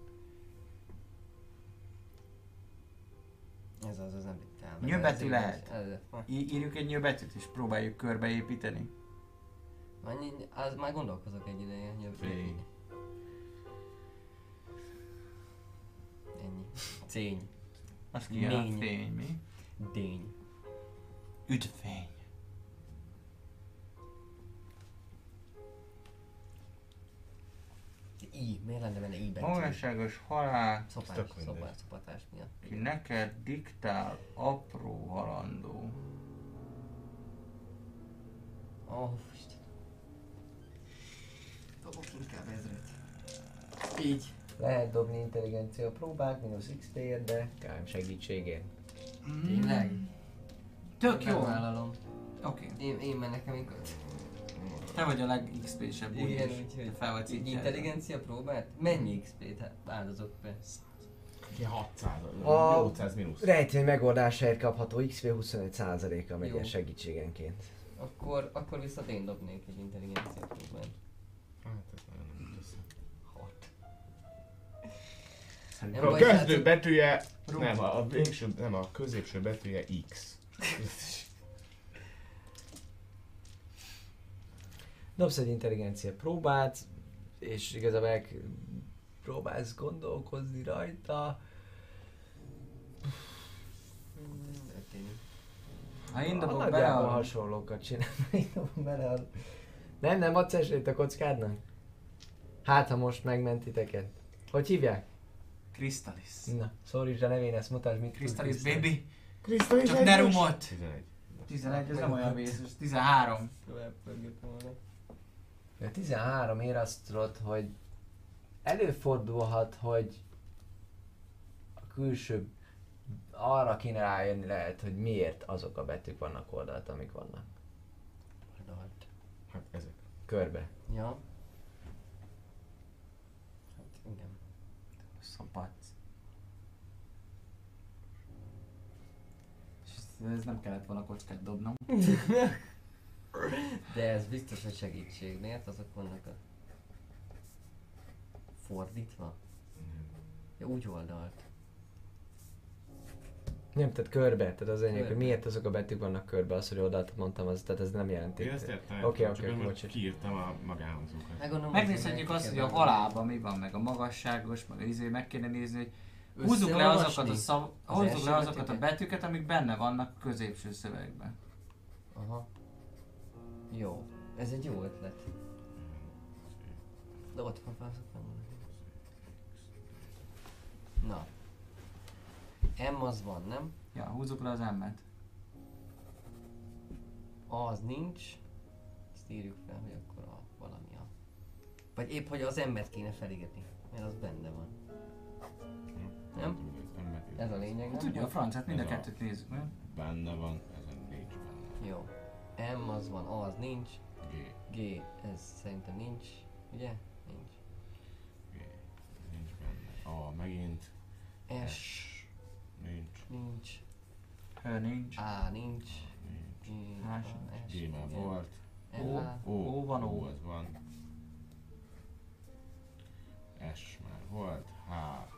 Ez az, az nem diktál. Ny betű lehet. Ez, ez, Í- írjuk egy ny betűt és próbáljuk körbeépíteni. Annyi, az már gondolkozok egy ideje. Fény. Ennyi. Cény. Azt kijön a Négy. fény, mi? Dény. Üdvfény. I. Miért lenne benne I betű? Magasságos halál, Szopás, Tök mindegy. szopás, szopatás miatt. ki neked diktál apró halandó. Ó, oh, Isten. Dobok inkább ezret. Így. Lehet dobni intelligencia próbát, mínusz iksz pé-ért, de ká em segítségén. Tényleg? Tök Nem jó. vállalom. Oké. Én, én mennek amikor. Te vagy a leg-iksz pé-sebb úgy Igen, is. úgyhogy. Te fel vagy Így szintjel. intelligencia próbát? Mennyi iksz pét hát áldozok be? Ilyen hatszáz, A- nyolcszáz mínusz. Rejtvény megoldásáért kapható iksz pé huszonöt százaléka megy Jó. ilyen segítségenként. Akkor, akkor viszont én dobnék egy intelligencia próbát. Hát ez nagyon nem össze. Hat. Szerintem Nem A baj, kezdő srácok. betűje, nem a, a végső, nem a középső betűje X. Dobsz egy intelligencia próbát, és igazából meg próbálsz gondolkozni rajta. Ötény. Ha én Ah, dobok bele nagyjából a... hasonlókat csinál. Én dobom bele a... Nem, nem adsz esélyt a kockádnak? Hát, ha most megmentiteket. Hogy hívják? Krisztalis. Na, szólítsd a nevén, ezt mutasd, mit tud Krisztalis Krisztalis. baby. Krisztalis Csak ne rumot. tizenegy. tizenegy, ez nem olyan vészes. tizenhárom. Tovább pörgött volna. A tizenhárom ér azt tudod, hogy előfordulhat, hogy a külső arra kéne rájönni lehet, hogy miért azok a betűk vannak oldalt, amik vannak. Oldalt. Hát ezek. Körbe. Ja. Hát igen. Szopac. És ez nem kellett volna kockát dobnom. De ez biztos, hogy segítség. Miért azok vannak a... Fordítva? Ja, úgy oldalt. Nem, tehát körbe, tehát az enyém, hogy Körbe. miért azok a betűk vannak körbe, az, hogy oldalt mondtam, az, tehát ez nem jelenti. Én ezt értem. Oké, csak oké, én most bocs. kiírtam a magánhangzókat. Meggondolom, Megnézhetjük azt, hogy a halálban mi van, meg a magasságos, meg a izé, meg kéne nézni, hogy húzzuk le Összeolvasni? azokat a szav... Az húzzuk első le azokat a betűket? betűket, amik benne vannak a középső szövegben. Aha. Jó. Ez egy jó ötlet. De ott van fel, azok van. Na. M az van, nem? Ja, húzzuk le az M-et. A az nincs. Ezt írjuk fel, hogy akkor a valami a. Vagy épp, hogy az M-et kéne felírni, mert az benne van. Nem? Ez a lényeg, nem? Tudja a francát, mind a Ez a- kettőt nézzük, nem? Benne van, ezen nincs benne. Jó. M az van, A az nincs. G. G, ez szerintem nincs. Ugye? Nincs. G. Nincs benne. A megint. S Nincs. nincs. Hő nincs. A nincs. Nincs. G, H van, sincs. S, G már igen. volt. L, O. O van, O. az van. S már volt. H.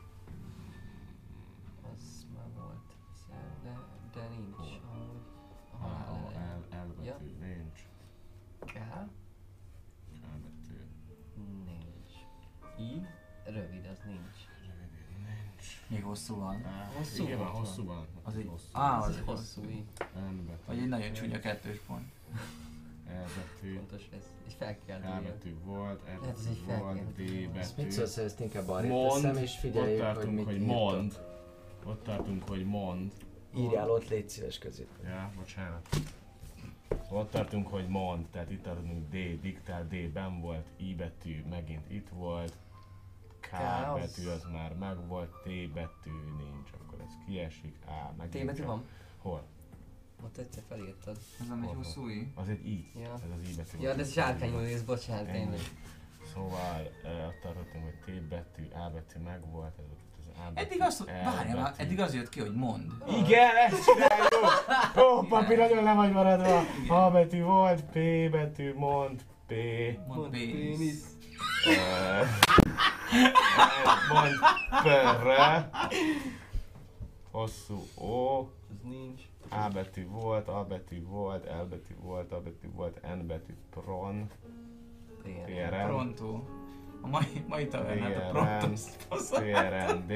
az már volt. De, de nincs. Hol? Ahogy a H. halál A. elején. L. L Ja. betű. Nincs. K, K betű. nincs. I, rövid, az nincs. Rövid. Nincs. Még hosszú van. Á, Hosszú igen, volt van, hosszú van. Az egy- hosszú. á, Ez az egy egy hosszú I. N betű. Vagy egy nagyon csúnya kettős pont. E betű. Fontos ez. És fel kell K dőlni. betű volt, R Lehet, ez egy betű volt, felkiáltó. D Ezt mit betű. szólsz, hogy ezt inkább arrébb Mond, teszem, és ott figyeljük, hogy tartunk, mit hogy írtok. mond. Ott tartunk, hogy mond. Írjál ott, légy szíves közé. Ja, bocsánat. Ott tartunk, hogy mond, tehát itt tartunk D, diktál, D ben volt, I betű megint itt volt, K K az- betű az már meg volt, T betű nincs, akkor ez kiesik, A megint T betű csak- van? Hol? Ott egyszer felírtad. Ez nem egy Hol, hol? hosszú I. Az egy I, Ja. ez az I betű. Ja, volt. de ez zsárkányul néz, bocsánat, Ennyi. tényleg. Szóval eh, ott tartottunk, hogy T betű, A betű meg volt, ez ott az A betű, Eddig azt, L várjál már, betű. eddig az jött ki, hogy mond. Igen, ezt csináljuk! Ó, papi, nagyon le vagy maradva. A betű volt, P betű, mond, P. Mond pénisz. eh, Mond, P-re. Hosszú O. Ez nincs. T A betű volt, A betű volt, L betű volt, A betű volt, N betű, Pron, P R N, Pronto. A mai, mai tavernát a P R N, Prontos P R N D,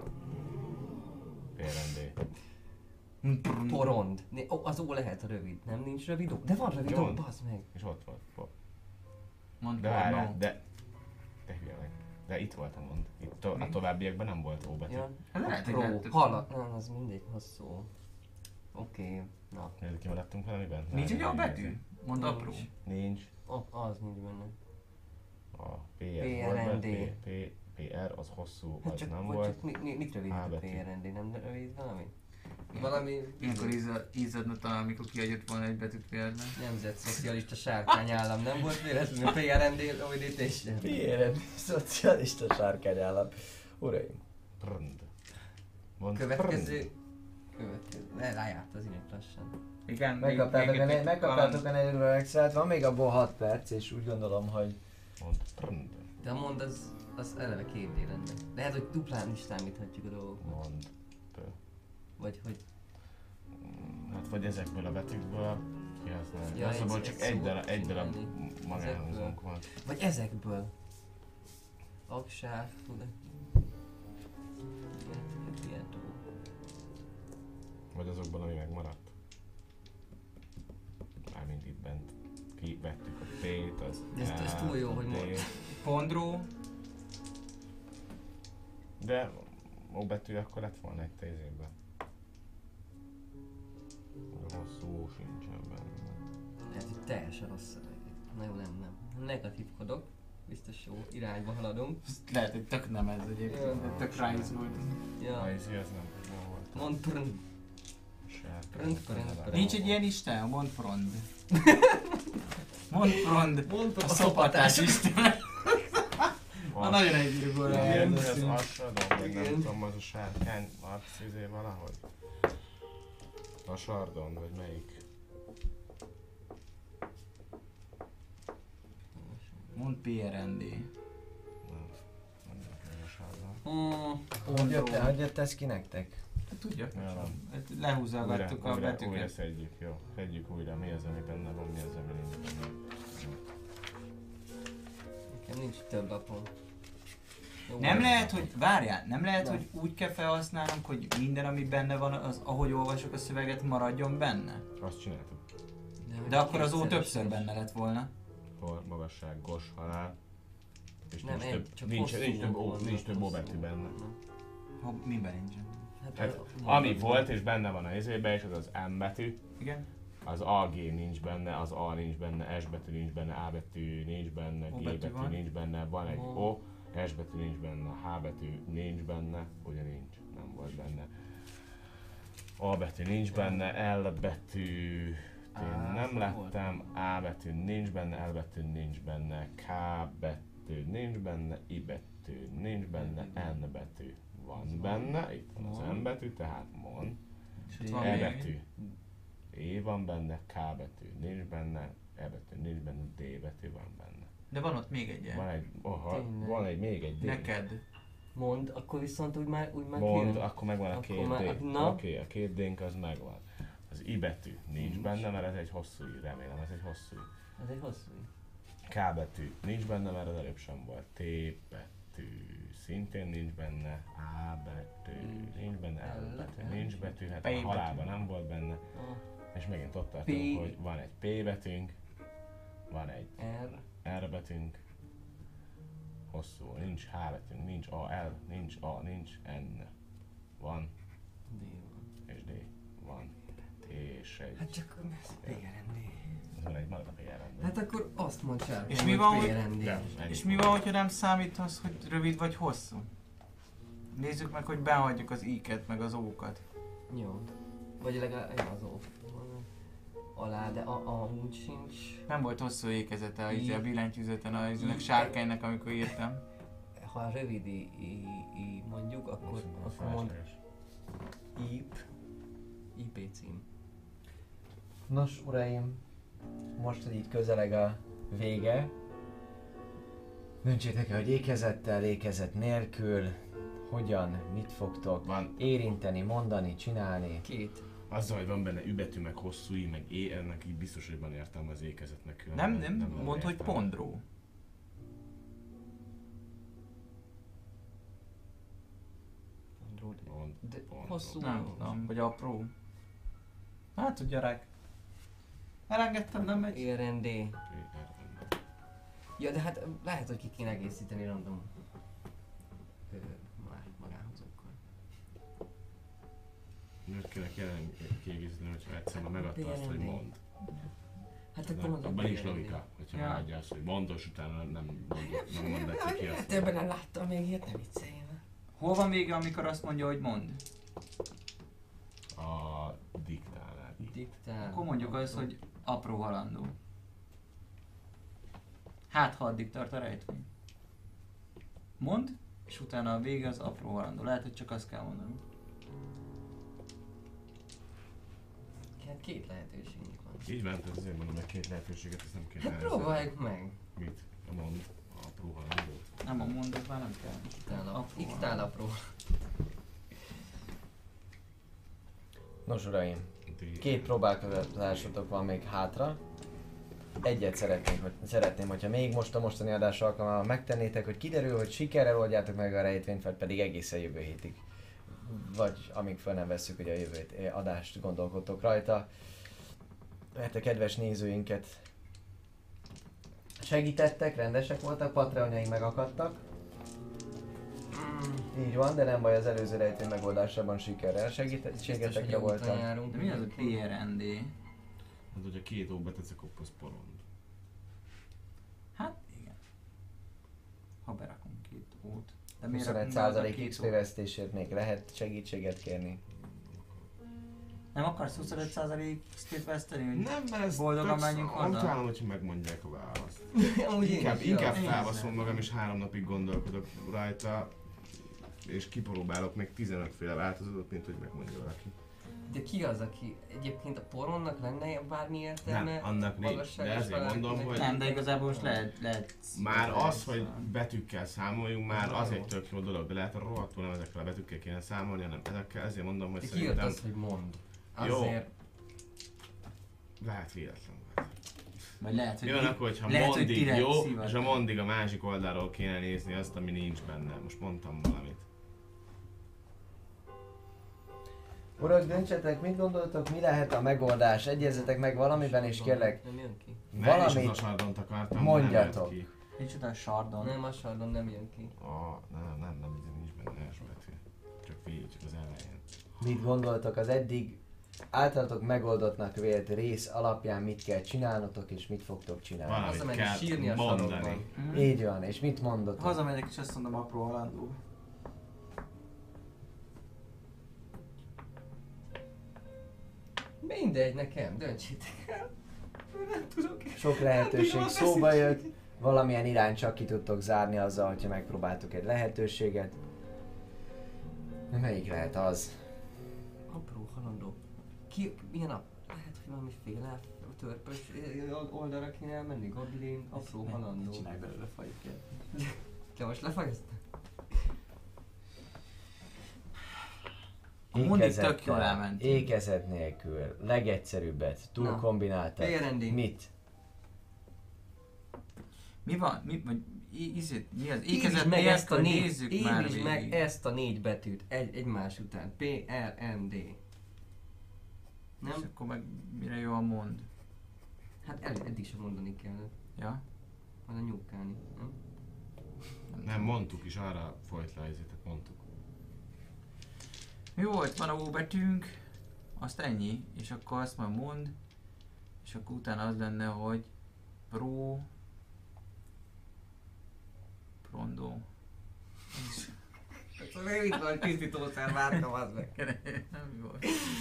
P R N D. Porond. Né- Ó, az ó lehet a rövid. Nem nincs rövid ó? De van rövid ó, Van. bazd meg. És ott volt. Bo- Mondd De porno. várjál, de... De hülye vagy. De itt volt a mond. Itt to- a továbbiakban nem volt O betű. Ja. Lehet, hogy Pro. lehetett- Hallat. Nem, az mindig hosszú. Oké. Na. Nézd, kimaradtunk valamiben? Nincs egy Nem, A nem betű? érzi. Mondd apró. Nincs. Nincs. Ó, az nincs benne. A P P R R volt N benne, D. P, P, P R az hosszú, Hát az csak, nem vagy volt. csak mi, mi, mit A rövidít a betű. P R N D? Nem rövid valami? Valami Ilyenkor ízad- ízadna talán, amikor kiadjött volna egy betűt például. nemzetszocialista sárkányállam, nem volt véletlenül a P R N D rövidítés? Miért? Szocialista sárkányállam. Uraim. Prnd. Mondd Következő... Következő... Le, lejárt az inek lassan. Igen, Megkaptátok még- a, még ne- egy megkaptátok a talán- negyedik extrát, van még abból hat perc, és úgy gondolom, hogy Mondd prnd. De a mond az, az eleve képdé lenne. Lehet, hogy duplán is számíthatjuk a dolgokat. Mondd. Vagy hogy... Hát vagy ezekből a betűkből kihasználni. Ja, Ja, Azonból egy- csak egy egy szót darab, egy darab csinálni. magánhangzónk van. Vagy ezekből. Aksár, tudod. Ilyen- ilyen dolgok. Vagy azokban, ami megmaradt. Mármint itt bent kivettük a P-t, az Ez- ez L, túl jó, hogy D. mondod. Pondró. De O betű akkor lett volna egy tézében. A hosszú O sincsen benne. Ez itt teljesen rossz szöveg. Na jó, nem, nem. Negatívkodok. Biztos jó irányba haladunk. Ezt lehet, hogy tök nem ez egyébként. Ja. Tök ráiz volt. Ja. A izi az nem jó volt. Mond prn. Sárkány. Prönt, prönt, prönt. Nincs egy ilyen isten? Mondd frond. Mondd frond. Mondtam A szopatás isten. Ha nagyon egyszerű Igen, volt. ez Asradon, vagy nem Igen. tudom, az a sárkány arc izé valahogy. A Sardon, vagy melyik? Mondd P R N D. Nem, nem nekem a Sardon. Hmm. hogy jött, hogy jött ez ki nektek? Tudja? Ja, nem. Hát lehúzálgattuk a újra, újra betűket. szedjük, jó. Szedjük újra, mi az, ami benne van, mi az, ami nincs benne. Nekem nincs több lapom. Jó, Nem van. lehet, hogy, várjál, nem lehet, Nem. hogy úgy kell felhasználnom, hogy minden, ami benne van, az, ahogy olvasok a szöveget, maradjon benne? Azt csináltuk. hogy De akkor az ó kétszeres többször is. benne lett volna. Hol, magasság, gos, halál. És Nem, nincs egy, több, csak nincs, hosszú nincs több, ó, vannak, nincs több hosszú óbetű benne. vannak. Ha, miben nincsen? Hát, Hát, a- ami mondom. volt és benne van a izébe, és az az M betű, Igen? az A G nincs benne, az A nincs benne, S betű nincs benne, A betű nincs benne, O G betű betű van. nincs benne, van egy O. O, S betű nincs benne, H betű nincs benne, ugye nincs, nem volt benne. A betű nincs benne, L betű én Á, nem szóval volt. lettem, A betű nincs benne, L betű nincs benne, K betű nincs benne, I betű nincs benne, N betű van benne, itt van az Mon. M betű, tehát mon. És ott van E még betű. E van benne, K betű nincs benne, E betű nincs benne, D betű van benne. De van ott még egy Van ilyen. egy, oha, Tényleg. van egy, még egy D. Neked. Mond, akkor viszont úgy már, úgy már Mond, kijön. akkor megvan a Akkor két már- D. na. Oké, a két D-nk az megvan. Az I betű nincs Nincs. benne, mert ez egy hosszú I, remélem ez egy hosszú I. Ez egy hosszú. K betű nincs benne, mert az előbb sem volt. T betű szintén nincs benne. A betű Nincs. nincs benne. L L betű betű. nincs betű, hát P a betű. halálban nem volt benne. A, És megint ott tartunk, P. hogy van egy P betűnk, van egy R, R betűnk, hosszú, nincs H betűnk, nincs A, L, nincs A, nincs N. Van, D van. és D. Van. És egy... Hát csak P R N D. Ez van egy marad a P R N D. Hát akkor azt mondd sárkány, És mi van, hogy- P R N D. Nem, ennyi. És mi van, hogyha nem számítasz, hogy rövid vagy hosszú? Nézzük meg, hogy behagyjuk az i-ket, meg az ó-kat. Jó. Vagy legalább ja, az ó. Alá, de a, a úgy sincs. Nem volt hosszú ékezete a, I. izé, a billentyűzeten a izének I. sárkánynak, amikor írtam. Ha rövid i, i, i mondjuk, akkor, Szerintem akkor mond felesleges. I P. I P cím. Nos, uraim, most, hogy itt közeleg a vége, döntsétek el, hogy ékezettel, ékezet nélkül, hogyan, mit fogtok Van, érinteni, mondani, csinálni. Két. Azzal, hogy van benne übetű, meg hosszú i, meg é, ennek így biztos, hogy van értelme az ékezetnek. Nem, nem, lenne mondd, hogy értelme. pondró. Pond, De pond, hosszú. Nem tudom, vagy apró. Hát tudja rák. Elengedtem, nem megy. é er en dé. pé er en. Ja, de hát lehet, hogy ki kéne egészíteni random. Ö, már magához akkor. Miért kéne jelen kiegészíteni, hogyha egyszerűen megadta azt, hogy mond. Hát akkor Nem, mondom, abban nincs pé er en dé. logika, hogyha Ja. megadja azt, hogy mondos, utána nem, nem, mondod, nem mond neki ki azt. Többen nem láttam még ilyet, nem vicceljél. Hol van vége, amikor azt mondja, hogy mond? A diktálál. Diktál. Akkor mondjuk azt, hogy apró halandó. Hát ha addig tart a rejtvény. Mond, és utána a vége az apró halandó. Lehet, hogy csak azt kell mondani. Hát két lehetőségünk van. Így van, tehát azért mondom, hogy két lehetőséget, ezt nem kéne Hát elzárni. próbáljuk meg. Mit? A mond, a próhalandót. Nem a mondod, már nem kell. Iktál a- Apró Iktál apró. Nos uraim, Ti- két próbálkozásotok van még hátra. Egyet szeretnénk, hogy, szeretném, hogyha még most a mostani adás alkalmával megtennétek, hogy kiderül, hogy sikerrel oldjátok meg a rejtvényt, vagy pedig egészen jövő hétig. Vagy amíg fel nem vesszük, hogy a jövő hét adást gondolkodtok rajta. Mert a kedves nézőinket segítettek, rendesek voltak, patreonjaink megakadtak. Így van, de nem baj, az előző rejtvény megoldásában sikerrel segítségetekre voltak. De mi az a pé er en dé? Hát, hogyha két óba teszek, akkor az porond. Hát igen. Ha berakunk két ót. De miért rakunk huszonegy be oda százalék két X P ót? vesztésért még lehet segítséget kérni. Nem akarsz huszonöt százalék X P-t veszteni? Hogy Nem, mert ez boldogan menjünk haza? Utálom, hogyha megmondják a választ. Amúgy én Inkább, is, inkább ja. felbaszom magam és három napig gondolkodok rajta, és kipróbálok meg tizenöt féle változatot, mint hogy megmondja valaki. De ki az, aki egyébként a poronnak lenne bármi értelme? Nem, annak nincs. magasságos De ezért mondom, valakinek? hogy Nem, de igazából most lehet... lehet már lehet- az, hogy betűkkel számoljunk, már az egy tök jó dolog, de lehet a rohadtul nem ezekkel a betűkkel kéne számolni, hanem ezekkel, ezért mondom, hogy De ki jött szerintem az, hogy mond? Jó. Azért. lehet véletlen. Vagy lehet, hogy... Jó, akkor, hogyha lehet, hogy mondig direkt jó, szívad. és a mondig a másik oldalról kéne nézni azt, ami nincs benne. Most mondtam valamit. Urak, döntsetek, mit gondoltok, mi lehet a megoldás? Egyezzetek meg valamiben, és kérlek, Nem jön ki. Nem is az a valamit sardont akartam, mondjatok. nem jött ki. Micsoda sardon. Nem, a sardon nem jön ki. A, nem, nem, nem, nem, nincs benne első betű. Csak végig, csak az elején. Mit gondoltok az eddig általatok megoldottnak vélt rész alapján, mit kell csinálnotok, és mit fogtok csinálni? Valamit Hazamenni kell sírni a mondani. sarokban. Hm? Így van, és mit mondotok? Hazamegyek és azt mondom, apró halandó. Mindegy, nekem, döntsétek el. Nem tudok. Sok lehetőség szóba jött, valamilyen irány csak ki tudtok zárni azzal, hogyha megpróbáltok egy lehetőséget. De melyik lehet az? Apró halandó. Ki, milyen a... Lehet, hogy valamiféle törpös oldalra kéne elmenni, goblin, apró halandó. Csinálj belőle fajkért. Te most lefagyasztál? Mondig tök jól elmentünk. ékezet nélkül, legegyszerűbbet, túl Na. kombináltat. pé er en dé. Mit? Mi van? Mi, vagy, í- ízét, mi az? Írd Ékezet meg ezt a nélkül négy, nézzük már írd végig. meg ezt a négy betűt egy, egymás után. pé er en dé. És Nem? akkor meg mire jó a mond? Hát el, eddig sem mondani kellett. Ja? Majd a nyúkálni, nem? Nem, mondtuk is, arra folyt le ezért, mondtuk. Mi volt? Van a ó betűnk, azt ennyi, és akkor azt majd mond, és akkor utána az lenne, hogy pro... Prondo. Szóval itt van tisztítószer, vártam az meg. Nem jó.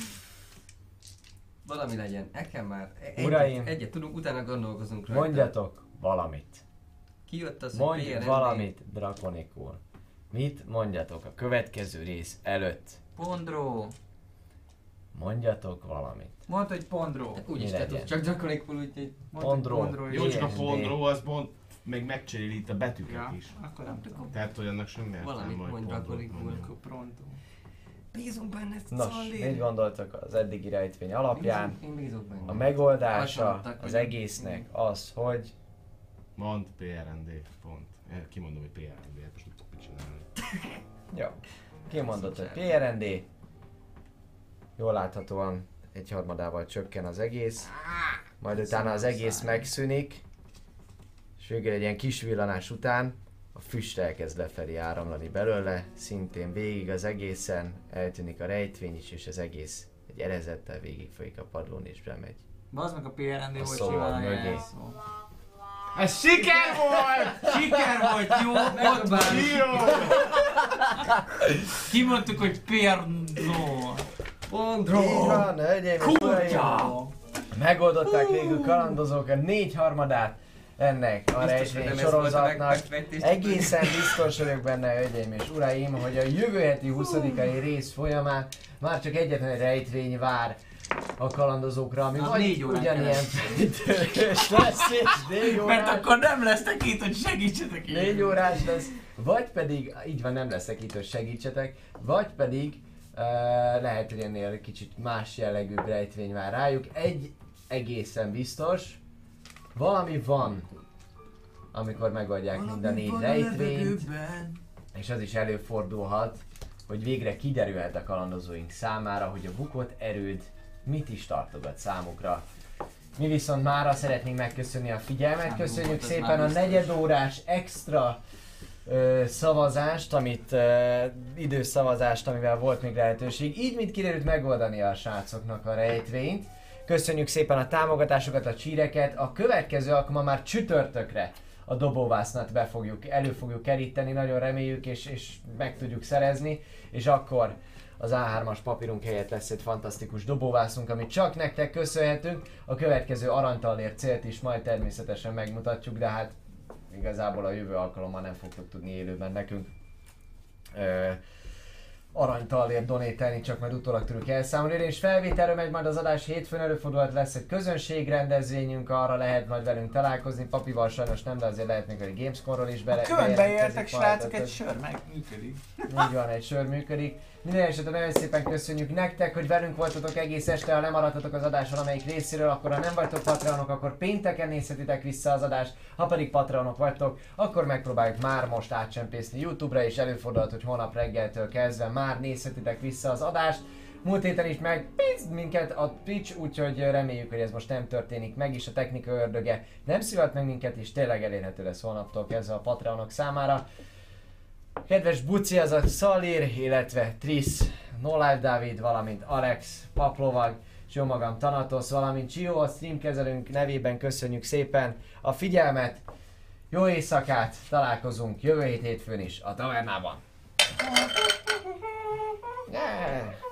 Valami legyen, nekem már. Egyet, Uraim. egyet tudunk, utána gondolkozunk rajta. Mondjatok valamit. Ki jött az, hogy Mondj pé er en dé? valamit, Drakonikul. Mit mondjatok a következő rész előtt? Pondró. Mondjatok valamit. Mondd, hogy pondró. Úgyis Mi te legyen? tudsz, csak gyakorlikul úgyhogy... Mondd, hogy Pondró. pondró. Jó, csak a pé es dé. pondró az pont, meg megcseréli itt a betűket Ja, is. akkor nem tudom. Tehát, hogy annak semmi értelme, Valamit hogy mondj pondrót drakonikul. mondjunk. Akkor pronto. Bízunk benne, Nos, Szallér. mit gondoltok az eddigi rejtvény alapján? Bízunk, én bízok benne. A megoldása Hasonlottak az vagyunk. egésznek az, hogy Mond pé er en dé, pont. Én kimondom, hogy pé er en dé, hát most mit tudok mit csinálni. jó, kimondott, hogy pé er en dé, jól láthatóan egy harmadával csökken az egész, majd utána az egész megszűnik, és végül egy ilyen kis villanás után a füst elkezd lefelé áramlani belőle, szintén végig az egészen, eltűnik a rejtvény is, és az egész egy erezettel végig folyik a padlón és bemegy. Bazd meg a pé er en dé A volt szobor simán a mögé. jelszó. Ez siker volt! Siker volt, jó, ott van. Jó! Kimondtuk, hogy Pérno. Pondró! Így van, hölgyeim és uraim! Kutya! Megoldották végül kalandozók a négy harmadát ennek a rejtvény sorozatnak. Egészen biztos vagyok benne, hölgyeim és uraim, hogy a jövő heti huszadikai rész folyamán már csak egyetlen egy rejtvény vár a kalandozókra, ami Az vagy négy órán ugyanilyen keresztül. fejtős lesz és négy órás, Mert akkor nem lesznek itt, hogy segítsetek én. négy órás lesz, vagy pedig, így van, nem leszek itt, hogy segítsetek, vagy pedig uh, lehet, hogy ennél kicsit más jellegű rejtvény vár rájuk. Egy egészen biztos, valami van, amikor megoldják mind a négy rejtvényt, és az is előfordulhat, hogy végre kiderülhet a kalandozóink számára, hogy a bukott erőd mit is tartogat számukra. Mi viszont mára szeretnénk megköszönni a figyelmet, köszönjük ez szépen már a biztos. negyedórás extra ö, szavazást, amit ö, időszavazást, amivel volt még lehetőség. Így, mint kiderült, megoldani a srácoknak a rejtvényt. Köszönjük szépen a támogatásokat, a csíreket. A következő alkalommal már csütörtökre a dobóvásznat be fogjuk, elő fogjuk keríteni, nagyon reméljük és, és meg tudjuk szerezni, és akkor az á hármas papírunk helyett lesz egy fantasztikus dobóvászunk, amit csak nektek köszönhetünk. A következő aranytallért célt is majd természetesen megmutatjuk, de hát igazából a jövő alkalommal nem fogtok tudni élőben nekünk ö, aranytallért donételni, csak majd utólag tudjuk elszámolni. És felvételről megy majd az adás, hétfőn előfordulhat, lesz egy közönségrendezvényünk, arra lehet majd velünk találkozni. Papival sajnos nem, de azért lehet még egy Gamescom-ról is bele. Különbe bejelentkezik értek, majd, srácok, tehát, egy sör meg működik. így van, egy sör működik. Minden esetre nagyon szépen köszönjük nektek, hogy velünk voltatok egész este, ha lemaradtatok az adás valamelyik részéről, akkor ha nem vagytok Patreonok, akkor pénteken nézhetitek vissza az adást, ha pedig Patreonok vagytok, akkor megpróbáljuk már most átcsempészni YouTube-ra, és előfordulhat, hogy holnap reggeltől kezdve már nézhetitek vissza az adást. Múlt héten is megpizd minket a Twitch, úgyhogy reméljük, hogy ez most nem történik meg, és a technika ördöge nem szület meg minket, és tényleg elérhető lesz holnaptól kezdve a Patreonok számára. Kedves Buci, az a Szalír, illetve Trisz, No Life Dávid, valamint Alex, Paplovag, és jó magam Thanatos, valamint Csió, a streamkezelőnk nevében köszönjük szépen a figyelmet. Jó éjszakát, találkozunk jövő hét hétfőn is a tavernában. Yeah.